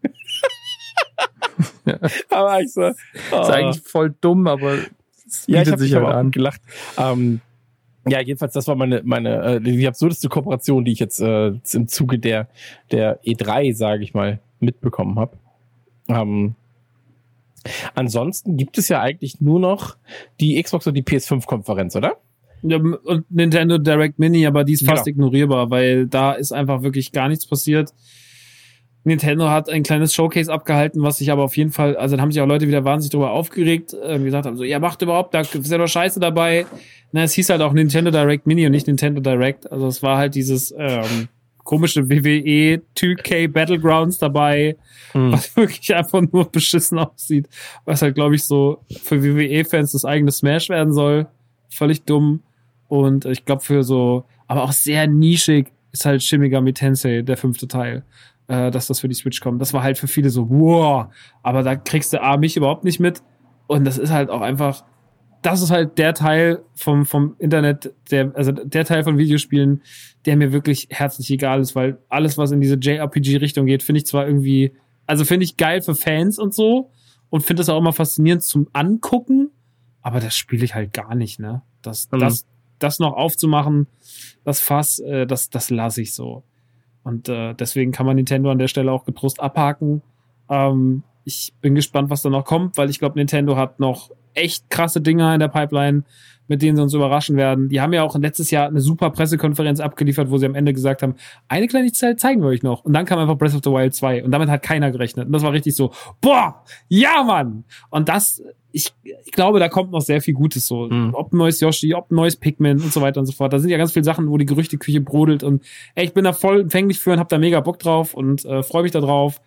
Ja. Aber ich so, ist eigentlich voll dumm, aber es bietet sich halt an. Gelacht. Ja, jedenfalls, das war meine die absurdeste Kooperation, die ich jetzt im Zuge der E3, sage ich mal, mitbekommen habe. Ansonsten gibt es ja eigentlich nur noch die Xbox und die PS5-Konferenz, oder? Ja, und Nintendo Direct Mini, aber die ist fast ignorierbar, weil da ist einfach wirklich gar nichts passiert. Nintendo hat ein kleines Showcase abgehalten, was sich aber auf jeden Fall, also dann haben sich auch Leute wieder wahnsinnig darüber aufgeregt, gesagt haben, so, ja, macht überhaupt, da ist ja doch Scheiße dabei. Na, es hieß halt auch Nintendo Direct Mini und nicht Nintendo Direct. Also es war halt dieses komische WWE 2K Battlegrounds dabei, was wirklich einfach nur beschissen aussieht. Was halt, glaube ich, so für WWE-Fans das eigene Smash werden soll. Völlig dumm. Und ich glaube für so, aber auch sehr nischig ist halt Shin Megami Tensei, der 5. Teil. Dass das für die Switch kommt. Das war halt für viele so, wow, aber da kriegst du mich überhaupt nicht mit. Und das ist halt auch einfach, das ist halt der Teil vom Internet, also der Teil von Videospielen, der mir wirklich herzlich egal ist, weil alles, was in diese JRPG-Richtung geht, finde ich zwar irgendwie, also finde ich geil für Fans und so und finde das auch immer faszinierend zum Angucken, aber das spiele ich halt gar nicht, ne? Das noch aufzumachen, das Fass, das lasse ich so. Und deswegen kann man Nintendo an der Stelle auch getrost abhaken. Ich bin gespannt, was da noch kommt, weil ich glaube, Nintendo hat noch echt krasse Dinger in der Pipeline, mit denen sie uns überraschen werden. Die haben ja auch letztes Jahr eine super Pressekonferenz abgeliefert, wo sie am Ende gesagt haben, eine Kleinigkeit zeigen wir euch noch. Und dann kam einfach Breath of the Wild 2. Und damit hat keiner gerechnet. Und das war richtig so, boah, ja, Mann! Und das, ich glaube, da kommt noch sehr viel Gutes so. Ob ein neues Yoshi, ob ein neues Pikmin und so weiter und so fort. Da sind ja ganz viele Sachen, wo die Gerüchteküche brodelt. Und ich bin da voll empfänglich für und hab da mega Bock drauf und freue mich da drauf.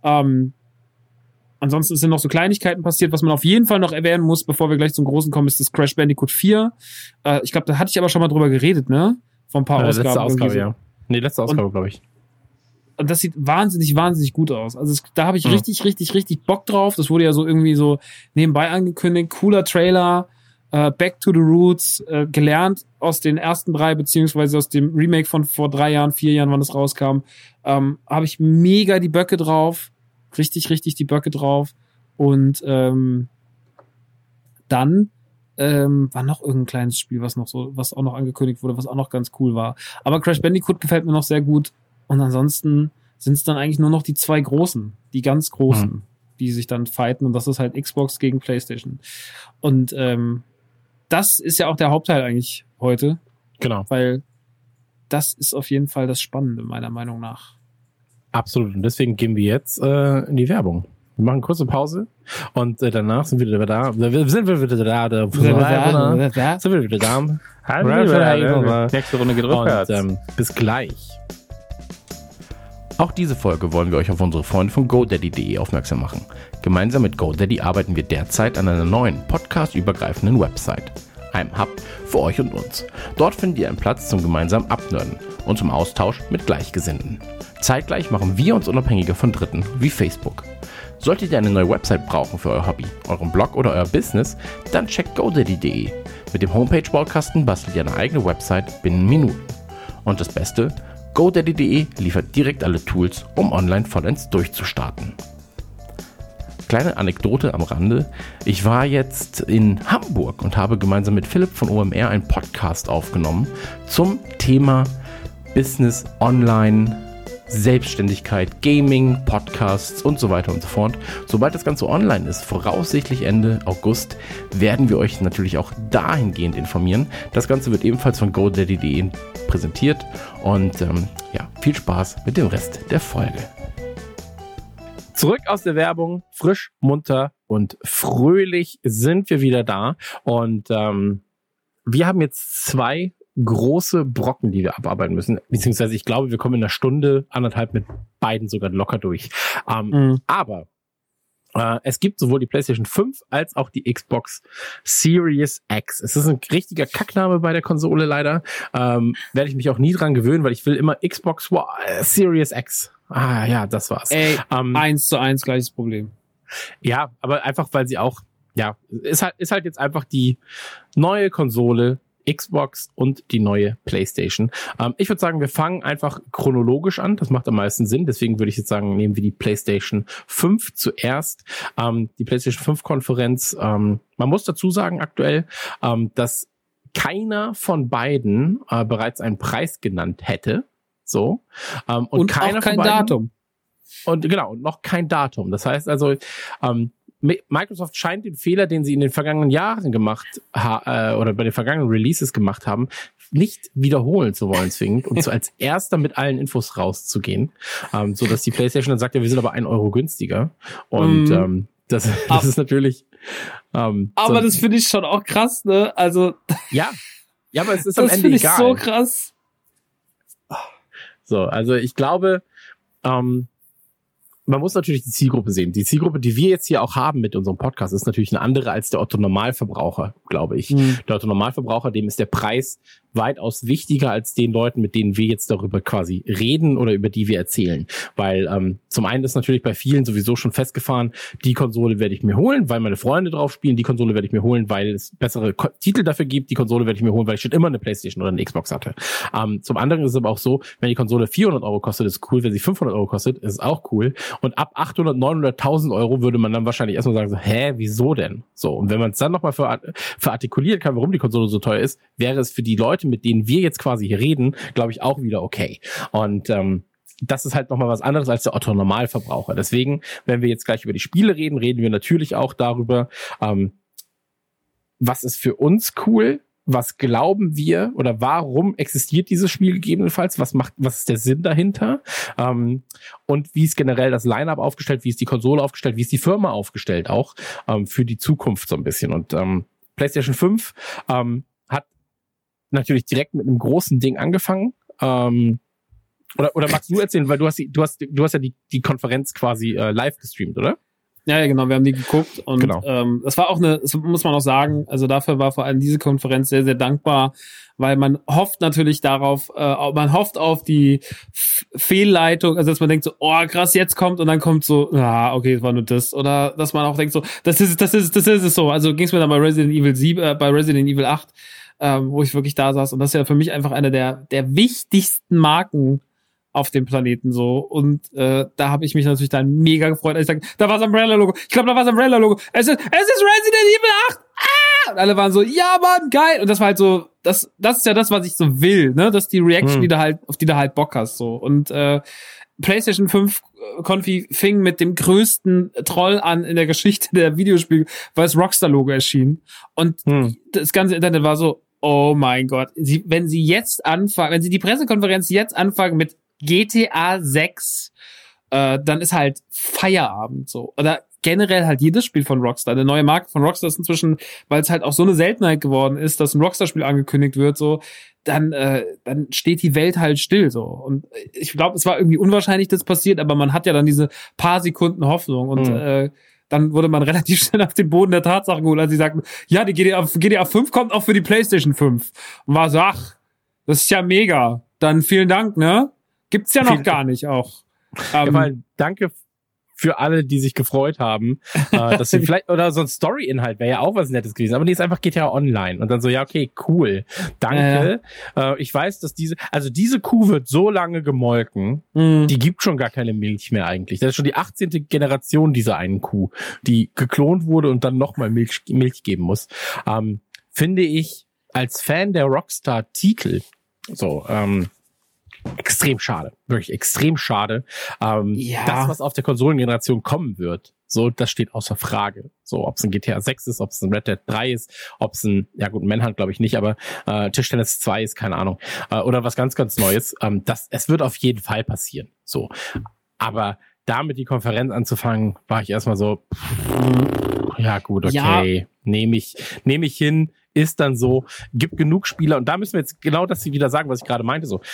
Ansonsten sind noch so Kleinigkeiten passiert, was man auf jeden Fall noch erwähnen muss, bevor wir gleich zum Großen kommen, ist das Crash Bandicoot 4. Ich glaube, da hatte ich aber schon mal drüber geredet, ne? Vor ein paar Ausgaben. Letzte Ausgabe, so. ja. Nee, letzte Ausgabe, glaube ich. Und das sieht wahnsinnig, wahnsinnig gut aus. Also da habe ich richtig Bock drauf. Das wurde ja so irgendwie so nebenbei angekündigt. Cooler Trailer, Back to the Roots, gelernt aus den ersten 3, beziehungsweise aus dem Remake von vor 3 Jahren, 4 Jahren, wann das rauskam. Habe ich mega die Böcke drauf. Richtig die Böcke drauf. Und dann war noch irgendein kleines Spiel, was auch noch angekündigt wurde, was auch noch ganz cool war. Aber Crash Bandicoot gefällt mir noch sehr gut. Und ansonsten sind es dann eigentlich nur noch die 2 großen, die ganz großen, die sich dann fighten. Und das ist halt Xbox gegen PlayStation. Und das ist ja auch der Hauptteil eigentlich heute. Genau. Weil das ist auf jeden Fall das Spannende, meiner Meinung nach. Absolut. Und deswegen gehen wir jetzt in die Werbung. Wir machen eine kurze Pause und danach sind wir wieder da. Sind wir wieder da. Nächste Runde geht rückwärts. Und bis gleich. Auch diese Folge wollen wir euch auf unsere Freunde von GoDaddy.de aufmerksam machen. Gemeinsam mit GoDaddy arbeiten wir derzeit an einer neuen, podcast-übergreifenden Website. Einem Hub für euch und uns. Dort findet ihr einen Platz zum gemeinsamen Abnörden und zum Austausch mit Gleichgesinnten. Zeitgleich machen wir uns unabhängiger von Dritten wie Facebook. Solltet ihr eine neue Website brauchen für euer Hobby, euren Blog oder euer Business, dann checkt GoDaddy.de. Mit dem Homepage-Baukasten bastelt ihr eine eigene Website binnen Minuten. Und das Beste, GoDaddy.de liefert direkt alle Tools, um online vollends durchzustarten. Kleine Anekdote am Rande. Ich war jetzt in Hamburg und habe gemeinsam mit Philipp von OMR einen Podcast aufgenommen zum Thema Business Online, Selbstständigkeit, Gaming, Podcasts und so weiter und so fort. Sobald das Ganze online ist, voraussichtlich Ende August, werden wir euch natürlich auch dahingehend informieren. Das Ganze wird ebenfalls von GoDaddy.de präsentiert und viel Spaß mit dem Rest der Folge. Zurück aus der Werbung, frisch, munter und fröhlich sind wir wieder da und wir haben jetzt 2 große Brocken, die wir abarbeiten müssen. Beziehungsweise ich glaube, wir kommen in einer Stunde, 1,5 mit beiden sogar locker durch. Aber es gibt sowohl die PlayStation 5 als auch die Xbox Series X. Es ist ein richtiger Kackname bei der Konsole leider. Werde ich mich auch nie dran gewöhnen, weil ich will immer Xbox Series X. Ah ja, das war's. 1:1 gleiches Problem. Ja, aber einfach, weil sie auch, ist halt jetzt einfach die neue Konsole Xbox und die neue PlayStation. Ich würde sagen, wir fangen einfach chronologisch an. Das macht am meisten Sinn. Deswegen würde ich jetzt sagen, nehmen wir die PlayStation 5 zuerst. Die PlayStation 5 Konferenz. Man muss dazu sagen aktuell, dass keiner von beiden bereits einen Preis genannt hätte. So. Und keiner auch kein von beiden, Datum. Und genau, noch kein Datum. Das heißt also, Microsoft scheint den Fehler, den sie in den vergangenen Jahren oder bei den vergangenen Releases gemacht haben, nicht wiederholen zu wollen zwingend und so als erster mit allen Infos rauszugehen, so dass die PlayStation dann sagt, ja, wir sind aber 1 Euro günstiger und das ist natürlich aber das finde ich schon auch krass, ne? Also ja, aber es ist am Ende egal. Das finde ich so krass. So, also ich glaube, man muss natürlich die Zielgruppe sehen. Die Zielgruppe, die wir jetzt hier auch haben mit unserem Podcast, ist natürlich eine andere als der Otto-Normalverbraucher, glaube ich. Der Otto-Normalverbraucher, dem ist der Preis weitaus wichtiger als den Leuten, mit denen wir jetzt darüber quasi reden oder über die wir erzählen. Weil zum einen ist natürlich bei vielen sowieso schon festgefahren, die Konsole werde ich mir holen, weil meine Freunde drauf spielen, die Konsole werde ich mir holen, weil es bessere Titel dafür gibt, die Konsole werde ich mir holen, weil ich schon immer eine PlayStation oder eine Xbox hatte. Zum anderen ist es aber auch so, wenn die Konsole 400 Euro kostet, ist cool, wenn sie 500 Euro kostet, ist auch cool. Und ab 800, 900.000 Euro würde man dann wahrscheinlich erstmal sagen, so, wieso denn? So, und wenn man es dann nochmal verartikulieren kann, warum die Konsole so teuer ist, wäre es für die Leute, mit denen wir jetzt quasi hier reden, glaube ich, auch wieder okay. Und das ist halt nochmal was anderes als der Otto-Normalverbraucher. Deswegen, wenn wir jetzt gleich über die Spiele reden, reden wir natürlich auch darüber, was ist für uns cool, was glauben wir oder warum existiert dieses Spiel gegebenenfalls, was ist der Sinn dahinter, und wie ist generell das Line-Up aufgestellt, wie ist die Konsole aufgestellt, wie ist die Firma aufgestellt auch für die Zukunft so ein bisschen. Und PlayStation 5 hat natürlich direkt mit einem großen Ding angefangen. Oder magst du erzählen, weil du hast ja die Konferenz quasi live gestreamt, oder? Ja, genau, wir haben die geguckt und genau. Das war auch das muss man auch sagen, also dafür war vor allem diese Konferenz sehr, sehr dankbar, weil man hofft natürlich darauf, man hofft auf die Fehlleitung, also dass man denkt so, oh krass, jetzt kommt und dann kommt so, okay, es war nur das, oder dass man auch denkt so, das ist es so, also ging es mir dann bei Resident Evil 8, wo ich wirklich da saß und das ist ja für mich einfach eine der wichtigsten Marken auf dem Planeten so. Und da habe ich mich natürlich dann mega gefreut, als ich sage, da war das Umbrella-Logo. Ich glaube, da war das Umbrella-Logo. Es ist Resident Evil 8! Und alle waren so, ja Mann, geil! Und das war halt so, das ist ja das, was ich so will, ne? Das ist die Reaction, auf die du halt Bock hast. So. Und PlayStation 5 Konfi fing mit dem größten Troll an in der Geschichte der Videospiele, weil das Rockstar-Logo erschien. Und das ganze Internet war so, oh mein Gott, wenn sie die Pressekonferenz jetzt anfangen mit GTA 6, dann ist halt Feierabend so. Oder generell halt jedes Spiel von Rockstar. Eine neue Marke von Rockstar ist inzwischen, weil es halt auch so eine Seltenheit geworden ist, dass ein Rockstar-Spiel angekündigt wird, so, dann steht die Welt halt still so. Und ich glaube, es war irgendwie unwahrscheinlich, dass passiert, aber man hat ja dann diese paar Sekunden Hoffnung und dann wurde man relativ schnell auf den Boden der Tatsachen geholt, als sie sagten, ja, die GTA 5 kommt auch für die PlayStation 5. Und war so, ach, das ist ja mega. Dann vielen Dank, ne? Gibt's ja noch gar nicht auch. Danke für alle, die sich gefreut haben, dass sie vielleicht, oder so ein Story-Inhalt wäre ja auch was Nettes gewesen, aber die ist einfach GTA Online und dann so, ja, okay, cool, danke. Ich weiß, dass diese Kuh wird so lange gemolken, die gibt schon gar keine Milch mehr eigentlich. Das ist schon die 18. Generation dieser einen Kuh, die geklont wurde und dann nochmal Milch geben muss. Finde ich als Fan der Rockstar-Titel so, extrem schade. Wirklich extrem schade. Das, was auf der Konsolengeneration kommen wird, so, das steht außer Frage. So, ob es ein GTA 6 ist, ob es ein Red Dead 3 ist, ob es ein, ja gut, Manhunt glaube ich nicht, aber Tischtennis 2 ist, keine Ahnung. Oder was ganz, ganz Neues. Es wird auf jeden Fall passieren. So. Aber damit die Konferenz anzufangen, war ich erstmal so, ja gut, okay, ja. Nehme ich hin, ist dann so, gibt genug Spieler und da müssen wir jetzt genau das wieder sagen, was ich gerade meinte, so,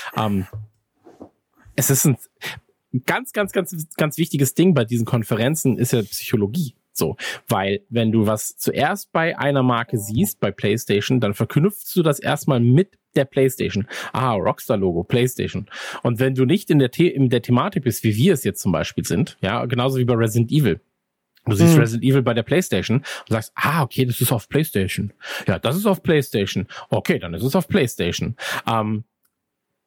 es ist ein ganz, ganz, ganz, ganz wichtiges Ding bei diesen Konferenzen ist ja Psychologie. So, weil wenn du was zuerst bei einer Marke siehst, bei PlayStation, dann verknüpfst du das erstmal mit der PlayStation. Rockstar-Logo, PlayStation. Und wenn du nicht in der Thematik bist, wie wir es jetzt zum Beispiel sind, ja, genauso wie bei Resident Evil. Du siehst Resident Evil bei der PlayStation und sagst, okay, das ist auf PlayStation. Ja, das ist auf PlayStation. Okay, dann ist es auf PlayStation.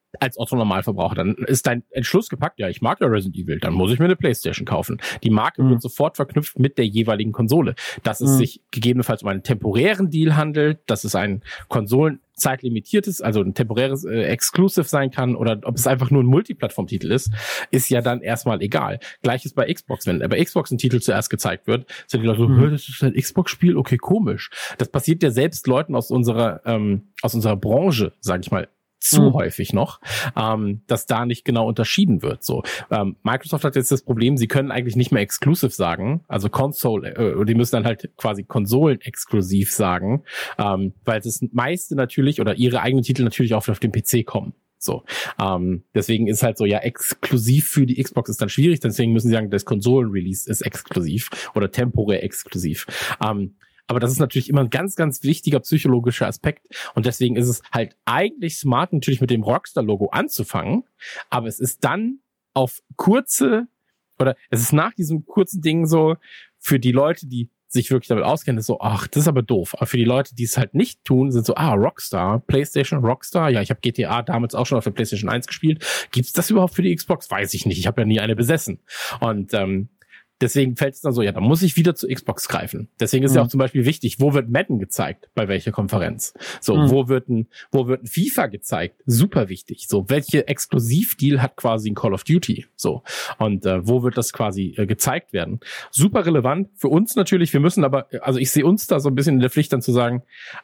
als Otto-Normalverbraucher. Dann ist dein Entschluss gepackt, ja, ich mag ja Resident Evil, dann muss ich mir eine PlayStation kaufen. Die Marke wird sofort verknüpft mit der jeweiligen Konsole. Dass es sich gegebenenfalls um einen temporären Deal handelt, dass es ein konsolenzeitlimitiertes, also ein temporäres Exclusive sein kann oder ob es einfach nur ein Multiplattform-Titel ist ja dann erstmal egal. Gleiches bei Xbox. Wenn bei Xbox ein Titel zuerst gezeigt wird, sind die Leute so, das ist ein Xbox-Spiel, okay, komisch. Das passiert ja selbst Leuten aus unserer Branche, sage ich mal, zu häufig noch, dass da nicht genau unterschieden wird. So, Microsoft hat jetzt das Problem, sie können eigentlich nicht mehr exclusive sagen, also Console, die müssen dann halt quasi Konsolen-exklusiv sagen, weil das meiste natürlich oder ihre eigenen Titel natürlich auch auf den PC kommen. So, deswegen ist halt so, ja, exklusiv für die Xbox ist dann schwierig, deswegen müssen sie sagen, das Konsolen-Release ist exklusiv oder temporär exklusiv. Aber das ist natürlich immer ein ganz, ganz wichtiger psychologischer Aspekt. Und deswegen ist es halt eigentlich smart, natürlich mit dem Rockstar-Logo anzufangen. Aber es ist dann es ist nach diesem kurzen Ding so, für die Leute, die sich wirklich damit auskennen, ist so, ach, das ist aber doof. Aber für die Leute, die es halt nicht tun, sind so, Rockstar, PlayStation, Rockstar. Ja, ich habe GTA damals auch schon auf der PlayStation 1 gespielt. Gibt's das überhaupt für die Xbox? Weiß ich nicht. Ich habe ja nie eine besessen. Und deswegen fällt es dann so, ja, da muss ich wieder zu Xbox greifen. Deswegen ist ja auch zum Beispiel wichtig, wo wird Madden gezeigt, bei welcher Konferenz? So, wo wird ein FIFA gezeigt? Super wichtig. So, welche Exklusivdeal hat quasi ein Call of Duty? So, und wo wird das quasi gezeigt werden? Super relevant für uns natürlich. Wir müssen aber, also ich sehe uns da so ein bisschen in der Pflicht dann zu sagen,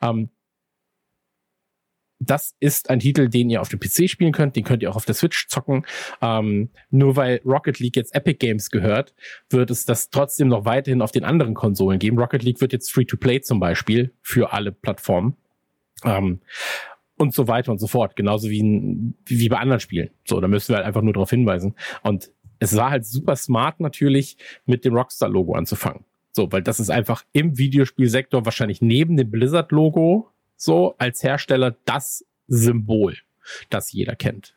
das ist ein Titel, den ihr auf dem PC spielen könnt, den könnt ihr auch auf der Switch zocken. Nur weil Rocket League jetzt Epic Games gehört, wird es das trotzdem noch weiterhin auf den anderen Konsolen geben. Rocket League wird jetzt Free-to-Play zum Beispiel für alle Plattformen. Und so weiter und so fort. Genauso wie bei anderen Spielen. So, da müssen wir halt einfach nur darauf hinweisen. Und es war halt super smart natürlich, mit dem Rockstar-Logo anzufangen. So, weil das ist einfach im Videospielsektor wahrscheinlich neben dem Blizzard-Logo so als Hersteller das Symbol, das jeder kennt.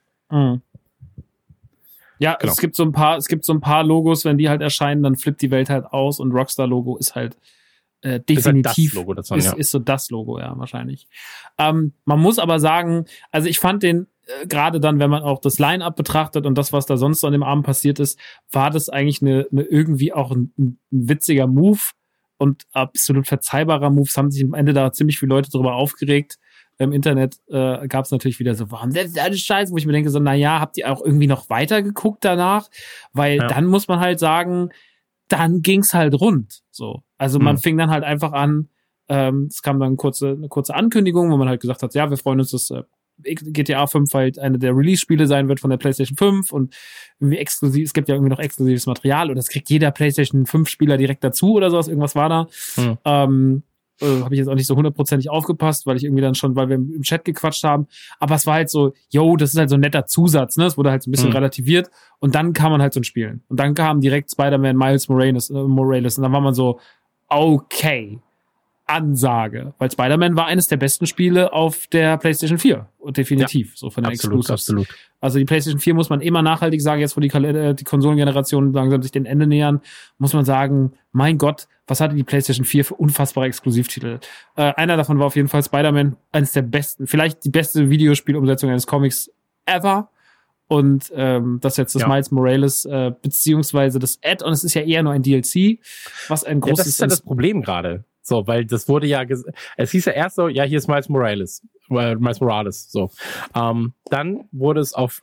Ja, genau. Es gibt so ein paar Logos, wenn die halt erscheinen, dann flippt die Welt halt aus und Rockstar-Logo ist halt definitiv ist, halt das Logo, ist so das Logo, ja, wahrscheinlich. Man muss aber sagen, also ich fand den gerade dann, wenn man auch das Line-Up betrachtet und das, was da sonst an dem Abend passiert ist, war das eigentlich eine irgendwie auch ein witziger Move und absolut verzeihbarer Move. Es haben sich am Ende da ziemlich viele Leute darüber aufgeregt. Im Internet gab es natürlich wieder so, warum das ist alles Scheiße, wo ich mir denke, so, naja, habt ihr auch irgendwie noch weiter geguckt danach? Weil dann muss man halt sagen, dann ging's halt rund. So. Also man fing dann halt einfach an, es kam dann eine kurze Ankündigung, wo man halt gesagt hat, ja, wir freuen uns, dass GTA 5 halt eine der Release-Spiele sein wird von der PlayStation 5 und irgendwie exklusiv, es gibt ja irgendwie noch exklusives Material und das kriegt jeder PlayStation 5-Spieler direkt dazu oder sowas, irgendwas war da. Habe ich jetzt auch nicht so hundertprozentig aufgepasst, weil wir im Chat gequatscht haben. Aber es war halt so, das ist halt so ein netter Zusatz, ne? Es wurde halt so ein bisschen relativiert und dann kam man halt so ein Spielen. Und dann kam direkt Spider-Man Miles Morales und dann war man so, okay, Ansage. Weil Spider-Man war eines der besten Spiele auf der PlayStation 4. Und definitiv, so von den Exclusives. Absolut. Also die PlayStation 4 muss man immer nachhaltig sagen, jetzt wo die Konsolengenerationen langsam sich den Ende nähern, muss man sagen, mein Gott, was hatte die PlayStation 4 für unfassbare Exklusivtitel? Einer davon war auf jeden Fall Spider-Man, eines der besten, vielleicht die beste Videospielumsetzung eines Comics ever. Und das jetzt das Miles Morales, beziehungsweise das Add-on, es ist ja eher nur ein DLC, was ein großes... das ist ja das Problem gerade. So, weil das wurde ja, es hieß ja erst so, ja, hier ist Miles Morales, so. Dann wurde es hat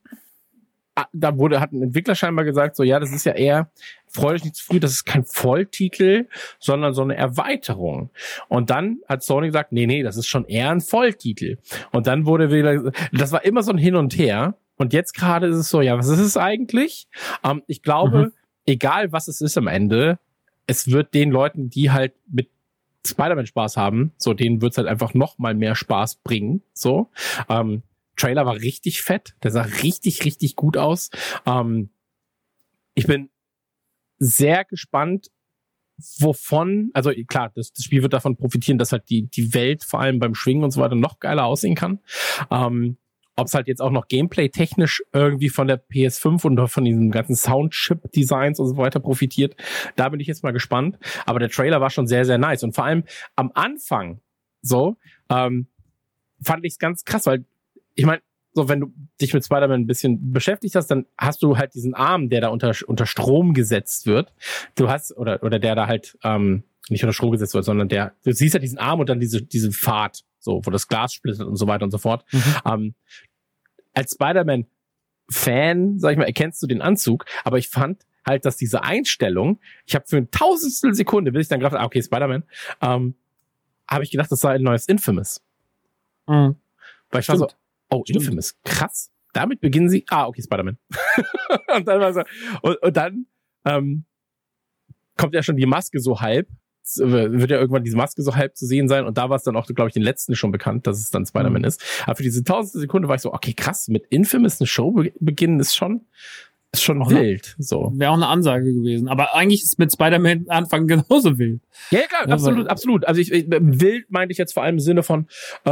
ein Entwickler scheinbar gesagt, so, ja, das ist ja eher, freu dich nicht zu früh, das ist kein Volltitel, sondern so eine Erweiterung. Und dann hat Sony gesagt, nee, das ist schon eher ein Volltitel. Und dann wurde wieder, das war immer so ein Hin und Her. Und jetzt gerade ist es so, ja, was ist es eigentlich? Ich glaube, egal was es ist am Ende, es wird den Leuten, die halt mit Spider-Man Spaß haben, so denen wird's halt einfach noch mal mehr Spaß bringen. So, Trailer war richtig fett, der sah richtig, richtig gut aus. Ich bin sehr gespannt, wovon, also klar, das Spiel wird davon profitieren, dass halt die Welt vor allem beim Schwingen und so weiter noch geiler aussehen kann. Ob es halt jetzt auch noch gameplay-technisch irgendwie von der PS5 und von diesen ganzen Soundchip-Designs und so weiter profitiert, da bin ich jetzt mal gespannt. Aber der Trailer war schon sehr, sehr nice. Und vor allem am Anfang so fand ich es ganz krass, weil ich meine, so, wenn du dich mit Spider-Man ein bisschen beschäftigt hast, dann hast du halt diesen Arm, der da unter Strom gesetzt wird. Du hast, oder der da halt, nicht unter Strom gesetzt wird, sondern du siehst ja diesen Arm und dann diese Pfad, so, wo das Glas splittert und so weiter und so fort. Als Spider-Man-Fan, sag ich mal, erkennst du den Anzug, aber ich fand halt, dass diese Einstellung, ich habe für ein Tausendstel Sekunde, bis ich dann gedacht habe, okay, Spider-Man, habe ich gedacht, das sei ein neues Infamous. Weil ich war so, Infamous, krass. Damit beginnen sie, okay, Spider-Man. Und dann war so, und dann kommt ja schon die Maske so halb, wird ja irgendwann diese Maske so halb zu sehen sein und da war es dann auch, glaube ich, den letzten schon bekannt, dass es dann Spider-Man ist. Aber für diese tausendste Sekunde war ich so, okay, krass, mit Infamous eine Show beginnen ist schon wild. So. Wäre auch eine Ansage gewesen. Aber eigentlich ist mit Spider-Man Anfang genauso wild. Ja, klar, absolut. Also wild meinte ich jetzt vor allem im Sinne von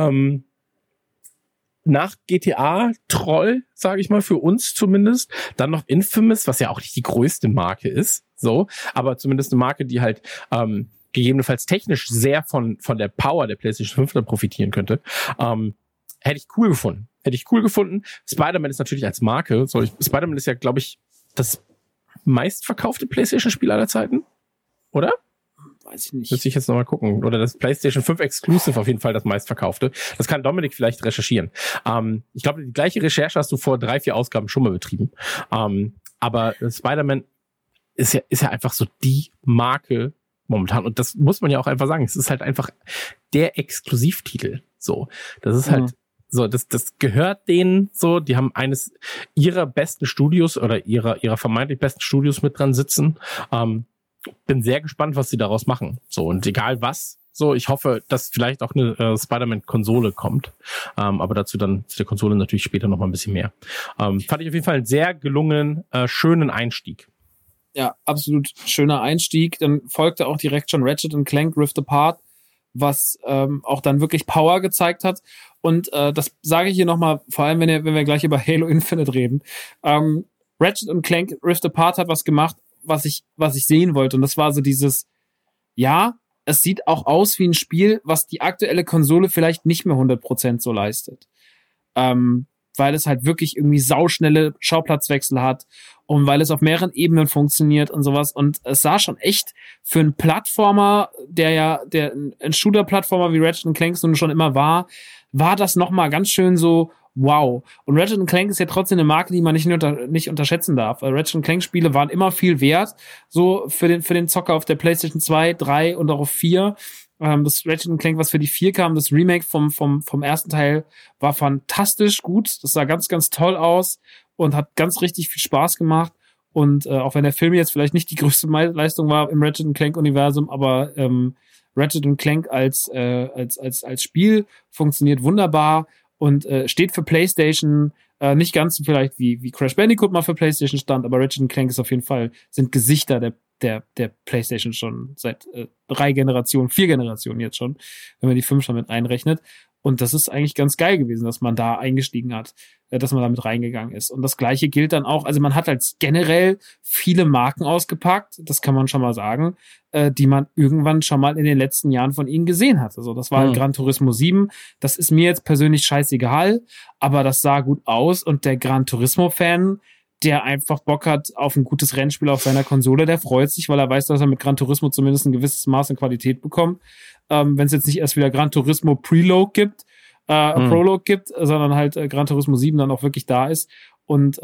nach GTA Troll, sage ich mal, für uns zumindest, dann noch Infamous, was ja auch nicht die größte Marke ist, so, aber zumindest eine Marke, die halt gegebenenfalls technisch sehr von der Power der PlayStation 5 dann profitieren könnte, hätte ich cool gefunden. Spider-Man ist natürlich als Marke, Spider-Man ist ja, glaube ich, das meistverkaufte PlayStation-Spiel aller Zeiten, oder? Weiß ich nicht. Müsste ich jetzt nochmal gucken. Oder das PlayStation 5 Exclusive auf jeden Fall das meistverkaufte. Das kann Dominik vielleicht recherchieren. Ich glaube, die gleiche Recherche hast du vor 3-4 Ausgaben schon mal betrieben. Aber Spider-Man ist ja einfach so die Marke momentan. Und das muss man ja auch einfach sagen. Es ist halt einfach der Exklusivtitel. So. Das ist halt so, das gehört denen so. Die haben eines ihrer besten Studios oder ihrer vermeintlich besten Studios mit dran sitzen. Bin sehr gespannt, was sie daraus machen. So, und egal was, so, ich hoffe, dass vielleicht auch eine Spider-Man-Konsole kommt. Aber dazu dann zu der Konsole natürlich später noch mal ein bisschen mehr. Fand ich auf jeden Fall einen sehr gelungenen, schönen Einstieg. Ja, absolut schöner Einstieg. Dann folgte auch direkt schon Ratchet & Clank Rift Apart, was auch dann wirklich Power gezeigt hat. Und das sage ich hier nochmal, vor allem, wenn wir gleich über Halo Infinite reden. Ratchet & Clank Rift Apart hat was gemacht, was ich sehen wollte. Und das war so dieses, ja, es sieht auch aus wie ein Spiel, was die aktuelle Konsole vielleicht nicht mehr 100% so leistet. Weil es halt wirklich irgendwie sauschnelle Schauplatzwechsel hat und weil es auf mehreren Ebenen funktioniert und sowas. Und es sah schon echt für einen Plattformer, der ein Shooter-Plattformer wie Ratchet & Clank nun schon immer war das nochmal ganz schön so, wow. Und Ratchet & Clank ist ja trotzdem eine Marke, die man nicht unterschätzen darf. Ratchet & Clank Spiele waren immer viel wert, so für den Zocker auf der PlayStation 2, 3 und auch auf 4. Das Ratchet & Clank, was für die 4 kam, das Remake vom ersten Teil, war fantastisch gut. Das sah ganz, ganz toll aus und hat ganz richtig viel Spaß gemacht. Und auch wenn der Film jetzt vielleicht nicht die größte Leistung war im Ratchet & Clank-Universum, aber Ratchet & Clank als Spiel funktioniert wunderbar und steht für PlayStation, nicht ganz so vielleicht wie Crash Bandicoot mal für PlayStation stand, aber Ratchet & Clank ist auf jeden Fall, sind Gesichter der PlayStation schon seit 4 Generationen jetzt schon, wenn man die 5 schon mit einrechnet. Und das ist eigentlich ganz geil gewesen, dass man da eingestiegen hat, dass man damit reingegangen ist. Und das Gleiche gilt dann auch, also man hat als generell viele Marken ausgepackt, das kann man schon mal sagen, die man irgendwann schon mal in den letzten Jahren von ihnen gesehen hat. Also das war Gran Turismo 7, das ist mir jetzt persönlich scheißegal, aber das sah gut aus und der Gran Turismo-Fan, der einfach Bock hat auf ein gutes Rennspiel auf seiner Konsole, der freut sich, weil er weiß, dass er mit Gran Turismo zumindest ein gewisses Maß an Qualität bekommt. Wenn es jetzt nicht erst wieder Gran Turismo Prologue gibt, sondern halt Gran Turismo 7 dann auch wirklich da ist. Und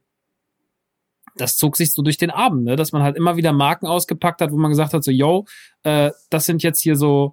das zog sich so durch den Abend, ne? Dass man halt immer wieder Marken ausgepackt hat, wo man gesagt hat, so, yo, das sind jetzt hier so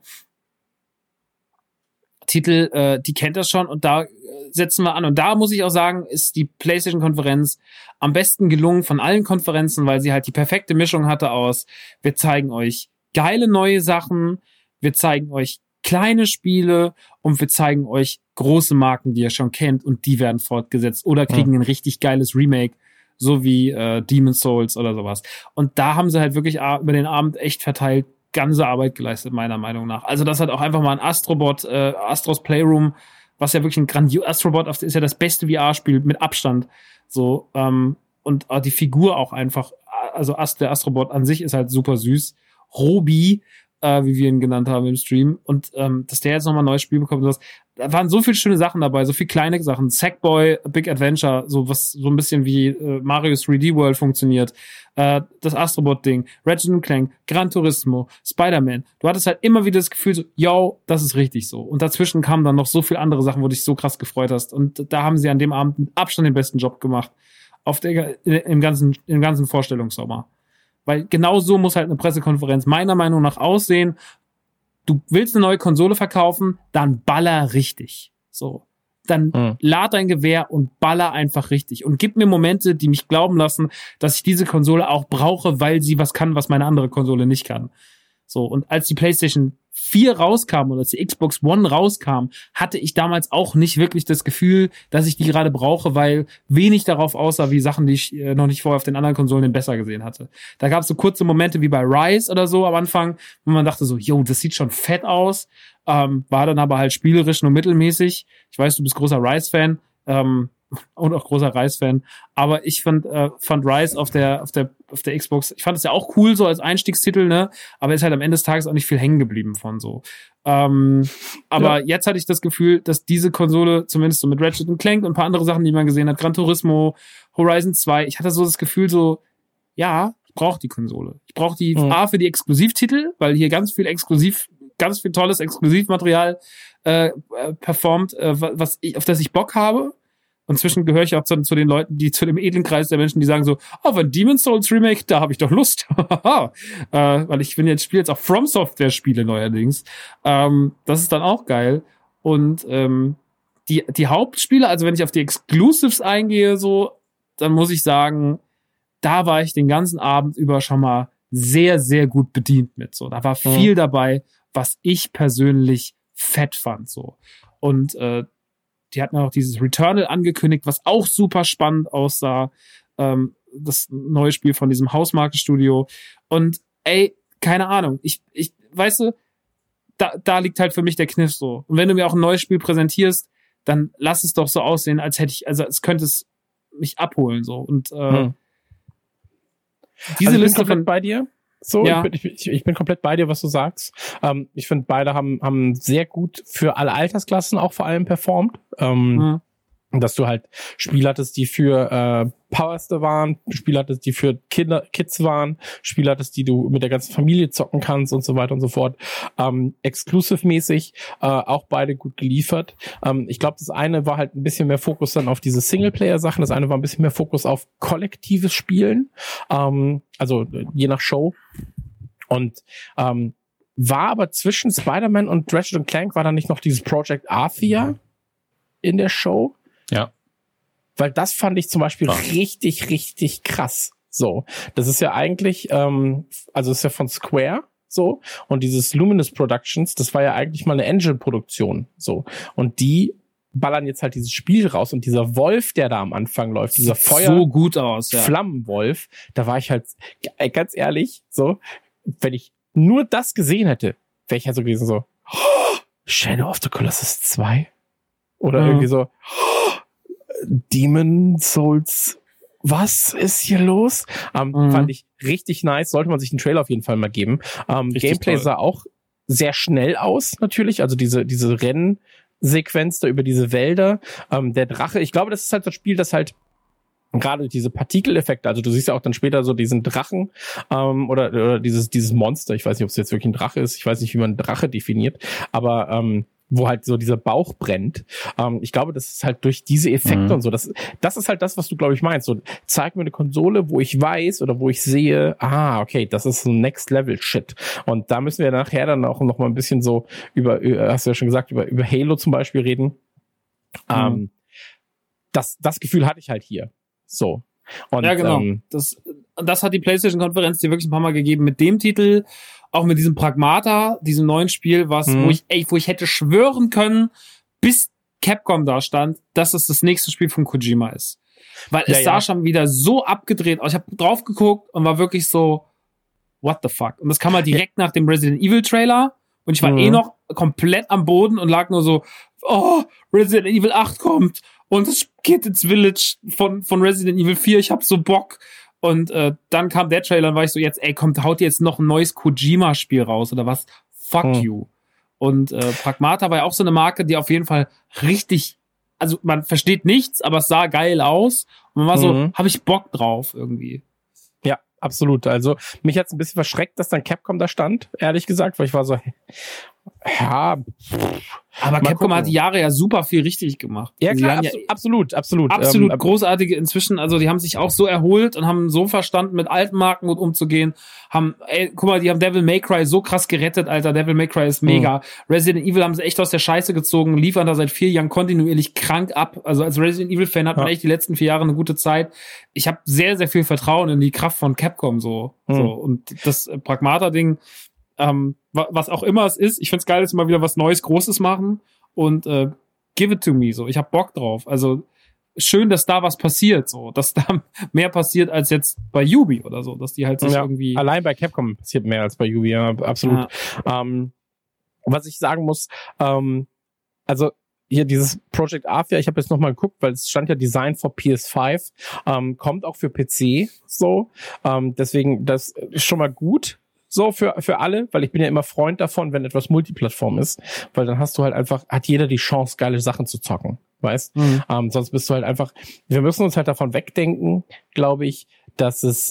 Titel, die kennt das schon und da setzen wir an. Und da muss ich auch sagen, ist die PlayStation-Konferenz am besten gelungen von allen Konferenzen, weil sie halt die perfekte Mischung hatte aus, wir zeigen euch geile neue Sachen, wir zeigen euch kleine Spiele und wir zeigen euch große Marken, die ihr schon kennt und die werden fortgesetzt oder kriegen ein richtig geiles Remake, so wie Demon's Souls oder sowas. Und da haben sie halt wirklich über den Abend echt verteilt ganze Arbeit geleistet, meiner Meinung nach. Also das hat auch einfach mal ein Astros Playroom, was ja wirklich ein Astrobot ist ja das beste VR-Spiel mit Abstand. So, und die Figur auch einfach, also der Astrobot an sich ist halt super süß. Robi, wie wir ihn genannt haben im Stream. Und dass der jetzt nochmal ein neues Spiel bekommt, da waren so viele schöne Sachen dabei, so viele kleine Sachen. Sackboy, Big Adventure, so was so ein bisschen wie Mario's 3D World funktioniert. Das Astrobot-Ding, Ratchet & Clank, Gran Turismo, Spider-Man. Du hattest halt immer wieder das Gefühl so, yo, das ist richtig so. Und dazwischen kamen dann noch so viele andere Sachen, wo du dich so krass gefreut hast. Und da haben sie an dem Abend mit Abstand den besten Job gemacht. Im ganzen Vorstellungssommer. Weil genau so muss halt eine Pressekonferenz meiner Meinung nach aussehen. Du willst eine neue Konsole verkaufen, dann baller richtig. So. Dann lad dein Gewehr und baller einfach richtig. Und gib mir Momente, die mich glauben lassen, dass ich diese Konsole auch brauche, weil sie was kann, was meine andere Konsole nicht kann. So. Und als die PlayStation 4 rauskam oder als die Xbox One rauskam, hatte ich damals auch nicht wirklich das Gefühl, dass ich die gerade brauche, weil wenig darauf aussah wie Sachen, die ich noch nicht vorher auf den anderen Konsolen besser gesehen hatte. Da gab es so kurze Momente wie bei Rise oder so am Anfang, wo man dachte so, yo, das sieht schon fett aus, war dann aber halt spielerisch nur mittelmäßig. Ich weiß, du bist großer Rise-Fan, und auch großer Rise-Fan, aber ich fand Rise auf der Xbox, ich fand es ja auch cool so als Einstiegstitel, ne, aber ist halt am Ende des Tages auch nicht viel hängen geblieben von so. Aber jetzt hatte ich das Gefühl, dass diese Konsole, zumindest so mit Ratchet & Clank und ein paar andere Sachen, die man gesehen hat, Gran Turismo, Horizon 2, ich hatte so das Gefühl so, ja, ich brauche die Konsole. Ich brauche die A für die Exklusivtitel, weil hier ganz viel tolles Exklusivmaterial performt, auf das ich Bock habe. Und inzwischen gehöre ich auch zu den Leuten, zu dem edlen Kreis der Menschen, die sagen so, oh, ein Demon's Souls Remake, da habe ich doch Lust. Weil ich spiele jetzt auch From Software Spiele neuerdings. Das ist dann auch geil. Und die Hauptspiele, also wenn ich auf die Exclusives eingehe, so, dann muss ich sagen, da war ich den ganzen Abend über schon mal sehr, sehr gut bedient mit. So, da war viel dabei, was ich persönlich fett fand. So. Und die hatten auch dieses Returnal angekündigt, was auch super spannend aussah. Das neue Spiel von diesem Hausmarke-Studio. Und ey, keine Ahnung. Ich weißt du, da liegt halt für mich der Kniff so. Und wenn du mir auch ein neues Spiel präsentierst, dann lass es doch so aussehen, als könnte es mich abholen, so. Und diese also Liste von bei dir. So, ja. ich bin komplett bei dir, was du sagst. Ich finde, beide haben sehr gut für alle Altersklassen auch vor allem performt. Dass du halt Spiele hattest, die für Powerste waren, Spiele hattest, die für Kids waren, Spiele hattest, die du mit der ganzen Familie zocken kannst und so weiter und so fort. Exclusive-mäßig auch beide gut geliefert. Ich glaube, das eine war halt ein bisschen mehr Fokus dann auf diese Singleplayer-Sachen, das eine war ein bisschen mehr Fokus auf kollektives Spielen, also je nach Show. Und war aber zwischen Spider-Man und Ratchet & Clank war dann nicht noch dieses Project Arthur in der Show? Ja. Weil das fand ich zum Beispiel richtig, richtig krass. So, das ist ja eigentlich, also das ist ja von Square, so, und dieses Luminous Productions, das war ja eigentlich mal eine Engine-Produktion, so, und die ballern jetzt halt dieses Spiel raus und dieser Wolf, der da am Anfang läuft, dieser so gut aus, ja. Flammenwolf, da war ich halt, ganz ehrlich, so, wenn ich nur das gesehen hätte, wäre ich halt so gewesen, so, Shadow of the Colossus 2? Oder irgendwie so, Demon's Souls, was ist hier los? Fand ich richtig nice, sollte man sich den Trailer auf jeden Fall mal geben. Gameplay toll. Sah auch sehr schnell aus, natürlich, also diese Rennsequenz da über diese Wälder. Der Drache, ich glaube, das ist halt das Spiel, das halt gerade diese Partikeleffekte, also du siehst ja auch dann später so diesen Drachen oder dieses Monster, ich weiß nicht, ob es jetzt wirklich ein Drache ist, ich weiß nicht, wie man Drache definiert, aber wo halt so dieser Bauch brennt. Ich glaube, das ist halt durch diese Effekte und so. Das ist halt das, was du, glaube ich, meinst. So, zeig mir eine Konsole, wo ich weiß oder wo ich sehe, okay, das ist so Next-Level-Shit. Und da müssen wir nachher dann auch noch mal ein bisschen so über hast du ja schon gesagt, über Halo zum Beispiel reden. Das Gefühl hatte ich halt hier. So. Und, ja, genau. Das hat die PlayStation-Konferenz dir wirklich ein paar Mal gegeben mit dem Titel, auch mit diesem Pragmata, diesem neuen Spiel, wo ich hätte schwören können, bis Capcom da stand, dass es das nächste Spiel von Kojima ist. Weil es sah schon wieder so abgedreht aus. Ich habe drauf geguckt und war wirklich so, what the fuck? Und das kam halt direkt nach dem Resident Evil Trailer und ich war noch komplett am Boden und lag nur so, Resident Evil 8 kommt und das Kids Village von Resident Evil 4, ich hab so Bock. Und dann kam der Trailer und war ich so, haut jetzt noch ein neues Kojima-Spiel raus oder was? Fuck you. Und Pragmata war ja auch so eine Marke, die auf jeden Fall richtig, also man versteht nichts, aber es sah geil aus. Und man war so, habe ich Bock drauf irgendwie. Ja, absolut. Also mich hat's ein bisschen verschreckt, dass dann Capcom da stand, ehrlich gesagt, weil ich war so, ja. Aber Capcom hat die Jahre ja super viel richtig gemacht. Ja, klar, absolut. Absolut großartige inzwischen, also die haben sich auch so erholt und haben so verstanden, mit alten Marken gut umzugehen. Guck mal, die haben Devil May Cry so krass gerettet, Alter. Devil May Cry ist mega. Resident Evil haben sie echt aus der Scheiße gezogen, liefern da seit 4 Jahren kontinuierlich krank ab. Also als Resident Evil Fan hat man echt die letzten 4 Jahre eine gute Zeit. Ich habe sehr, sehr viel Vertrauen in die Kraft von Capcom so. Und das Pragmata-Ding, was auch immer es ist, ich find's geil, dass sie mal wieder was Neues, Großes machen und give it to me, so. Ich hab Bock drauf. Also schön, dass da was passiert, so. Dass da mehr passiert als jetzt bei Yubi oder so. Dass die halt sich irgendwie... Allein bei Capcom passiert mehr als bei Yubi, ja, absolut. Ja. Was ich sagen muss, also hier dieses Project Athia, ich habe jetzt nochmal geguckt, weil es stand ja Design for PS5, kommt auch für PC, so. Deswegen, das ist schon mal gut. So, für alle, weil ich bin ja immer Freund davon, wenn etwas Multiplattform ist, weil dann hast du halt einfach, hat jeder die Chance, geile Sachen zu zocken, weißt? Sonst bist du halt einfach, wir müssen uns halt davon wegdenken, glaube ich, dass es,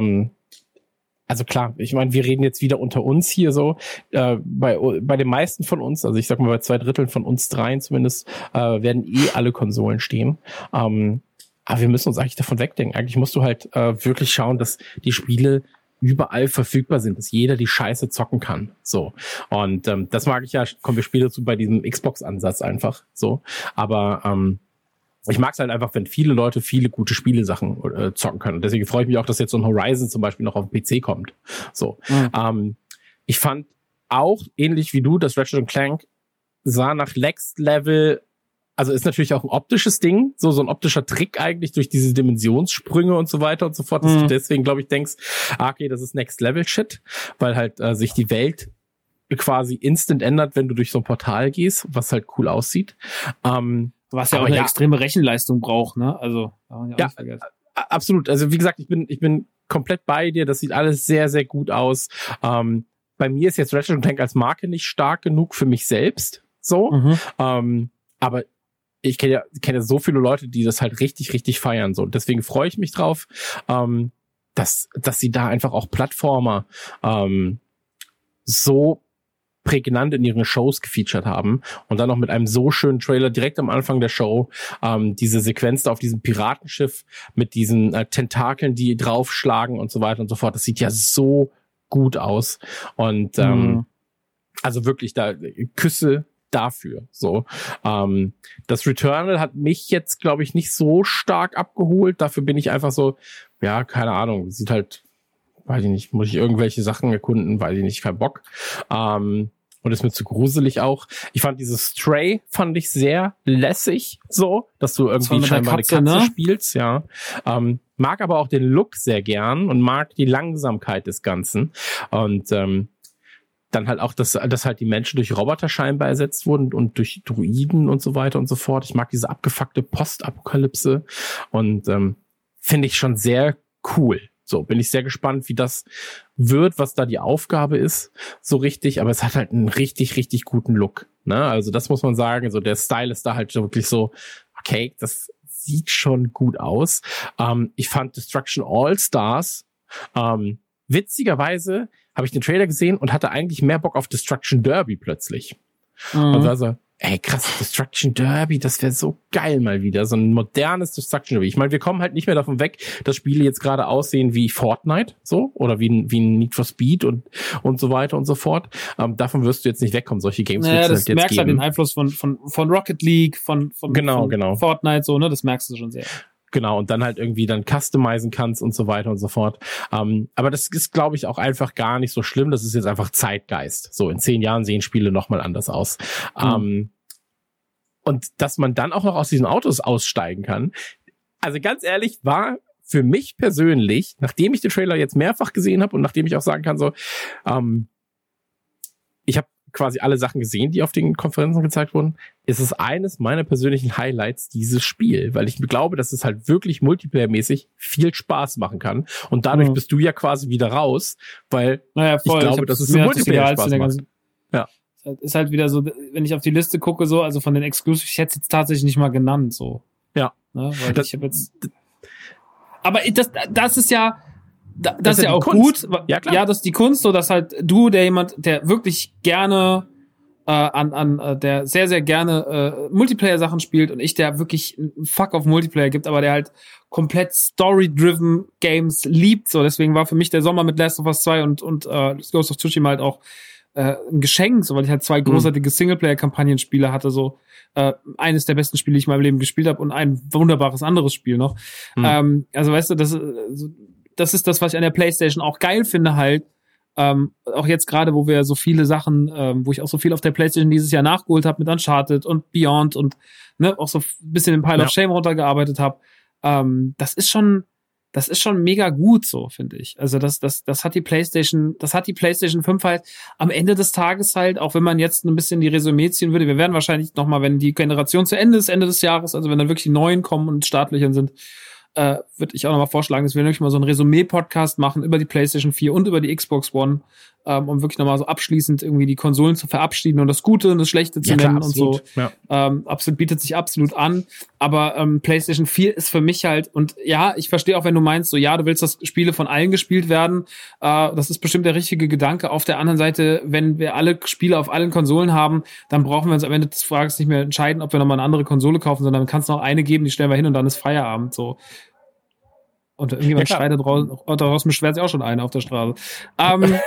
also klar, ich meine, wir reden jetzt wieder unter uns hier so, bei den meisten von uns, also ich sag mal bei 2/3 von uns dreien zumindest, werden alle Konsolen stehen, aber wir müssen uns eigentlich davon wegdenken. Eigentlich musst du halt wirklich schauen, dass die Spiele überall verfügbar sind, dass jeder die Scheiße zocken kann. So. Und das mag ich ja, kommen wir später zu bei diesem Xbox-Ansatz einfach so. Aber ich mag es halt einfach, wenn viele Leute viele gute Spielesachen zocken können. Und deswegen freue ich mich auch, dass jetzt so ein Horizon zum Beispiel noch auf den PC kommt. So. Ich fand auch, ähnlich wie du, das Ratchet & Clank sah nach Next Level, also ist natürlich auch ein optisches Ding, so ein optischer Trick eigentlich durch diese Dimensionssprünge und so weiter und so fort, dass du deswegen, glaube ich, denkst, okay, das ist Next-Level-Shit, weil halt sich die Welt quasi instant ändert, wenn du durch so ein Portal gehst, was halt cool aussieht. Was ja auch eine extreme Rechenleistung braucht, ne? Also, ja, absolut. Also wie gesagt, ich bin komplett bei dir, das sieht alles sehr, sehr gut aus. Bei mir ist jetzt Ratchet & Clank als Marke nicht stark genug für mich selbst, so. Aber ich kenne ja so viele Leute, die das halt richtig, richtig feiern. So. Deswegen freue ich mich drauf, dass sie da einfach auch Plattformer so prägnant in ihren Shows gefeatured haben und dann noch mit einem so schönen Trailer direkt am Anfang der Show, diese Sequenz da auf diesem Piratenschiff mit diesen Tentakeln, die draufschlagen und so weiter und so fort. Das sieht ja so gut aus. Und also wirklich da Küsse dafür. So, das Returnal hat mich jetzt, glaube ich, nicht so stark abgeholt. Dafür bin ich einfach so, ja, keine Ahnung, sieht halt, weiß ich nicht, muss ich irgendwelche Sachen erkunden, weiß ich nicht, kein Bock. Und ist mir zu gruselig auch. Ich fand dieses Stray, fand ich sehr lässig, so, dass du irgendwie scheinbar eine Katze spielst, ja. Mag aber auch den Look sehr gern und mag die Langsamkeit des Ganzen. Und dann halt auch, dass halt die Menschen durch Roboter scheinbar ersetzt wurden und durch Druiden und so weiter und so fort. Ich mag diese abgefuckte Postapokalypse und finde ich schon sehr cool. So, bin ich sehr gespannt, wie das wird, was da die Aufgabe ist, so richtig. Aber es hat halt einen richtig, richtig guten Look. Ne? Also das muss man sagen. Also der Style ist da halt wirklich so, okay, das sieht schon gut aus. Ich fand Destruction All-Stars witzigerweise habe ich den Trailer gesehen und hatte eigentlich mehr Bock auf Destruction Derby plötzlich. Und war so, ey krass, Destruction Derby, das wäre so geil mal wieder. So ein modernes Destruction Derby. Ich meine, wir kommen halt nicht mehr davon weg, dass Spiele jetzt gerade aussehen wie Fortnite, so, oder wie ein Need for Speed und so weiter und so fort. Davon wirst du jetzt nicht wegkommen, solche Games. Naja, das halt merkst du halt den Einfluss von Rocket League, von genau. Fortnite, so, ne, das merkst du schon sehr. Genau, und dann halt irgendwie dann customizen kannst und so weiter und so fort. Aber das ist, glaube ich, auch einfach gar nicht so schlimm. Das ist jetzt einfach Zeitgeist. So, in 10 Jahren sehen Spiele nochmal anders aus. Und dass man dann auch noch aus diesen Autos aussteigen kann. Also ganz ehrlich, war für mich persönlich, nachdem ich den Trailer jetzt mehrfach gesehen habe und nachdem ich auch sagen kann, so, ich habe quasi alle Sachen gesehen, die auf den Konferenzen gezeigt wurden, ist es eines meiner persönlichen Highlights, dieses Spiel, weil ich glaube, dass es halt wirklich multiplayermäßig viel Spaß machen kann und dadurch bist du ja quasi wieder raus, weil ich glaube, dass es im Multiplayer Spaß macht. Ja. ist halt wieder so, wenn ich auf die Liste gucke, so, also von den Exclusives, ich hätte es jetzt tatsächlich nicht mal genannt, so. Ja. Ne? Weil ich habe jetzt. Aber das ist ja, das ist ja auch Kunst. gut. Ja, klar. Ja, das ist die Kunst, so dass halt der wirklich gerne der sehr, sehr gerne Multiplayer-Sachen spielt und ich, der wirklich einen Fuck auf Multiplayer gibt, aber der halt komplett Story-driven Games liebt. So, deswegen war für mich der Sommer mit Last of Us 2 und Ghost of Tsushima halt auch ein Geschenk, so, weil ich halt zwei großartige Singleplayer-Kampagnenspiele hatte, so eines der besten Spiele, die ich in meinem Leben gespielt habe und ein wunderbares anderes Spiel noch. Also weißt du, das ist das, was ich an der PlayStation auch geil finde halt. Auch jetzt gerade, wo wir so viele Sachen, wo ich auch so viel auf der PlayStation dieses Jahr nachgeholt habe mit Uncharted und Beyond und ne, auch so ein bisschen den Pile of Shame runtergearbeitet habe. Das ist schon mega gut, so finde ich. Also das hat die PlayStation 5 halt am Ende des Tages halt, auch wenn man jetzt ein bisschen die Resümee ziehen würde, wir werden wahrscheinlich nochmal, wenn die Generation zu Ende ist, Ende des Jahres, also wenn dann wirklich die neuen kommen und Startlöchern sind, würde ich auch nochmal vorschlagen, dass wir wirklich mal so einen Resümee-Podcast machen über die PlayStation 4 und über die Xbox One, um wirklich nochmal so abschließend irgendwie die Konsolen zu verabschieden und das Gute und das Schlechte zu nennen und so. Ja. Absolut, bietet sich absolut an. Aber PlayStation 4 ist für mich halt, und ja, ich verstehe auch, wenn du meinst, so ja, du willst, dass Spiele von allen gespielt werden. Das ist bestimmt der richtige Gedanke. Auf der anderen Seite, wenn wir alle Spiele auf allen Konsolen haben, dann brauchen wir uns am Ende des Tages nicht mehr entscheiden, ob wir nochmal eine andere Konsole kaufen, sondern dann kann es noch eine geben, die stellen wir hin und dann ist Feierabend, so. Und irgendjemand schreit da draußen beschwert sich auch schon einer auf der Straße. Nein!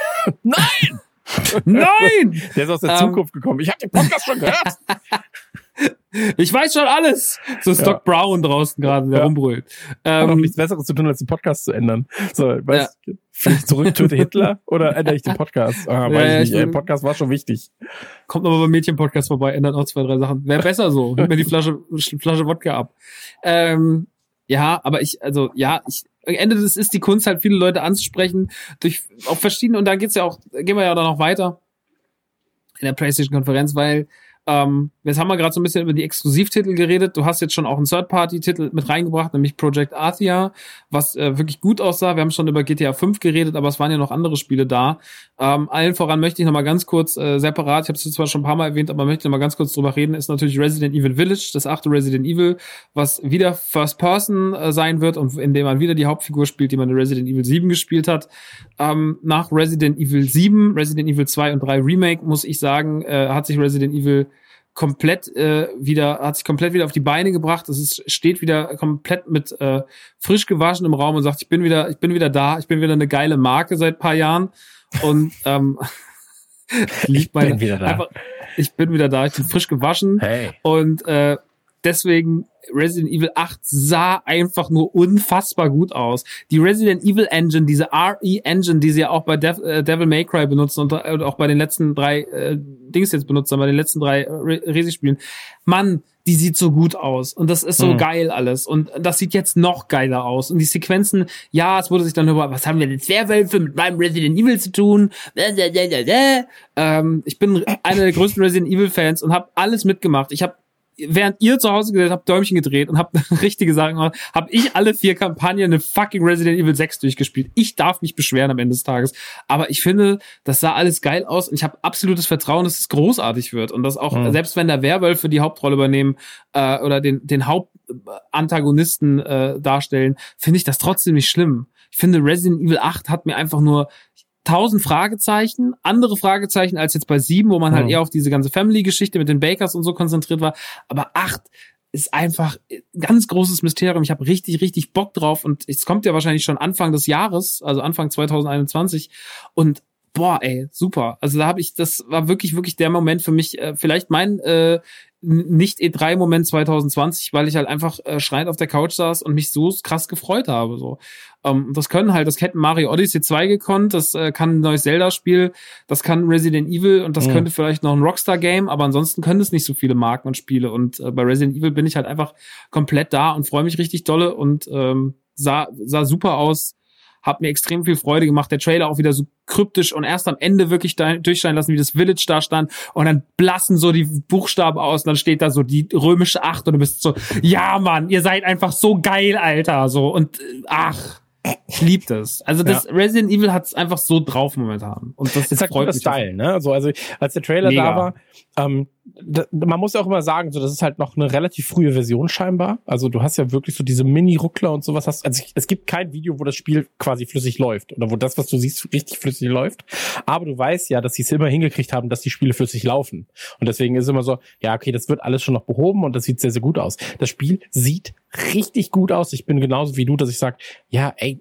Nein! Der ist aus der Zukunft gekommen. Ich habe den Podcast schon gehört. Ich weiß schon alles. So ist Doc Brown draußen gerade, der rumbrüllt. Hat auch nichts Besseres zu tun, als den Podcast zu ändern. So, flieg zurück, töte Hitler oder ändere ich den Podcast? Weiß ich nicht. Der Podcast war schon wichtig. Kommt aber beim Mädchen-Podcast vorbei, ändert auch 2, 3 Sachen. Wäre besser so. Gib mir die Flasche Wodka ab. Ja, aber am Ende ist die Kunst halt, viele Leute anzusprechen, durch auf verschiedene, und dann gehen wir ja dann noch weiter in der PlayStation-Konferenz, weil jetzt haben wir gerade so ein bisschen über die Exklusivtitel geredet. Du hast jetzt schon auch einen Third-Party-Titel mit reingebracht, nämlich Project Athia, was wirklich gut aussah. Wir haben schon über GTA 5 geredet, aber es waren ja noch andere Spiele da. Allen voran möchte ich noch mal ganz kurz separat, ich habe es zwar schon ein paar Mal erwähnt, aber möchte noch mal ganz kurz drüber reden, ist natürlich Resident Evil Village, das 8. Resident Evil, was wieder First Person sein wird und in dem man wieder die Hauptfigur spielt, die man in Resident Evil 7 gespielt hat. Nach Resident Evil 7, Resident Evil 2 und 3 Remake, muss ich sagen, hat sich Resident Evil komplett wieder auf die Beine gebracht. Steht wieder komplett mit frisch gewaschen im Raum und sagt, ich bin wieder da, ich bin wieder eine geile Marke seit ein paar Jahren und ich bin wieder da, ich bin frisch gewaschen und deswegen Resident Evil 8 sah einfach nur unfassbar gut aus. Die Resident Evil Engine, diese RE Engine, die sie ja auch bei Devil May Cry benutzen und auch bei den letzten 3 Dings jetzt benutzen, bei den letzten 3 Resi-Spielen. Mann, die sieht so gut aus. Und das ist so geil alles. Und das sieht jetzt noch geiler aus. Und die Sequenzen, ja, es wurde sich dann über, was haben wir denn Werwölfe mit meinem Resident Evil zu tun? Ich bin einer der größten Resident Evil Fans und habe alles mitgemacht. Ich habe, während ihr zu Hause gesessen habt, Däumchen gedreht und habt richtige Sachen gemacht, habe ich alle 4 Kampagnen eine fucking Resident Evil 6 durchgespielt. Ich darf mich beschweren am Ende des Tages. Aber ich finde, das sah alles geil aus und ich habe absolutes Vertrauen, dass es großartig wird. Und dass auch, selbst wenn da Werwölfe die Hauptrolle übernehmen oder den Hauptantagonisten darstellen, finde ich das trotzdem nicht schlimm. Ich finde, Resident Evil 8 hat mir einfach nur 1000 Fragezeichen, andere Fragezeichen als jetzt bei 7, wo man halt eher auf diese ganze Family-Geschichte mit den Bakers und so konzentriert war. Aber 8 ist einfach ein ganz großes Mysterium. Ich habe richtig, richtig Bock drauf und es kommt ja wahrscheinlich schon Anfang des Jahres, also Anfang 2021 und boah, ey, super. Also das war wirklich, wirklich der Moment für mich, vielleicht mein nicht E3-Moment 2020, weil ich halt einfach schreiend auf der Couch saß und mich so krass gefreut habe. So, das hätten Mario Odyssey 2 gekonnt, das kann ein neues Zelda-Spiel, das kann Resident Evil und das könnte vielleicht noch ein Rockstar-Game, aber ansonsten können es nicht so viele Marken und Spiele. Und bei Resident Evil bin ich halt einfach komplett da und freue mich richtig dolle und sah super aus. Hat mir extrem viel Freude gemacht. Der Trailer auch wieder so kryptisch und erst am Ende wirklich durchscheinen lassen, wie das Village da stand und dann blassen so die Buchstaben aus und dann steht da so die römische 8 und du bist so, ja Mann, ihr seid einfach so geil, Alter, so und ach, Ich liebe das. Also das Resident Evil hat es einfach so drauf momentan. Und das ist halt guter Style, ne? Also als der Trailer da war, man muss ja auch immer sagen, so das ist halt noch eine relativ frühe Version scheinbar. Also du hast ja wirklich so diese Mini-Ruckler und sowas hast. Also es gibt kein Video, wo das Spiel quasi flüssig läuft oder wo das, was du siehst, richtig flüssig läuft. Aber du weißt ja, dass sie es immer hingekriegt haben, dass die Spiele flüssig laufen. Und deswegen ist immer so, ja, okay, das wird alles schon noch behoben und das sieht sehr, sehr gut aus. Das Spiel sieht richtig gut aus. Ich bin genauso wie du, dass ich sage, ja, ey,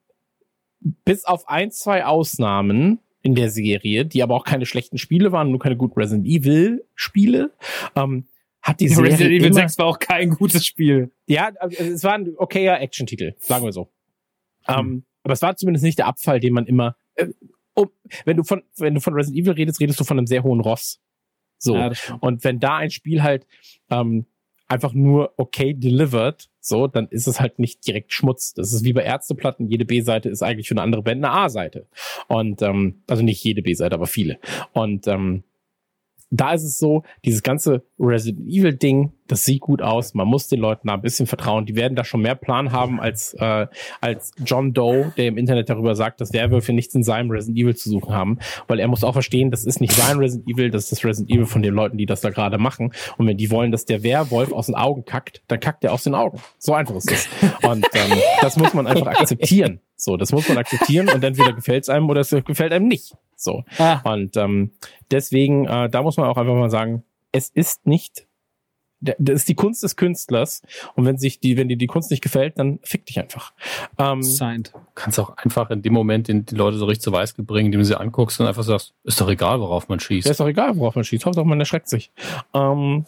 bis auf 1, 2 Ausnahmen in der Serie, die aber auch keine schlechten Spiele waren, nur keine guten Resident Evil Spiele, hat die Serie Resident Evil 6 war auch kein gutes Spiel. Ja, es war ein okayer Action-Titel, sagen wir so. Aber es war zumindest nicht der Abfall, den man immer, wenn du von Resident Evil redest du von einem sehr hohen Ross. So. Ja, und wenn da ein Spiel halt, einfach nur okay delivered, so, dann ist es halt nicht direkt Schmutz. Das ist wie bei Ärzteplatten, jede B-Seite ist eigentlich für eine andere Band eine A-Seite. Und, also nicht jede B-Seite, aber viele. Und da ist es so, dieses ganze Resident Evil Ding, das sieht gut aus, man muss den Leuten da ein bisschen vertrauen, die werden da schon mehr Plan haben als John Doe, der im Internet darüber sagt, dass Werwölfe nichts in seinem Resident Evil zu suchen haben, weil er muss auch verstehen, das ist nicht sein Resident Evil, das ist das Resident Evil von den Leuten, die das da gerade machen, und wenn die wollen, dass der Werwolf aus den Augen kackt, dann kackt er aus den Augen. So einfach ist das. Und das muss man einfach akzeptieren. So, das muss man akzeptieren und entweder gefällt es einem oder es gefällt einem nicht. So. Und deswegen, da muss man auch einfach mal sagen, es ist nicht, das ist die Kunst des Künstlers, und wenn dir die Kunst nicht gefällt, dann fick dich einfach. Du kannst auch einfach in dem Moment die Leute so richtig zu Weißglut bringen, indem du sie anguckst und einfach sagst, ist doch egal, worauf man schießt. Ja, ist doch egal, worauf man schießt. Hauptsache man erschreckt sich. Am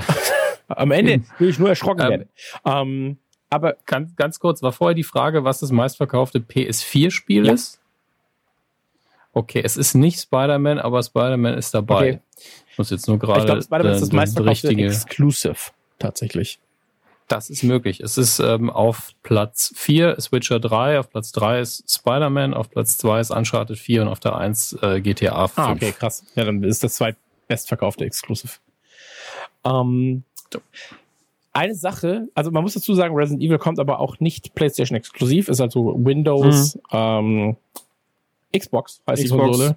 Ende will ich nur erschrocken werden. Aber ganz kurz, war vorher die Frage, was das meistverkaufte PS4-Spiel ist? Okay, es ist nicht Spider-Man, aber Spider-Man ist dabei. Okay. Ich muss jetzt nur gerade. Ich glaube, Spider-Man ist das meistverkaufte Exclusive, tatsächlich. Das ist möglich. Es ist auf Platz 4 ist Witcher 3, auf Platz 3 ist Spider-Man, auf Platz 2 ist Uncharted 4 und auf der 1 GTA 5. Okay, krass. Ja, dann ist das zweitbestverkaufte Exclusive. Eine Sache, also man muss dazu sagen, Resident Evil kommt aber auch nicht PlayStation exklusiv, ist also Windows, Xbox heißt die Konsole.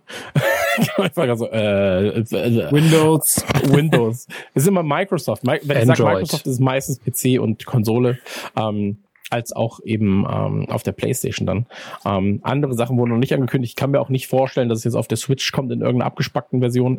Windows. Es ist immer Microsoft. Wenn ich sage Microsoft, ist es meistens PC und Konsole, als auch eben auf der PlayStation dann. Andere Sachen wurden noch nicht angekündigt. Ich kann mir auch nicht vorstellen, dass es jetzt auf der Switch kommt in irgendeiner abgespeckten Version.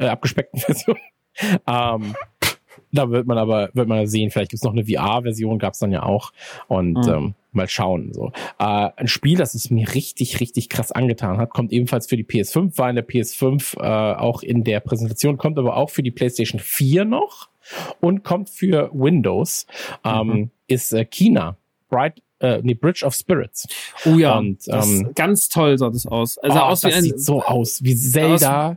Da wird man sehen, vielleicht gibt's noch eine VR-Version, gab's dann ja auch. Und mal schauen. So. Ein Spiel, das es mir richtig, richtig krass angetan hat, kommt ebenfalls für die PS5, war in der PS5 auch in der Präsentation, kommt aber auch für die PlayStation 4 noch und kommt für Windows. Ist Kena, Bridge of Spirits. Oh ja, und, das ganz toll sah das aus. Also aus das sieht so aus, wie Zelda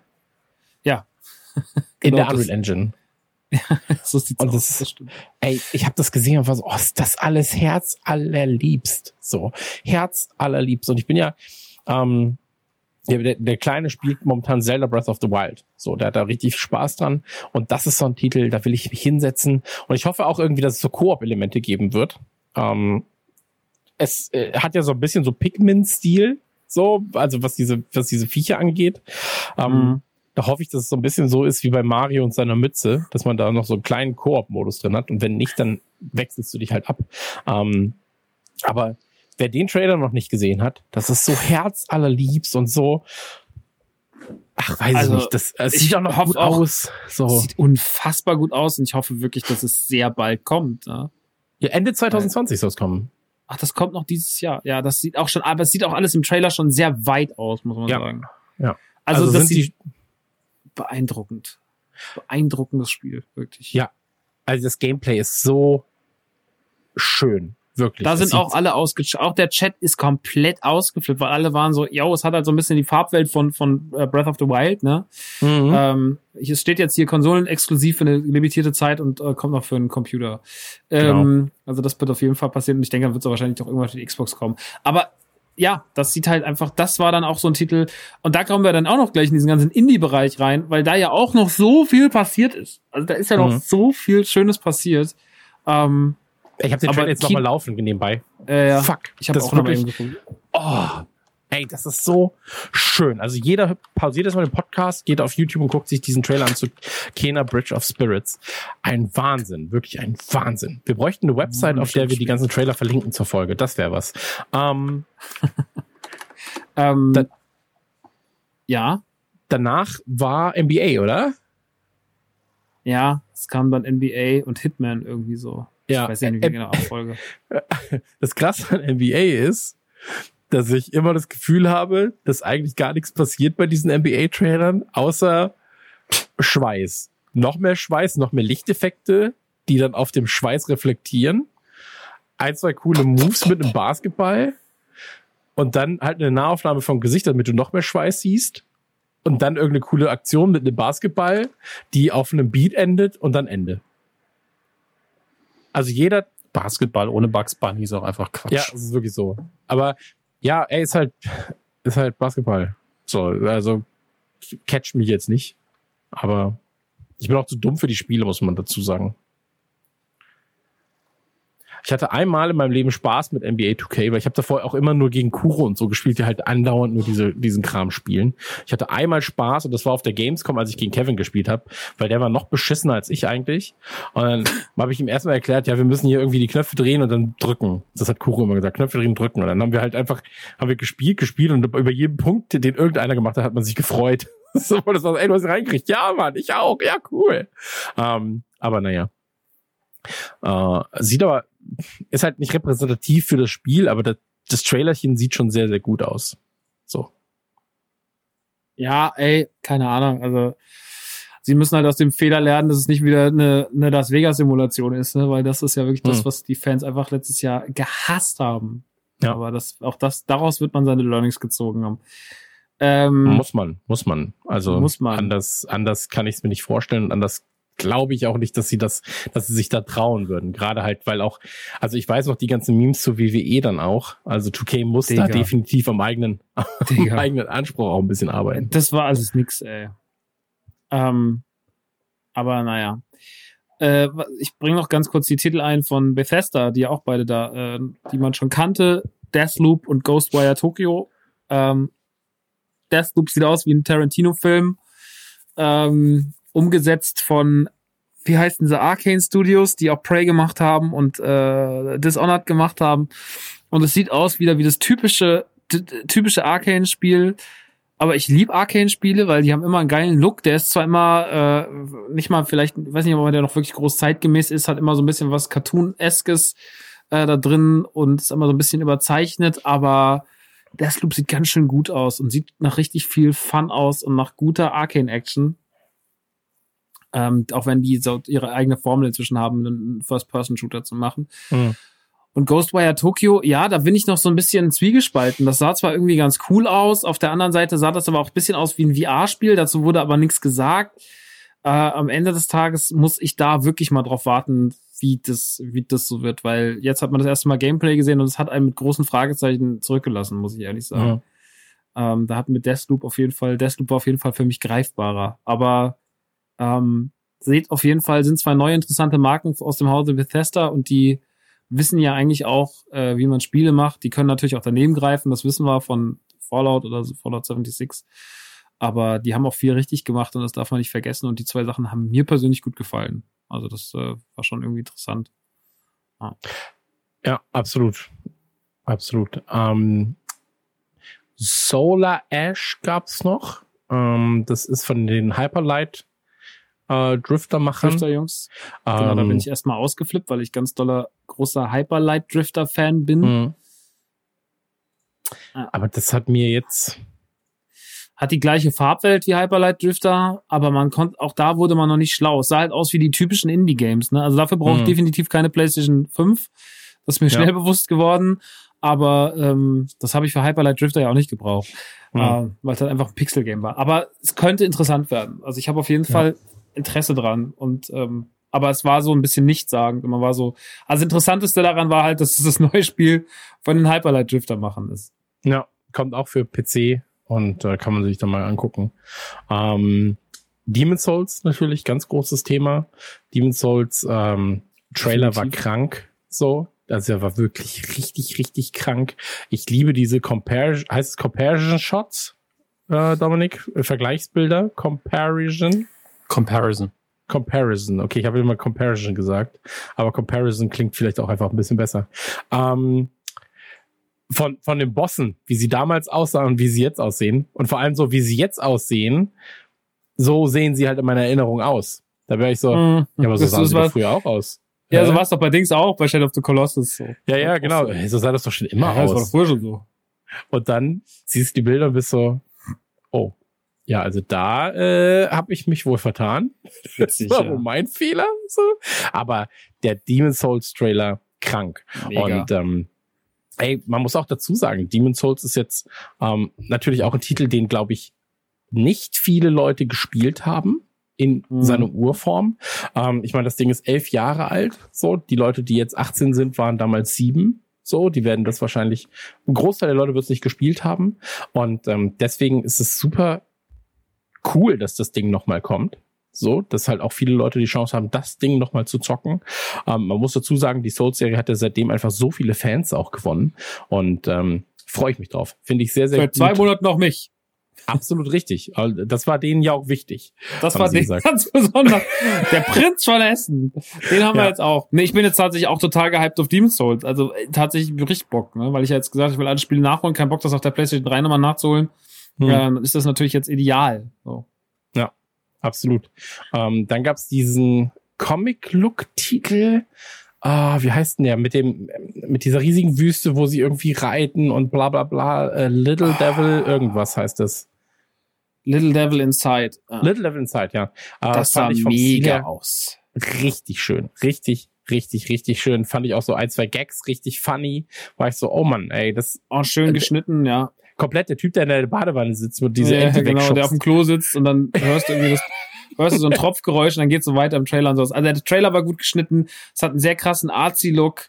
in der Unreal Engine. So sieht's und aus. Das stimmt. Ey, ich habe das gesehen und war so, ist das alles herzallerliebst. So, herzallerliebst. Und ich bin ja, der Kleine spielt momentan Zelda Breath of the Wild. So, der hat da richtig Spaß dran. Und das ist so ein Titel, da will ich mich hinsetzen. Und ich hoffe auch irgendwie, dass es so Koop-Elemente geben wird. Es hat ja so ein bisschen so Pikmin-Stil, so, also was diese Viecher angeht. Da hoffe ich, dass es so ein bisschen so ist wie bei Mario und seiner Mütze, dass man da noch so einen kleinen Koop-Modus drin hat. Und wenn nicht, dann wechselst du dich halt ab. Aber wer den Trailer noch nicht gesehen hat, das ist so herzallerliebst und so. Ach, weiß ich nicht. Das sieht auch noch gut aus. So. Das sieht unfassbar gut aus und ich hoffe wirklich, dass es sehr bald kommt. Ja, Ende 2020 soll es kommen. Ach, das kommt noch dieses Jahr. Ja, das sieht auch schon, aber es sieht auch alles im Trailer schon sehr weit aus, muss man sagen. Ja. Also das sieht beeindruckend. Beeindruckendes Spiel, wirklich. Ja. Also das Gameplay ist so schön. Wirklich. Da sind auch alle auch der Chat ist komplett ausgeflippt, weil alle waren so, es hat halt so ein bisschen die Farbwelt von Breath of the Wild, ne? Es steht jetzt hier konsolenexklusiv für eine limitierte Zeit und kommt noch für einen Computer. Genau. Also das wird auf jeden Fall passieren und ich denke, dann wird es wahrscheinlich doch irgendwann für die Xbox kommen. Aber ja, das sieht halt einfach, das war dann auch so ein Titel und da kommen wir dann auch noch gleich in diesen ganzen Indie-Bereich rein, weil da ja auch noch so viel passiert ist. Also da ist ja noch so viel Schönes passiert. Ich habe den Aber Trailer jetzt nochmal laufen nebenbei. Ja. Fuck. Ich habe das auch ist noch mal wirklich, eben geguckt. oh, ey, das ist so schön. Also jeder pausiert jetzt mal den Podcast, geht auf YouTube und guckt sich diesen Trailer an zu Kena Bridge of Spirits. Ein Wahnsinn, wirklich ein Wahnsinn. Wir bräuchten eine Website, auf der wir die ganzen Trailer verlinken zur Folge. Das wäre was. Ja. Danach war NBA, oder? Ja, es kam dann NBA und Hitman irgendwie so. Ja. Ich weiß ja nicht, wie genau Abfolge. Das Krasse an NBA ist, dass ich immer das Gefühl habe, dass eigentlich gar nichts passiert bei diesen NBA-Trailern, außer Schweiß. Noch mehr Schweiß, noch mehr Lichteffekte, die dann auf dem Schweiß reflektieren. 1, 2 coole Moves mit einem Basketball. Und dann halt eine Nahaufnahme vom Gesicht, damit du noch mehr Schweiß siehst. Und dann irgendeine coole Aktion mit einem Basketball, die auf einem Beat endet und dann Ende. Also jeder... Basketball ohne Bugs Bunny ist auch einfach Quatsch. Ja, es ist wirklich so. Aber ja, ey, ist halt Basketball. So, also catcht mich jetzt nicht. Aber ich bin auch zu dumm für die Spiele, muss man dazu sagen. Ich hatte einmal in meinem Leben Spaß mit NBA 2K, weil ich habe davor auch immer nur gegen Kuro und so gespielt, die halt andauernd nur diesen Kram spielen. Ich hatte einmal Spaß und das war auf der Gamescom, als ich gegen Kevin gespielt habe, weil der war noch beschissener als ich eigentlich. Und dann habe ich ihm erstmal erklärt, ja, wir müssen hier irgendwie die Knöpfe drehen und dann drücken. Das hat Kuro immer gesagt, Knöpfe drehen, drücken. Und dann haben wir halt einfach, gespielt und über jeden Punkt, den irgendeiner gemacht hat, hat man sich gefreut. So, das war so, ey, du hast ihn reingekriegt. Ja, Mann, ich auch. Ja, cool. Aber naja. Sieht aber, ist halt nicht repräsentativ für das Spiel, aber das Trailerchen sieht schon sehr, sehr gut aus. So. Ja, ey, keine Ahnung. Also, sie müssen halt aus dem Fehler lernen, dass es nicht wieder eine Las Vegas-Simulation ist, ne? Weil das ist ja wirklich das, was die Fans einfach letztes Jahr gehasst haben. Ja. Aber daraus wird man seine Learnings gezogen haben. Muss man. Also, muss man. Anders kann ich es mir nicht vorstellen und anders glaube ich auch nicht, dass sie sich da trauen würden. Gerade halt, weil auch, also ich weiß noch die ganzen Memes zur WWE dann auch. Also 2K muss da definitiv am eigenen Anspruch auch ein bisschen arbeiten. Das war alles nix, ey. Aber naja. Ich bringe noch ganz kurz die Titel ein von Bethesda, die ja auch beide da, die man schon kannte. Deathloop und Ghostwire Tokyo. Deathloop sieht aus wie ein Tarantino-Film. Umgesetzt von, wie heißen sie, Arcane Studios, die auch Prey gemacht haben und Dishonored gemacht haben. Und es sieht aus wieder wie das typische Arcane-Spiel. Aber ich liebe Arcane-Spiele, weil die haben immer einen geilen Look. Der ist zwar immer nicht mal vielleicht, weiß nicht, ob der noch wirklich groß zeitgemäß ist, hat immer so ein bisschen was Cartoon-eskes da drin und ist immer so ein bisschen überzeichnet, aber Deathloop sieht ganz schön gut aus und sieht nach richtig viel Fun aus und nach guter Arcane-Action. Auch wenn die so ihre eigene Formel inzwischen haben, einen First-Person-Shooter zu machen. Mhm. Und Ghostwire Tokyo, ja, da bin ich noch so ein bisschen zwiegespalten. Das sah zwar irgendwie ganz cool aus, auf der anderen Seite sah das aber auch ein bisschen aus wie ein VR-Spiel, dazu wurde aber nichts gesagt. Am Ende des Tages muss ich da wirklich mal drauf warten, wie das so wird, weil jetzt hat man das erste Mal Gameplay gesehen und es hat einen mit großen Fragezeichen zurückgelassen, muss ich ehrlich sagen. Mhm. Da hat mit Deathloop war auf jeden Fall für mich greifbarer, aber seht auf jeden Fall, sind zwei neue interessante Marken aus dem Hause Bethesda und die wissen ja eigentlich auch, wie man Spiele macht. Die können natürlich auch daneben greifen, das wissen wir von Fallout oder Fallout 76. Aber die haben auch viel richtig gemacht und das darf man nicht vergessen. Und die zwei Sachen haben mir persönlich gut gefallen. Also das war schon irgendwie interessant. Ja, absolut. Absolut. Solar Ash gab's noch. Das ist von den Hyperlight Drifter-Machern. Drifter-Jungs. Genau, da bin ich erstmal ausgeflippt, weil ich ganz doller großer Hyperlight-Drifter-Fan bin. Mhm. Aber das hat mir jetzt... Hat die gleiche Farbwelt wie Hyperlight Drifter, aber auch da wurde man noch nicht schlau. Es sah halt aus wie die typischen Indie-Games, ne? Also dafür brauche ich definitiv keine PlayStation 5. Das ist mir schnell bewusst geworden. Aber das habe ich für Hyperlight Drifter ja auch nicht gebraucht. Weil es halt einfach ein Pixel-Game war. Aber es könnte interessant werden. Also ich habe auf jeden Fall Interesse dran. Und aber es war so ein bisschen nichtssagend. Und man war so. Also das Interessanteste daran war halt, dass es das neue Spiel von den Hyperlight Drifter machen ist. Ja, kommt auch für PC und kann man sich dann mal angucken. Demon's Souls natürlich, ganz großes Thema. Demon's Souls Trailer war krank. So, also er war wirklich richtig, richtig krank. Ich liebe diese Comparison Shots, Dominik? Vergleichsbilder? Comparison. Okay, ich habe immer Comparison gesagt, aber Comparison klingt vielleicht auch einfach ein bisschen besser. Von den Bossen, wie sie damals aussahen und wie sie jetzt aussehen. Und vor allem so, wie sie jetzt aussehen, so sehen sie halt in meiner Erinnerung aus. Da wäre ich so, ja, aber so sahen sie doch früher auch aus. Ja, so war es doch bei Dings auch, bei Shadow of the Colossus. So. Ja, genau. So sah das doch schon immer aus. Das war doch früher schon so. Und dann siehst du die Bilder und bist so, oh. Ja, also da habe ich mich wohl vertan. Witzig, das war wohl mein Fehler. So. Aber der Demon's Souls Trailer, krank. Mega. Und man muss auch dazu sagen, Demon's Souls ist jetzt natürlich auch ein Titel, den, glaube ich, nicht viele Leute gespielt haben in seiner Urform. Ich meine, das Ding ist 11 Jahre alt. So, die Leute, die jetzt 18 sind, waren damals 7. So, die werden das wahrscheinlich, ein Großteil der Leute wird es nicht gespielt haben. Und deswegen ist es super cool, dass das Ding nochmal kommt. So, dass halt auch viele Leute die Chance haben, das Ding nochmal zu zocken. Man muss dazu sagen, die Souls-Serie hat ja seitdem einfach so viele Fans auch gewonnen. Und freue ich mich drauf. Finde ich sehr, sehr gut. Seit 2 Monaten noch mich. Absolut richtig. Das war denen ja auch wichtig. Das war denen ganz besonders. Der Prinz von Essen. Den haben wir jetzt auch. Nee, ich bin jetzt tatsächlich auch total gehypt auf Demon's Souls. Also tatsächlich richtig Bock, ne? Weil ich ja jetzt gesagt habe, ich will alle Spiele nachholen. Kein Bock, das auf der PlayStation 3 nochmal nachzuholen. Ist das natürlich jetzt ideal. So. Ja, absolut. Dann gab's diesen Comic-Look-Titel. Wie heißt denn der? Mit dieser riesigen Wüste, wo sie irgendwie reiten und bla bla bla. Little Devil, irgendwas heißt das. Little Devil Inside. Little Devil Inside, ja. Das sah mega aus. Richtig schön. Richtig, richtig, richtig schön. Fand ich auch so 1, 2 Gags richtig funny. War ich so, oh Mann, ey, das... Oh, schön geschnitten, ja. Komplett der Typ, der in der Badewanne sitzt und diese Ente genau, der auf dem Klo sitzt und dann hörst du so ein Tropfgeräusch und dann geht's so weiter im Trailer und sowas. Also der Trailer war gut geschnitten. Es hat einen sehr krassen Artsy-Look.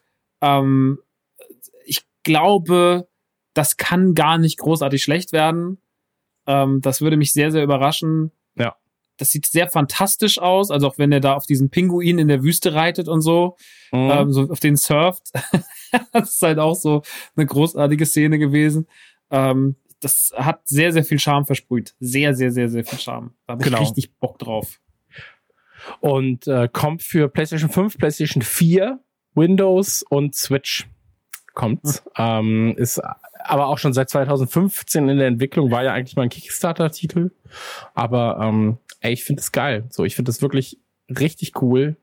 Ich glaube, das kann gar nicht großartig schlecht werden. Das würde mich sehr, sehr überraschen. Ja. Das sieht sehr fantastisch aus, also auch wenn er da auf diesen Pinguin in der Wüste reitet und so, so auf den surft. Das ist halt auch so eine großartige Szene gewesen. Das hat sehr, sehr viel Charme versprüht. Sehr, sehr, sehr, sehr viel Charme. Da habe ich richtig Bock drauf. Und kommt für PlayStation 5, PlayStation 4, Windows und Switch. Kommt's. Ist aber auch schon seit 2015 in der Entwicklung, war ja eigentlich mal ein Kickstarter-Titel. Aber ich finde es geil. So, ich finde es wirklich richtig cool.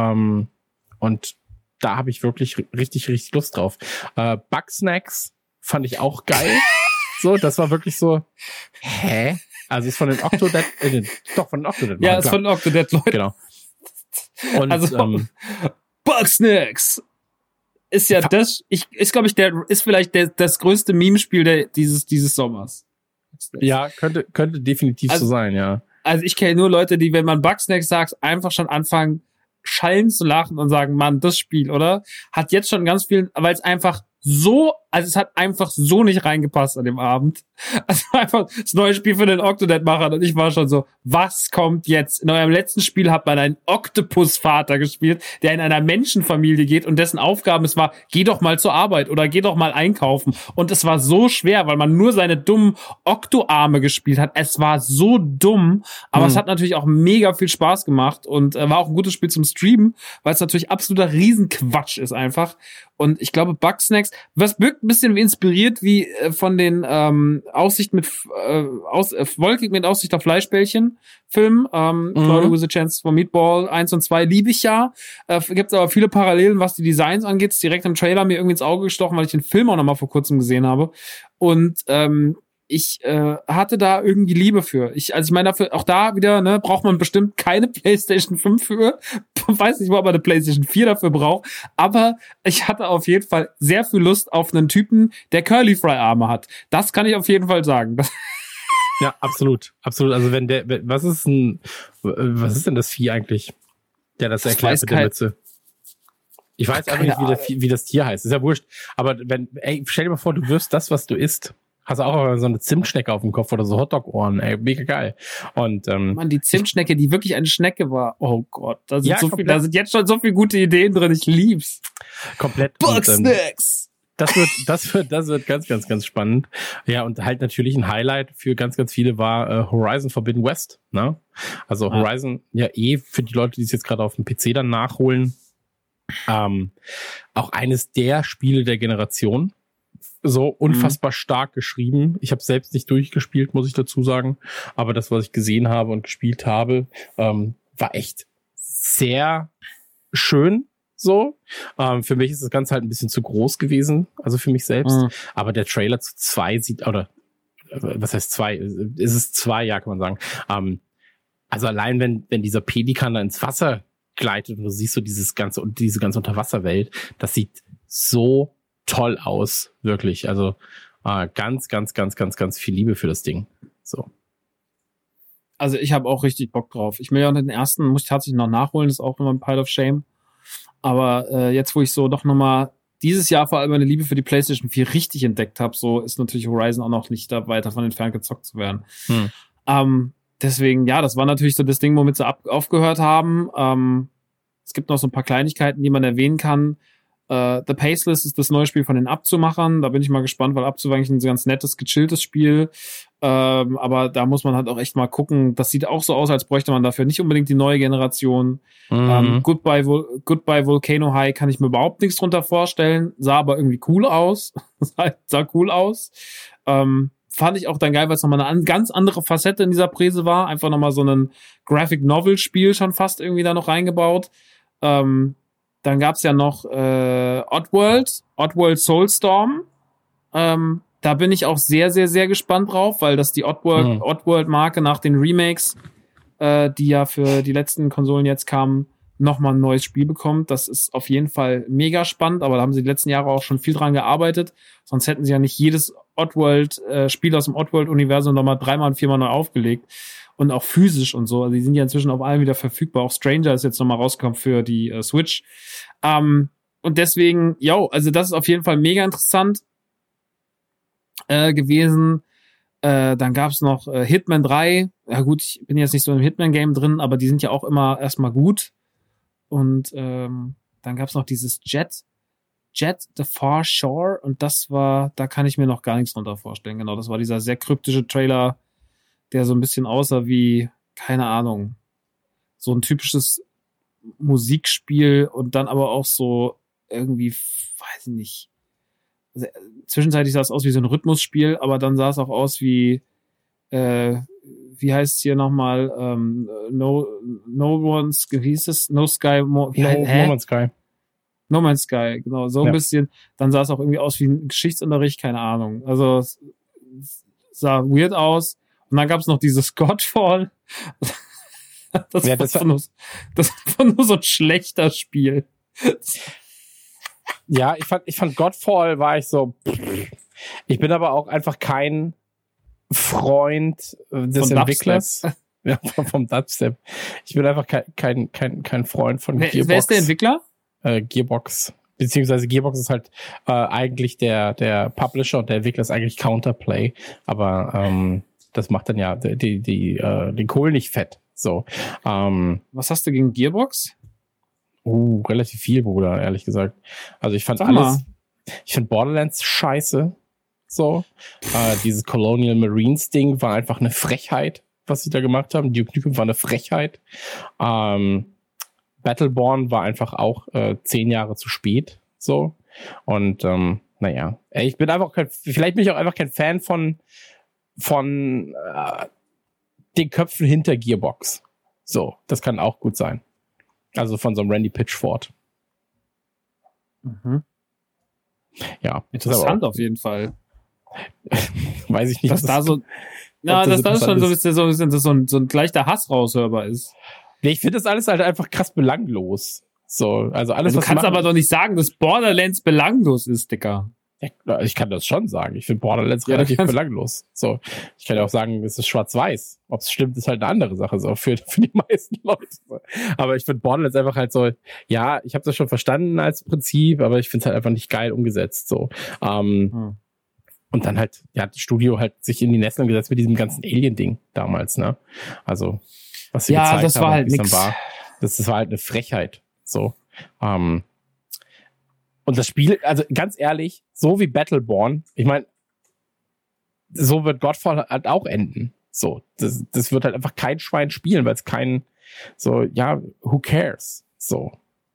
Und da habe ich wirklich richtig, richtig Lust drauf. Bugsnax fand ich auch geil. So, das war wirklich so, hä? Also ist von den Octodad, von den Octodad. Ja, ist von den Octodad, Leute. Genau. Und, also, Bugsnax ist ja das, ist glaube ich, ist vielleicht das größte Meme-Spiel dieses Sommers. Ja, könnte definitiv so sein, ja. Also ich kenne nur Leute, die, wenn man Bugsnax sagt, einfach schon anfangen, schallend zu lachen und sagen, Mann, das Spiel, oder? Hat jetzt schon ganz viel, weil es einfach so, also es hat einfach so nicht reingepasst an dem Abend. Also einfach das neue Spiel für den Octodad-Machern und ich war schon so, was kommt jetzt? In eurem letzten Spiel hat man einen Oktopus-Vater gespielt, der in einer Menschenfamilie geht und dessen Aufgaben es war, geh doch mal zur Arbeit oder geh doch mal einkaufen. Und es war so schwer, weil man nur seine dummen Okto-Arme gespielt hat. Es war so dumm, aber es hat natürlich auch mega viel Spaß gemacht und war auch ein gutes Spiel zum Streamen, weil es natürlich absoluter Riesenquatsch ist einfach. Und ich glaube, Bugsnax, was wirkt ein bisschen inspiriert wie von den Aussicht mit Wolkig mit Aussicht auf Fleischbällchen Film, Florida with a Chance for Meatball 1 und 2 liebe ich ja. Gibt aber viele Parallelen, was die Designs angeht. Ist direkt im Trailer mir irgendwie ins Auge gestochen, weil ich den Film auch noch mal vor kurzem gesehen habe. Und ich hatte da irgendwie Liebe für. Ich meine, dafür, auch da wieder, ne, braucht man bestimmt keine PlayStation 5 für. Weiß nicht, ob man eine PlayStation 4 dafür braucht. Aber ich hatte auf jeden Fall sehr viel Lust auf einen Typen, der Curly-Fry-Arme hat. Das kann ich auf jeden Fall sagen. Ja, absolut. Absolut. Also was ist denn das Vieh eigentlich? Der das erklärt mit der Mütze. Ich weiß einfach nicht, wie das Tier heißt. Ist ja wurscht. Aber stell dir mal vor, du wirst das, was du isst. Hast du auch so eine Zimtschnecke auf dem Kopf oder so Hotdog-Ohren, ey, mega geil. Und Mann, die Zimtschnecke, die wirklich eine Schnecke war. Oh Gott, da sind, komplett. da sind jetzt schon so viele gute Ideen drin. Ich lieb's. komplett. Bugsnacks! Das wird ganz, ganz, ganz spannend. Ja, und halt natürlich ein Highlight für ganz, ganz viele war Horizon Forbidden West. Ne? Also Horizon, ja für die Leute, die es jetzt gerade auf dem PC dann nachholen, auch eines der Spiele der Generation. So unfassbar stark geschrieben. Ich habe selbst nicht durchgespielt, muss ich dazu sagen. Aber das, was ich gesehen habe und gespielt habe, war echt sehr schön. So. Für mich ist das Ganze halt ein bisschen zu groß gewesen. Also für mich selbst. Aber der Trailer zu 2 sieht, oder was heißt 2? Es ist 2, ja, kann man sagen. Also allein, wenn dieser Pelikan da ins Wasser gleitet und du siehst so diese ganze Unterwasserwelt, das sieht so toll aus, wirklich. Also ganz, ganz, ganz, ganz, ganz viel Liebe für das Ding. So. Also ich habe auch richtig Bock drauf. Ich will ja den ersten, muss ich tatsächlich noch nachholen, das ist auch immer ein Pile of Shame. Aber jetzt, wo ich so doch nochmal dieses Jahr vor allem meine Liebe für die PlayStation 4 richtig entdeckt habe, so ist natürlich Horizon auch noch nicht da weiter von entfernt gezockt zu werden. Deswegen, ja, das war natürlich so das Ding, womit sie aufgehört haben. Es gibt noch so ein paar Kleinigkeiten, die man erwähnen kann. The Paceless ist das neue Spiel von den Abzumachern. Da bin ich mal gespannt, weil Abzu war eigentlich ein ganz nettes, gechilltes Spiel. Aber da muss man halt auch echt mal gucken. Das sieht auch so aus, als bräuchte man dafür nicht unbedingt die neue Generation. Goodbye Volcano High kann ich mir überhaupt nichts drunter vorstellen. Sah aber irgendwie cool aus. sah cool aus. Fand ich auch dann geil, weil es nochmal eine ganz andere Facette in dieser Präse war. Einfach nochmal so ein Graphic-Novel-Spiel schon fast irgendwie da noch reingebaut. Dann gab's ja noch Oddworld Soulstorm. Da bin ich auch sehr, sehr, sehr gespannt drauf, weil das die Oddworld-Marke nach den Remakes, die ja für die letzten Konsolen jetzt kamen, nochmal ein neues Spiel bekommt. Das ist auf jeden Fall mega spannend, aber da haben sie die letzten Jahre auch schon viel dran gearbeitet. Sonst hätten sie ja nicht jedes Oddworld-Spiel aus dem Oddworld-Universum nochmal 3-mal und 4-mal neu aufgelegt. Und auch physisch und so. Also die sind ja inzwischen auf allen wieder verfügbar. Auch Stranger ist jetzt nochmal rausgekommen für die Switch. Und deswegen, also das ist auf jeden Fall mega interessant gewesen. Dann gab's noch Hitman 3. Ja gut, ich bin jetzt nicht so im Hitman-Game drin, aber die sind ja auch immer erstmal gut. Und dann gab's noch dieses Jet the Far Shore. Und da kann ich mir noch gar nichts drunter vorstellen. Genau, das war dieser sehr kryptische Trailer, der so ein bisschen aussah wie, keine Ahnung, so ein typisches Musikspiel und dann aber auch so irgendwie, weiß ich nicht. Zwischenzeitlich sah es aus wie so ein Rhythmusspiel, aber dann sah es auch aus wie, wie heißt es hier nochmal, No Man's Sky. No Man's Sky, genau, so ein bisschen. Dann sah es auch irgendwie aus wie ein Geschichtsunterricht, keine Ahnung. Also es sah weird aus. Und dann gab's noch dieses Godfall. Das war nur so ein schlechter Spiel. Ja, ich fand Godfall war ich so. Ich bin aber auch einfach kein Freund des Entwicklers. Ja, vom Dubstep. Ich bin einfach kein Freund von Gearbox. Wer ist der Entwickler? Gearbox. Beziehungsweise Gearbox ist halt eigentlich der Publisher und der Entwickler ist eigentlich Counterplay. Aber das macht dann ja den Kohl nicht fett. So. Was hast du gegen Gearbox? Relativ viel, Bruder, ehrlich gesagt. Also ich fand ich finde Borderlands scheiße. So. Dieses Colonial Marines Ding war einfach eine Frechheit, was sie da gemacht haben. Duke Nukem war eine Frechheit. Battleborn war einfach auch 10 Jahre zu spät. So. Und naja. Ich bin einfach vielleicht bin ich auch einfach kein Fan von den Köpfen hinter Gearbox. So, das kann auch gut sein. Also von so einem Randy Pitchford. Ja. Interessant auf jeden Fall. Weiß ich nicht. Dass da so, dass da schon so ein leichter Hass raushörbar ist. Nee, ich finde das alles halt einfach krass belanglos. So, also alles, du kannst aber doch nicht sagen, dass Borderlands belanglos ist, Dicker. Ja, ich kann das schon sagen. Ich finde Borderlands relativ belanglos. So, ich kann ja auch sagen, es ist schwarz-weiß. Ob es stimmt, ist halt eine andere Sache, so für die meisten Leute. Aber ich finde Borderlands einfach halt so, ja, ich habe das schon verstanden als Prinzip, aber ich finde es halt einfach nicht geil umgesetzt. So, Und dann halt, ja, das Studio halt sich in die Nesseln gesetzt mit diesem ganzen Alien-Ding damals, ne? Also, was sie gezeigt das haben, war halt wie es nix. dann war, das war halt eine Frechheit, so. Und das Spiel, also ganz ehrlich, so wie Battleborn, ich meine, so wird Godfall halt auch enden. So, das wird halt einfach kein Schwein spielen, weil es so, ja, who cares? So.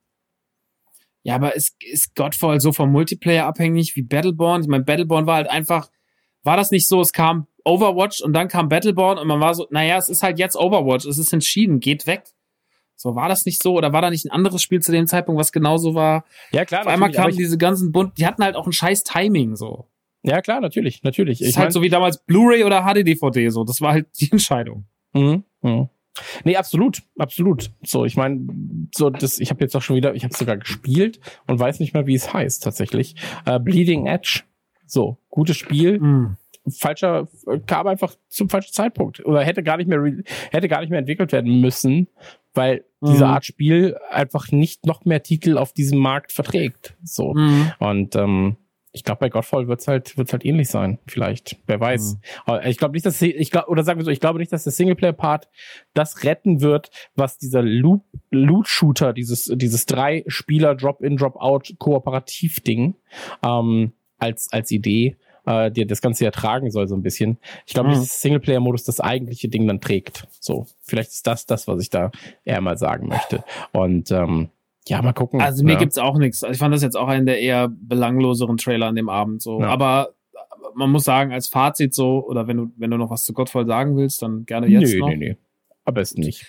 Ja, aber ist Godfall so vom Multiplayer abhängig wie Battleborn? Ich meine, Battleborn war halt einfach, war das nicht so, es kam Overwatch und dann kam Battleborn und man war so, naja, es ist halt jetzt Overwatch, es ist entschieden, geht weg. So, war das nicht so? Oder war da nicht ein anderes Spiel zu dem Zeitpunkt, was genauso war? Ja, klar. Auf einmal kamen diese ganzen die hatten halt auch ein scheiß Timing, so. Ja, klar, natürlich. Das ist halt so wie damals Blu-ray oder HD-DVD, so. Das war halt die Entscheidung. Nee, absolut. So, ich meine, ich habe jetzt auch schon wieder, ich habe es sogar gespielt und weiß nicht mehr, wie es heißt, tatsächlich. Bleeding Edge. So, gutes Spiel. Kam einfach zum falschen Zeitpunkt. Oder hätte gar nicht mehr entwickelt werden müssen, weil diese Art Spiel einfach nicht noch mehr Titel auf diesem Markt verträgt. So. Und ich glaube, bei Godfall wird's halt ähnlich sein, vielleicht. Wer weiß. Aber ich glaube nicht, ich glaube nicht, dass der Singleplayer-Part das retten wird, was dieser Loot-Shooter, dieses 3-Spieler Drop-in, Drop-out Kooperativ-Ding, als Idee, die das Ganze ja tragen soll, so ein bisschen. Ich glaube nicht, dass der Singleplayer-Modus das eigentliche Ding dann trägt. So. Vielleicht ist das, was ich da eher mal sagen möchte. Und, ja, mal gucken. Also mir gibt's auch nichts. Ich fand das jetzt auch einen der eher belangloseren Trailer an dem Abend so. Ja. Aber man muss sagen, als Fazit so, oder wenn du noch was zu Godfall sagen willst, dann gerne jetzt noch. Nee. Am besten nicht.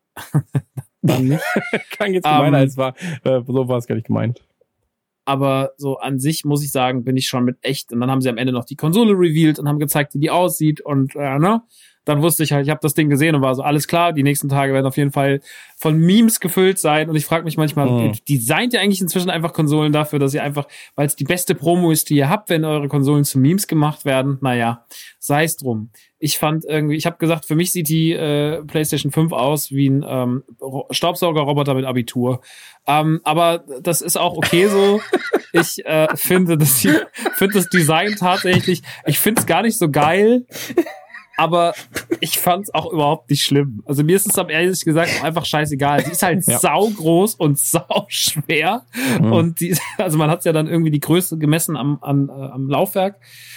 Dann nicht. Klang jetzt gemeiner als war. So war es gar nicht gemeint. Aber so an sich muss ich sagen, bin ich schon mit echt. Und dann haben sie am Ende noch die Konsole revealed und haben gezeigt, wie die aussieht. Und dann wusste ich halt, ich habe das Ding gesehen und war so, alles klar, die nächsten Tage werden auf jeden Fall von Memes gefüllt sein. Und ich frage mich manchmal, designt ihr eigentlich inzwischen einfach Konsolen dafür, dass ihr einfach, weil es die beste Promo ist, die ihr habt, wenn eure Konsolen zu Memes gemacht werden? Naja, sei es drum. Ich fand irgendwie, ich habe gesagt, für mich sieht die PlayStation 5 aus wie ein Staubsaugerroboter mit Abitur. Aber das ist auch okay so. Ich finde das Design tatsächlich, ich finde es gar nicht so geil. Aber ich fand's auch überhaupt nicht schlimm. Also mir ist es ehrlich gesagt einfach scheißegal. Sie ist halt saugroß und sauschwer. Und also man hat ja dann irgendwie die Größe gemessen am Laufwerk.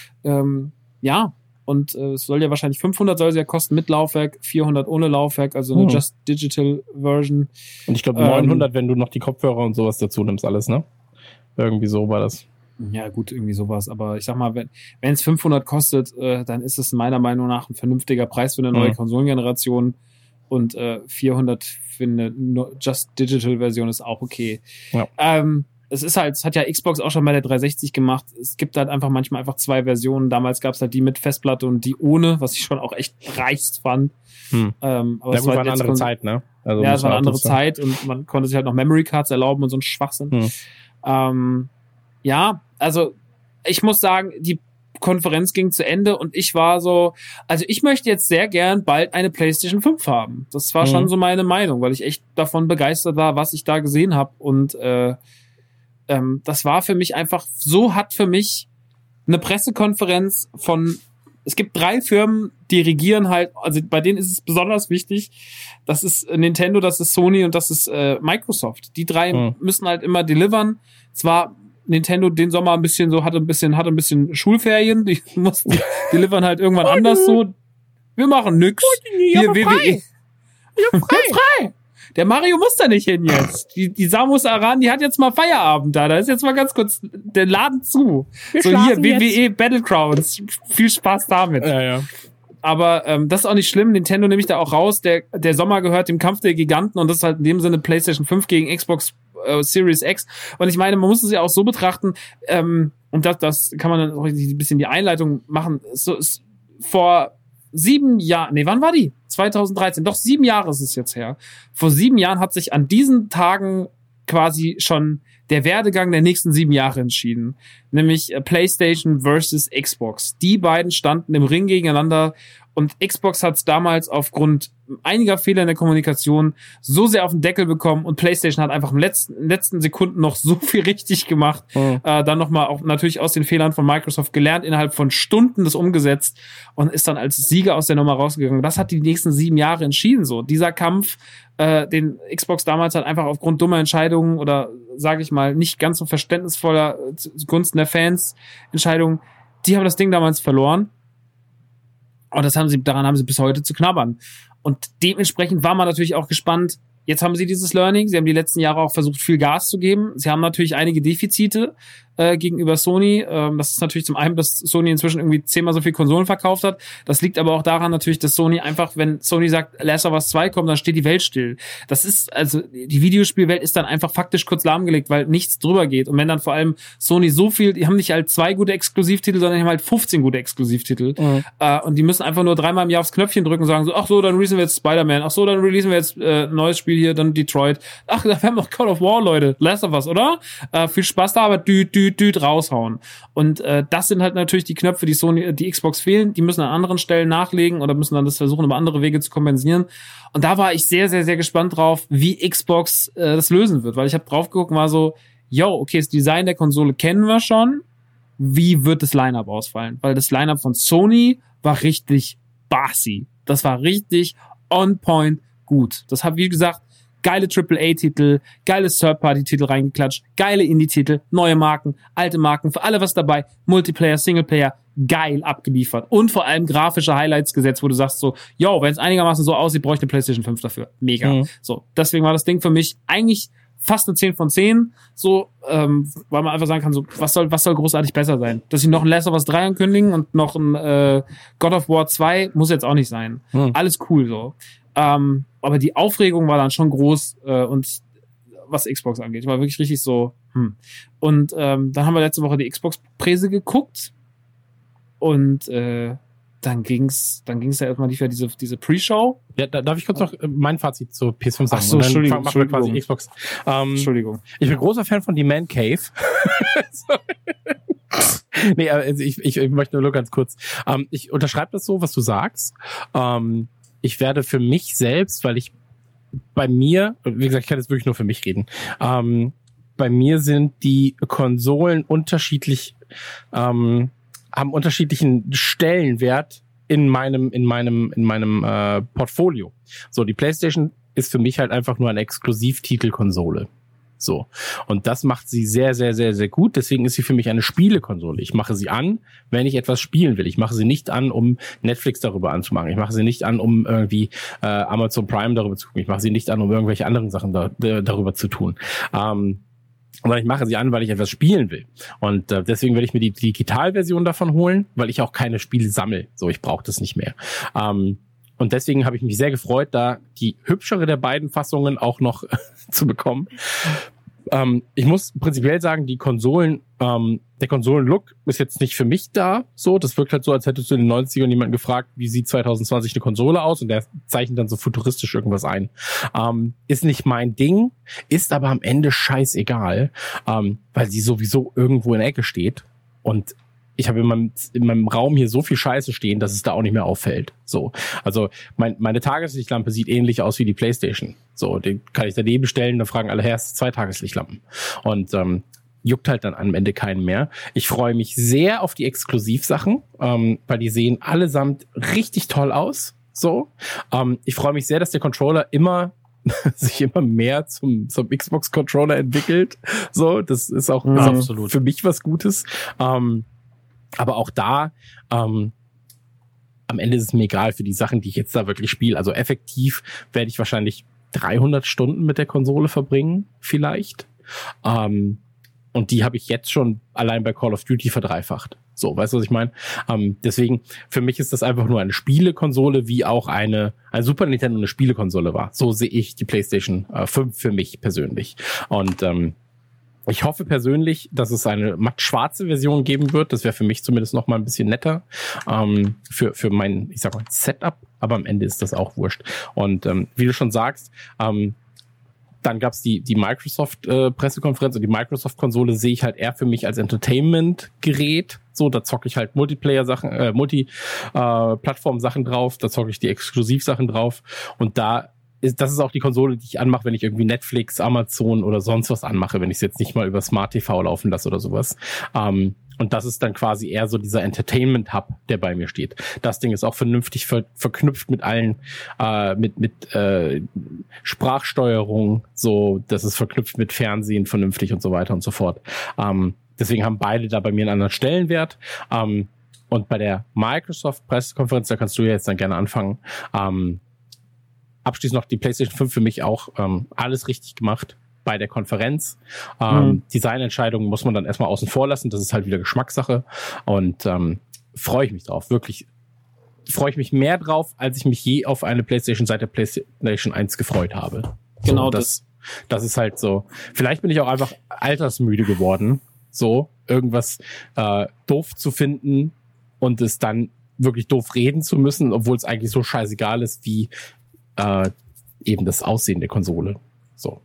Und es soll ja wahrscheinlich 500 soll sie ja kosten mit Laufwerk, 400 ohne Laufwerk, also eine Just Digital Version. Und ich glaube 900, wenn du noch die Kopfhörer und sowas dazu nimmst, alles, ne? Irgendwie so war das. Ja, gut, irgendwie sowas. Aber ich sag mal, wenn es 500 kostet, dann ist es meiner Meinung nach ein vernünftiger Preis für eine neue Konsolengeneration. Und 400 für eine Just Digital Version ist auch okay. Ja. Es ist halt, es hat ja Xbox auch schon bei der 360 gemacht. Es gibt halt einfach manchmal einfach zwei Versionen. Damals gab es halt die mit Festplatte und die ohne, was ich schon auch echt dreist fand. Aber es war eine andere Zeit, ne? Also ja, es war eine andere Zeit und man konnte sich halt noch Memory Cards erlauben und so ein Schwachsinn. Ja, also ich muss sagen, die Konferenz ging zu Ende und ich war so, also ich möchte jetzt sehr gern bald eine PlayStation 5 haben. Das war schon so meine Meinung, weil ich echt davon begeistert war, was ich da gesehen habe. Und das war für mich einfach, so hat für mich eine Pressekonferenz von, es gibt 3 Firmen, die regieren halt, also bei denen ist es besonders wichtig, das ist Nintendo, das ist Sony und das ist Microsoft. Die 3 müssen halt immer delivern. Zwar Nintendo den Sommer ein bisschen so, hatte ein bisschen Schulferien, die delivern halt irgendwann anders so. Wir machen nix. Hier WWE. Ich hab frei. Der Mario muss da nicht hin jetzt. Die Samus Aran, die hat jetzt mal Feierabend da. Da ist jetzt mal ganz kurz der Laden zu. So hier, WWE Battlegrounds. Viel Spaß damit. Ja. Aber das ist auch nicht schlimm. Nintendo nehme ich da auch raus. Der Sommer gehört dem Kampf der Giganten und das ist halt in dem Sinne PlayStation 5 gegen Xbox Series X. Und ich meine, man muss es ja auch so betrachten, und das kann man dann auch ein bisschen die Einleitung machen. So ist vor 7 Jahren, wann war die? 2013, doch 7 Jahre ist es jetzt her. Vor 7 Jahren hat sich an diesen Tagen quasi schon der Werdegang der nächsten 7 Jahre entschieden. Nämlich PlayStation versus Xbox. Die beiden standen im Ring gegeneinander Und Xbox hat es damals aufgrund einiger Fehler in der Kommunikation so sehr auf den Deckel bekommen und PlayStation hat einfach in den letzten Sekunden noch so viel richtig gemacht. Dann nochmal auch natürlich aus den Fehlern von Microsoft gelernt, innerhalb von Stunden das umgesetzt und ist dann als Sieger aus der Nummer rausgegangen. Das hat die nächsten 7 Jahre entschieden. So dieser Kampf, den Xbox damals halt einfach aufgrund dummer Entscheidungen oder sage ich mal nicht ganz so verständnisvoller zugunsten der Fans Entscheidungen, die haben das Ding damals verloren. Und daran haben sie bis heute zu knabbern. Und dementsprechend war man natürlich auch gespannt. Jetzt haben sie dieses Learning. Sie haben die letzten Jahre auch versucht, viel Gas zu geben. Sie haben natürlich einige Defizite gegenüber Sony. Das ist natürlich zum einen, dass Sony inzwischen irgendwie 10-mal so viel Konsolen verkauft hat. Das liegt aber auch daran natürlich, dass Sony einfach, wenn Sony sagt, Last of Us 2 kommt, dann steht die Welt still. Das ist, also die Videospielwelt ist dann einfach faktisch kurz lahmgelegt, weil nichts drüber geht. Und wenn dann vor allem Sony so viel, die haben nicht halt 2 gute Exklusivtitel, sondern die haben halt 15 gute Exklusivtitel. Und die müssen einfach nur 3-mal im Jahr aufs Knöpfchen drücken und sagen so, ach so, dann releasen wir jetzt Spider-Man. Ach so, dann releasen wir jetzt ein neues Spiel hier, dann Detroit. Ach, wir haben noch Call of War, Leute. Last of Us, oder? Viel Spaß da, aber raushauen. Und das sind halt natürlich die Knöpfe, die Xbox fehlen. Die müssen an anderen Stellen nachlegen oder müssen dann das versuchen, über andere Wege zu kompensieren. Und da war ich sehr, sehr, sehr gespannt drauf, wie Xbox das lösen wird. Weil ich habe drauf geguckt und war so, okay, das Design der Konsole kennen wir schon. Wie wird das Line-Up ausfallen? Weil das Line-Up von Sony war richtig bossy. Das war richtig on point gut. Das hat, wie gesagt, geile AAA-Titel, geile Third-Party-Titel reingeklatscht, geile Indie-Titel, neue Marken, alte Marken, für alle was dabei, Multiplayer, Singleplayer, geil abgeliefert und vor allem grafische Highlights gesetzt, wo du sagst so, wenn es einigermaßen so aussieht, brauche ich eine PlayStation 5 dafür. Mega. So, deswegen war das Ding für mich eigentlich fast eine 10 von 10, so, weil man einfach sagen kann, so, was soll großartig besser sein? Dass sie noch ein Last of Us 3 ankündigen und noch ein God of War 2 muss jetzt auch nicht sein. Alles cool, so. Aber die Aufregung war dann schon groß und was Xbox angeht. War wirklich richtig so, Und dann haben wir letzte Woche die Xbox-Präse geguckt und dann ging's ja erstmal diese Pre-Show. Ja, darf ich kurz noch mein Fazit zur PS5 sagen? Ach so, Entschuldigung. Machen wir quasi Xbox. Entschuldigung. Ich bin großer Fan von The Man Cave. Nee, also ich möchte nur ganz kurz. Ich unterschreibe das so, was du sagst. Ich werde für mich selbst, weil ich bei mir, wie gesagt, ich kann jetzt wirklich nur für mich reden, bei mir sind die Konsolen unterschiedlich, haben unterschiedlichen Stellenwert in meinem Portfolio. So, die PlayStation ist für mich halt einfach nur eine Exklusivtitelkonsole. So. Und das macht sie sehr, sehr, sehr, sehr gut. Deswegen ist sie für mich eine Spielekonsole. Ich mache sie an, wenn ich etwas spielen will. Ich mache sie nicht an, um Netflix darüber anzumachen. Ich mache sie nicht an, um irgendwie Amazon Prime darüber zu gucken. Ich mache sie nicht an, um irgendwelche anderen Sachen darüber zu tun. Sondern ich mache sie an, weil ich etwas spielen will. Und deswegen werde ich mir die Digitalversion davon holen, weil ich auch keine Spiele sammle. So, ich brauche das nicht mehr. Und deswegen habe ich mich sehr gefreut, da die hübschere der beiden Fassungen auch noch zu bekommen. Ich muss prinzipiell sagen, die Konsolen, der Konsolenlook ist jetzt nicht für mich da. So, das wirkt halt so, als hättest du in den 90ern jemanden gefragt, wie sieht 2020 eine Konsole aus? Und der zeichnet dann so futuristisch irgendwas ein. Ist nicht mein Ding, ist aber am Ende scheißegal, weil sie sowieso irgendwo in der Ecke steht. Und ich habe in meinem Raum hier so viel Scheiße stehen, dass es da auch nicht mehr auffällt. So, also meine Tageslichtlampe sieht ähnlich aus wie die PlayStation. So, den kann ich daneben stellen, dann fragen alle, Herr, es 2 Tageslichtlampen. Und juckt halt dann am Ende keinen mehr. Ich freue mich sehr auf die Exklusivsachen, weil die sehen allesamt richtig toll aus. So, ich freue mich sehr, dass der Controller sich immer mehr zum Xbox-Controller entwickelt. So, das ist auch absolut für mich was Gutes. Aber auch da, am Ende ist es mir egal für die Sachen, die ich jetzt da wirklich spiele. Also effektiv werde ich wahrscheinlich 300 Stunden mit der Konsole verbringen, vielleicht. Und die habe ich jetzt schon allein bei Call of Duty verdreifacht. So, weißt du, was ich meine? Deswegen, für mich ist das einfach nur eine Spielekonsole, wie auch ein Super Nintendo eine Spielekonsole war. So sehe ich die PlayStation 5 für mich persönlich. Und ich hoffe persönlich, dass es eine matt schwarze Version geben wird. Das wäre für mich zumindest noch mal ein bisschen netter für mein, ich sag mal, Setup. Aber am Ende ist das auch wurscht. Und wie du schon sagst, dann gab's die Microsoft Pressekonferenz und die Microsoft-Konsole sehe ich halt eher für mich als Entertainment-Gerät. So, da zocke ich halt Multiplayer-Sachen, Multi-Plattform-Sachen drauf, da zocke ich die Exklusivsachen drauf und das ist auch die Konsole, die ich anmache, wenn ich irgendwie Netflix, Amazon oder sonst was anmache, wenn ich es jetzt nicht mal über Smart TV laufen lasse oder sowas. Und das ist dann quasi eher so dieser Entertainment-Hub, der bei mir steht. Das Ding ist auch vernünftig verknüpft mit allen, mit Sprachsteuerung, so, das ist verknüpft mit Fernsehen vernünftig und so weiter und so fort. Deswegen haben beide da bei mir einen anderen Stellenwert. Und bei der Microsoft-Pressekonferenz, da kannst du ja jetzt dann gerne anfangen, abschließend noch die PlayStation 5 für mich auch alles richtig gemacht bei der Konferenz. Designentscheidungen muss man dann erstmal außen vor lassen. Das ist halt wieder Geschmackssache. Und freue ich mich drauf. Wirklich freue ich mich mehr drauf, als ich mich je auf eine PlayStation seit der PlayStation 1 gefreut habe. Genau, so, das ist halt so. Vielleicht bin ich auch einfach altersmüde geworden, so irgendwas doof zu finden und es dann wirklich doof reden zu müssen, obwohl es eigentlich so scheißegal ist, wie eben das Aussehen der Konsole. So.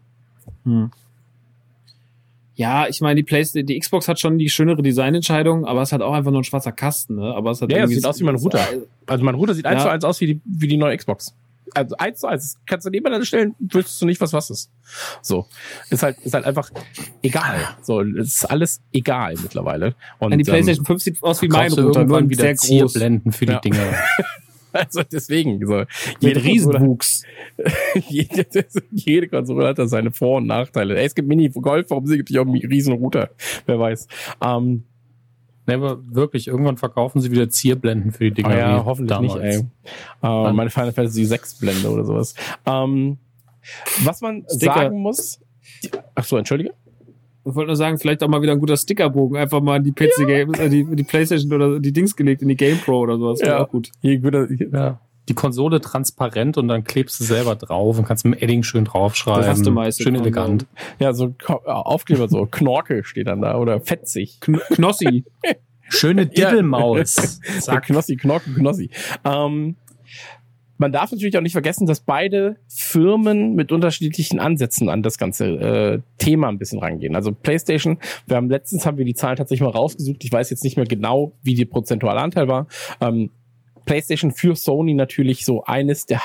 Ja, ich meine, die Xbox hat schon die schönere Designentscheidung, aber es hat auch einfach nur ein schwarzer Kasten, ne? Aber es hat es sieht aus wie mein Router. Also mein Router sieht 1:1 aus wie die neue Xbox. Also 1:1. Kannst du nebeneinander stellen, wüsstest du nicht, was ist. So. Ist halt einfach egal. So, es ist alles egal mittlerweile. Und die PlayStation 5 sieht aus wie mein Router, irgendwann nur wieder sehr groß. Zierblenden für die Dinger. Also deswegen, so. Mit Riesenwuchs. Jede Konsole hat da seine Vor- und Nachteile. Es gibt Mini-Golf, warum gibt es auch einen Riesen-Router? Wer weiß. Aber wirklich, irgendwann verkaufen sie wieder Zierblenden für die Dinger. Ja, hoffentlich damals. nicht, ey. Meine Final Fantasy 6 Blende oder sowas. Was man sagen muss... Ach so, entschuldige? Ich wollte nur sagen, vielleicht auch mal wieder ein guter Stickerbogen. Einfach mal in die PC Games, die PlayStation oder die Dings gelegt, in die Game Pro oder sowas. Ja, auch gut. Die Konsole transparent und dann klebst du selber drauf und kannst mit dem Edding schön draufschreiben. Das hast du meistens. Schön elegant. Ja, so Aufkleber, so Knorke steht dann da oder fetzig. Knossi. Schöne Diddlemaus. Sag Knossi, Knorke, Knossi. Man darf natürlich auch nicht vergessen, dass beide Firmen mit unterschiedlichen Ansätzen an das ganze Thema ein bisschen rangehen. Also PlayStation, letztens haben wir die Zahlen tatsächlich mal rausgesucht. Ich weiß jetzt nicht mehr genau, wie der prozentuale Anteil war. PlayStation für Sony natürlich so einer der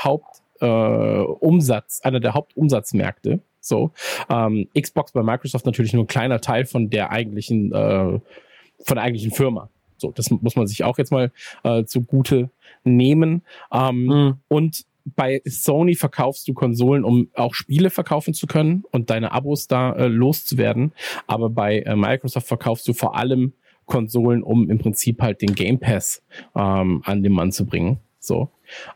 Hauptumsatzmärkte. So. Xbox bei Microsoft natürlich nur ein kleiner Teil von der eigentlichen Firma. So, das muss man sich auch jetzt mal zugute nehmen. Und bei Sony verkaufst du Konsolen, um auch Spiele verkaufen zu können und deine Abos da loszuwerden. Aber bei Microsoft verkaufst du vor allem Konsolen, um im Prinzip halt den Game Pass an den Mann zu bringen. So.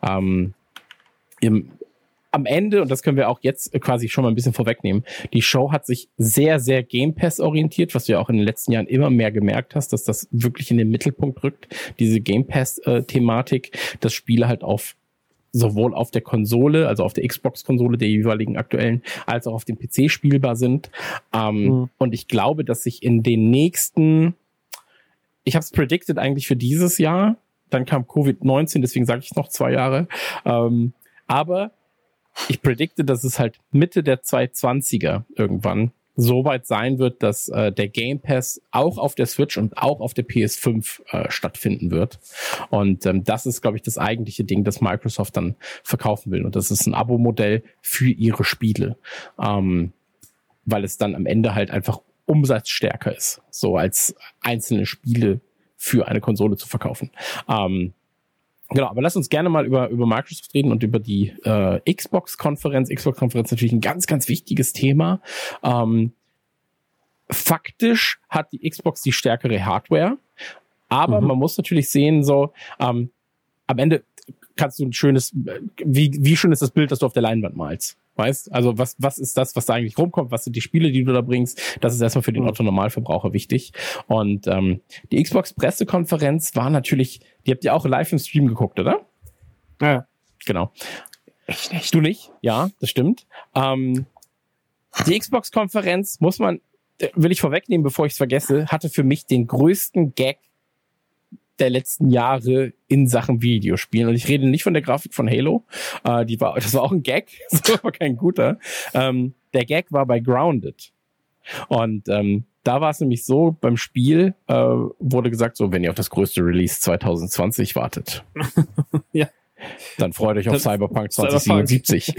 Am Ende, und das können wir auch jetzt quasi schon mal ein bisschen vorwegnehmen, die Show hat sich sehr, sehr Game Pass orientiert, was du ja auch in den letzten Jahren immer mehr gemerkt hast, dass das wirklich in den Mittelpunkt rückt, diese Game Pass-Thematik, dass Spiele halt sowohl auf der Konsole, also auf der Xbox-Konsole der jeweiligen aktuellen, als auch auf dem PC spielbar sind. Und ich glaube, dass sich in den nächsten, ich habe es predicted eigentlich für dieses Jahr, dann kam Covid-19, deswegen sage ich noch 2 Jahre, aber ich predikte, dass es halt Mitte der 2020er irgendwann so weit sein wird, dass der Game Pass auch auf der Switch und auch auf der PS5 stattfinden wird. Und das ist, glaube ich, das eigentliche Ding, das Microsoft dann verkaufen will. Und das ist ein Abo-Modell für ihre Spiele, weil es dann am Ende halt einfach umsatzstärker ist, so als einzelne Spiele für eine Konsole zu verkaufen. Genau, aber lass uns gerne mal über Microsoft reden und über die Xbox-Konferenz. Xbox-Konferenz natürlich ein ganz, ganz wichtiges Thema. Faktisch hat die Xbox die stärkere Hardware, aber man muss natürlich sehen, so am Ende kannst du ein schönes, wie schön ist das Bild, das du auf der Leinwand malst? Weißt? Also was ist das, was da eigentlich rumkommt? Was sind die Spiele, die du da bringst? Das ist erstmal für den Otto-Normalverbraucher wichtig. Und die Xbox-Pressekonferenz war natürlich, die habt ihr auch live im Stream geguckt, oder? Ja. Genau. Echt nicht? Du nicht? Ja, das stimmt. Die Xbox-Konferenz will ich vorwegnehmen, bevor ich es vergesse, hatte für mich den größten Gag der letzten Jahre in Sachen Videospielen. Und ich rede nicht von der Grafik von Halo. Das war auch ein Gag, das war aber kein guter. Der Gag war bei Grounded. Und Da war es nämlich so, beim Spiel wurde gesagt, so, wenn ihr auf das größte Release 2020 wartet, Ja. dann freut euch auf Cyberpunk 2077.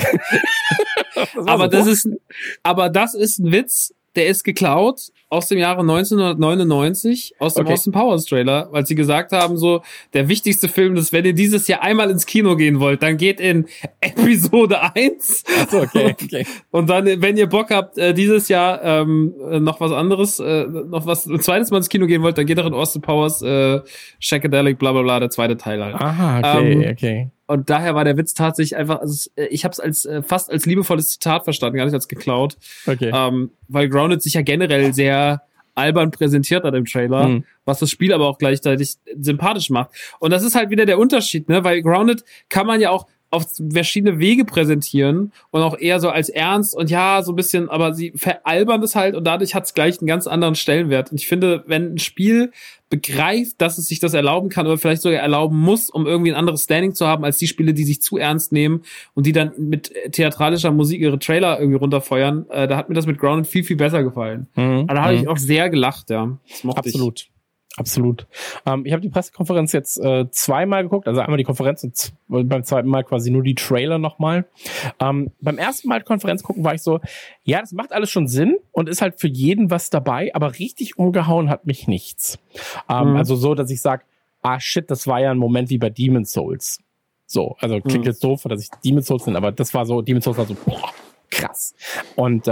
Aber das ist ein Witz, der ist geklaut aus dem Jahre 1999, aus dem Austin Powers Trailer, weil sie gesagt haben, so, der wichtigste Film ist, wenn ihr dieses Jahr einmal ins Kino gehen wollt, dann geht in Episode 1. Achso, okay. Und dann, wenn ihr Bock habt, dieses Jahr noch was anderes, ein zweites Mal ins Kino gehen wollt, dann geht doch in Austin Powers Shackadelic, bla bla bla, der zweite Teil halt. Aha, okay. Und daher war der Witz tatsächlich einfach, also ich habe es fast als liebevolles Zitat verstanden, gar nicht als geklaut. Okay. Weil Grounded sich ja generell sehr albern präsentiert hat im Trailer, was das Spiel aber auch gleichzeitig sympathisch macht. Und das ist halt wieder der Unterschied, ne? Weil Grounded kann man ja auch auf verschiedene Wege präsentieren und auch eher so als ernst und ja, so ein bisschen, aber sie veralbern es halt und dadurch hat es gleich einen ganz anderen Stellenwert. Und ich finde, wenn ein Spiel begreift, dass es sich das erlauben kann oder vielleicht sogar erlauben muss, um irgendwie ein anderes Standing zu haben als die Spiele, die sich zu ernst nehmen und die dann mit theatralischer Musik ihre Trailer irgendwie runterfeuern, da hat mir das mit Grounded viel, viel besser gefallen. Aber da habe ich auch sehr gelacht, ja. Das mochte ich. Absolut. Ich habe die Pressekonferenz jetzt zweimal geguckt, also einmal die Konferenz und beim zweiten Mal quasi nur die Trailer nochmal. Beim ersten Mal die Konferenz gucken war ich so, ja, das macht alles schon Sinn und ist halt für jeden was dabei, aber richtig umgehauen hat mich nichts. Also so, dass ich sage, shit, das war ja ein Moment wie bei Demon's Souls. So, also klingt jetzt doof, dass ich Demon's Souls nenne, aber das war so, Demon's Souls war so, boah, krass. Und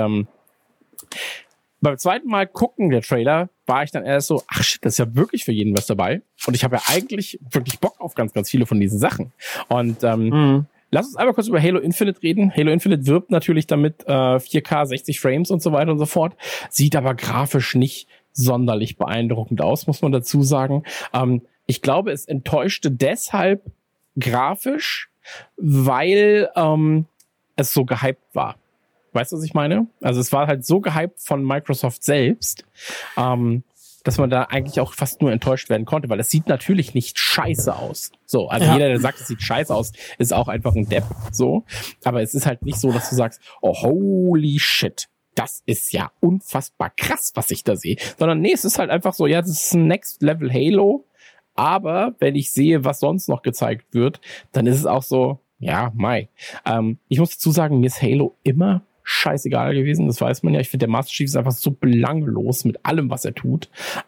beim zweiten Mal gucken der Trailer war ich dann erst so, ach shit, das ist ja wirklich für jeden was dabei. Und ich habe ja eigentlich wirklich Bock auf ganz, ganz viele von diesen Sachen. Und lass uns einmal kurz über Halo Infinite reden. Halo Infinite wirbt natürlich damit 4K, 60 Frames und so weiter und so fort. Sieht aber grafisch nicht sonderlich beeindruckend aus, muss man dazu sagen. Ich glaube, es enttäuschte deshalb grafisch, weil es so gehypt war. Weißt du, was ich meine? Also es war halt so gehypt von Microsoft selbst, dass man da eigentlich auch fast nur enttäuscht werden konnte, weil es sieht natürlich nicht scheiße aus. So, also jeder, der sagt, es sieht scheiße aus, ist auch einfach ein Depp. So, aber es ist halt nicht so, dass du sagst, oh holy shit, das ist ja unfassbar krass, was ich da sehe. Sondern nee, es ist halt einfach so, ja, das ist ein Next Level Halo. Aber wenn ich sehe, was sonst noch gezeigt wird, dann ist es auch so, ja, ich muss dazu sagen, mir ist Halo immer scheißegal gewesen, das weiß man ja. Ich finde, der Master Chief ist einfach so belanglos mit allem, was er tut.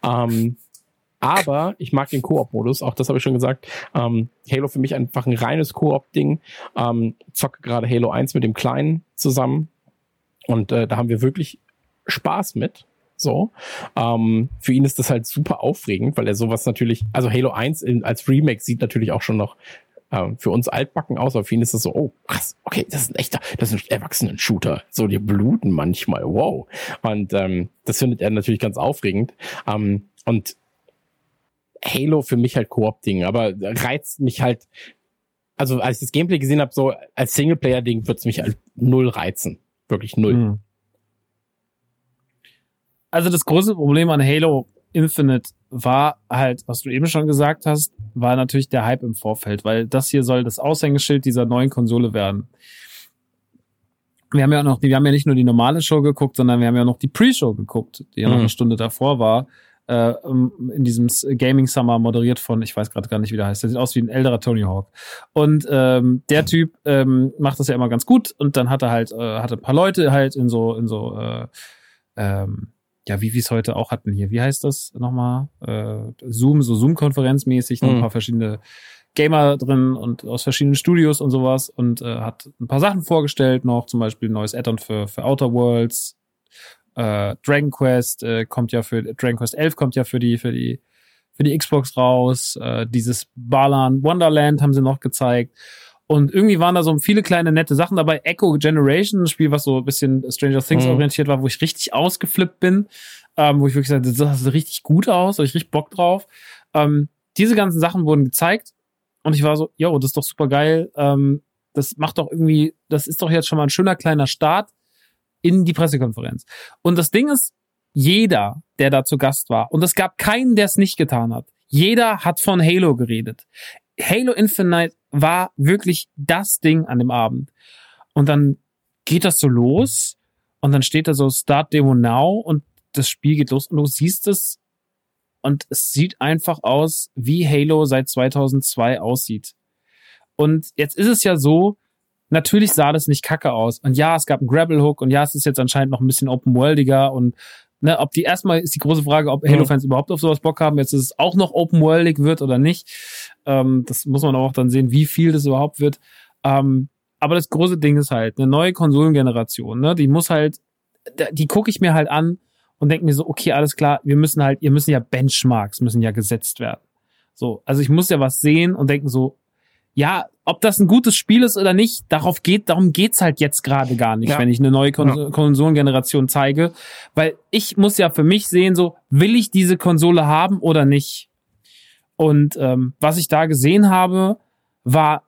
Aber ich mag den Koop-Modus, auch das habe ich schon gesagt. Halo für mich einfach ein reines Koop-Ding. Zocke gerade Halo 1 mit dem Kleinen zusammen und da haben wir wirklich Spaß mit. So. Für ihn ist das halt super aufregend, weil er sowas natürlich, also Halo 1 als Remake sieht natürlich auch schon noch für uns altbacken aus, aber für ihn ist das so, oh krass, okay, das ist ein Erwachsenen-Shooter. So, die bluten manchmal, wow. Und das findet er natürlich ganz aufregend. Und Halo für mich halt Koop-Ding, aber reizt mich halt, also als ich das Gameplay gesehen habe, so als Singleplayer-Ding wird's mich halt null reizen. Wirklich null. Also das große Problem an Halo Infinite war halt, was du eben schon gesagt hast, war natürlich der Hype im Vorfeld, weil das hier soll das Aushängeschild dieser neuen Konsole werden. Wir haben ja nicht nur die normale Show geguckt, sondern wir haben ja noch die Pre-Show geguckt, die ja noch eine Stunde davor war, in diesem Gaming Summer moderiert von, ich weiß gerade gar nicht, wie der heißt, der sieht aus wie ein älterer Tony Hawk. Und der Typ macht das ja immer ganz gut und dann hat er halt hatte ein paar Leute halt in so ja, wie wir es heute auch hatten hier. Wie heißt das nochmal? Zoom-Konferenzmäßig, ein paar verschiedene Gamer drin und aus verschiedenen Studios und sowas und hat ein paar Sachen vorgestellt noch, zum Beispiel ein neues Add-on für Outer Worlds. Dragon Quest Dragon Quest 11 kommt ja für die Xbox raus. Dieses Balan Wonderland haben sie noch gezeigt. Und irgendwie waren da so viele kleine nette Sachen dabei. Echo Generation, ein Spiel, was so ein bisschen Stranger Things orientiert war, wo ich richtig ausgeflippt bin. Wo ich wirklich sagte, das sieht richtig gut aus, da hab ich richtig Bock drauf. Diese ganzen Sachen wurden gezeigt. Und ich war so, yo, das ist doch super geil. Das macht doch irgendwie, das ist doch jetzt schon mal ein schöner kleiner Start in die Pressekonferenz. Und das Ding ist, jeder, der da zu Gast war, und es gab keinen, der es nicht getan hat. Jeder hat von Halo geredet. Halo Infinite war wirklich das Ding an dem Abend. Und dann geht das so los und dann steht da so Start Demo Now und das Spiel geht los und du siehst es und es sieht einfach aus, wie Halo seit 2002 aussieht. Und jetzt ist es ja so, natürlich sah das nicht kacke aus. Und ja, es gab einen Grapple-Hook und ja, es ist jetzt anscheinend noch ein bisschen open-worldiger und erstmal ist die große Frage, ob Halo-Fans überhaupt auf sowas Bock haben, jetzt ist es auch noch open-worldig wird oder nicht. Das muss man auch dann sehen, wie viel das überhaupt wird. Aber das große Ding ist halt, eine neue Konsolengeneration, ne, die gucke ich mir halt an und denke mir so, okay, alles klar, ihr müssen ja Benchmarks müssen ja gesetzt werden. So, also ich muss ja was sehen und denken so, ja, ob das ein gutes Spiel ist oder nicht, darum geht's halt jetzt gerade gar nicht, wenn ich eine neue Konsolengeneration zeige, weil ich muss ja für mich sehen, so, will ich diese Konsole haben oder nicht? Und was ich da gesehen habe, war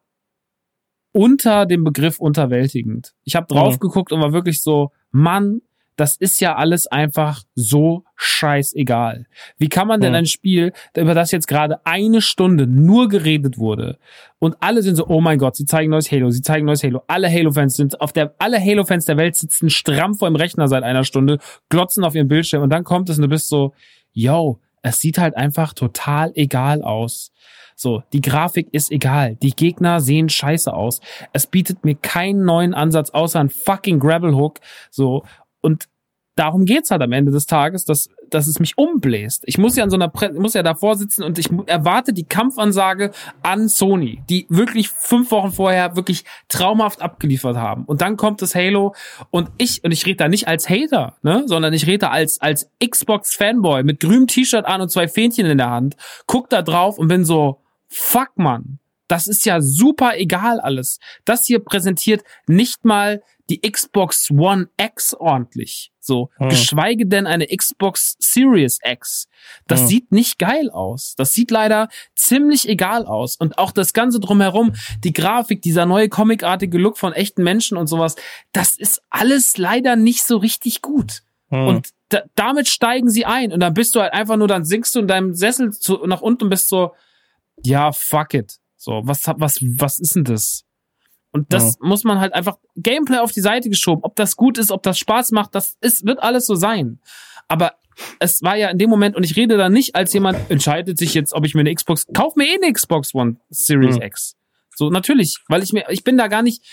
unter dem Begriff unterwältigend. Ich habe drauf geguckt und war wirklich so, Mann, das ist ja alles einfach so scheißegal. Wie kann man denn ein Spiel, über das jetzt gerade 1 Stunde nur geredet wurde und alle sind so, oh mein Gott, sie zeigen neues Halo. Alle Halo-Fans alle Halo-Fans der Welt sitzen stramm vor dem Rechner seit 1 Stunde, glotzen auf ihren Bildschirm und dann kommt es und du bist so, yo, es sieht halt einfach total egal aus. So, die Grafik ist egal. Die Gegner sehen scheiße aus. Es bietet mir keinen neuen Ansatz außer ein fucking Grapple-Hook. So, und darum geht's halt am Ende des Tages, dass es mich umbläst. Ich muss ja muss ja davor sitzen und ich erwarte die Kampfansage an Sony, die wirklich 5 Wochen vorher wirklich traumhaft abgeliefert haben. Und dann kommt das Halo und ich rede da nicht als Hater, ne, sondern ich rede da als Xbox-Fanboy mit grünem T-Shirt an und 2 Fähnchen in der Hand, guck da drauf und bin so, fuck, Mann, das ist ja super egal alles. Das hier präsentiert nicht mal die Xbox One X ordentlich. So, geschweige denn eine Xbox Series X. Das sieht nicht geil aus. Das sieht leider ziemlich egal aus. Und auch das Ganze drumherum, die Grafik, dieser neue comicartige Look von echten Menschen und sowas, das ist alles leider nicht so richtig gut. Und damit steigen sie ein. Und dann bist du halt einfach nur, dann sinkst du in deinem Sessel nach unten und bist so, ja, fuck it. So, was ist denn das? Und das muss man halt einfach Gameplay auf die Seite geschoben. Ob das gut ist, ob das Spaß macht, wird alles so sein. Aber es war ja in dem Moment, und ich rede da nicht als jemand, entscheidet sich jetzt, ob ich mir eine Xbox, kauf mir eine Xbox One Series X. So, natürlich, weil ich bin gar nicht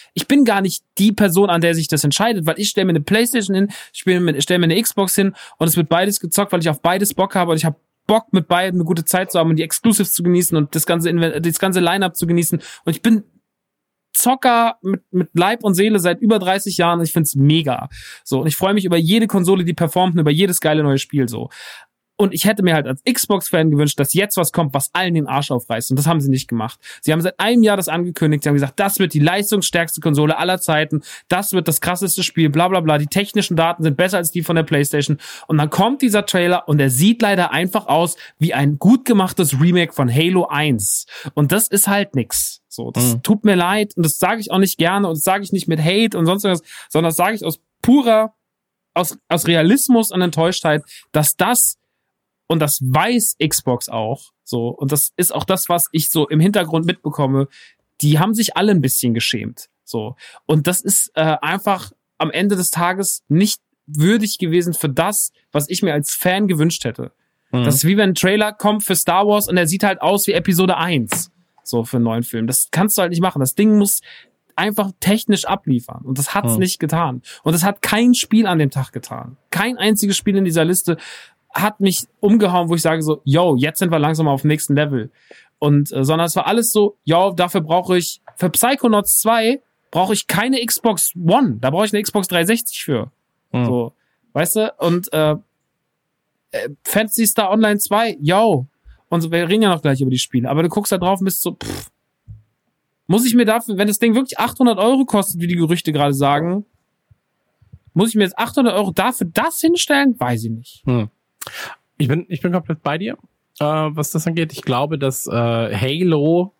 die Person, an der sich das entscheidet, weil ich stelle mir eine Playstation hin, stelle mir eine Xbox hin und es wird beides gezockt, weil ich auf beides Bock habe und ich habe Bock, mit beiden eine gute Zeit zu haben und die Exclusives zu genießen und das ganze Line-Up zu genießen. Und ich bin Zocker mit Leib und Seele seit über 30 Jahren und ich find's mega. So, und ich freue mich über jede Konsole, die performt und über jedes geile neue Spiel, so. Und ich hätte mir halt als Xbox-Fan gewünscht, dass jetzt was kommt, was allen den Arsch aufreißt. Und das haben sie nicht gemacht. Sie haben seit einem Jahr das angekündigt. Sie haben gesagt, das wird die leistungsstärkste Konsole aller Zeiten. Das wird das krasseste Spiel, bla, bla, bla. Die technischen Daten sind besser als die von der PlayStation. Und dann kommt dieser Trailer und er sieht leider einfach aus wie ein gut gemachtes Remake von Halo 1. Und das ist halt nix. So, das tut mir leid. Und das sage ich auch nicht gerne. Und das sage ich nicht mit Hate und sonst was, sondern das sage ich aus Realismus und Enttäuschtheit, dass das, und das weiß Xbox auch, so, und das ist auch das, was ich so im Hintergrund mitbekomme, die haben sich alle ein bisschen geschämt, so. Und das ist einfach am Ende des Tages nicht würdig gewesen für das, was ich mir als Fan gewünscht hätte. Das ist wie wenn ein Trailer kommt für Star Wars und der sieht halt aus wie Episode 1, so, für einen neuen Film. Das kannst du halt nicht machen. Das Ding muss einfach technisch abliefern. Und das hat's nicht getan. Und das hat kein Spiel an dem Tag getan. Kein einziges Spiel in dieser Liste hat mich umgehauen, wo ich sage so, yo, jetzt sind wir langsam auf dem nächsten Level. Und, sondern es war alles so, yo, dafür für Psychonauts 2 brauche ich keine Xbox One. Da brauche ich eine Xbox 360 für. So, weißt du? Und, Phantasy Star Online 2, yo. Und so, wir reden ja noch gleich über die Spiele. Aber du guckst da drauf und bist so, muss ich mir dafür, wenn das Ding wirklich 800 € kostet, wie die Gerüchte gerade sagen, muss ich mir jetzt 800 € dafür das hinstellen? Weiß ich nicht. Ich bin komplett bei dir, was das angeht. Ich glaube, dass Halo,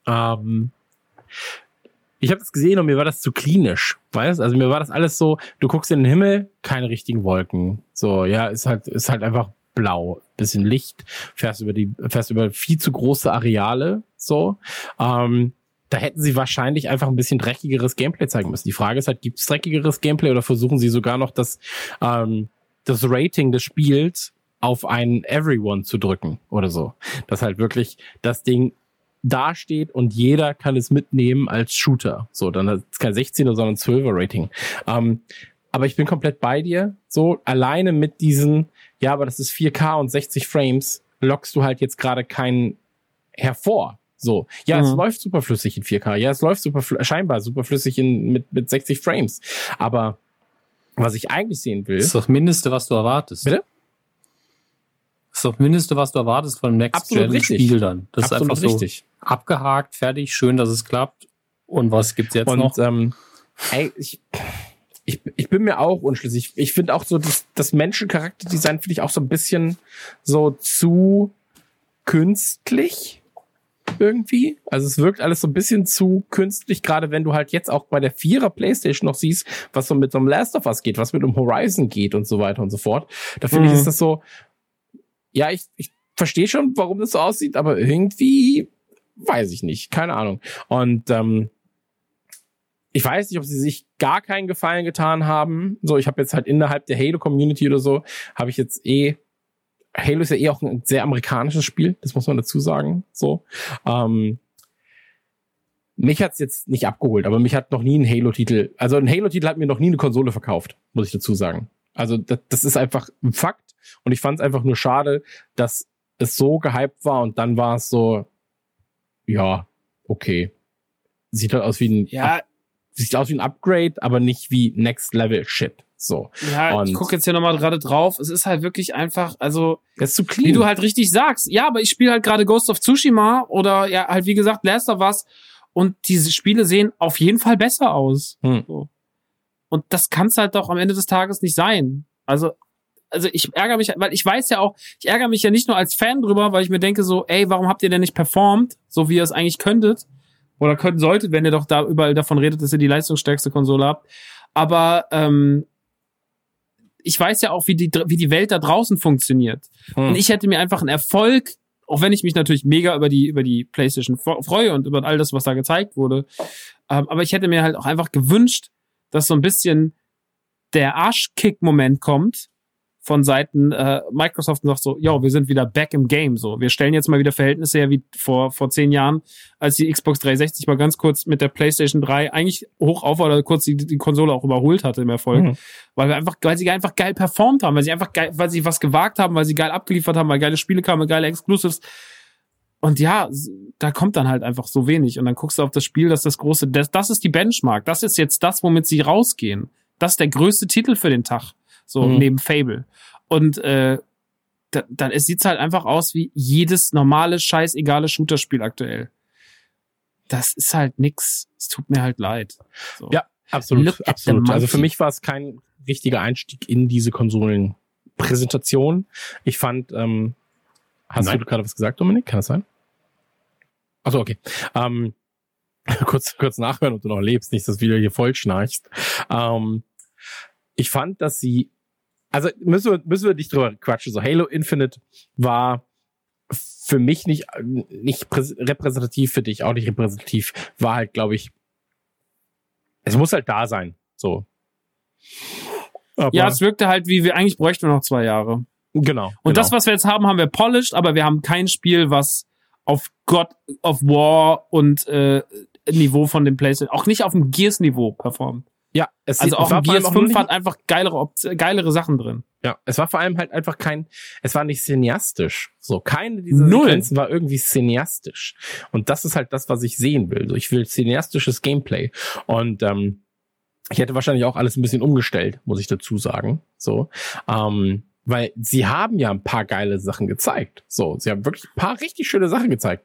ich habe das gesehen und mir war das zu klinisch, weißt? Also mir war das alles so, du guckst in den Himmel, keine richtigen Wolken. So, ja, ist halt einfach blau, bisschen Licht, fährst über viel zu große Areale, so. Da hätten sie wahrscheinlich einfach ein bisschen dreckigeres Gameplay zeigen müssen. Die Frage ist halt, gibt es dreckigeres Gameplay oder versuchen sie sogar noch das das Rating des Spiels auf einen Everyone zu drücken oder so. Dass halt wirklich das Ding dasteht und jeder kann es mitnehmen als Shooter. So, dann ist es kein 16er, sondern 12er Rating. Aber ich bin komplett bei dir. So, alleine mit diesen, ja, aber das ist 4K und 60 Frames, lockst du halt jetzt gerade keinen hervor. So, ja, es läuft superflüssig in 4K. Ja, es läuft scheinbar superflüssig mit 60 Frames. Aber was ich eigentlich sehen will. Das ist das Mindeste, was du erwartest. Bitte? Das ist das Mindeste, was du erwartest von einem Next-Gen-Spiel dann. Das Absolut ist einfach so richtig. Abgehakt, fertig, schön, dass es klappt. Und was gibt's jetzt noch? Ey, ich bin mir auch unschlüssig. Ich finde auch so, das Menschencharakterdesign finde ich auch so ein bisschen so zu künstlich irgendwie. Also es wirkt alles so ein bisschen zu künstlich, gerade wenn du halt jetzt auch bei der 4er Playstation noch siehst, was so mit so einem Last of Us geht, was mit einem Horizon geht und so weiter und so fort. Da finde ich, ist das so, ja, ich verstehe schon, warum das so aussieht, aber irgendwie weiß ich nicht. Keine Ahnung. Und ich weiß nicht, ob sie sich gar keinen Gefallen getan haben. So, ich habe jetzt halt innerhalb der Halo-Community oder so, habe ich jetzt Halo ist ja auch ein sehr amerikanisches Spiel, das muss man dazu sagen. So, mich hat's jetzt nicht abgeholt, aber mich hat noch nie ein Halo-Titel hat mir noch nie eine Konsole verkauft, muss ich dazu sagen. Also das ist einfach ein Fakt und ich fand es einfach nur schade, dass es so gehypt war und dann war es so, ja, okay. Sieht halt aus wie ein Upgrade, aber nicht wie Next Level Shit. So. Ja, und ich gucke jetzt hier nochmal gerade drauf. Es ist halt wirklich einfach, also, das ist zu clean. wie du halt richtig sagst. Ja, aber ich spiele halt gerade Ghost of Tsushima oder ja, halt wie gesagt Last of Us und diese Spiele sehen auf jeden Fall besser aus. So. Und das kann's halt doch am Ende des Tages nicht sein. Also ich ärgere mich, weil ich ärgere mich ja nicht nur als Fan drüber, weil ich mir denke so, ey, warum habt ihr denn nicht performt, so wie ihr es eigentlich könntet? Oder können solltet, wenn ihr doch da überall davon redet, dass ihr die leistungsstärkste Konsole habt. Aber ich weiß ja auch, wie die Welt da draußen funktioniert. Und ich hätte mir einfach einen Erfolg, auch wenn ich mich natürlich mega über die PlayStation freue und über all das, was da gezeigt wurde. Aber ich hätte mir halt auch einfach gewünscht, dass so ein bisschen der Arschkick-Moment kommt von Seiten Microsoft und sagt so, ja, wir sind wieder back im Game. So, wir stellen jetzt mal wieder Verhältnisse her wie vor 10 Jahren, als die Xbox 360 mal ganz kurz mit der PlayStation 3 eigentlich hoch auf oder kurz die Konsole auch überholt hatte im Erfolg, weil sie einfach geil performt haben, weil sie was gewagt haben, weil sie geil abgeliefert haben, weil geile Spiele kamen, geile Exclusives. Und ja, da kommt dann halt einfach so wenig. Und dann guckst du auf das Spiel, das ist die Benchmark. Das ist jetzt das, womit sie rausgehen. Das ist der größte Titel für den Tag. So, neben Fable. Und dann sieht's halt einfach aus wie jedes normale, scheißegale Shooter-Spiel aktuell. Das ist halt nix. Es tut mir halt leid. So. Ja, absolut. Also für mich war es kein richtiger Einstieg in diese Konsolenpräsentation. Ich fand, hast du gerade was gesagt, Dominik? Kann das sein? Achso, okay. Kurz nachhören, ob du noch lebst, nicht, dass du wieder hier voll schnarchst. Ich fand, dass sie, also müssen wir nicht drüber quatschen, so Halo Infinite war für mich nicht repräsentativ, für dich auch nicht repräsentativ, war halt, glaube ich, es muss halt da sein, so. Aber ja, es wirkte halt wie, wir eigentlich bräuchten wir noch 2 Jahre. Genau. Und das, was wir jetzt haben wir polished, aber wir haben kein Spiel, was auf God of War und Niveau von dem PlayStation, auch nicht auf dem Gears-Niveau performt. Ja, also auch im Gears 5 hat einfach geilere Sachen drin. Ja, es war vor allem halt einfach es war nicht cineastisch. So, keine dieser Sequenzen war irgendwie cineastisch. Und das ist halt das, was ich sehen will. So, ich will cineastisches Gameplay. Und ich hätte wahrscheinlich auch alles ein bisschen umgestellt, muss ich dazu sagen. So, weil sie haben ja ein paar geile Sachen gezeigt. So, sie haben wirklich ein paar richtig schöne Sachen gezeigt.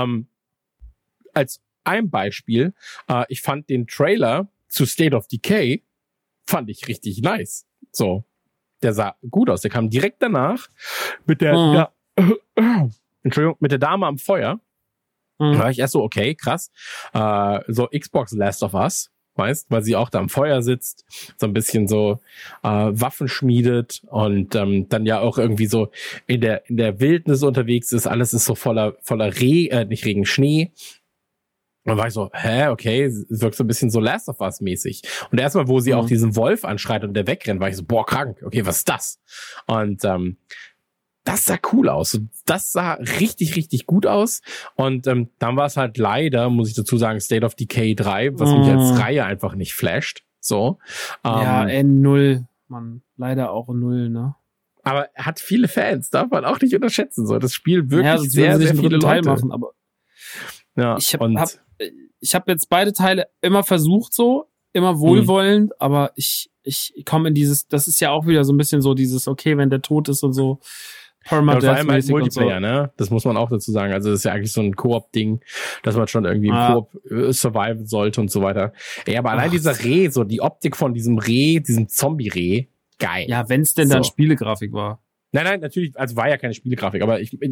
Als ein Beispiel, ich fand den Trailer zu State of Decay fand ich richtig nice. So, der sah gut aus. Der kam direkt danach mit der mit der Dame am Feuer. Da war ich erst so, okay, krass. So Xbox Last of Us, weißt, weil sie auch da am Feuer sitzt, so ein bisschen so Waffen schmiedet und dann ja auch irgendwie so in der Wildnis unterwegs ist. Alles ist so voller nicht Regen, Schnee. Und dann war ich so, okay, es wirkt so ein bisschen so Last of Us mäßig. Und erstmal, wo sie auch diesen Wolf anschreit und der wegrennt, war ich so, boah, krank, okay, was ist das? Und das sah cool aus. Das sah richtig, richtig gut aus. Und dann war es halt leider, muss ich dazu sagen, State of Decay 3, was mich als Reihe einfach nicht flasht. So. Ja, N0, Mann. Leider auch 0, ne? Aber er hat viele Fans, darf man auch nicht unterschätzen. So, das Spiel wirklich sehr, sehr viele Leute. Machen, aber ja, ich hab jetzt beide Teile immer versucht, so, immer wohlwollend, aber ich komme in dieses, das ist ja auch wieder so ein bisschen so dieses, okay, wenn der tot ist und so, Permadeath vor allem als Multiplayer, so. Ne? Das muss man auch dazu sagen. Also das ist ja eigentlich so ein Koop-Ding, dass man schon irgendwie im Koop surviven sollte und so weiter. Ey, aber allein dieser Reh, so die Optik von diesem Reh, diesem Zombie-Reh, geil. Ja, wenn es denn dann Spielegrafik war. Nein, natürlich, also war ja keine Spielegrafik, aber ich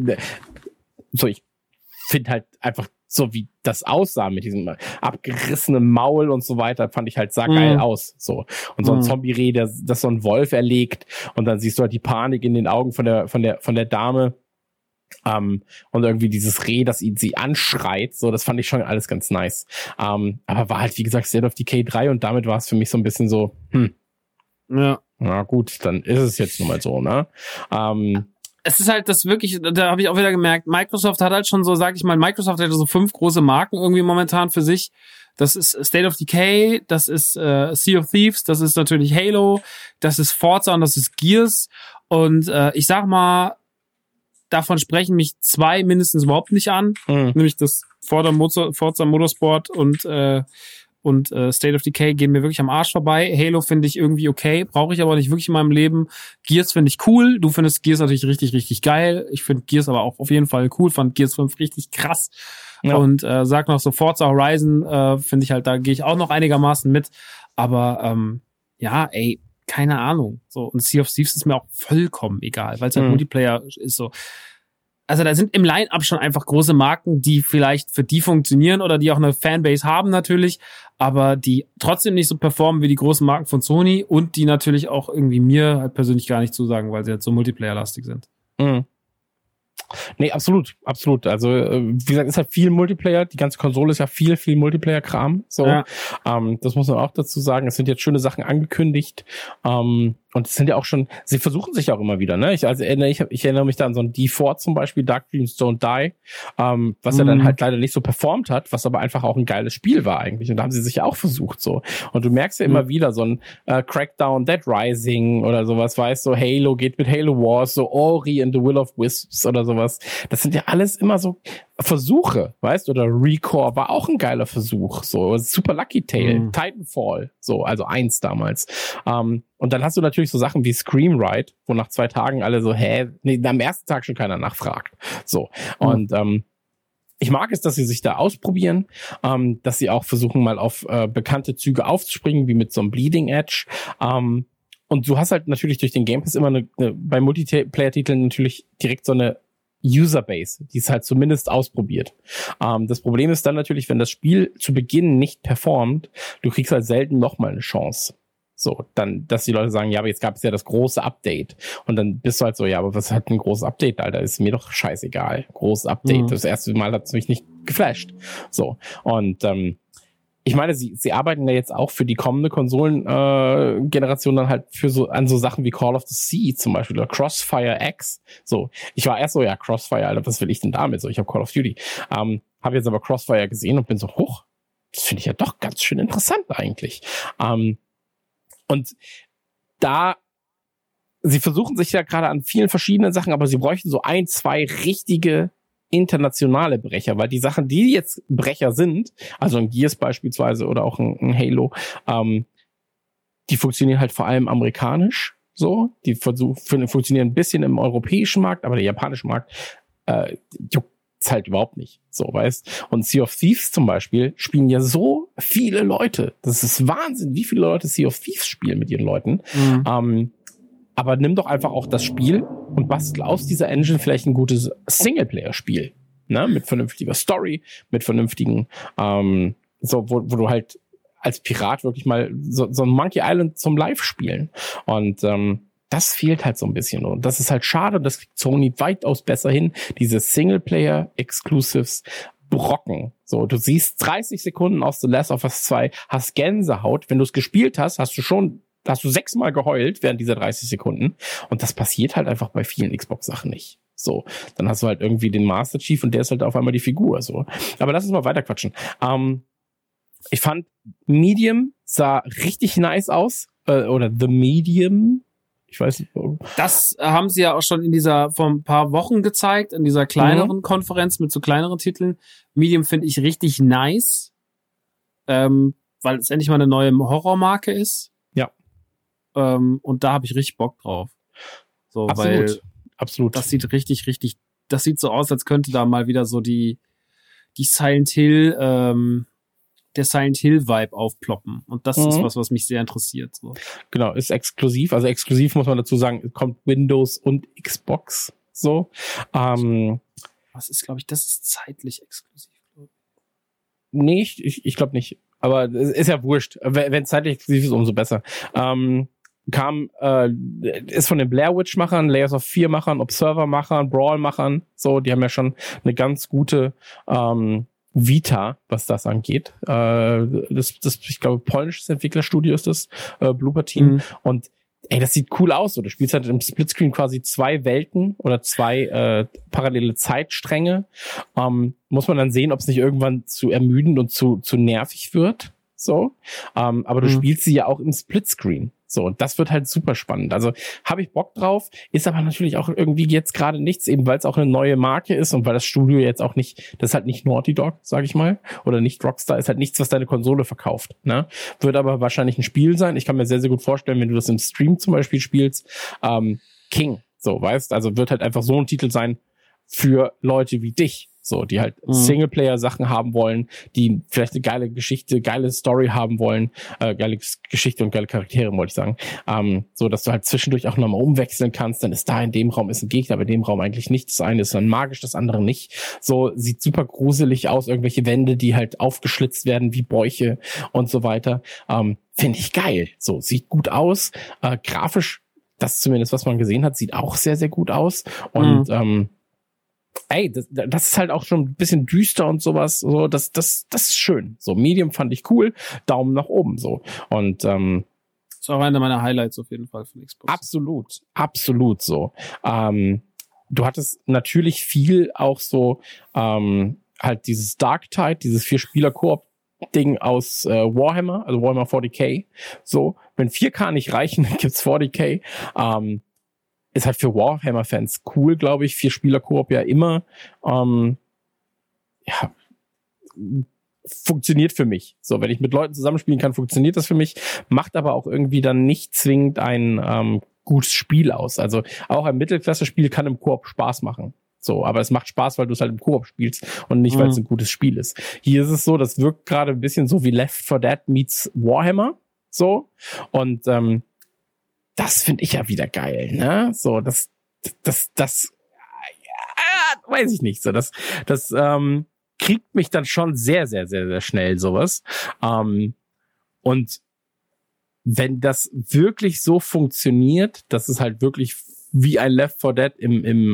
finde halt einfach so, wie das aussah mit diesem abgerissenen Maul und so weiter, fand ich halt sah geil aus. So. Und so ein Zombie-Reh, das so ein Wolf erlegt und dann siehst du halt die Panik in den Augen von der Dame. Und irgendwie dieses Reh, das sie anschreit, so, das fand ich schon alles ganz nice. Aber war halt, wie gesagt, State of Decay 3 und damit war es für mich so ein bisschen so, ja. Na gut, dann ist es jetzt nun mal so, ne? Es ist halt das wirklich, da habe ich auch wieder gemerkt, Microsoft hat halt schon so, sag ich mal, Microsoft hat so 5 große Marken irgendwie momentan für sich. Das ist State of Decay, das ist Sea of Thieves, das ist natürlich Halo, das ist Forza und das ist Gears. Und ich sag mal, davon sprechen mich 2 mindestens überhaupt nicht an. Nämlich das Forza Motorsport und State of Decay gehen mir wirklich am Arsch vorbei. Halo finde ich irgendwie okay, brauche ich aber nicht wirklich in meinem Leben. Gears finde ich cool. Du findest Gears natürlich richtig, richtig geil. Ich finde Gears aber auch auf jeden Fall cool. Fand Gears 5 richtig krass. Ja. Und sag noch so Forza Horizon finde ich halt, da gehe ich auch noch einigermaßen mit. Aber ja, ey, keine Ahnung. So, und Sea of Thieves ist mir auch vollkommen egal, weil es halt Multiplayer ist so. Also da sind im Line-Up schon einfach große Marken, die vielleicht für die funktionieren oder die auch eine Fanbase haben natürlich, aber die trotzdem nicht so performen wie die großen Marken von Sony und die natürlich auch irgendwie mir halt persönlich gar nicht zusagen, weil sie halt so Multiplayer-lastig sind. Nee, absolut. Also, wie gesagt, ist halt viel Multiplayer. Die ganze Konsole ist ja viel Multiplayer-Kram. So, ja. Das muss man auch dazu sagen. Es sind jetzt schöne Sachen angekündigt. Und es sind ja auch schon, sie versuchen sich auch immer wieder, ne? Ich erinnere mich da an so ein D4 zum Beispiel, Dark Dreams Don't Die, was ja dann halt leider nicht so performt hat, was aber einfach auch ein geiles Spiel war eigentlich. Und da haben sie sich ja auch versucht, so. Und du merkst ja immer wieder so ein Crackdown, Dead Rising oder sowas, weißt du, so Halo geht mit Halo Wars, so Ori and the Will of Wisps oder sowas. Das sind ja alles immer so Versuche, weißt du, oder Recore war auch ein geiler Versuch, so Super Lucky Tale, Titanfall, so, also 1 damals. Und dann hast du natürlich so Sachen wie Scream Ride, wo nach 2 Tagen alle so, am ersten Tag schon keiner nachfragt. So. Und ich mag es, dass sie sich da ausprobieren, dass sie auch versuchen, mal auf bekannte Züge aufzuspringen, wie mit so einem Bleeding Edge. Und du hast halt natürlich durch den Game Pass immer bei Multiplayer-Titeln natürlich direkt so eine Userbase, die es halt zumindest ausprobiert. Das Problem ist dann natürlich, wenn das Spiel zu Beginn nicht performt, du kriegst halt selten nochmal eine Chance. So, dann, dass die Leute sagen, ja, aber jetzt gab es ja das große Update. Und dann bist du halt so, ja, aber was hat ein großes Update, Alter? Ist mir doch scheißegal. Großes Update. Das erste Mal hat es mich nicht geflasht. So. Und ich meine, sie arbeiten ja jetzt auch für die kommende Konsolen-Generation dann halt an so Sachen wie Call of the Sea zum Beispiel oder Crossfire X. So, ich war erst so, ja, Crossfire, Alter, was will ich denn damit? So, ich habe Call of Duty. Habe jetzt aber Crossfire gesehen und bin so, das finde ich ja doch ganz schön interessant eigentlich. Und sie versuchen sich ja gerade an vielen verschiedenen Sachen, aber sie bräuchten so 1, 2 richtige internationale Brecher, weil die Sachen, die jetzt Brecher sind, also ein Gears beispielsweise oder auch ein Halo, die funktionieren halt vor allem amerikanisch, so, die funktionieren ein bisschen im europäischen Markt, aber der japanische Markt juckt's halt überhaupt nicht, so, weißt. Und Sea of Thieves zum Beispiel spielen ja so viele Leute, das ist Wahnsinn, wie viele Leute Sea of Thieves spielen mit ihren Leuten, aber nimm doch einfach auch das Spiel und bastel aus dieser Engine vielleicht ein gutes Singleplayer-Spiel, ne, mit vernünftiger Story, mit vernünftigen, wo du halt als Pirat wirklich mal so ein Monkey Island zum Live-Spielen. Und das fehlt halt so ein bisschen. Und das ist halt schade, das kriegt Sony weitaus besser hin, diese Singleplayer-Exclusives Brocken. So, du siehst 30 Sekunden aus The Last of Us 2, hast Gänsehaut. Wenn du es gespielt hast, hast du 6-mal geheult während dieser 30 Sekunden. Und das passiert halt einfach bei vielen Xbox-Sachen nicht. So, dann hast du halt irgendwie den Master Chief und der ist halt auf einmal die Figur. So, aber lass uns mal weiterquatschen. Ich fand Medium sah richtig nice aus. Oder The Medium. Ich weiß nicht. Das haben sie ja auch schon vor ein paar Wochen gezeigt, in dieser kleineren Konferenz mit so kleineren Titeln. Medium finde ich richtig nice, weil es endlich mal eine neue Horrormarke ist. Ja. Und da habe ich richtig Bock drauf. So, Absolut. Das sieht richtig, das sieht so aus, als könnte da mal wieder so die Silent Hill, der Silent Hill Vibe aufploppen. Und das ist was mich sehr interessiert. So. Genau, ist exklusiv. Also exklusiv muss man dazu sagen, kommt Windows und Xbox. So. Was ist, glaube ich, das ist zeitlich exklusiv. Nee, ich glaube nicht. Aber es ist ja wurscht. Wenn es zeitlich exklusiv ist, umso besser. Ist von den Blair Witch-Machern, Layers of Fear-Machern, Observer-Machern, Brawl-Machern. So, die haben ja schon eine ganz gute Vita, was das angeht. Ich glaube, polnisches Entwicklerstudio ist das, Blooper Team. Und das sieht cool aus. So, du spielst halt im Splitscreen quasi 2 Welten oder 2 parallele Zeitstränge. Muss man dann sehen, ob es nicht irgendwann zu ermüdend und zu nervig wird. So, aber du spielst sie ja auch im Splitscreen. So, und das wird halt super spannend. Also habe ich Bock drauf, ist aber natürlich auch irgendwie jetzt gerade nichts, eben weil es auch eine neue Marke ist und weil das Studio jetzt auch nicht, das ist halt nicht Naughty Dog, sag ich mal, oder nicht Rockstar, ist halt nichts, was deine Konsole verkauft. Ne? Wird aber wahrscheinlich ein Spiel sein. Ich kann mir sehr, sehr gut vorstellen, wenn du das im Stream zum Beispiel spielst, King, so, weißt, also wird halt einfach so ein Titel sein für Leute wie dich. So, die halt Singleplayer-Sachen haben wollen, die vielleicht eine geile Geschichte, geile Story haben wollen, geile Geschichte und geile Charaktere, wollte ich sagen. So, dass du halt zwischendurch auch nochmal umwechseln kannst, dann ist da in dem Raum ist ein Gegner, aber in dem Raum eigentlich nicht. Das eine ist dann magisch, das andere nicht. So, sieht super gruselig aus, irgendwelche Wände, die halt aufgeschlitzt werden wie Bäuche und so weiter. Finde ich geil. So, sieht gut aus. Grafisch, das zumindest, was man gesehen hat, sieht auch sehr, sehr gut aus. Und das ist halt auch schon ein bisschen düster und sowas. So, das ist schön. So, Medium fand ich cool. Daumen nach oben, so. Und, das ist auch einer meiner Highlights auf jeden Fall von Xbox. Absolut so. Du hattest natürlich viel auch so, halt dieses Dark Tide, dieses 4-Spieler-Koop-Ding aus Warhammer, also Warhammer 40k. So, wenn 4K nicht reichen, dann gibt's 40k. Ist halt für Warhammer-Fans cool, glaube ich. 4-Spieler-Koop ja immer. Funktioniert für mich. So, wenn ich mit Leuten zusammenspielen kann, funktioniert das für mich. Macht aber auch irgendwie dann nicht zwingend ein gutes Spiel aus. Also auch ein Mittelklasse-Spiel kann im Koop Spaß machen. So, aber es macht Spaß, weil du es halt im Koop spielst und nicht, weil es ein gutes Spiel ist. Hier ist es so, das wirkt gerade ein bisschen so wie Left 4 Dead meets Warhammer. So. Und das finde ich ja wieder geil, ne? So, das weiß ich nicht. So, das kriegt mich dann schon sehr, sehr, sehr, sehr schnell, sowas. Und wenn das wirklich so funktioniert, dass es halt wirklich wie ein Left 4 Dead im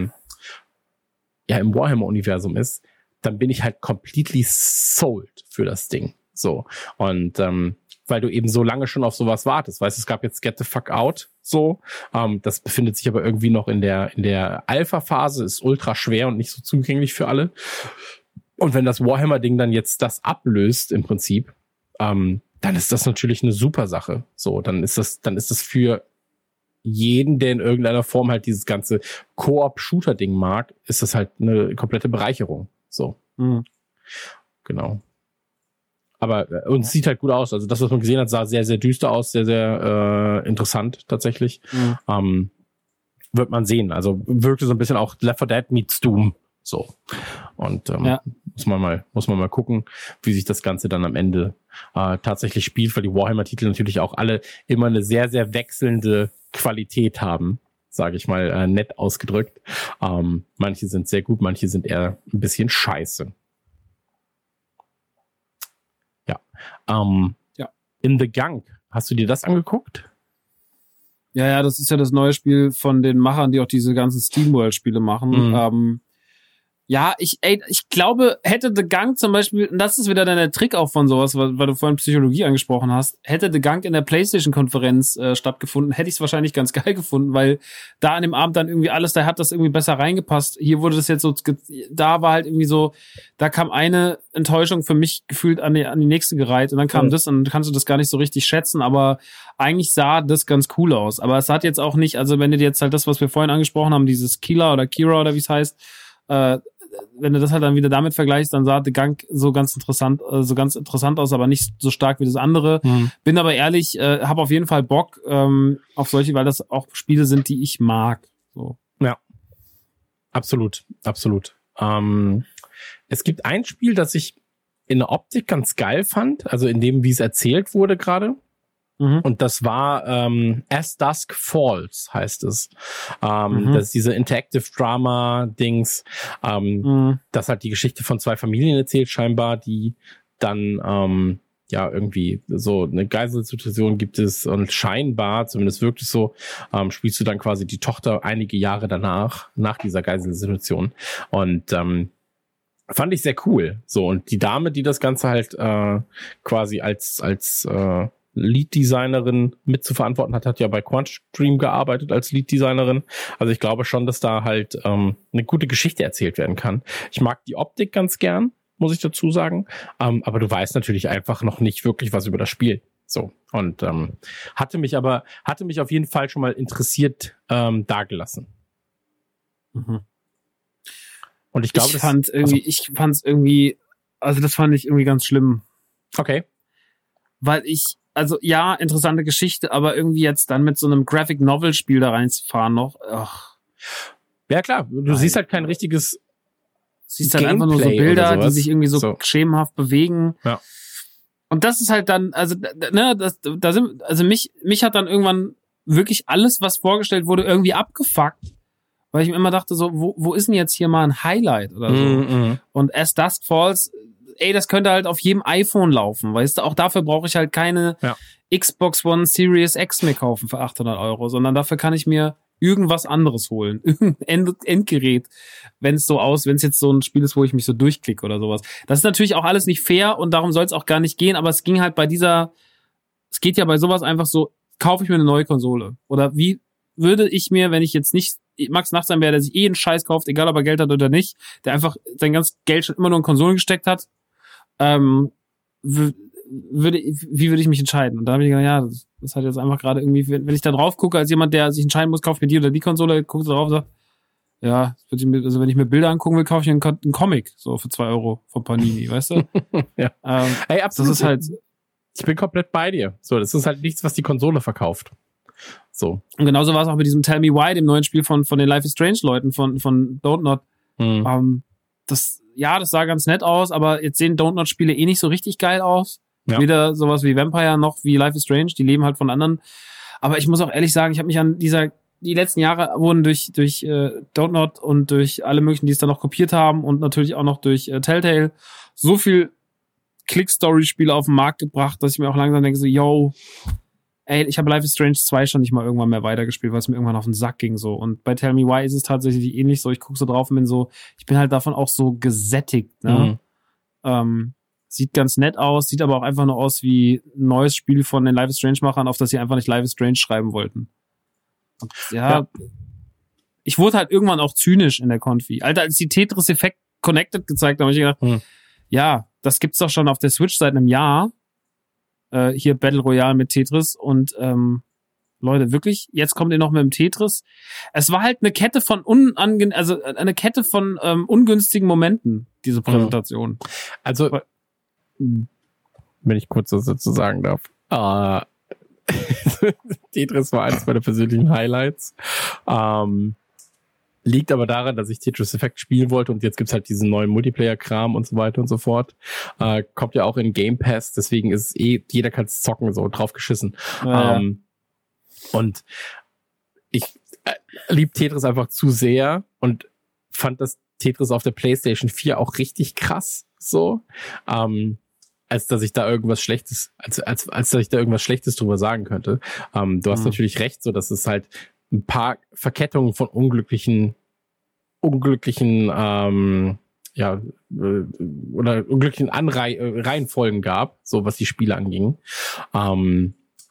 Warhammer-Universum ist, dann bin ich halt completely sold für das Ding. So. Und weil du eben so lange schon auf sowas wartest. Weißt du, es gab jetzt Get the Fuck Out, so. Das befindet sich aber irgendwie noch in der Alpha-Phase, ist ultra schwer und nicht so zugänglich für alle. Und wenn das Warhammer-Ding dann jetzt das ablöst, im Prinzip, dann ist das natürlich eine super Sache. So, dann ist das für jeden, der in irgendeiner Form halt dieses ganze Koop-Shooter-Ding mag, ist das halt eine komplette Bereicherung. So. Genau. Aber und es sieht halt gut aus. Also das, was man gesehen hat, sah sehr, sehr düster aus, sehr, sehr interessant tatsächlich. Wird man sehen. Also wirkte so ein bisschen auch Left 4 Dead meets Doom. So. Und muss man mal gucken, wie sich das Ganze dann am Ende tatsächlich spielt, weil die Warhammer-Titel natürlich auch alle immer eine sehr, sehr wechselnde Qualität haben, sage ich mal nett ausgedrückt. Manche sind sehr gut, manche sind eher ein bisschen scheiße. In the Gang, hast du dir das angeguckt? Ja, das ist ja das neue Spiel von den Machern, die auch diese ganzen SteamWorld-Spiele machen. Ja, ich glaube, hätte The Gang zum Beispiel, und das ist wieder dann der Trick auch von sowas, weil du vorhin Psychologie angesprochen hast, hätte The Gang in der PlayStation-Konferenz stattgefunden, hätte ich es wahrscheinlich ganz geil gefunden, weil da an dem Abend dann irgendwie alles, da hat das irgendwie besser reingepasst. Hier wurde das jetzt so, da war halt irgendwie so, da kam eine Enttäuschung für mich gefühlt an die nächste gereiht und dann kam das und dann kannst du das gar nicht so richtig schätzen, aber eigentlich sah das ganz cool aus. Aber es hat jetzt auch nicht, also wenn du jetzt halt das, was wir vorhin angesprochen haben, dieses Kira oder wie es heißt, wenn du das halt dann wieder damit vergleichst, dann sah The Gang so ganz interessant aus, aber nicht so stark wie das andere. Bin aber ehrlich, habe auf jeden Fall Bock auf solche, weil das auch Spiele sind, die ich mag. So. Ja, absolut. Es gibt ein Spiel, das ich in der Optik ganz geil fand, also in dem, wie es erzählt wurde gerade. Und das war As Dusk Falls, heißt es. Das ist diese Interactive Drama-Dings, das halt die Geschichte von zwei Familien erzählt, scheinbar, die dann irgendwie so eine Geiselsituation gibt es und scheinbar, zumindest wirklich so, spielst du dann quasi die Tochter einige Jahre nach dieser Geiselsituation. Und fand ich sehr cool. So, und die Dame, die das Ganze halt quasi als Lead-Designerin mit zu verantworten hat ja bei Quantic Dream gearbeitet als Lead-Designerin. Also ich glaube schon, dass da halt eine gute Geschichte erzählt werden kann. Ich mag die Optik ganz gern, muss ich dazu sagen. Aber du weißt natürlich einfach noch nicht wirklich was über das Spiel. So. Und hatte mich auf jeden Fall schon mal interessiert dagelassen. Und ich glaube, das fand irgendwie, also das fand ich irgendwie ganz schlimm. Okay. Weil also ja, interessante Geschichte, aber irgendwie jetzt dann mit so einem Graphic-Novel-Spiel da reinzufahren noch. Ach. Ja klar, du siehst halt kein richtiges siehst halt einfach nur so Bilder, die sich irgendwie so schemenhaft bewegen. Ja. Und das ist halt dann, also mich hat dann irgendwann wirklich alles, was vorgestellt wurde, irgendwie abgefuckt. Weil ich mir immer dachte so, wo ist denn jetzt hier mal ein Highlight oder so? Und As Dusk Falls, das könnte halt auf jedem iPhone laufen, weißt du, auch dafür brauche ich halt keine Xbox One Series X mehr kaufen für 800 €, sondern dafür kann ich mir irgendwas anderes holen, irgendein Endgerät, wenn es jetzt so ein Spiel ist, wo ich mich so durchklicke oder sowas. Das ist natürlich auch alles nicht fair und darum soll es auch gar nicht gehen, aber es ging halt es geht ja bei sowas einfach so, kaufe ich mir eine neue Konsole? Oder wie würde ich mir, wenn ich jetzt nicht Max Nachtsam wäre, der sich einen Scheiß kauft, egal ob er Geld hat oder nicht, der einfach sein ganzes Geld schon immer nur in Konsolen gesteckt hat, wie würde ich mich entscheiden? Und da habe ich gedacht, ja, das hat jetzt einfach gerade irgendwie, wenn ich da drauf gucke, als jemand, der sich entscheiden muss, kaufe ich mir die oder die Konsole, gucke drauf und sage, ja, also wenn ich mir Bilder angucken will, kaufe ich einen Comic, so für 2 € von Panini, weißt du? Ja. Ey, absolut. Das ist halt, ich bin komplett bei dir. So, das ist halt nichts, was die Konsole verkauft. So. Und genauso war es auch mit diesem Tell Me Why, dem neuen Spiel von den Life is Strange Leuten von Don't Not. Das sah ganz nett aus, aber jetzt sehen Don't Not Spiele nicht so richtig geil aus. Ja. Weder sowas wie Vampire noch wie Life is Strange, die leben halt von anderen. Aber ich muss auch ehrlich sagen, ich habe mich an die letzten Jahre wurden durch Don't Not und durch alle möglichen, die es dann noch kopiert haben und natürlich auch noch durch Telltale so viel Click-Story-Spiele auf den Markt gebracht, dass ich mir auch langsam denke so, ich habe Life is Strange 2 schon nicht mal irgendwann mehr weitergespielt, weil es mir irgendwann auf den Sack ging so. Und bei Tell Me Why ist es tatsächlich ähnlich so. Ich gucke so drauf und ich bin halt davon auch so gesättigt. Ne? Sieht ganz nett aus, sieht aber auch einfach nur aus wie ein neues Spiel von den Life is Strange-Machern, auf das sie einfach nicht Life is Strange schreiben wollten. Und ich wurde halt irgendwann auch zynisch in der Konfi. Alter, als die Tetris Effect Connected gezeigt haben, habe ich gedacht, das gibt's doch schon auf der Switch seit einem Jahr. Hier Battle Royale mit Tetris und Leute, wirklich, jetzt kommt ihr noch mit dem Tetris. Es war halt eine Kette von ungünstigen Momenten, diese Präsentation. Also, wenn ich kurz was dazu sagen darf. Tetris war eines meiner persönlichen Highlights. Liegt aber daran, dass ich Tetris Effect spielen wollte und jetzt gibt's halt diesen neuen Multiplayer-Kram und so weiter und so fort. Kommt ja auch in Game Pass, deswegen ist es jeder kann es zocken, so drauf geschissen. Und ich lieb Tetris einfach zu sehr und fand das Tetris auf der PlayStation 4 auch richtig krass, so. Als dass ich da irgendwas Schlechtes, als dass ich da irgendwas Schlechtes drüber sagen könnte. Du hast natürlich recht, so dass es halt ein paar Verkettungen von unglücklichen oder unglücklichen Reihenfolgen gab, so was die Spiele anging. Aber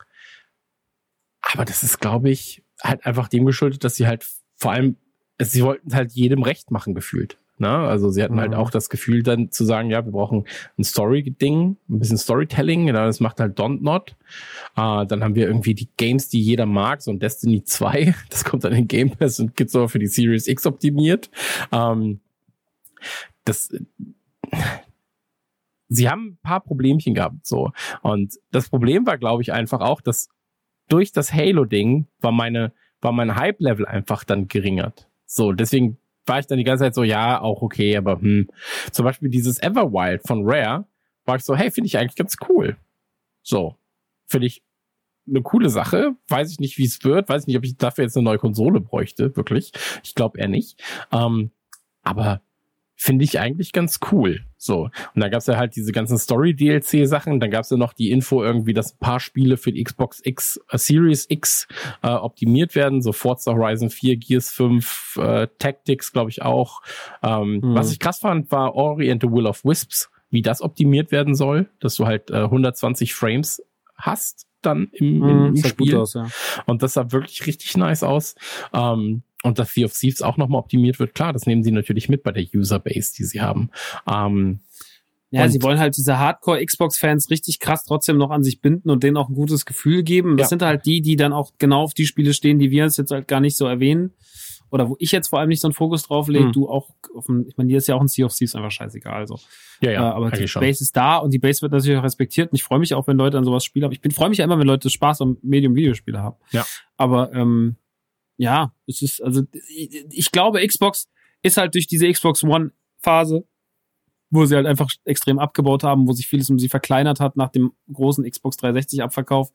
das ist, glaube ich, halt einfach dem geschuldet, dass sie halt vor allem, sie wollten halt jedem recht machen gefühlt. Ne? Also sie hatten halt auch das Gefühl dann zu sagen, ja, wir brauchen ein Story-Ding, ein bisschen Storytelling, genau, das macht halt Dontnod. Dann haben wir irgendwie die Games, die jeder mag, so ein Destiny 2, das kommt dann in Game Pass und gibt's aber für die Series X optimiert. Sie haben ein paar Problemchen gehabt, so. Und das Problem war, glaube ich, einfach auch, dass durch das Halo-Ding war mein Hype-Level einfach dann geringert. So, deswegen war ich dann die ganze Zeit so, ja, auch okay, aber Zum Beispiel dieses Everwild von Rare, war ich so, hey, finde ich eigentlich ganz cool. So, finde ich eine coole Sache. Weiß ich nicht, wie es wird. Weiß nicht, ob ich dafür jetzt eine neue Konsole bräuchte, wirklich. Ich glaube eher nicht. Aber finde ich eigentlich ganz cool. So. Und dann gab's ja halt diese ganzen Story-DLC-Sachen. Dann gab's ja noch die Info irgendwie, dass ein paar Spiele für die Xbox X, Series X optimiert werden. So Forza Horizon 4, Gears 5, Tactics, glaube ich auch. Was ich krass fand, war Ori and the Will of Wisps, wie das optimiert werden soll. Dass du halt 120 Frames hast dann im Spiel. Gut aus, ja. Und das sah wirklich richtig nice aus. Und dass Sea of Thieves auch nochmal optimiert wird, klar, das nehmen sie natürlich mit bei der Userbase, die sie haben. Ja, sie wollen halt diese Hardcore-Xbox-Fans richtig krass trotzdem noch an sich binden und denen auch ein gutes Gefühl geben. Das sind halt die dann auch genau auf die Spiele stehen, die wir uns jetzt halt gar nicht so erwähnen. Oder wo ich jetzt vor allem nicht so einen Fokus drauf lege, du auch, ich meine, dir ist ja auch ein Sea of Thieves einfach scheißegal. Also. Ja, aber die Base ist da und die Base wird natürlich auch respektiert. Und ich freue mich auch, wenn Leute an sowas spielen. Aber ich freue mich ja immer, wenn Leute Spaß am Medium-Videospiele haben. Ja. Aber ja, es ist, also ich glaube, Xbox ist halt durch diese Xbox One-Phase, wo sie halt einfach extrem abgebaut haben, wo sich vieles um sie verkleinert hat nach dem großen Xbox 360-Abverkauf,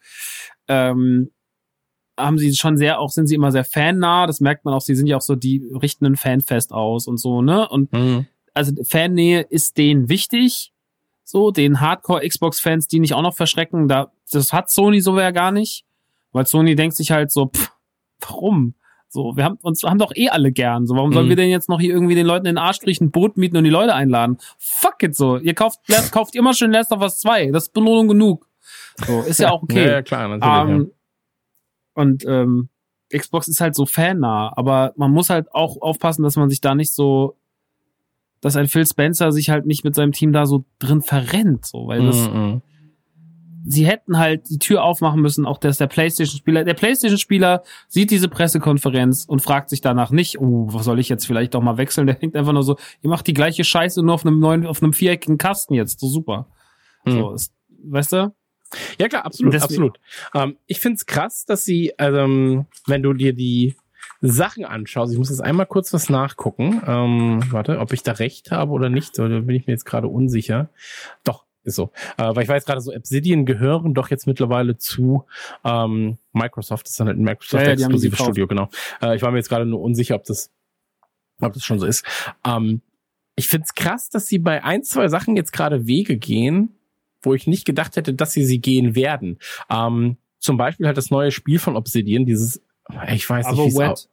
haben sie schon sind sie immer sehr fannah, das merkt man auch, sie sind ja auch so, die richten ein Fanfest aus und so, ne? Und also Fannähe ist denen wichtig, so, den Hardcore-Xbox-Fans, die nicht auch noch verschrecken, das hat Sony so ja gar nicht, weil Sony denkt sich halt so, warum? So, wir haben doch eh alle gern. So, warum sollen wir denn jetzt noch hier irgendwie den Leuten in den Arsch kriechen, ein Boot mieten und die Leute einladen? Fuck it so. Ihr kauft immer schön Last of Us 2. Das ist Belohnung genug. So, ist ja auch okay. Ja, klar, natürlich. Und Xbox ist halt so fannah, aber man muss halt auch aufpassen, dass man sich da nicht so, dass ein Phil Spencer sich halt nicht mit seinem Team da so drin verrennt, so, weil das sie hätten halt die Tür aufmachen müssen, auch dass der PlayStation-Spieler sieht diese Pressekonferenz und fragt sich danach nicht, was soll ich jetzt vielleicht doch mal wechseln? Der denkt einfach nur so, ihr macht die gleiche Scheiße nur auf einem viereckigen Kasten jetzt, so super. So, weißt du? Ja klar, absolut, absolut. Ich find's krass, dass sie, wenn du dir die Sachen anschaust, ich muss jetzt einmal kurz was nachgucken, warte, ob ich da recht habe oder nicht, so, da bin ich mir jetzt gerade unsicher. Doch, ist so. Weil ich weiß gerade so, Obsidian gehören doch jetzt mittlerweile zu Microsoft. Das ist dann halt ein Microsoft-exklusives Studio, genau. Ich war mir jetzt gerade nur unsicher, ob das schon so ist. Ich find's krass, dass sie bei 2 Sachen jetzt gerade Wege gehen, wo ich nicht gedacht hätte, dass sie gehen werden. Zum Beispiel halt das neue Spiel von Obsidian, dieses, ich weiß nicht, wie es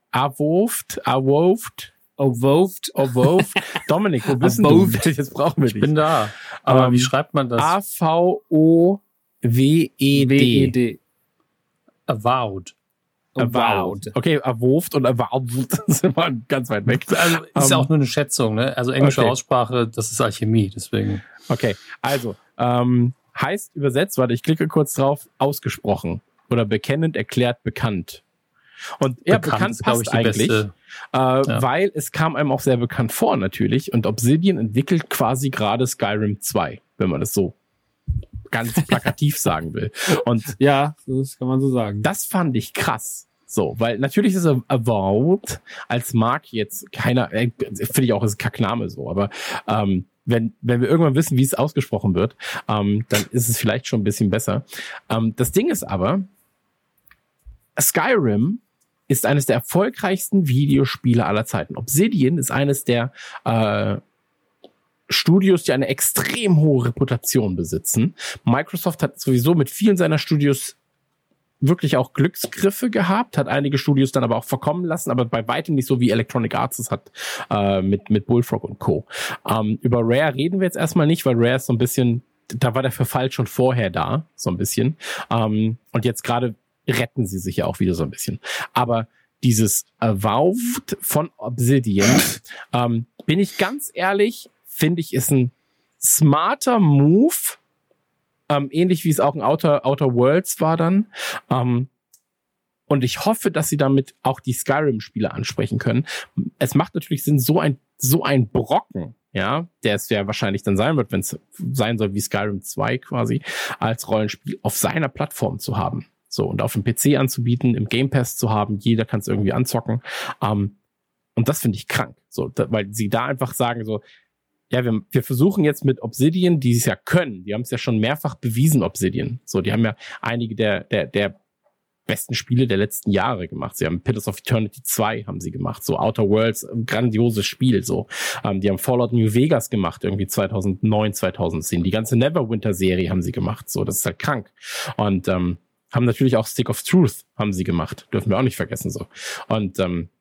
Avowed. Dominik, wo bist du? Jetzt brauchen wir dich. Ich bin da. Aber wie schreibt man das? A-V-O-W-E-D. Avowed. Okay, Avowed und Avowed sind immer ganz weit weg. Also ist ja auch nur eine Schätzung, ne? Also englische Aussprache, das ist Alchemie, deswegen. Okay, also heißt übersetzt, warte, ich klicke kurz drauf, ausgesprochen oder bekennend erklärt bekannt. Und ja, bekannt passt eigentlich, weil es kam einem auch sehr bekannt vor natürlich und Obsidian entwickelt quasi gerade Skyrim 2, wenn man das so ganz plakativ sagen will. Und ja, das kann man so sagen. Das fand ich krass. So, weil natürlich ist Avowed als Marke jetzt keiner, finde ich auch, ist ein Kackname so, aber wenn wir irgendwann wissen, wie es ausgesprochen wird, dann ist es vielleicht schon ein bisschen besser. Das Ding ist aber, Skyrim ist eines der erfolgreichsten Videospiele aller Zeiten. Obsidian ist eines der Studios, die eine extrem hohe Reputation besitzen. Microsoft hat sowieso mit vielen seiner Studios wirklich auch Glücksgriffe gehabt, hat einige Studios dann aber auch verkommen lassen, aber bei weitem nicht so wie Electronic Arts es hat mit Bullfrog und Co. Über Rare reden wir jetzt erstmal nicht, weil Rare ist so ein bisschen, da war der Verfall schon vorher da, so ein bisschen. Und jetzt gerade retten sie sich ja auch wieder so ein bisschen. Aber dieses Avowed von Obsidian, bin ich ganz ehrlich, finde ich, ist ein smarter Move, ähnlich wie es auch in Outer Worlds war dann. Und ich hoffe, dass sie damit auch die Skyrim-Spieler ansprechen können. Es macht natürlich Sinn, so ein Brocken, ja, der es ja wahrscheinlich dann sein wird, wenn es sein soll wie Skyrim 2 quasi, als Rollenspiel auf seiner Plattform zu haben. So, und auf dem PC anzubieten, im Game Pass zu haben, jeder kann es irgendwie anzocken. Und das finde ich krank. So, weil sie da einfach sagen so, ja, wir versuchen jetzt mit Obsidian, die es ja können, die haben es ja schon mehrfach bewiesen, Obsidian. So, die haben ja einige der besten Spiele der letzten Jahre gemacht. Sie haben Pillars of Eternity 2 haben sie gemacht, so Outer Worlds, ein grandioses Spiel, so. Die haben Fallout New Vegas gemacht, irgendwie 2009, 2010. Die ganze Neverwinter-Serie haben sie gemacht, so, das ist halt krank. Und haben natürlich auch Stick of Truth haben sie gemacht, dürfen wir auch nicht vergessen, so. Und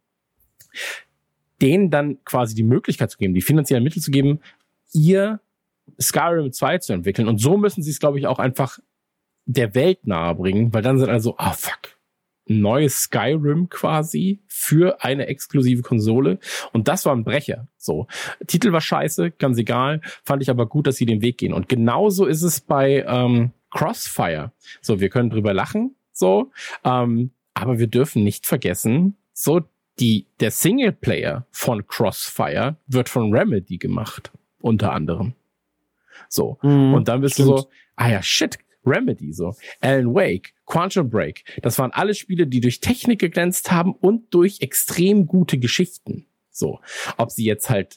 denen dann quasi die Möglichkeit zu geben, die finanziellen Mittel zu geben, ihr Skyrim 2 zu entwickeln. Und so müssen sie es, glaube ich, auch einfach der Welt nahe bringen, weil dann sind also, fuck, ein neues Skyrim quasi für eine exklusive Konsole. Und das war ein Brecher. So, Titel war scheiße, ganz egal, fand ich aber gut, dass sie den Weg gehen. Und genauso ist es bei Crossfire. So, wir können drüber lachen, so, aber wir dürfen nicht vergessen, so, der Singleplayer von Crossfire wird von Remedy gemacht, unter anderem. So. Und dann bist du so, shit, Remedy, so. Alan Wake, Quantum Break, das waren alle Spiele, die durch Technik geglänzt haben und durch extrem gute Geschichten. So. Ob sie jetzt halt,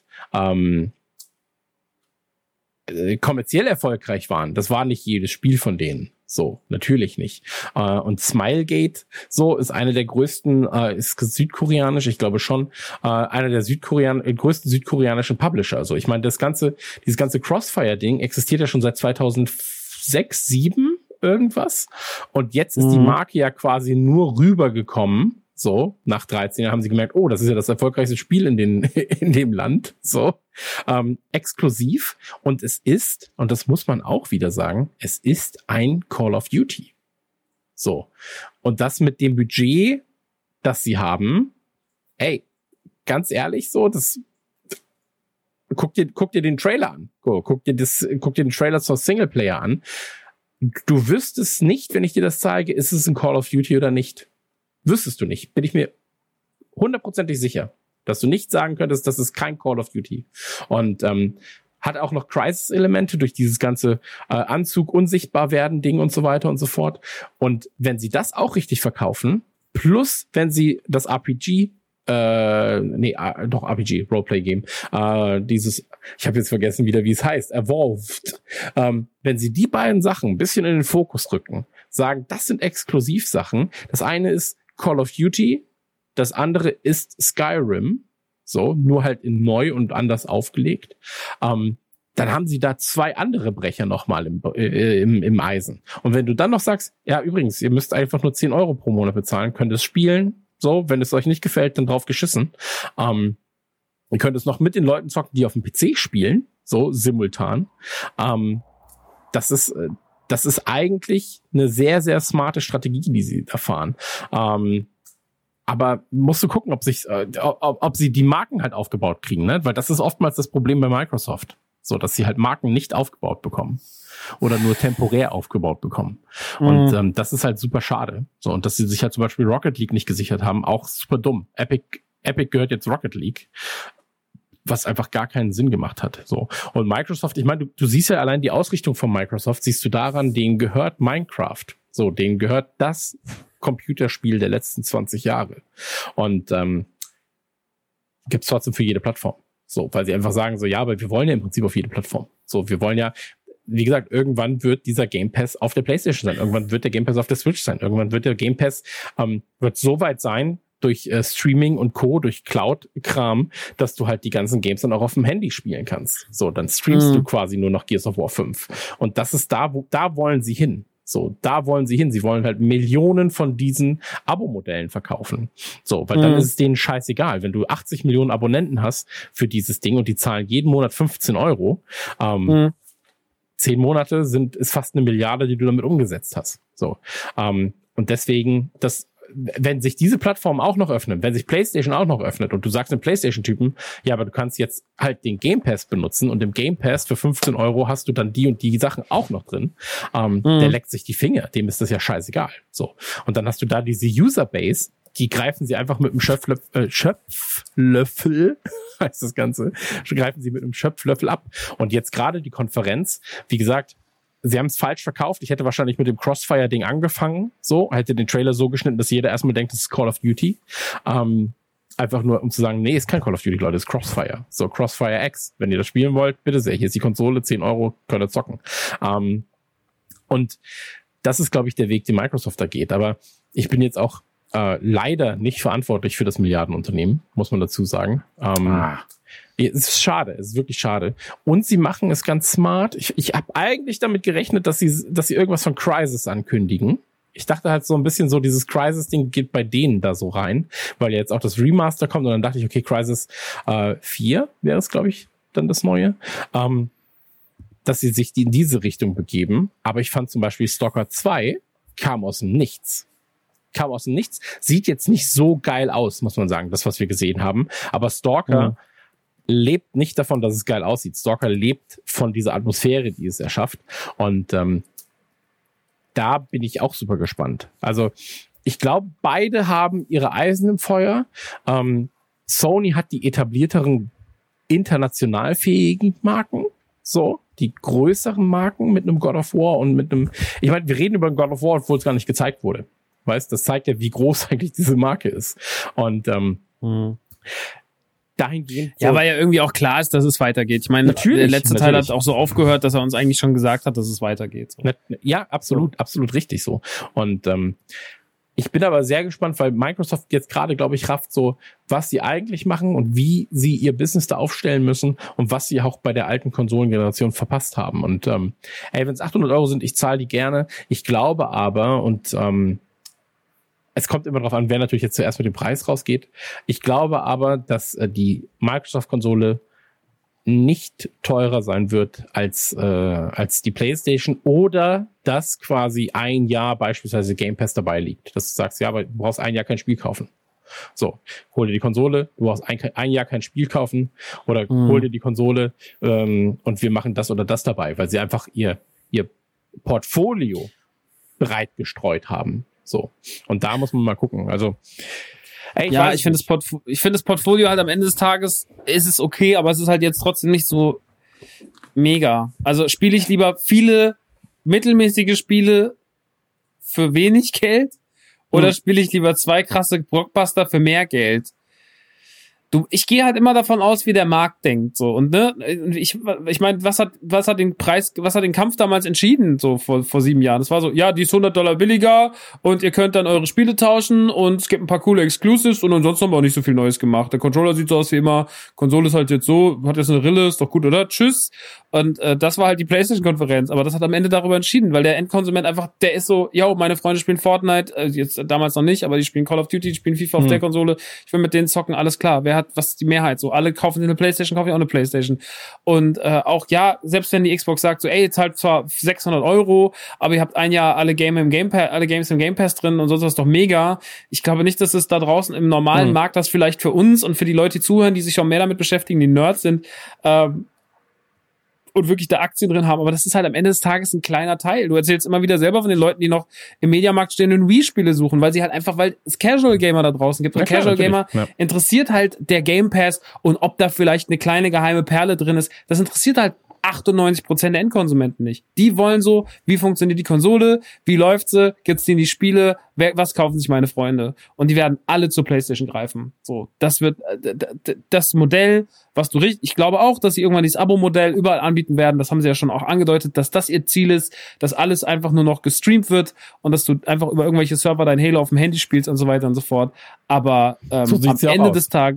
kommerziell erfolgreich waren, das war nicht jedes Spiel von denen. So, natürlich nicht. Und Smilegate, so, ist eine der größten, ist südkoreanisch, ich glaube schon, einer der größten südkoreanischen Publisher. Also, ich meine, dieses ganze Crossfire-Ding existiert ja schon seit 2006, 2007 irgendwas. Und jetzt ist die Marke ja quasi nur rübergekommen. So, nach 13 Jahren haben sie gemerkt, das ist ja das erfolgreichste Spiel in dem Land, so, exklusiv. Und es ist, und das muss man auch wieder sagen, es ist ein Call of Duty. So. Und das mit dem Budget, das sie haben, ganz ehrlich, so, guck dir den Trailer an. Guck dir den Trailer zur Singleplayer an. Du wüsstest nicht, wenn ich dir das zeige, ist es ein Call of Duty oder nicht. Wüsstest du nicht, bin ich mir 100% sicher, dass du nicht sagen könntest, das ist kein Call of Duty. Und hat auch noch Crisis-Elemente durch dieses ganze Anzug, unsichtbar werden Ding und so weiter und so fort. Und wenn sie das auch richtig verkaufen, plus wenn sie das RPG, RPG, Roleplay-Game, ich habe jetzt vergessen wieder, wie es heißt, Evolved. Wenn sie die beiden Sachen ein bisschen in den Fokus rücken, sagen, das sind Exklusivsachen, das eine ist Call of Duty, das andere ist Skyrim, so, nur halt in neu und anders aufgelegt. Dann haben sie da zwei andere Brecher nochmal im Eisen. Und wenn du dann noch sagst, ja, übrigens, ihr müsst einfach nur 10 Euro pro Monat bezahlen, könnt es spielen, so, wenn es euch nicht gefällt, dann drauf geschissen. Ihr könnt es noch mit den Leuten zocken, die auf dem PC spielen, so, simultan. Das ist eigentlich eine sehr, sehr smarte Strategie, die sie da fahren. Aber musst du gucken, ob sie die Marken halt aufgebaut kriegen, ne? Weil das ist oftmals das Problem bei Microsoft. So, dass sie halt Marken nicht aufgebaut bekommen. Oder nur temporär aufgebaut bekommen. Und das ist halt super schade. So, und dass sie sich halt zum Beispiel Rocket League nicht gesichert haben, auch super dumm. Epic gehört jetzt Rocket League, was einfach gar keinen Sinn gemacht hat. So. Und Microsoft, ich meine, du siehst ja allein die Ausrichtung von Microsoft, siehst du daran, denen gehört Minecraft. So, denen gehört das Computerspiel der letzten 20 Jahre. Und gibt's trotzdem für jede Plattform. So, weil sie einfach sagen so, ja, aber wir wollen ja im Prinzip auf jede Plattform. So, wir wollen ja, wie gesagt, irgendwann wird dieser Game Pass auf der PlayStation sein. Irgendwann wird der Game Pass auf der Switch sein. Irgendwann wird der Game Pass wird so weit sein, durch Streaming und Co., durch Cloud-Kram, dass du halt die ganzen Games dann auch auf dem Handy spielen kannst. So, dann streamst du quasi nur noch Gears of War 5. Und das ist da wollen sie hin. So, da wollen sie hin. Sie wollen halt Millionen von diesen Abo-Modellen verkaufen. So, weil dann ist es denen scheißegal. Wenn du 80 Millionen Abonnenten hast für dieses Ding und die zahlen jeden Monat 15 Euro, 10 Monate ist fast 1 Milliarde, die du damit umgesetzt hast. So, und deswegen, wenn sich diese Plattform auch noch öffnen, wenn sich PlayStation auch noch öffnet und du sagst dem PlayStation-Typen, ja, aber du kannst jetzt halt den Game Pass benutzen und im Game Pass für 15 Euro hast du dann die und die Sachen auch noch drin, der leckt sich die Finger, dem ist das ja scheißegal. So. Und dann hast du da diese User-Base, die greifen sie einfach mit einem Schöpflöffel, heißt das Ganze, greifen sie mit einem Schöpflöffel ab. Und jetzt gerade die Konferenz, wie gesagt, sie haben es falsch verkauft. Ich hätte wahrscheinlich mit dem Crossfire-Ding angefangen. So, hätte den Trailer so geschnitten, dass jeder erstmal denkt, das ist Call of Duty. Einfach nur, um zu sagen, nee, ist kein Call of Duty, Leute, ist Crossfire. So, Crossfire X. Wenn ihr das spielen wollt, bitte sehr. Hier ist die Konsole, 10 Euro, könnt ihr zocken. Und das ist, glaube ich, der Weg, den Microsoft da geht. Aber ich bin jetzt auch leider nicht verantwortlich für das Milliardenunternehmen, muss man dazu sagen. Es ist schade, es ist wirklich schade. Und sie machen es ganz smart. Ich habe eigentlich damit gerechnet, dass sie irgendwas von Crysis ankündigen. Ich dachte halt so ein bisschen so, dieses Crysis-Ding geht bei denen da so rein, weil ja jetzt auch das Remaster kommt und dann dachte ich, okay, Crysis 4 wäre es, glaube ich, dann das Neue. Dass sie sich in diese Richtung begeben. Aber ich fand zum Beispiel Stalker 2 kam aus dem Nichts. Sieht jetzt nicht so geil aus, muss man sagen, das, was wir gesehen haben. Aber Stalker lebt nicht davon, dass es geil aussieht. Stalker lebt von dieser Atmosphäre, die es erschafft. Und da bin ich auch super gespannt. Also ich glaube, beide haben ihre Eisen im Feuer. Sony hat die etablierteren, international fähigen Marken. So, die größeren Marken mit einem God of War und mit einem... Ich meine, wir reden über einen God of War, obwohl es gar nicht gezeigt wurde. Weißt, das zeigt ja, wie groß eigentlich diese Marke ist. Und dahingehend... Ja, weil ja irgendwie auch klar ist, dass es weitergeht. Ich meine, der letzte Teil hat auch so aufgehört, dass er uns eigentlich schon gesagt hat, dass es weitergeht. So. Ja, absolut richtig so. Und ich bin aber sehr gespannt, weil Microsoft jetzt gerade, glaube ich, rafft so, was sie eigentlich machen und wie sie ihr Business da aufstellen müssen und was sie auch bei der alten Konsolengeneration verpasst haben. Und wenn es 800 Euro sind, ich zahle die gerne. Ich glaube aber, und es kommt immer darauf an, wer natürlich jetzt zuerst mit dem Preis rausgeht. Ich glaube aber, dass die Microsoft-Konsole nicht teurer sein wird als die PlayStation oder dass quasi ein Jahr beispielsweise Game Pass dabei liegt. Dass du sagst, ja, aber du brauchst ein Jahr kein Spiel kaufen. So, hol dir die Konsole, du brauchst ein Jahr kein Spiel kaufen oder hol dir die Konsole und wir machen das oder das dabei, weil sie einfach ihr Portfolio breit gestreut haben. So. Und da muss man mal gucken. Also, ich finde das Portfolio halt am Ende des Tages ist es okay, aber es ist halt jetzt trotzdem nicht so mega. Also spiele ich lieber viele mittelmäßige Spiele für wenig Geld oder spiele ich lieber 2 krasse Blockbuster für mehr Geld? Ich gehe halt immer davon aus, wie der Markt denkt, so. Und ich meine, was hat den Kampf damals entschieden, so vor 7 Jahren? Das war so, ja, die ist $100 billiger und ihr könnt dann eure Spiele tauschen und es gibt ein paar coole Exclusives und ansonsten haben wir auch nicht so viel Neues gemacht. Der Controller sieht so aus wie immer, Konsole ist halt jetzt so, hat jetzt eine Rille, ist doch gut, oder? Tschüss. Und das war halt die PlayStation-Konferenz, aber das hat am Ende darüber entschieden, weil der Endkonsument einfach, der ist so, yo, meine Freunde spielen Fortnite, jetzt damals noch nicht, aber die spielen Call of Duty, die spielen FIFA auf der Konsole, ich will mit denen zocken, alles klar. Was ist die Mehrheit? So, alle kaufen eine PlayStation, kaufen ja auch eine PlayStation. Und auch, ja, selbst wenn die Xbox sagt, so, ey, ihr zahlt zwar 600 Euro, aber ihr habt ein Jahr alle Games im Game Pass drin und sonst was, doch mega. Ich glaube nicht, dass es da draußen im normalen Markt, das vielleicht für uns und für die Leute, die zuhören, die sich schon mehr damit beschäftigen, die Nerds sind, und wirklich da Aktien drin haben, aber das ist halt am Ende des Tages ein kleiner Teil. Du erzählst immer wieder selber von den Leuten, die noch im Mediamarkt stehen und Wii-Spiele suchen, weil sie halt einfach, weil es Casual-Gamer da draußen gibt. Und Casual-Gamer interessiert halt der Game Pass und ob da vielleicht eine kleine geheime Perle drin ist, das interessiert halt 98% der Endkonsumenten nicht. Die wollen so, wie funktioniert die Konsole, wie läuft sie, gibt's die in die Spiele, was kaufen sich meine Freunde? Und die werden alle zur PlayStation greifen. So, das wird das Modell, was du richtig, ich glaube auch, dass sie irgendwann dieses Abo-Modell überall anbieten werden, das haben sie ja schon auch angedeutet, dass das ihr Ziel ist, dass alles einfach nur noch gestreamt wird und dass du einfach über irgendwelche Server dein Halo auf dem Handy spielst und so weiter und so fort. Aber so am Ende des Tages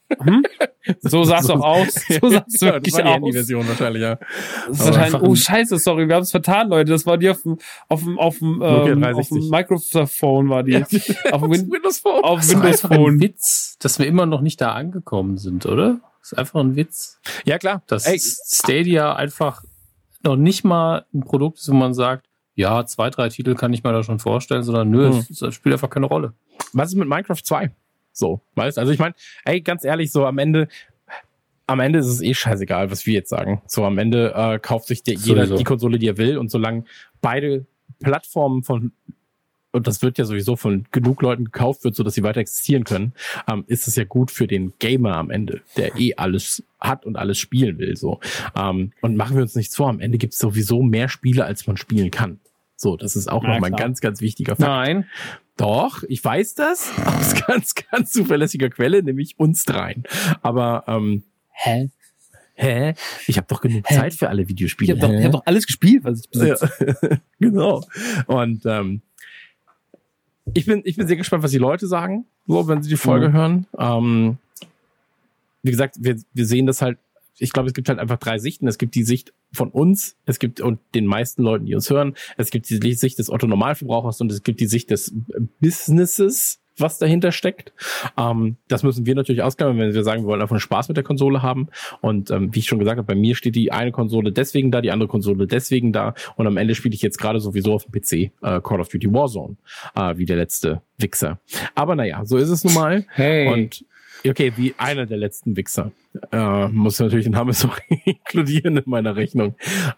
So sah es doch aus. So sah es wirklich das war die aus. Handy-Version wahrscheinlich, ja. Das ist wahrscheinlich, oh scheiße, sorry, wir haben es vertan, Leute. Das war die auf dem Nokia 360. Microsoft Phone war die. Auf dem Windows Phone. auf Das ist Windows einfach ein Phone. Witz, dass wir immer noch nicht da angekommen sind, oder? Das ist einfach ein Witz, Ja, klar. dass Ey, Stadia einfach noch nicht mal ein Produkt ist, wo man sagt, ja, 2, 3 Titel kann ich mir da schon vorstellen, sondern nö, es spielt einfach keine Rolle. was ist mit Minecraft 2? So, weißt, also ich meine, ey, ganz ehrlich, so am Ende ist es scheißegal, was wir jetzt sagen. So am Ende kauft sich jeder Sowieso. die Konsole, die er will, und solange beide Plattformen und das wird ja sowieso von genug Leuten gekauft wird, so dass sie weiter existieren können, ist es ja gut für den Gamer am Ende, der alles hat und alles spielen will, so. Und machen wir uns nichts vor, am Ende gibt es sowieso mehr Spiele, als man spielen kann. So, das ist auch Na, nochmal ein klar. ganz, ganz wichtiger Fakt. Nein, Doch, ich weiß das aus ganz, ganz zuverlässiger Quelle, nämlich uns dreien. Aber, Hä? Ich habe doch genug Zeit für alle Videospiele. Ich hab doch alles gespielt, was ich besitze. Ja. Genau. Und ich bin sehr gespannt, was die Leute sagen, so, wenn sie die Folge hören. Wie gesagt, wir sehen das halt. Ich glaube, es gibt halt einfach 3 Sichten. Es gibt die Sicht von uns, es gibt und den meisten Leuten, die uns hören. Es gibt die Sicht des Otto-Normalverbrauchers und es gibt die Sicht des Businesses, was dahinter steckt. Das müssen wir natürlich ausklammern, wenn wir sagen, wir wollen einfach Spaß mit der Konsole haben. Und wie ich schon gesagt habe, bei mir steht die eine Konsole deswegen da, die andere Konsole deswegen da. Und am Ende spiele ich jetzt gerade sowieso auf dem PC Call of Duty Warzone, wie der letzte Wichser. Aber naja, so ist es nun mal. hey. Und okay, wie einer der letzten Wichser. Muss natürlich den Hammes auch inkludieren in meiner Rechnung.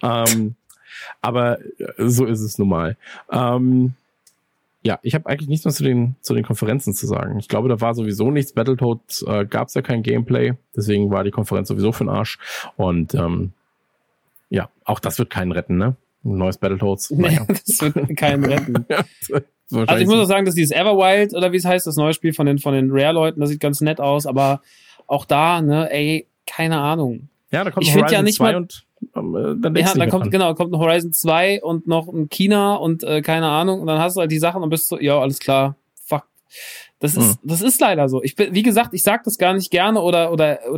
Aber so ist es nun mal. Ja, ich habe eigentlich nichts mehr zu den Konferenzen zu sagen. Ich glaube, da war sowieso nichts. Battletoads gab es ja kein Gameplay. Deswegen war die Konferenz sowieso für den Arsch. Und ja, auch das wird keinen retten, ne? Ein neues Battletoads. Nee, das wird keinen retten. Also ich Wahrscheinlich muss auch sagen, dass dieses Everwild, oder wie es heißt, das neue Spiel von den Rare-Leuten, das sieht ganz nett aus, aber auch da, ne, ey, keine Ahnung. ja, da kommt ich ein find Horizon ja nicht 2 mal- und dann denkst Ja, du dann nicht kommt, mehr dran. kommt ein Horizon 2 und noch ein China und keine Ahnung, und dann hast du halt die Sachen und bist so, ja, alles klar, fuck. Das ist leider so. Wie gesagt, ich sag das gar nicht gerne oder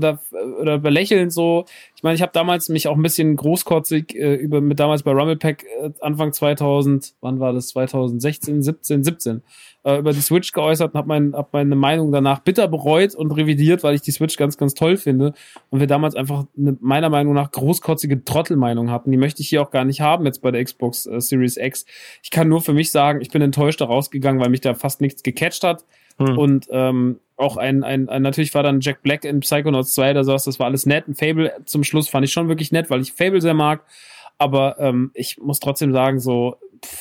belächelnd so. Ich meine, ich habe damals mich auch ein bisschen großkotzig damals bei Rumblepack Anfang 2000, wann war das? 2016, 17, über die Switch geäußert und hab meine Meinung danach bitter bereut und revidiert, weil ich die Switch ganz, ganz toll finde. Und wir damals einfach meiner Meinung nach großkotzige Trottelmeinung hatten. Die möchte ich hier auch gar nicht haben jetzt bei der Xbox Series X. Ich kann nur für mich sagen, ich bin enttäuscht da rausgegangen, weil mich da fast nichts gecatcht hat. Und auch natürlich war dann Jack Black in Psychonauts 2, da saß, das war alles nett. Ein Fable zum Schluss fand ich schon wirklich nett, weil ich Fable sehr mag. Aber ich muss trotzdem sagen, so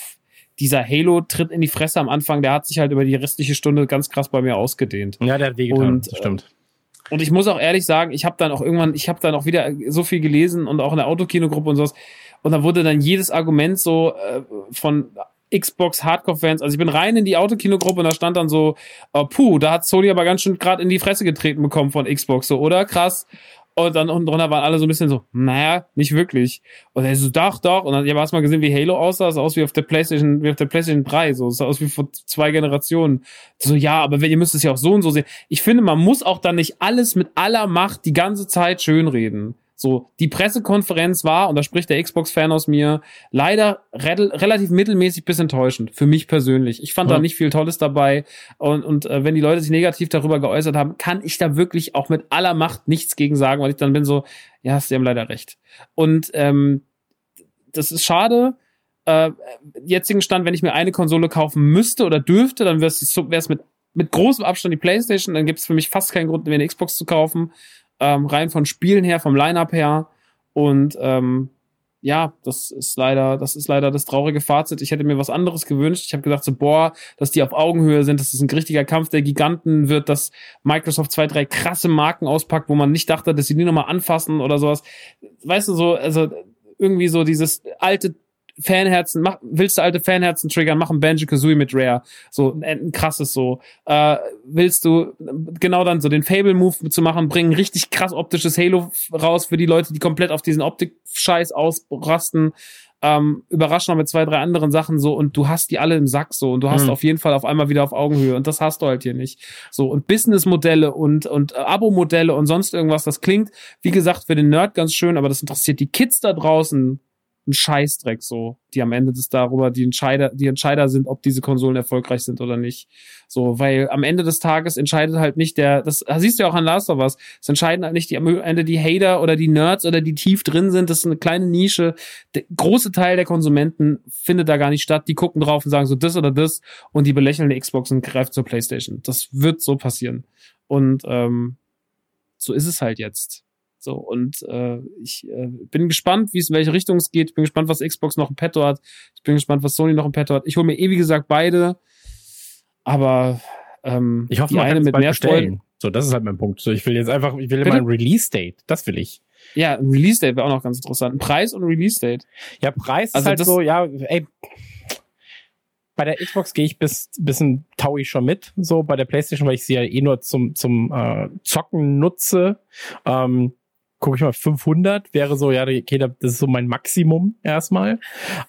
dieser Halo-Tritt in die Fresse am Anfang, der hat sich halt über die restliche Stunde ganz krass bei mir ausgedehnt. Ja, der hat wehgetan, Und, das stimmt. Und ich muss auch ehrlich sagen, ich habe dann auch wieder so viel gelesen und auch in der Autokinogruppe und sowas. Und da wurde dann jedes Argument so von Xbox Hardcore-Fans, also ich bin rein in die Autokinogruppe und da stand dann so, da hat Sony aber ganz schön gerade in die Fresse getreten bekommen von Xbox, so, oder? Krass. Und dann unten drunter waren alle so ein bisschen so, naja, nicht wirklich. Und er so, doch. Und dann, ja, hast du mal gesehen, wie Halo aussah? Es sah aus wie auf der PlayStation 3, so. Es sah aus wie vor 2 Generationen. So, ja, aber ihr müsst es ja auch so und so sehen. Ich finde, man muss auch dann nicht alles mit aller Macht die ganze Zeit schönreden. So, die Pressekonferenz war, und da spricht der Xbox-Fan aus mir, leider relativ mittelmäßig bis enttäuschend. Für mich persönlich. Ich fand da nicht viel Tolles dabei. Und wenn die Leute sich negativ darüber geäußert haben, kann ich da wirklich auch mit aller Macht nichts gegen sagen, weil ich dann bin so, ja, sie haben leider recht. Und das ist schade. Jetzigen Stand, wenn ich mir eine Konsole kaufen müsste oder dürfte, dann wäre es mit großem Abstand die PlayStation. Dann gibt es für mich fast keinen Grund, mir eine Xbox zu kaufen. Rein von Spielen her, vom Line-Up her. Und ja, das ist leider das traurige Fazit. Ich hätte mir was anderes gewünscht. Ich habe gedacht so, dass die auf Augenhöhe sind, dass es ein richtiger Kampf der Giganten wird, dass Microsoft 2, 3 krasse Marken auspackt, wo man nicht dachte, dass sie die nochmal anfassen oder sowas. Weißt du, so, also irgendwie so dieses alte Fanherzen, willst du alte Fanherzen triggern, mach ein Banjo-Kazooie mit Rare. So, ein krasses so. Willst du genau dann so den Fable-Move zu machen, bringen richtig krass optisches Halo raus für die Leute, die komplett auf diesen Optik-Scheiß ausrasten. überrasch noch mit 2, 3 anderen Sachen so und du hast die alle im Sack so und du hast auf jeden Fall auf einmal wieder auf Augenhöhe und das hast du halt hier nicht. So und Businessmodelle und Abo-Modelle und sonst irgendwas, das klingt, wie gesagt, für den Nerd ganz schön, aber das interessiert die Kids da draußen ein Scheißdreck so, die am Ende die Entscheider sind, ob diese Konsolen erfolgreich sind oder nicht. So, weil am Ende des Tages entscheidet halt nicht das siehst du ja auch an Last of Us, es entscheiden halt nicht am Ende die Hater oder die Nerds oder die tief drin sind, das ist eine kleine Nische. Der große Teil der Konsumenten findet da gar nicht statt, die gucken drauf und sagen so das oder das und die belächeln die Xbox und greifen zur PlayStation. Das wird so passieren. Und so ist es halt jetzt. So, und ich bin gespannt, in welche Richtung es geht. Ich bin gespannt, was Xbox noch im Petto hat. Ich bin gespannt, was Sony noch im Petto hat. Ich hole mir wie gesagt, beide. Aber ich hoffe, die eine mit mehr bestellen. So, das ist halt mein Punkt. So, ich will immer ein Release-Date. Das will ich. Ja, ein Release-Date wäre auch noch ganz interessant. Ein Preis und ein Release-Date. Ja, Preis ist halt so, ja, ey. Bei der Xbox gehe ich bisschen taui schon mit. So, bei der PlayStation, weil ich sie ja nur zum Zocken nutze. Gucke ich mal, 500 wäre so, ja, okay, das ist so mein Maximum erstmal.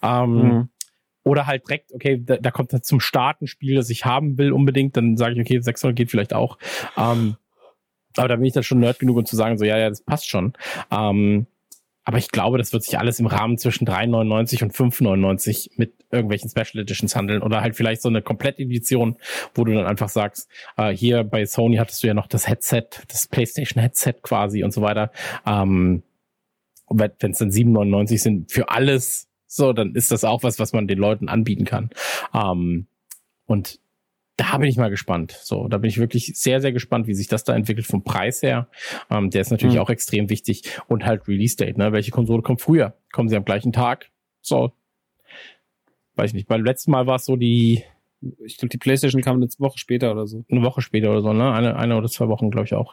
Oder halt direkt, okay, da kommt dann zum Start ein Spiel, das ich haben will unbedingt, dann sage ich, okay, 600 geht vielleicht auch. Aber da bin ich dann schon nerd genug, um zu sagen, so, ja, das passt schon. Aber ich glaube, das wird sich alles im Rahmen zwischen 3,99 und 5,99 mit irgendwelchen Special Editions handeln oder halt vielleicht so eine Komplettedition, wo du dann einfach sagst, hier bei Sony hattest du ja noch das Headset, das PlayStation Headset quasi und so weiter. Wenn es dann 7,99 sind für alles, so, dann ist das auch was man den Leuten anbieten kann. Und da bin ich mal gespannt. So, da bin ich wirklich sehr, sehr gespannt, wie sich das da entwickelt vom Preis her. Der ist natürlich auch extrem wichtig. Und halt Release-Date, ne? Welche Konsole kommt früher? Kommen sie am gleichen Tag? So. Weiß ich nicht. Beim letzten Mal war es so ich glaube, die PlayStation kam eine Woche später oder so. Eine Woche später oder so, ne? Eine oder 2 Wochen, glaube ich auch.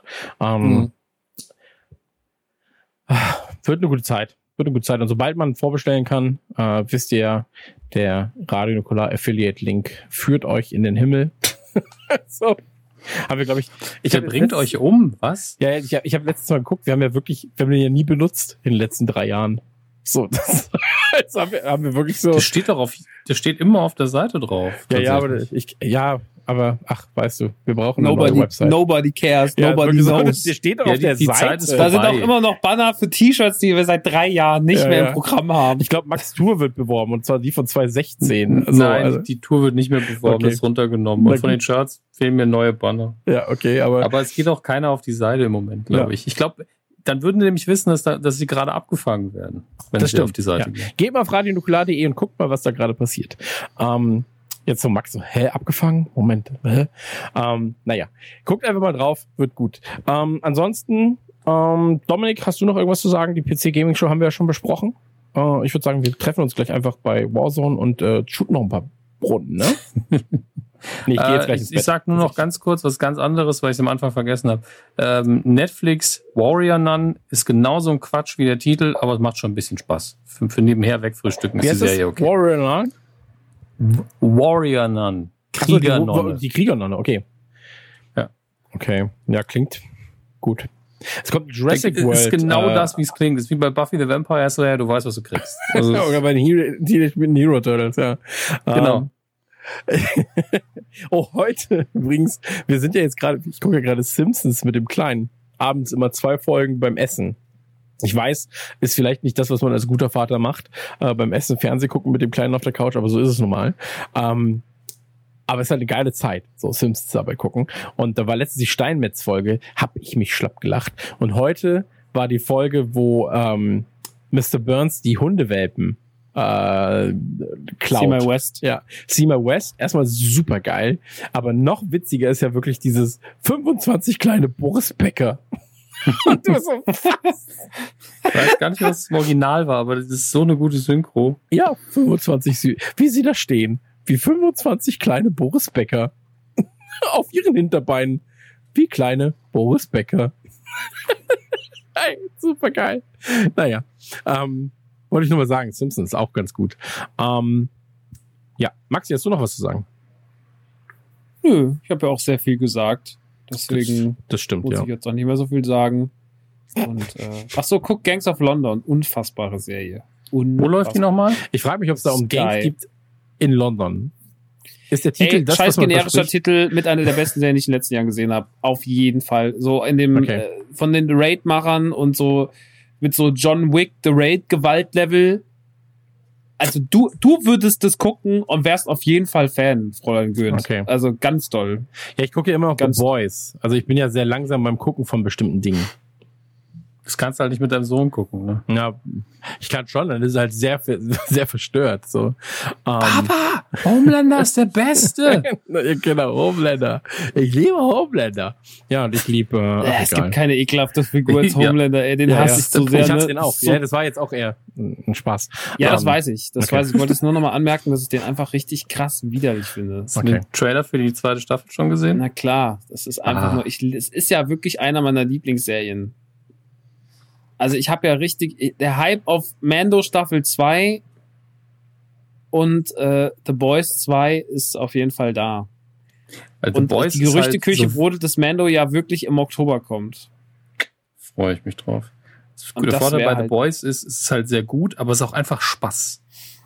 Wird eine gute Zeit. Und sobald man vorbestellen kann, wisst ihr ja, der Radio Nukular Affiliate Link führt euch in den Himmel. So. Haben wir, glaube ich. Der bringt euch um, was? Ja, ich hab letztes Mal geguckt, wir haben den ja nie benutzt in den letzten 3 Jahren. So, das haben wir wirklich so. Der steht immer auf der Seite drauf. Aber weißt du, wir brauchen eine neue Website. Nobody cares, nobody knows. Der steht doch auf der Seite. Da sind auch immer noch Banner für T-Shirts, die wir seit 3 Jahren nicht mehr im Programm haben. Ich glaube, Max Tour wird beworben, und zwar die von 2016. Nein, die Tour wird nicht mehr beworben, das ist runtergenommen. Und von den Shirts fehlen mir neue Banner. Ja, okay, aber es geht auch keiner auf die Seite im Moment, glaube ich. Ich glaube, dann würden die nämlich wissen, dass sie gerade abgefangen werden, wenn sie auf die Seite gehen. Geht mal auf radionukular.de und guckt mal, was da gerade passiert. Jetzt so Max so, abgefangen? Moment, naja, guckt einfach mal drauf, wird gut. Ansonsten, Dominik, hast du noch irgendwas zu sagen? Die PC Gaming Show haben wir ja schon besprochen. Ich würde sagen, wir treffen uns gleich einfach bei Warzone und shooten noch ein paar Runden, ne? Nee, ich gehe jetzt gleich ins Bett. Ich sag nur noch ganz kurz was ganz anderes, weil ich es am Anfang vergessen habe. Netflix Warrior Nun ist genauso ein Quatsch wie der Titel, aber es macht schon ein bisschen Spaß. Für nebenher wegfrühstücken ist die Serie okay. Warrior Nun? Warrior Nun. Kriegernonne. Die Kriegernonne, okay. Ja. Okay, ja, klingt gut. Es kommt Jurassic World. Ist genau das, wie es klingt. Das ist wie bei Buffy the Vampire Slayer, du weißt, was du kriegst. Also oder bei den Teenage Mutant Hero Turtles, ja. Genau. Heute übrigens, wir sind ja jetzt gerade, ich gucke ja gerade Simpsons mit dem Kleinen. Abends immer 2 Folgen beim Essen. Ich weiß, ist vielleicht nicht das, was man als guter Vater macht, beim Essen Fernsehen gucken mit dem Kleinen auf der Couch, aber so ist es normal. Aber es ist halt eine geile Zeit, so Simpsons dabei gucken. Und da war letztens die Steinmetz-Folge, hab ich mich schlapp gelacht. Und heute war die Folge, wo Mr. Burns die Hundewelpen klaut. Seymour West. Ja, Seymour West, erstmal super geil. Aber noch witziger ist ja wirklich dieses 25 kleine Boris Becker. Und du so, was? Ich weiß gar nicht, was im Original war, aber das ist so eine gute Synchro. Ja, 25, wie sie da stehen. Wie 25 kleine Boris Becker. Auf ihren Hinterbeinen. Wie kleine Boris Becker. Hey, super geil. Naja, wollte ich nur mal sagen, Simpsons ist auch ganz gut. Ja, Maxi, hast du noch was zu sagen? Nö, ich habe ja auch sehr viel gesagt. Deswegen das stimmt, muss ich jetzt auch nicht mehr so viel sagen. Und guck, Gangs of London, unfassbare Serie. Wo läuft die nochmal? Ich frage mich, ob es da um Sky. Games gibt in London. Ist der Titel das, scheiß was man generischer verspricht? Titel mit einer der besten Serien, die ich in den letzten Jahren gesehen habe. Auf jeden Fall. So in dem, Okay. von den Raid-Machern und so mit so John Wick, The Raid-Gewaltlevel. Also du würdest das gucken und wärst auf jeden Fall Fan, Fräulein Gürnt. Okay. Also ganz toll. Ja, ich gucke ja immer noch Ganz- The Boys. Also ich bin ja sehr langsam beim Gucken von bestimmten Dingen. Das kannst du halt nicht mit deinem Sohn gucken, ne? Ja, ich kann schon, dann ist es halt sehr, sehr verstört. So. Papa! Homelander ist der Beste! Genau, Homelander. Ich liebe Homelander. Ja, und ich liebe, Es gibt keine ekelhafte Figur als Ja. Homelander, ey, den Ja, hasse ja. ich so sehr. Ich hasse ne? den auch. So, Ja, das war jetzt auch eher ein Spaß. ja, das weiß ich. Das okay. weiß ich. Ich wollte es nur nochmal anmerken, dass ich den einfach richtig krass widerlich finde. Hast du Okay. den Trailer für die zweite Staffel schon gesehen? Na klar, das ist einfach nur, es ist ja wirklich einer meiner Lieblingsserien. Also ich habe ja richtig, der Hype auf Mando Staffel 2 und The Boys 2 ist auf jeden Fall da. Also Und Boys die ist Gerüchteküche halt so, brodelt, dass Mando ja wirklich im Oktober kommt. freue ich mich drauf. Und Der das Vorteil wär bei The halt- Boys ist, es ist halt sehr gut, aber es ist auch einfach Spaß.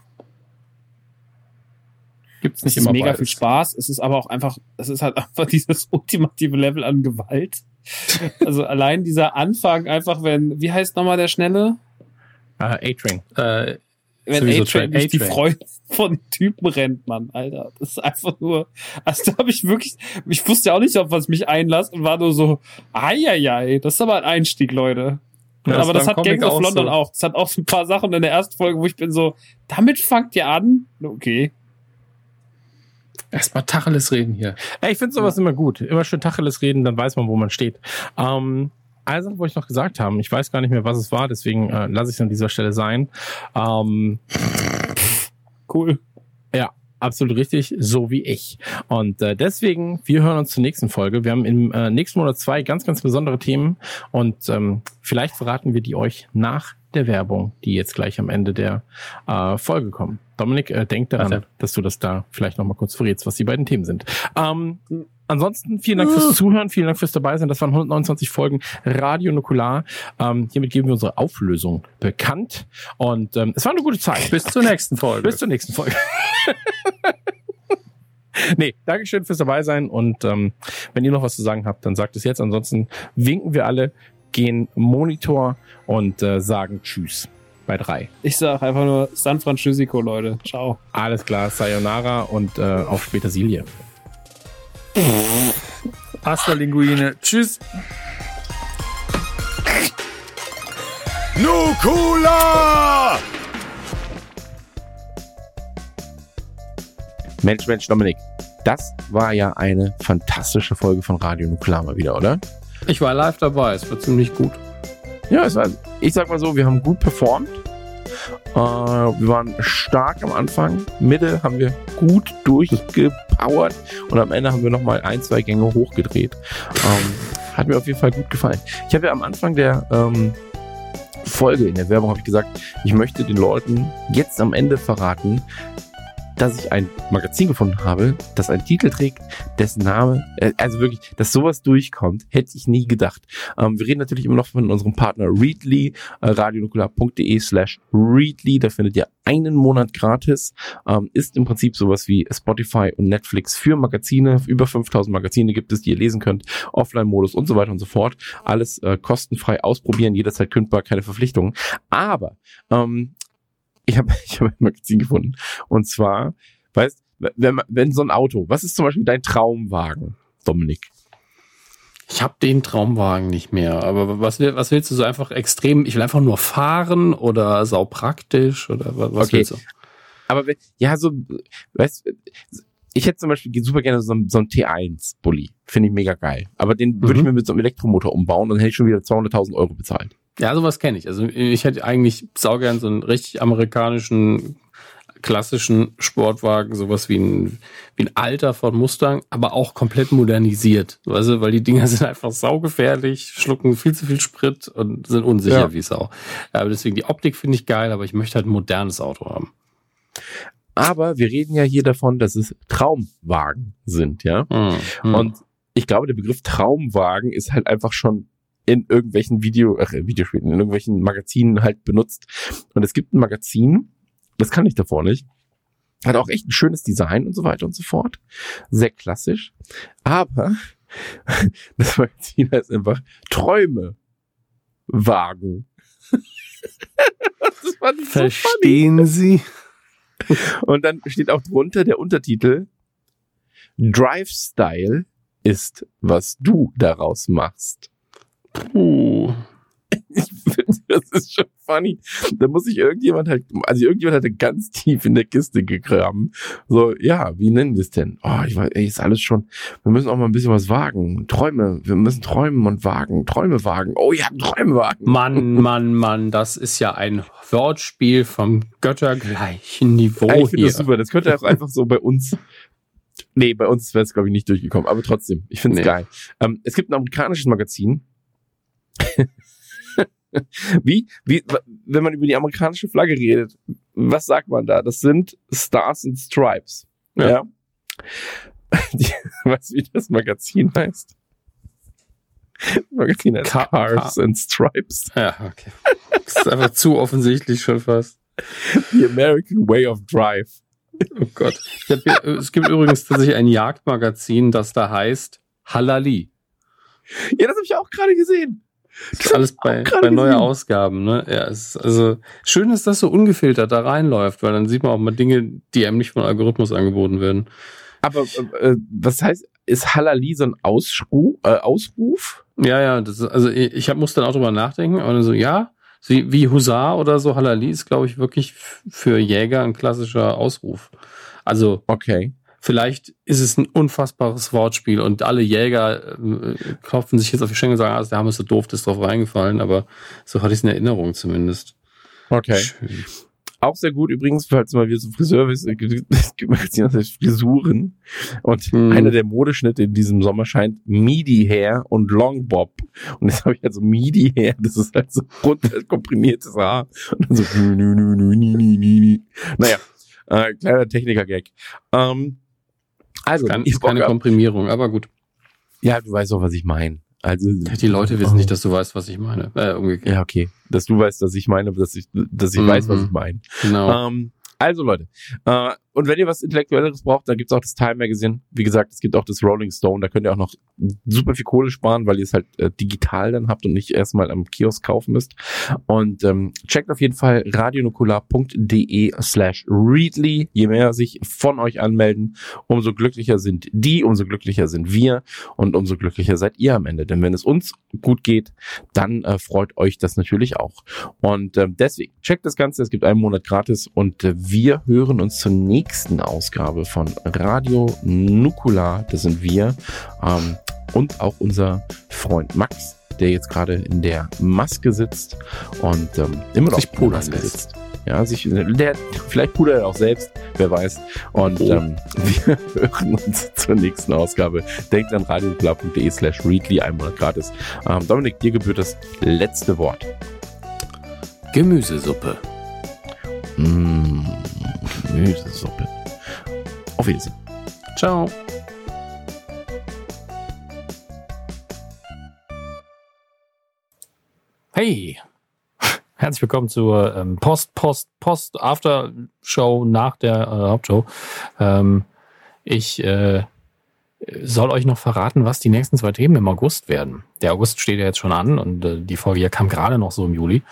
Gibt's Es nicht ist immer mega beides. viel Spaß, es ist aber auch einfach, es ist halt einfach dieses ultimative Level an Gewalt. Also allein dieser Anfang einfach, wenn, wie heißt nochmal der Schnelle? A-Train. Wenn Sowieso A-Train durch die A-Train. Freundin von den Typen rennt, Mann, Alter. Das ist einfach nur, also da habe ich wirklich, ich wusste ja auch nicht, auf was ich mich einlasse und war nur so, ai, das ist aber ein Einstieg, Leute. Ja, aber das beim hat Gangs Comic of London so. auch. Das hat auch so ein paar Sachen in der ersten Folge, wo ich bin so, damit fangt ihr an? Okay. Erstmal Tacheles reden hier. Ja, ich finde sowas immer gut. Immer schön Tacheles reden, dann weiß man, wo man steht. Eine Sache wollte ich noch gesagt haben. Ich weiß gar nicht mehr, was es war, deswegen lasse ich es an dieser Stelle sein. Cool. Ja, absolut richtig, so wie ich. Und deswegen, wir hören uns zur nächsten Folge. Wir haben im nächsten Monat 2 ganz, ganz besondere Themen und vielleicht verraten wir die euch nach der Werbung, die jetzt gleich am Ende der Folge kommen. Dominik, denk daran, Warte. dass du das da vielleicht noch mal kurz verrätst, was die beiden Themen sind. Ansonsten vielen Dank fürs Zuhören, vielen Dank fürs Dabeisein. Das waren 129 Folgen Radio Nukular. Hiermit geben wir unsere Auflösung bekannt. Und es war eine gute Zeit. Bis zur nächsten Folge. Bis zur nächsten Folge. Nee, Dankeschön fürs Dabeisein. Und wenn ihr noch was zu sagen habt, dann sagt es jetzt. Ansonsten winken wir alle, gehen Monitor und sagen Tschüss bei 3. Ich sag einfach nur San Francisco, Leute. Ciao. Alles klar, Sayonara und auf Petersilie. Hasta Linguine. Tschüss. Nukular! Mensch, Dominik, das war ja eine fantastische Folge von Radio Nukular mal wieder, oder? Ich war live dabei, es war ziemlich gut. Ja, es war, ich sag mal so, wir haben gut performt. Wir waren stark am Anfang. Mitte haben wir gut durchgepowert und am Ende haben wir nochmal 1, 2 Gänge hochgedreht. Hat mir auf jeden Fall gut gefallen. Ich habe ja am Anfang der Folge in der Werbung habe ich gesagt, ich möchte den Leuten jetzt am Ende verraten, dass ich ein Magazin gefunden habe, das einen Titel trägt, dessen Name, also wirklich, dass sowas durchkommt, hätte ich nie gedacht. Wir reden natürlich immer noch von unserem Partner Readly, radionukular.de/Readly, da findet ihr einen Monat gratis, ist im Prinzip sowas wie Spotify und Netflix für Magazine, über 5000 Magazine gibt es, die ihr lesen könnt, Offline-Modus und so weiter und so fort, alles kostenfrei ausprobieren, jederzeit kündbar, keine Verpflichtungen, aber ich habe ein Magazin gefunden. Und zwar, weißt, wenn so ein Auto, was ist zum Beispiel dein Traumwagen, Dominik? Ich habe den Traumwagen nicht mehr, aber was willst du so einfach extrem? Ich will einfach nur fahren oder saupraktisch oder was Okay. willst du? Aber ja, so, weißt, ich hätte zum Beispiel super gerne so einen T1-Bulli. Finde ich mega geil. Aber den würde ich mir mit so einem Elektromotor umbauen und dann hätte ich schon wieder 200.000 Euro bezahlt. Ja, sowas kenne ich. Also ich hätte eigentlich saugern so einen richtig amerikanischen, klassischen Sportwagen, sowas wie ein alter Ford Mustang, aber auch komplett modernisiert. Weißt du, weil die Dinger sind einfach saugefährlich, schlucken viel zu viel Sprit und sind unsicher wie Sau. Aber deswegen, die Optik finde ich geil, aber ich möchte halt ein modernes Auto haben. Aber wir reden ja hier davon, dass es Traumwagen sind, ja? Und ich glaube, der Begriff Traumwagen ist halt einfach schon in irgendwelchen Videospielen, in irgendwelchen Magazinen halt benutzt. Und es gibt ein Magazin, das kann ich davor nicht, hat auch echt ein schönes Design und so weiter und so fort. Sehr klassisch. Aber das Magazin heißt einfach Träume wagen. Das fand ich Verstehen so Sie? Und dann steht auch drunter der Untertitel: Drive Style ist, was du daraus machst. Ich finde, das ist schon funny. Da muss sich irgendjemand hat ganz tief in der Kiste gegraben. So, ja, wie nennen wir es denn? Oh, ich weiß, ist alles schon, wir müssen auch mal ein bisschen was wagen. Wir müssen träumen und wagen. Träume wagen. Oh ja, Träume wagen. Mann, das ist ja ein Wortspiel vom göttergleichen Niveau Ich finde hier. das super. Das könnte auch einfach so bei uns. Nee, bei uns wäre es, glaube ich, nicht durchgekommen. Aber trotzdem, ich finde es geil. Es gibt ein amerikanisches Magazin. Wie, wenn man über die amerikanische Flagge redet, was sagt man da? Das sind Stars and Stripes. Ja. Weißt du, wie das Magazin heißt? Das Magazin heißt Cars and Stripes. Ja, okay. Das ist einfach zu offensichtlich schon fast. The American Way of Drive. Oh Gott. Es gibt übrigens tatsächlich ein Jagdmagazin, das da heißt Halali. Ja, das habe ich auch gerade gesehen. Das ist alles bei neuen Ausgaben, ne? Ja, es ist also schön ist, dass so ungefiltert da reinläuft, weil dann sieht man auch mal Dinge, die einem nicht vom Algorithmus angeboten werden. Aber was heißt, ist Halali so ein Ausruf? Ja, das ist, also ich muss dann auch drüber nachdenken, aber dann so, ja, wie Husar oder so, Halali ist, glaube ich, wirklich für Jäger ein klassischer Ausruf. Also, okay. Vielleicht ist es ein unfassbares Wortspiel und alle Jäger klopfen sich jetzt auf die Schenkel und sagen, der Hammer ist so doof, das ist drauf reingefallen, aber so hatte ich es in Erinnerung zumindest. Okay. Schön. Auch sehr gut übrigens, falls du mal wieder zum Friseur bist, es gibt Magazin, das heißt Frisuren. Und einer der Modeschnitte in diesem Sommer scheint Midi Hair und Long Bob. Und jetzt habe ich halt so Midi Hair, das ist halt so runterkomprimiertes Haar. Und dann so naja, kleiner Techniker-Gag. Also, ist keine Komprimierung, aber gut. Ja, du weißt auch, was ich meine. Also die Leute wissen nicht, dass du weißt, was ich meine. Umgekehrt. Ja, okay. Dass du weißt, dass ich meine, dass ich weiß, was ich meine. Genau. Also Leute, und wenn ihr was Intellektuelleres braucht, dann gibt's auch das Time Magazine. Wie gesagt, es gibt auch das Rolling Stone, da könnt ihr auch noch super viel Kohle sparen, weil ihr es halt digital dann habt und nicht erstmal am Kiosk kaufen müsst. Und checkt auf jeden Fall radionukular.de/readly. Je mehr sich von euch anmelden, umso glücklicher sind die, umso glücklicher sind wir und umso glücklicher seid ihr am Ende. Denn wenn es uns gut geht, dann freut euch das natürlich auch. Und deswegen, checkt das Ganze, es gibt einen Monat gratis und wir hören uns zur nächsten Ausgabe von Radio Nukular. Das sind wir und auch unser Freund Max, der jetzt gerade in der Maske sitzt und immer noch in der Maske sitzt. Ja, vielleicht pudert er auch selbst, wer weiß. Und wir hören uns zur nächsten Ausgabe. Denkt an radionukular.de/readly, einen Monat gratis. Dominik, dir gebührt das letzte Wort. Gemüsesuppe. Gemüsesuppe. Auf Wiedersehen. Ciao. Hey, herzlich willkommen zur Post-After-Show nach der Hauptshow. Ich soll euch noch verraten, was die nächsten 2 Themen im August werden. Der August steht ja jetzt schon an und die Folge hier kam gerade noch so im Juli.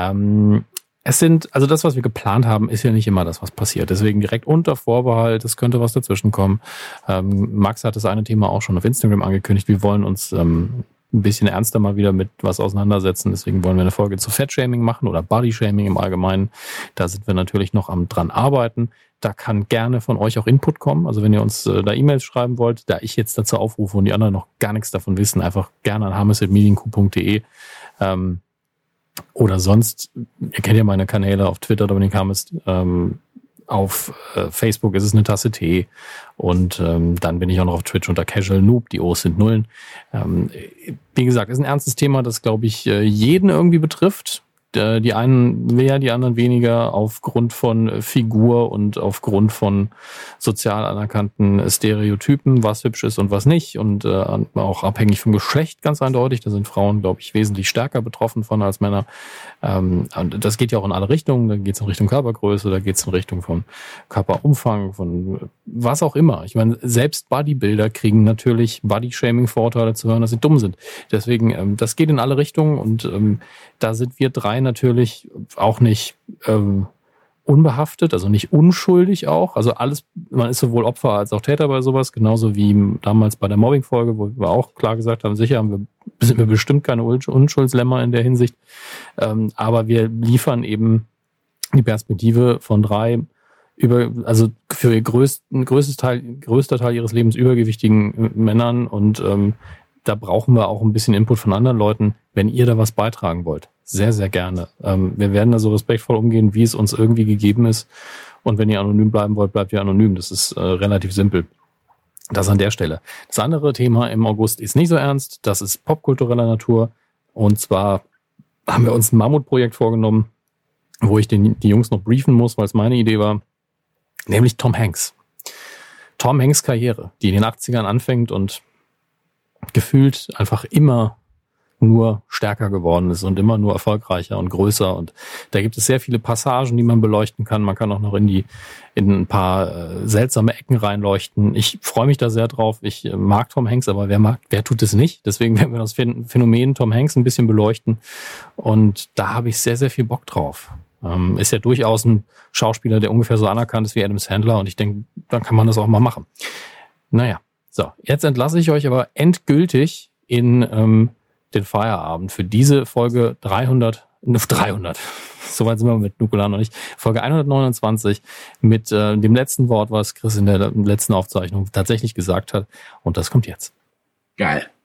Also das, was wir geplant haben, ist ja nicht immer das, was passiert. Deswegen direkt unter Vorbehalt, es könnte was dazwischen kommen. Max hat das eine Thema auch schon auf Instagram angekündigt. Wir wollen uns ein bisschen ernster mal wieder mit was auseinandersetzen. Deswegen wollen wir eine Folge zu Fettshaming machen oder Bodyshaming im Allgemeinen. Da sind wir natürlich noch am dran arbeiten. Da kann gerne von euch auch Input kommen. Also wenn ihr uns da E-Mails schreiben wollt, da ich jetzt dazu aufrufe und die anderen noch gar nichts davon wissen, einfach gerne an hammes@medienkuh.de. Oder sonst, ihr kennt ja meine Kanäle auf Twitter, Dominik Hammes, auf Facebook ist es eine Tasse Tee und dann bin ich auch noch auf Twitch unter Casual Noob, die O's sind Nullen. Wie gesagt, ist ein ernstes Thema, das, glaube ich, jeden irgendwie betrifft. Die einen mehr, die anderen weniger aufgrund von Figur und aufgrund von sozial anerkannten Stereotypen, was hübsch ist und was nicht und auch abhängig vom Geschlecht ganz eindeutig. Da sind Frauen, glaube ich, wesentlich stärker betroffen von als Männer. Und das geht ja auch in alle Richtungen. Da geht es in Richtung Körpergröße, da geht es in Richtung von Körperumfang, von was auch immer. Ich meine, selbst Bodybuilder kriegen natürlich Body-Shaming-Vorurteile zu hören, dass sie dumm sind. Deswegen, das geht in alle Richtungen und da sind wir drei natürlich auch nicht unbehaftet, also nicht unschuldig auch. Also alles, man ist sowohl Opfer als auch Täter bei sowas, genauso wie damals bei der Mobbing-Folge, wo wir auch klar gesagt haben, sicher sind wir bestimmt keine Unschuldslämmer in der Hinsicht. Aber wir liefern eben die Perspektive von drei also für ihr größter Teil ihres Lebens übergewichtigen Männern und da brauchen wir auch ein bisschen Input von anderen Leuten, wenn ihr da was beitragen wollt. Sehr, sehr gerne. Wir werden da so respektvoll umgehen, wie es uns irgendwie gegeben ist. Und wenn ihr anonym bleiben wollt, bleibt ihr anonym. Das ist relativ simpel. Das an der Stelle. Das andere Thema im August ist nicht so ernst. Das ist popkultureller Natur. Und zwar haben wir uns ein Mammutprojekt vorgenommen, wo ich die Jungs noch briefen muss, weil es meine Idee war. Nämlich Tom Hanks. Tom Hanks Karriere, die in den 80ern anfängt und gefühlt einfach immer nur stärker geworden ist und immer nur erfolgreicher und größer. Und da gibt es sehr viele Passagen, die man beleuchten kann. Man kann auch noch in ein paar seltsame Ecken reinleuchten. Ich freue mich da sehr drauf. Ich mag Tom Hanks, aber wer tut es nicht? Deswegen werden wir das Phänomen Tom Hanks ein bisschen beleuchten. Und da habe ich sehr, sehr viel Bock drauf. Ist ja durchaus ein Schauspieler, der ungefähr so anerkannt ist wie Adam Sandler. Und ich denke, dann kann man das auch mal machen. Naja. So, jetzt entlasse ich euch aber endgültig in den Feierabend für diese Folge 300. Soweit sind wir mit Nukular noch nicht. Folge 129 mit dem letzten Wort, was Chris in der letzten Aufzeichnung tatsächlich gesagt hat. Und das kommt jetzt. Geil.